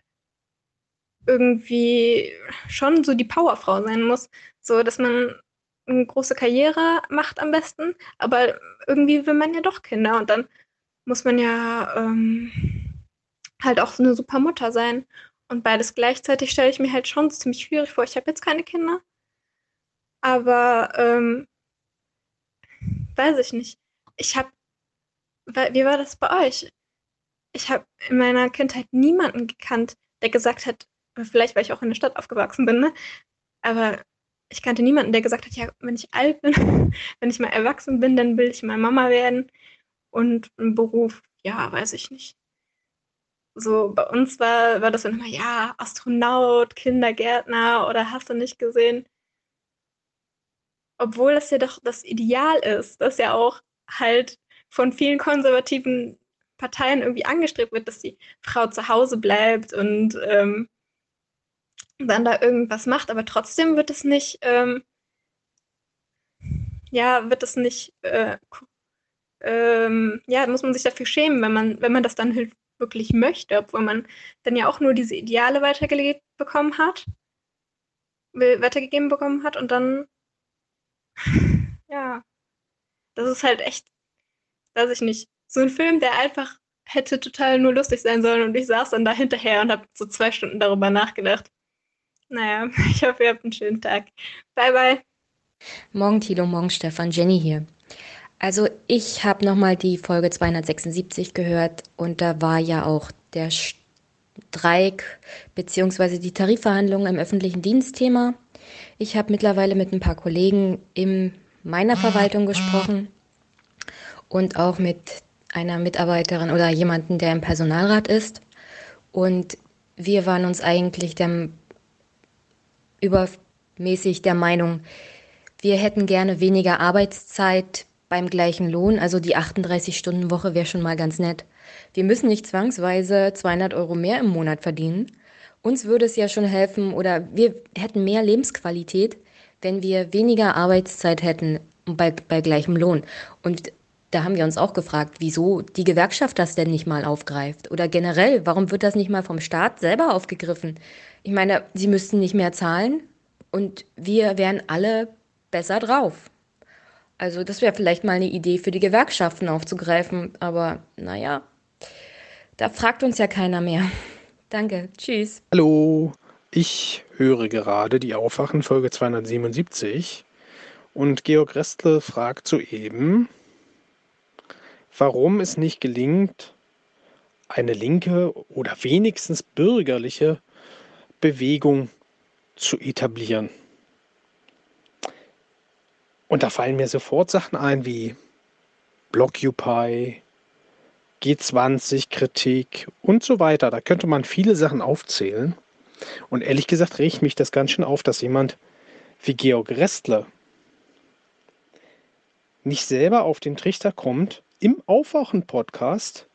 irgendwie schon so die Powerfrau sein muss, so dass man eine große Karriere macht am besten, aber irgendwie will man ja doch Kinder und dann muss man ja ähm, halt auch so eine super Mutter sein und beides gleichzeitig stelle ich mir halt schon ziemlich schwierig vor. Ich habe jetzt keine Kinder, aber ähm, weiß ich nicht. Ich habe, wie war das bei euch? Ich habe in meiner Kindheit niemanden gekannt, der gesagt hat, vielleicht weil ich auch in der Stadt aufgewachsen bin, ne? Aber ich kannte niemanden, der gesagt hat, ja, wenn ich alt bin, wenn ich mal erwachsen bin, dann will ich mal Mama werden. Und ein Beruf, ja, weiß ich nicht. So, bei uns war, war das dann immer, ja, Astronaut, Kindergärtner oder hast du nicht gesehen. Obwohl das ja doch das Ideal ist, das ja auch halt von vielen konservativen Parteien irgendwie angestrebt wird, dass die Frau zu Hause bleibt und ähm, dann da irgendwas macht, aber trotzdem wird es nicht, ähm, ja, wird es nicht, äh, ähm, ja, muss man sich dafür schämen, wenn man, wenn man das dann halt wirklich möchte, obwohl man dann ja auch nur diese Ideale weitergelegt bekommen hat, weitergegeben bekommen hat und dann, ja, das ist halt echt, weiß ich nicht, so ein Film, der einfach hätte total nur lustig sein sollen und ich saß dann da hinterher und habe so zwei Stunden darüber nachgedacht. Naja, ich hoffe, ihr habt einen schönen Tag. Bye, bye. Morgen Thilo, morgen Stefan, Jenny hier. Also ich habe nochmal die Folge zweihundertsechsundsiebzig gehört und da war ja auch der Streik bzw. die Tarifverhandlungen im öffentlichen Dienst Thema. Ich habe mittlerweile mit ein paar Kollegen in meiner Verwaltung gesprochen und auch mit einer Mitarbeiterin oder jemanden, der im Personalrat ist. Und wir waren uns eigentlich der, übermäßig der Meinung, wir hätten gerne weniger Arbeitszeit beim gleichen Lohn, also die achtunddreißig-Stunden-Woche wäre schon mal ganz nett. Wir müssen nicht zwangsweise zweihundert Euro mehr im Monat verdienen. Uns würde es ja schon helfen oder wir hätten mehr Lebensqualität, wenn wir weniger Arbeitszeit hätten bei, bei gleichem Lohn. Und da haben wir uns auch gefragt, wieso die Gewerkschaft das denn nicht mal aufgreift. Oder generell, warum wird das nicht mal vom Staat selber aufgegriffen? Ich meine, sie müssten nicht mehr zahlen und wir wären alle besser drauf. Also das wäre vielleicht mal eine Idee für die Gewerkschaften aufzugreifen. Aber naja, da fragt uns ja keiner mehr. Danke, tschüss. Hallo, ich höre gerade die Aufwachen-Folge zweihundertsiebenundsiebzig und Georg Restle fragt soeben, warum es nicht gelingt, eine linke oder wenigstens bürgerliche Bewegung zu etablieren. Und da fallen mir sofort Sachen ein wie Blockupy, G zwanzig Kritik und so weiter. Da könnte man viele Sachen aufzählen. Und ehrlich gesagt regt mich das ganz schön auf, dass jemand wie Georg Restle nicht selber auf den Trichter kommt, im Aufwachen-Podcast,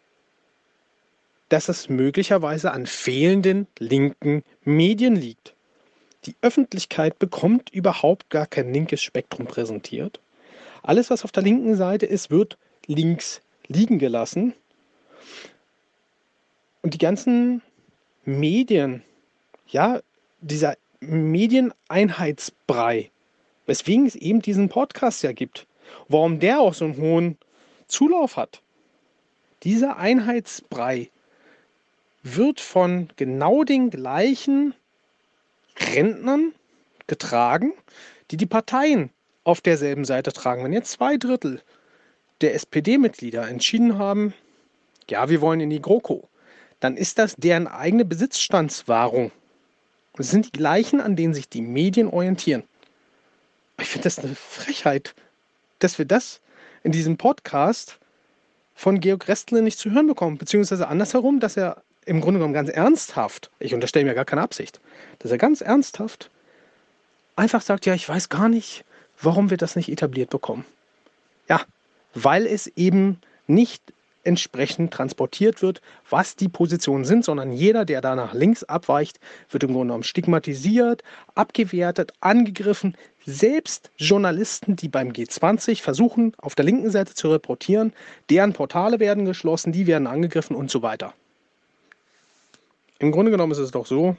dass es möglicherweise an fehlenden linken Medien liegt. Die Öffentlichkeit bekommt überhaupt gar kein linkes Spektrum präsentiert. Alles, was auf der linken Seite ist, wird links liegen gelassen. Und die ganzen Medien, ja, dieser Medieneinheitsbrei, weswegen es eben diesen Podcast ja gibt, warum der auch so einen hohen Zulauf hat. Dieser Einheitsbrei wird von genau den gleichen Rentnern getragen, die die Parteien auf derselben Seite tragen. Wenn jetzt zwei Drittel der S P D-Mitglieder entschieden haben, ja, wir wollen in die GroKo, dann ist das deren eigene Besitzstandswahrung. Es sind die gleichen, an denen sich die Medien orientieren. Ich finde das eine Frechheit, dass wir das in diesem Podcast von Georg Restle nicht zu hören bekommen. Beziehungsweise andersherum, dass er im Grunde genommen ganz ernsthaft, ich unterstelle mir gar keine Absicht, dass er ganz ernsthaft einfach sagt, ja, ich weiß gar nicht, warum wir das nicht etabliert bekommen. Ja, weil es eben nicht entsprechend transportiert wird, was die Positionen sind, sondern jeder, der da nach links abweicht, wird im Grunde genommen stigmatisiert, abgewertet, angegriffen. Selbst Journalisten, die beim G zwanzig versuchen, auf der linken Seite zu reportieren, deren Portale werden geschlossen, die werden angegriffen und so weiter. Im Grunde genommen ist es doch so,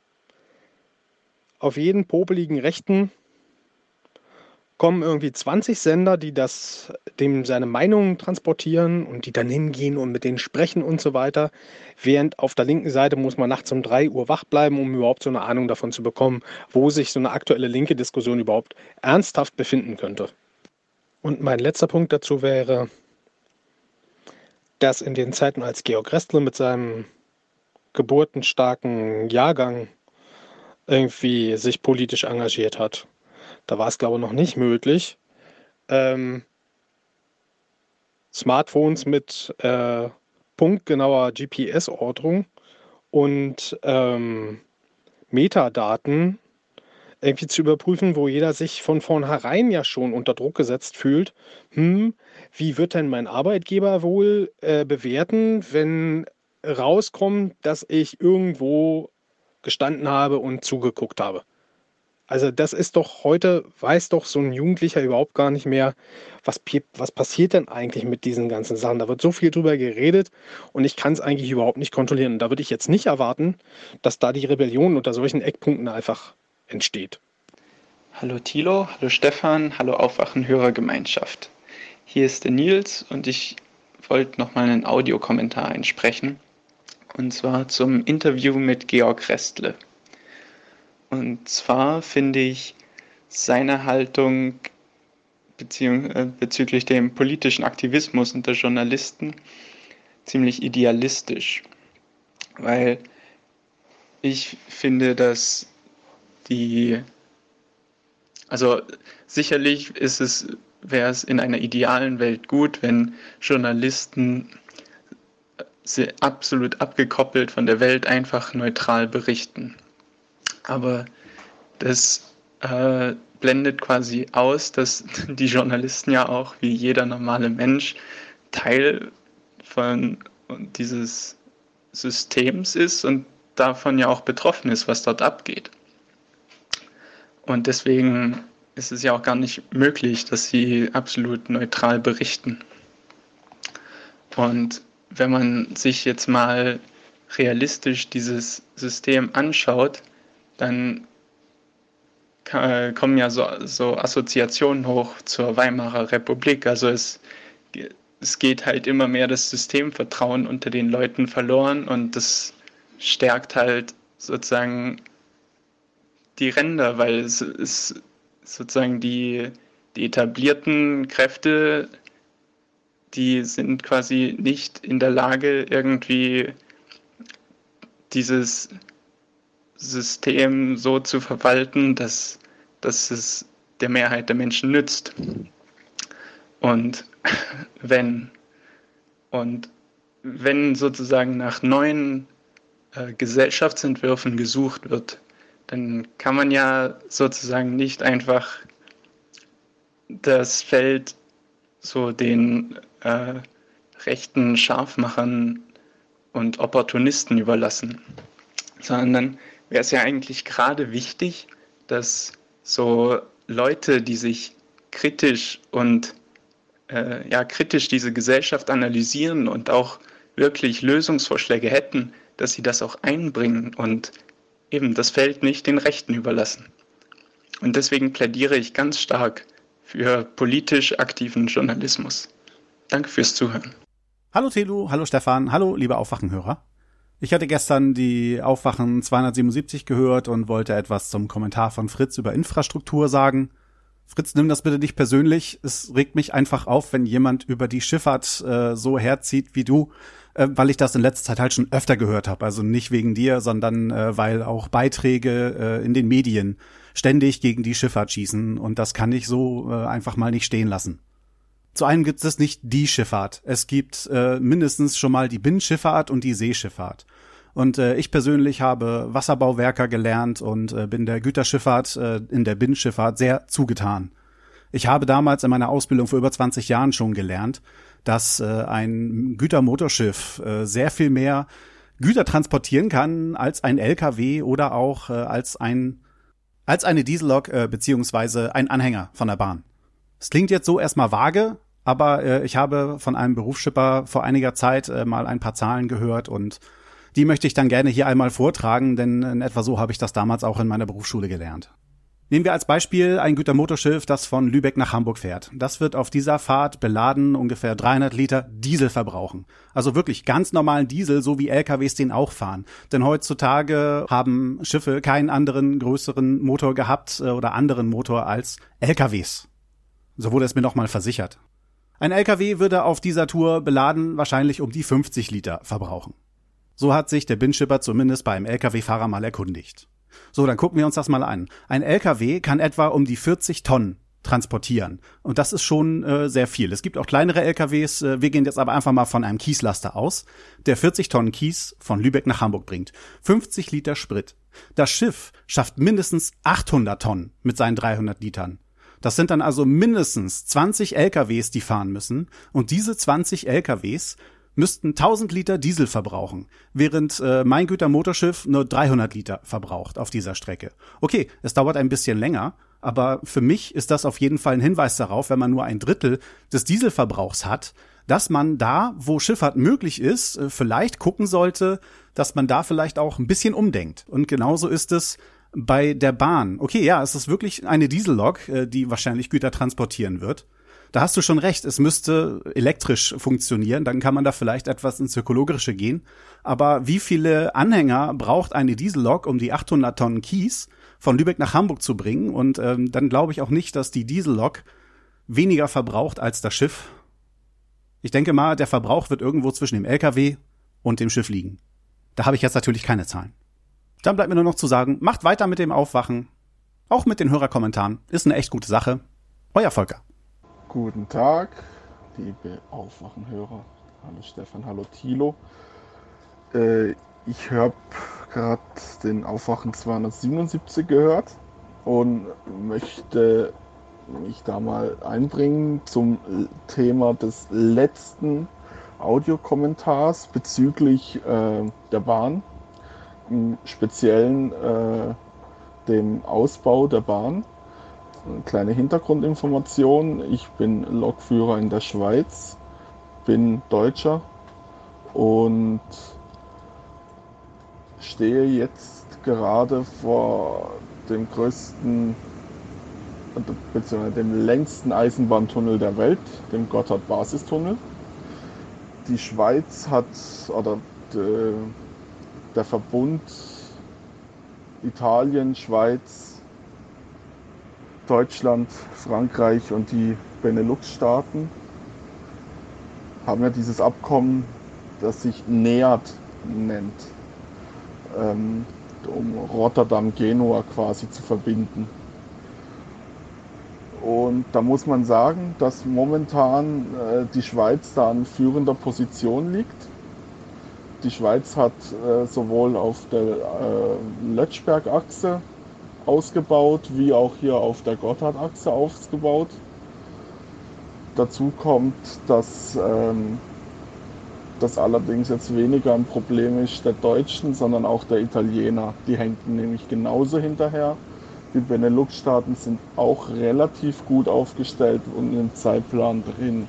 auf jeden popeligen Rechten kommen irgendwie zwanzig Sender, die das, dem seine Meinung transportieren und die dann hingehen und mit denen sprechen und so weiter. Während auf der linken Seite muss man nachts um drei Uhr wach bleiben, um überhaupt so eine Ahnung davon zu bekommen, wo sich so eine aktuelle linke Diskussion überhaupt ernsthaft befinden könnte. Und mein letzter Punkt dazu wäre, dass in den Zeiten, als Georg Restle mit seinem geburtenstarken Jahrgang irgendwie sich politisch engagiert hat, da war es, glaube ich, noch nicht möglich, ähm, Smartphones mit äh, punktgenauer G P S-Ortung und ähm, Metadaten irgendwie zu überprüfen, wo jeder sich von vornherein ja schon unter Druck gesetzt fühlt. Hm, wie wird denn mein Arbeitgeber wohl äh, bewerten, wenn rauskommt, dass ich irgendwo gestanden habe und zugeguckt habe? Also das ist doch heute, weiß doch so ein Jugendlicher überhaupt gar nicht mehr, was, was passiert denn eigentlich mit diesen ganzen Sachen. Da wird so viel drüber geredet und ich kann es eigentlich überhaupt nicht kontrollieren. Und da würde ich jetzt nicht erwarten, dass da die Rebellion unter solchen Eckpunkten einfach entsteht. Hallo Thilo, hallo Stefan, hallo Aufwachen-Hörergemeinschaft. Hier ist der Nils und ich wollte nochmal einen Audiokommentar einsprechen. Und zwar zum Interview mit Georg Restle. Und zwar finde ich seine Haltung beziehung, äh, bezüglich dem politischen Aktivismus unter Journalisten ziemlich idealistisch. Weil ich finde, dass die, also sicherlich ist es, wäre es in einer idealen Welt gut, wenn Journalisten absolut abgekoppelt von der Welt einfach neutral berichten. Aber das äh, blendet quasi aus, dass die Journalisten ja auch wie jeder normale Mensch Teil von dieses Systems ist und davon ja auch betroffen ist, was dort abgeht. Und deswegen ist es ja auch gar nicht möglich, dass sie absolut neutral berichten. Und wenn man sich jetzt mal realistisch dieses System anschaut, dann kommen ja so, so Assoziationen hoch zur Weimarer Republik. Also es, es geht halt immer mehr das Systemvertrauen unter den Leuten verloren und das stärkt halt sozusagen die Ränder, weil es ist sozusagen die, die etablierten Kräfte, die sind quasi nicht in der Lage, irgendwie dieses System so zu verwalten, dass, dass es der Mehrheit der Menschen nützt. Und wenn, und wenn sozusagen nach neuen äh, Gesellschaftsentwürfen gesucht wird, dann kann man ja sozusagen nicht einfach das Feld so den äh, rechten Scharfmachern und Opportunisten überlassen, sondern dann wäre es ja eigentlich gerade wichtig, dass so Leute, die sich kritisch und äh, ja kritisch diese Gesellschaft analysieren und auch wirklich Lösungsvorschläge hätten, dass sie das auch einbringen und eben das Feld nicht den Rechten überlassen. Und deswegen plädiere ich ganz stark für politisch aktiven Journalismus. Danke fürs Zuhören. Hallo Telu, hallo Stefan, hallo liebe Aufwachenhörer. Ich hatte gestern die Aufwachen zweihundertsiebenundsiebzig gehört und wollte etwas zum Kommentar von Fritz über Infrastruktur sagen. Fritz, nimm das bitte nicht persönlich. Es regt mich einfach auf, wenn jemand über die Schifffahrt äh, so herzieht wie du, äh, weil ich das in letzter Zeit halt schon öfter gehört habe. Also nicht wegen dir, sondern äh, weil auch Beiträge äh, in den Medien ständig gegen die Schifffahrt schießen. Und das kann ich so äh, einfach mal nicht stehen lassen. Zu einem gibt es nicht die Schifffahrt. Es gibt äh, mindestens schon mal die Binnenschifffahrt und die Seeschifffahrt. Und äh, ich persönlich habe Wasserbauwerker gelernt und äh, bin der Güterschifffahrt äh, in der Binnenschifffahrt sehr zugetan. Ich habe damals in meiner Ausbildung vor über zwanzig Jahren schon gelernt, dass äh, ein Gütermotorschiff äh, sehr viel mehr Güter transportieren kann als ein L K W oder auch äh, als ein als eine Diesellok äh, beziehungsweise ein Anhänger von der Bahn. Es klingt jetzt so erstmal vage, aber äh, ich habe von einem Berufsschipper vor einiger Zeit äh, mal ein paar Zahlen gehört und die möchte ich dann gerne hier einmal vortragen, denn in etwa so habe ich das damals auch in meiner Berufsschule gelernt. Nehmen wir als Beispiel ein Gütermotorschiff, das von Lübeck nach Hamburg fährt. Das wird auf dieser Fahrt beladen ungefähr dreihundert Liter Diesel verbrauchen. Also wirklich ganz normalen Diesel, so wie L K Ws den auch fahren. Denn heutzutage haben Schiffe keinen anderen größeren Motor gehabt äh, oder anderen Motor als L K Ws. So wurde es mir nochmal versichert. Ein L K W würde auf dieser Tour beladen wahrscheinlich um die fünfzig Liter verbrauchen. So hat sich der Binnenschipper zumindest beim L K W-Fahrer mal erkundigt. So, dann gucken wir uns das mal an. Ein L K W kann etwa um die vierzig Tonnen transportieren. Und das ist schon äh, sehr viel. Es gibt auch kleinere L K Ws. Äh, wir gehen jetzt aber einfach mal von einem Kieslaster aus, der vierzig Tonnen Kies von Lübeck nach Hamburg bringt. fünfzig Liter Sprit. Das Schiff schafft mindestens achthundert Tonnen mit seinen dreihundert Litern. Das sind dann also mindestens zwanzig L K Ws, die fahren müssen. Und diese zwanzig L K Ws müssten tausend Liter Diesel verbrauchen, während äh, mein Gütermotorschiff nur dreihundert Liter verbraucht auf dieser Strecke. Okay, es dauert ein bisschen länger, aber für mich ist das auf jeden Fall ein Hinweis darauf, wenn man nur ein Drittel des Dieselverbrauchs hat, dass man da, wo Schifffahrt möglich ist, äh, vielleicht gucken sollte, dass man da vielleicht auch ein bisschen umdenkt. Und genauso ist es bei der Bahn. Okay, ja, es ist wirklich eine Diesellok, äh, die wahrscheinlich Güter transportieren wird. Da hast du schon recht, es müsste elektrisch funktionieren, dann kann man da vielleicht etwas ins Ökologische gehen. Aber wie viele Anhänger braucht eine Diesellok, um die achthundert Tonnen Kies von Lübeck nach Hamburg zu bringen? Und ähm, dann glaube ich auch nicht, dass die Diesellok weniger verbraucht als das Schiff. Ich denke mal, der Verbrauch wird irgendwo zwischen dem L K W und dem Schiff liegen. Da habe ich jetzt natürlich keine Zahlen. Dann bleibt mir nur noch zu sagen, macht weiter mit dem Aufwachen. Auch mit den Hörerkommentaren. Ist eine echt gute Sache. Euer Volker. Guten Tag, liebe Aufwachenhörer. Hallo Stefan, hallo Thilo. Äh, ich habe gerade den Aufwachen zweihundertsiebenundsiebzig gehört und möchte mich da mal einbringen zum Thema des letzten Audiokommentars bezüglich äh, der Bahn, im Speziellen äh, dem Ausbau der Bahn. Eine kleine Hintergrundinformation. Ich bin Lokführer in der Schweiz, bin Deutscher und stehe jetzt gerade vor dem größten bzw. dem längsten Eisenbahntunnel der Welt, dem Gotthard-Basistunnel. Die Schweiz hat, oder de, der Verbund Italien, Schweiz, Deutschland, Frankreich und die Benelux-Staaten haben ja dieses Abkommen, das sich NEAT nennt, ähm, um Rotterdam, Genua quasi zu verbinden. Und da muss man sagen, dass momentan äh, die Schweiz da in führender Position liegt. Die Schweiz hat äh, sowohl auf der äh, Lötschberg-Achse ausgebaut, wie auch hier auf der Gotthard-Achse ausgebaut. Dazu kommt, dass ähm, das allerdings jetzt weniger ein Problem ist der Deutschen, sondern auch der Italiener. Die hängen nämlich genauso hinterher. Die Benelux-Staaten sind auch relativ gut aufgestellt und im Zeitplan drin.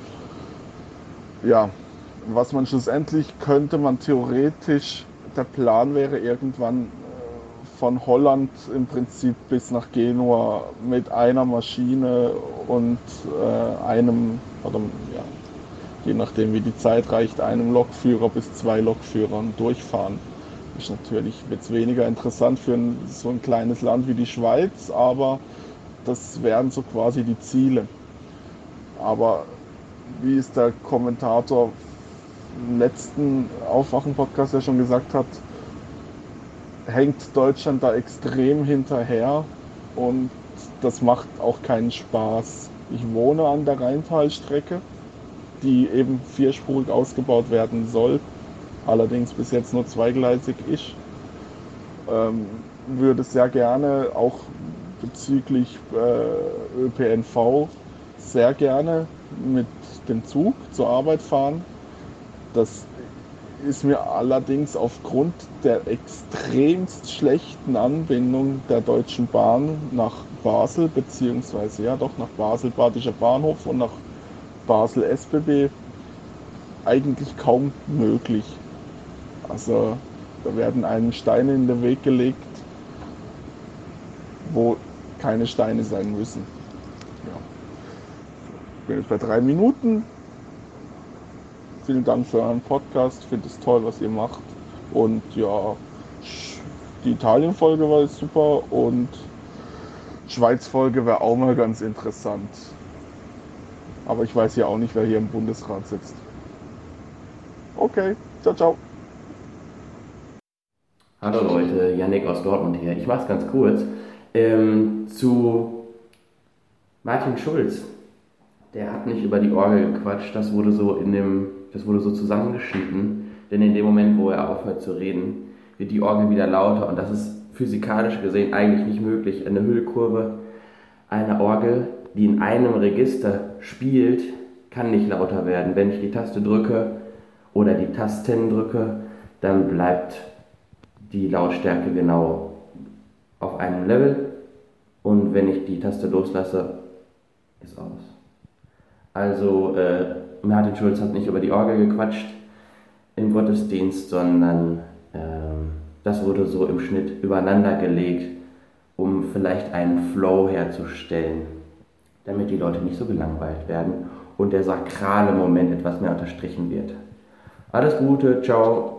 Ja, was man schlussendlich könnte, man theoretisch, der Plan wäre irgendwann von Holland im Prinzip bis nach Genua mit einer Maschine und äh, einem, oder ja, je nachdem wie die Zeit reicht, einem Lokführer bis zwei Lokführern durchfahren. Ist natürlich jetzt weniger interessant für ein, so ein kleines Land wie die Schweiz, aber das wären so quasi die Ziele. Aber wie es der Kommentator im letzten Aufwachen-Podcast ja schon gesagt hat, hängt Deutschland da extrem hinterher und das macht auch keinen Spaß. Ich wohne an der Rheintalstrecke, die eben vierspurig ausgebaut werden soll, allerdings bis jetzt nur zweigleisig ist. Ähm, würde sehr gerne auch bezüglich äh, Ö P N V sehr gerne mit dem Zug zur Arbeit fahren. Das ist mir allerdings aufgrund der extremst schlechten Anbindung der Deutschen Bahn nach Basel, beziehungsweise ja doch nach Basel Badischer Bahnhof und nach Basel S B B eigentlich kaum möglich. Also da werden einem Steine in den Weg gelegt, wo keine Steine sein müssen. Ja. Ich bin jetzt bei drei Minuten. Vielen Dank für euren Podcast. Ich finde es toll, was ihr macht. Und ja, die Italien-Folge war super und Schweiz-Folge wäre auch mal ganz interessant. Aber ich weiß ja auch nicht, wer hier im Bundesrat sitzt. Okay, ciao, ciao. Hallo Leute, Yannick aus Dortmund hier. Ich mach's ganz kurz. Ähm, zu Martin Schulz. Der hat nicht über die Orgel gequatscht. Das wurde so in dem, das wurde so zusammengeschnitten. Denn in dem Moment, wo er aufhört zu reden, wird die Orgel wieder lauter. Und das ist physikalisch gesehen eigentlich nicht möglich. Eine Hüllkurve, eine Orgel, die in einem Register spielt, kann nicht lauter werden. Wenn ich die Taste drücke oder die Tasten drücke, dann bleibt die Lautstärke genau auf einem Level. Und wenn ich die Taste loslasse, ist aus. Also äh, Martin Schulz hat nicht über die Orgel gequatscht im Gottesdienst, sondern ähm, das wurde so im Schnitt übereinander gelegt, um vielleicht einen Flow herzustellen, damit die Leute nicht so gelangweilt werden und der sakrale Moment etwas mehr unterstrichen wird. Alles Gute, ciao.